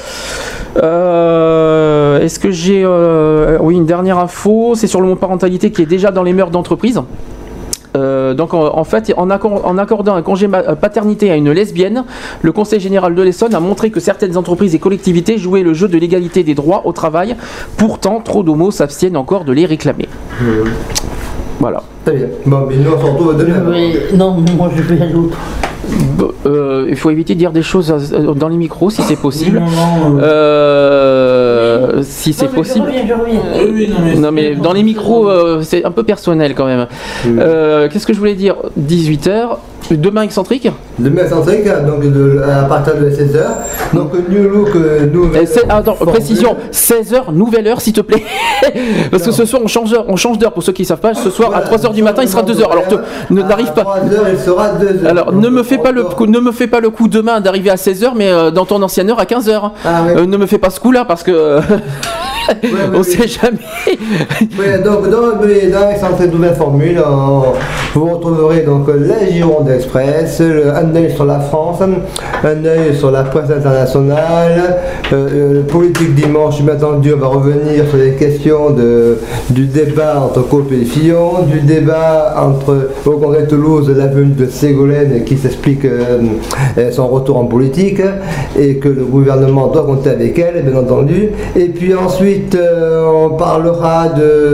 Euh, est-ce que j'ai, euh, oui, une dernière info, c'est sur le mot parentalité qui est déjà dans les mœurs d'entreprise. Euh, donc en, en fait, en, accord, en accordant un congé paternité à une lesbienne, le Conseil général de l'Essonne a montré que certaines entreprises et collectivités jouaient le jeu de l'égalité des droits au travail. Pourtant, trop d'homos s'abstiennent encore de les réclamer. Mmh. Voilà. Très bien. Bon, mais nous on s'en retrouve demain. Oui, non, moi je vais à l'autre. Euh, il faut éviter de dire des choses dans les micros si c'est possible. Euh, euh, si c'est Non, mais possible. Je reviens, je reviens. Oui, oui, non, mais, Non mais dans les micros, euh, c'est un peu personnel quand même. Euh, Qu'est-ce que je voulais dire? dix-huit heures. Demain excentrique. Demain excentrique, donc de, à partir de seize heures. Donc New Look, nouvelle. Attends, précision, seize heures, nouvelle heure s'il te plaît. Parce non. que ce soir on change d'heure, on change d'heure pour ceux qui ne savent pas. Ce soir voilà, à trois heures du matin il sera deux heures. Alors te, ne n'arrive pas. À trois heures il sera deux heures. Alors ne me fais pas le coup, ne me fais pas le coup demain d'arriver à seize heures, mais euh, dans ton ancienne heure à quinze heures. Ah, ouais. euh, ne me fais pas ce coup là parce que. Euh, ouais, ouais, on ne sait jamais. Ouais, donc dans le dans l'excentrique nouvelle formule, on, vous retrouverez donc la Gironde Express, le, un œil sur la France, un œil sur la presse internationale, euh, le politique dimanche, bien entendu, on va revenir sur les questions de, du débat entre Coop et Fillon, du débat entre au Congrès de Toulouse, la venue de Ségolène qui s'explique euh, son retour en politique et que le gouvernement doit compter avec elle, bien entendu. Et puis ensuite, euh, on parlera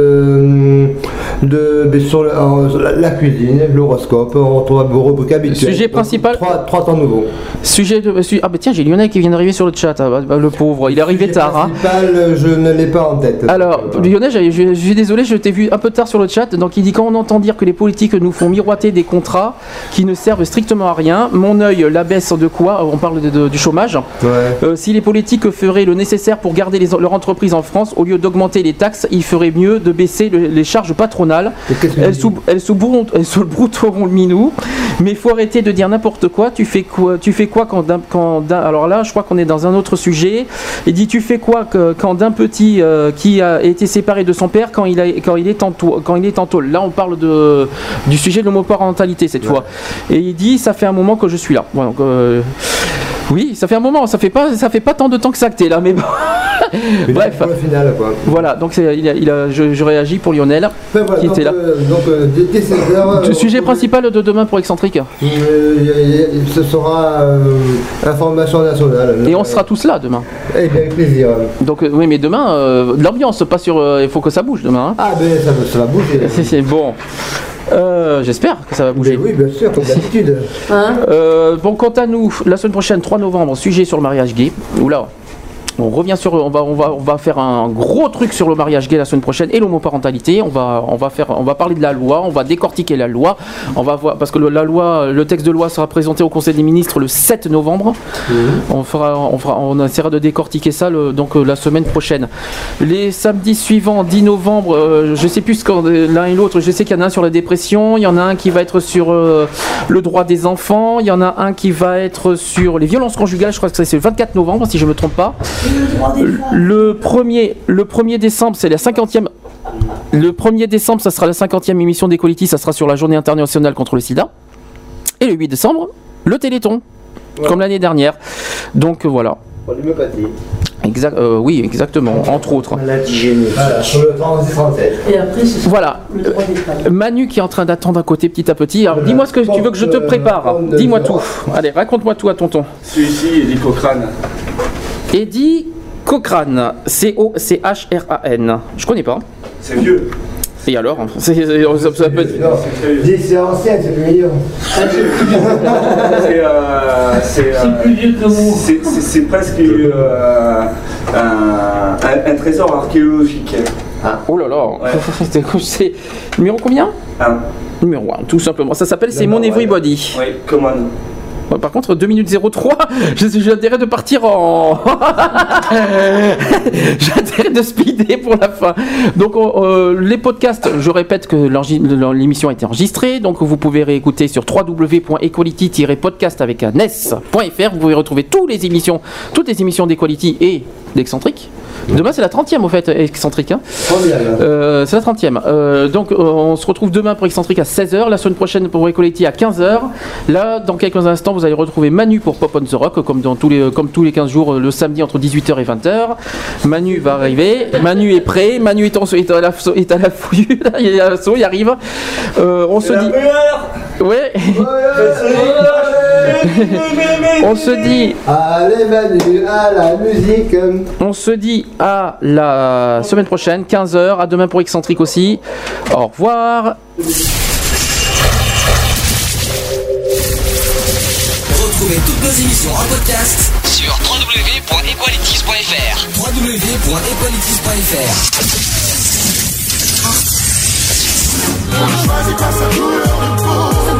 de, de, de sur, le, euh, la, la cuisine, l'horoscope, on retrouve vos rubriques habituelles. Sujet principal. Trois, trois temps nouveaux. Sujet de. Ah bah tiens, j'ai Lionel qui vient d'arriver sur le chat, hein, le pauvre, il est arrivé Sujet tard. Principal, hein. Je ne l'ai pas en tête. Alors, donc, Lionel, je, je, je suis désolé, je t'ai vu un peu tard sur le chat, donc il dit quand on entend dire que les politiques nous font miroiter des contrats qui ne servent strictement à rien, mon œil l'abaisse de quoi? On parle de, de, du chômage. Ouais. Euh, si les politiques feraient le nécessaire pour garder les, leur entreprise en France, au lieu d'augmenter les taxes, il ferait mieux de baisser le, les charges patronales. Elles, sous, elles, sous elles sous le brouteront le minou, mais il faut arrêter de dire n'importe quoi. Tu fais quoi, tu fais quoi quand d'un, quand d'un, alors là, je crois qu'on est dans un autre sujet. Il dit tu fais quoi que, quand d'un petit euh, qui a été séparé de son père quand il, a, quand il est en tôle, quand il est en tôle. Là, on parle de, du sujet de l'homoparentalité cette ouais. fois. Et il dit ça fait un moment que je suis là. Voilà, donc, euh, oui, ça fait un moment, ça fait pas, ça fait pas tant de temps que ça que t'es là, mais bon. Bref. Final, quoi. Voilà, donc c'est, il a, il a, je, je réagis pour Lionel ouais, voilà, qui donc, était là. Euh, donc, euh, dès seize heures, le sujet principal de demain pour Excentrique. Euh, ce sera euh, information nationale. Et on sera tous là demain. Eh bien, avec plaisir. Donc euh, oui, mais demain, euh, l'ambiance, pas sur. Il euh, faut que ça bouge demain. Hein. Ah ben ça, ça va bouger. c'est, c'est bon. Euh, j'espère que ça va bouger. Mais oui, bien sûr, comme d'habitude. Hein euh, bon, quant à nous, la semaine prochaine, trois novembre, sujet sur le mariage gay. Oula. On revient sur, on va, on va, on va faire un gros truc sur le mariage gay la semaine prochaine et l'homoparentalité. On va, on va faire, on va parler de la loi, on va décortiquer la loi. On va voir parce que le, la loi, le texte de loi sera présenté au Conseil des ministres le sept novembre. Mmh. On fera, on fera, on essaiera de décortiquer ça le, donc la semaine prochaine. Les samedis suivants, dix novembre, euh, je sais plus quand l'un et l'autre. Je sais qu'il y en a un sur la dépression, il y en a un qui va être sur euh, le droit des enfants, il y en a un qui va être sur les violences conjugales. Je crois que c'est le vingt-quatre novembre si je me trompe pas. Le premier, le premier décembre, c'est la cinquantième. Le premier décembre, ça sera la cinquantième émission d'Equality, ça sera sur la journée internationale contre le sida. Et le huit décembre, le Téléthon, ouais. Comme l'année dernière. Donc voilà. Pour l'homéopathie. Exact, euh, oui, exactement, entre autres. Maladie génétique. Voilà, sur le trente-six trente-sept. Et après, c'est voilà. Euh, Manu qui est en train d'attendre à côté petit à petit. Alors, dis-moi ce que tu veux que je te prépare. Euh, Dis-moi tout. Allez, raconte-moi tout à tonton. Celui-ci, Eddie Cochrane. Eddie Cochrane, C O C H R A N. Je connais pas. C'est vieux. Et alors c'est, c'est, ça, ça peut être... Non, c'est, c'est ancien, c'est plus vieux. c'est, euh, c'est, euh, c'est plus vieux que vous. C'est, c'est, c'est presque euh, un, un, un trésor archéologique. Ah. Oh là là, ouais. c'est, c'est numéro combien? Un. Numéro un, tout simplement. Ça s'appelle C'est Mon Everybody. Oui, come on. Par contre, deux minutes zéro trois, j'ai intérêt de partir en... j'ai intérêt de speeder pour la fin. Donc, euh, les podcasts, je répète que l'émission a été enregistrée, donc vous pouvez réécouter sur w w w point equality tiret podcast avec un s point f r. Vous pouvez retrouver toutes les émissions, toutes les émissions d'Equality et d'Excentrique. Demain c'est la trentième au fait, Excentrique. Hein. Euh, c'est la trentième. Euh, donc euh, on se retrouve demain pour Excentrique à seize heures, la semaine prochaine pour Equality à quinze heures. Là, dans quelques instants, vous allez retrouver Manu pour Pop on the Rock, comme, dans tous les, comme tous les quinze jours, le samedi entre dix-huit heures et vingt heures. Manu va arriver, Manu est prêt, Manu est, en, est à la, est à la fouille, il est à l'assaut, il arrive. Euh, on se dit... Ouais. On se dit... Allez Manu, à la musique. On se dit à la semaine prochaine, quinze heures. À demain pour Excentrique aussi. Au revoir. Retrouvez toutes nos émissions en podcast sur w w w point w point equalities point f r. w w w point equalities point f r. On ne choisit pas sa douleur de peau.